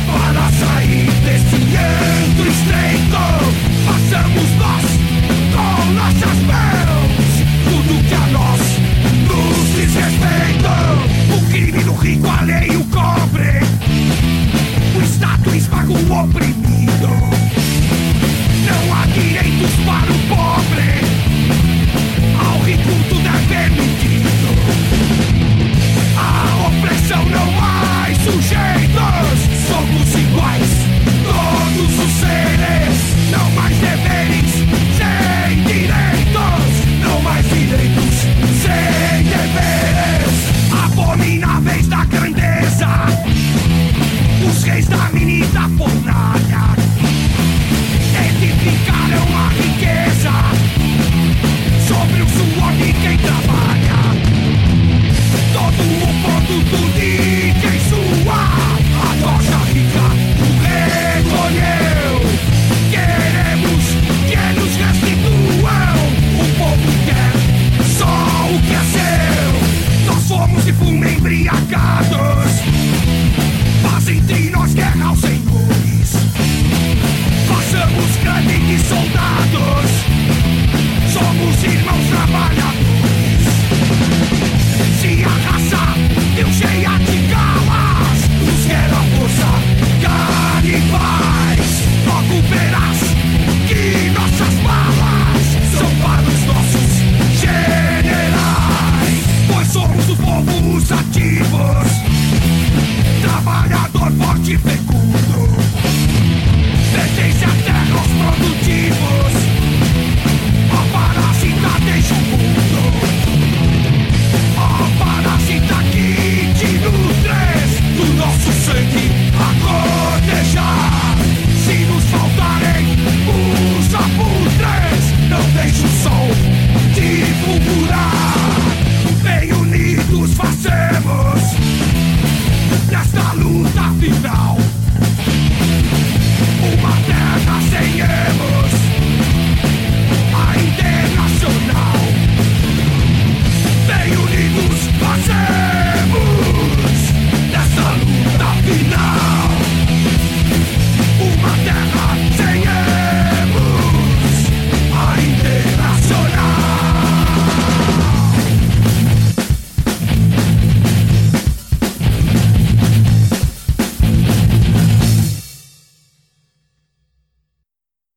avenida fornalha edificaram a riqueza sobre o suor de quem trabalha. Todo o produto de quem sua a nossa rica o recolheu. Queremos que nos restituam. O povo quer só o que é seu. Nós fomos de fumo embriagados. Paz entre nós, guerra aos senhores. Passamos grande de soldados. Somos irmãos trabalhadores. Se a raça deu cheia de galas, nos quer a força canibais. Logo verás que nossas balas são para os nossos generais. Pois somos o povo, os ativos, trabalhador forte e fecundo. Pertence a terra aos produtivos. A parasita deixa o mundo. A parasita que te nutres do nosso sangue a gotejar. Se nos faltarem os abutres, não deixe o sol te fulgurar. Bem unidos fazemos nesta luta final.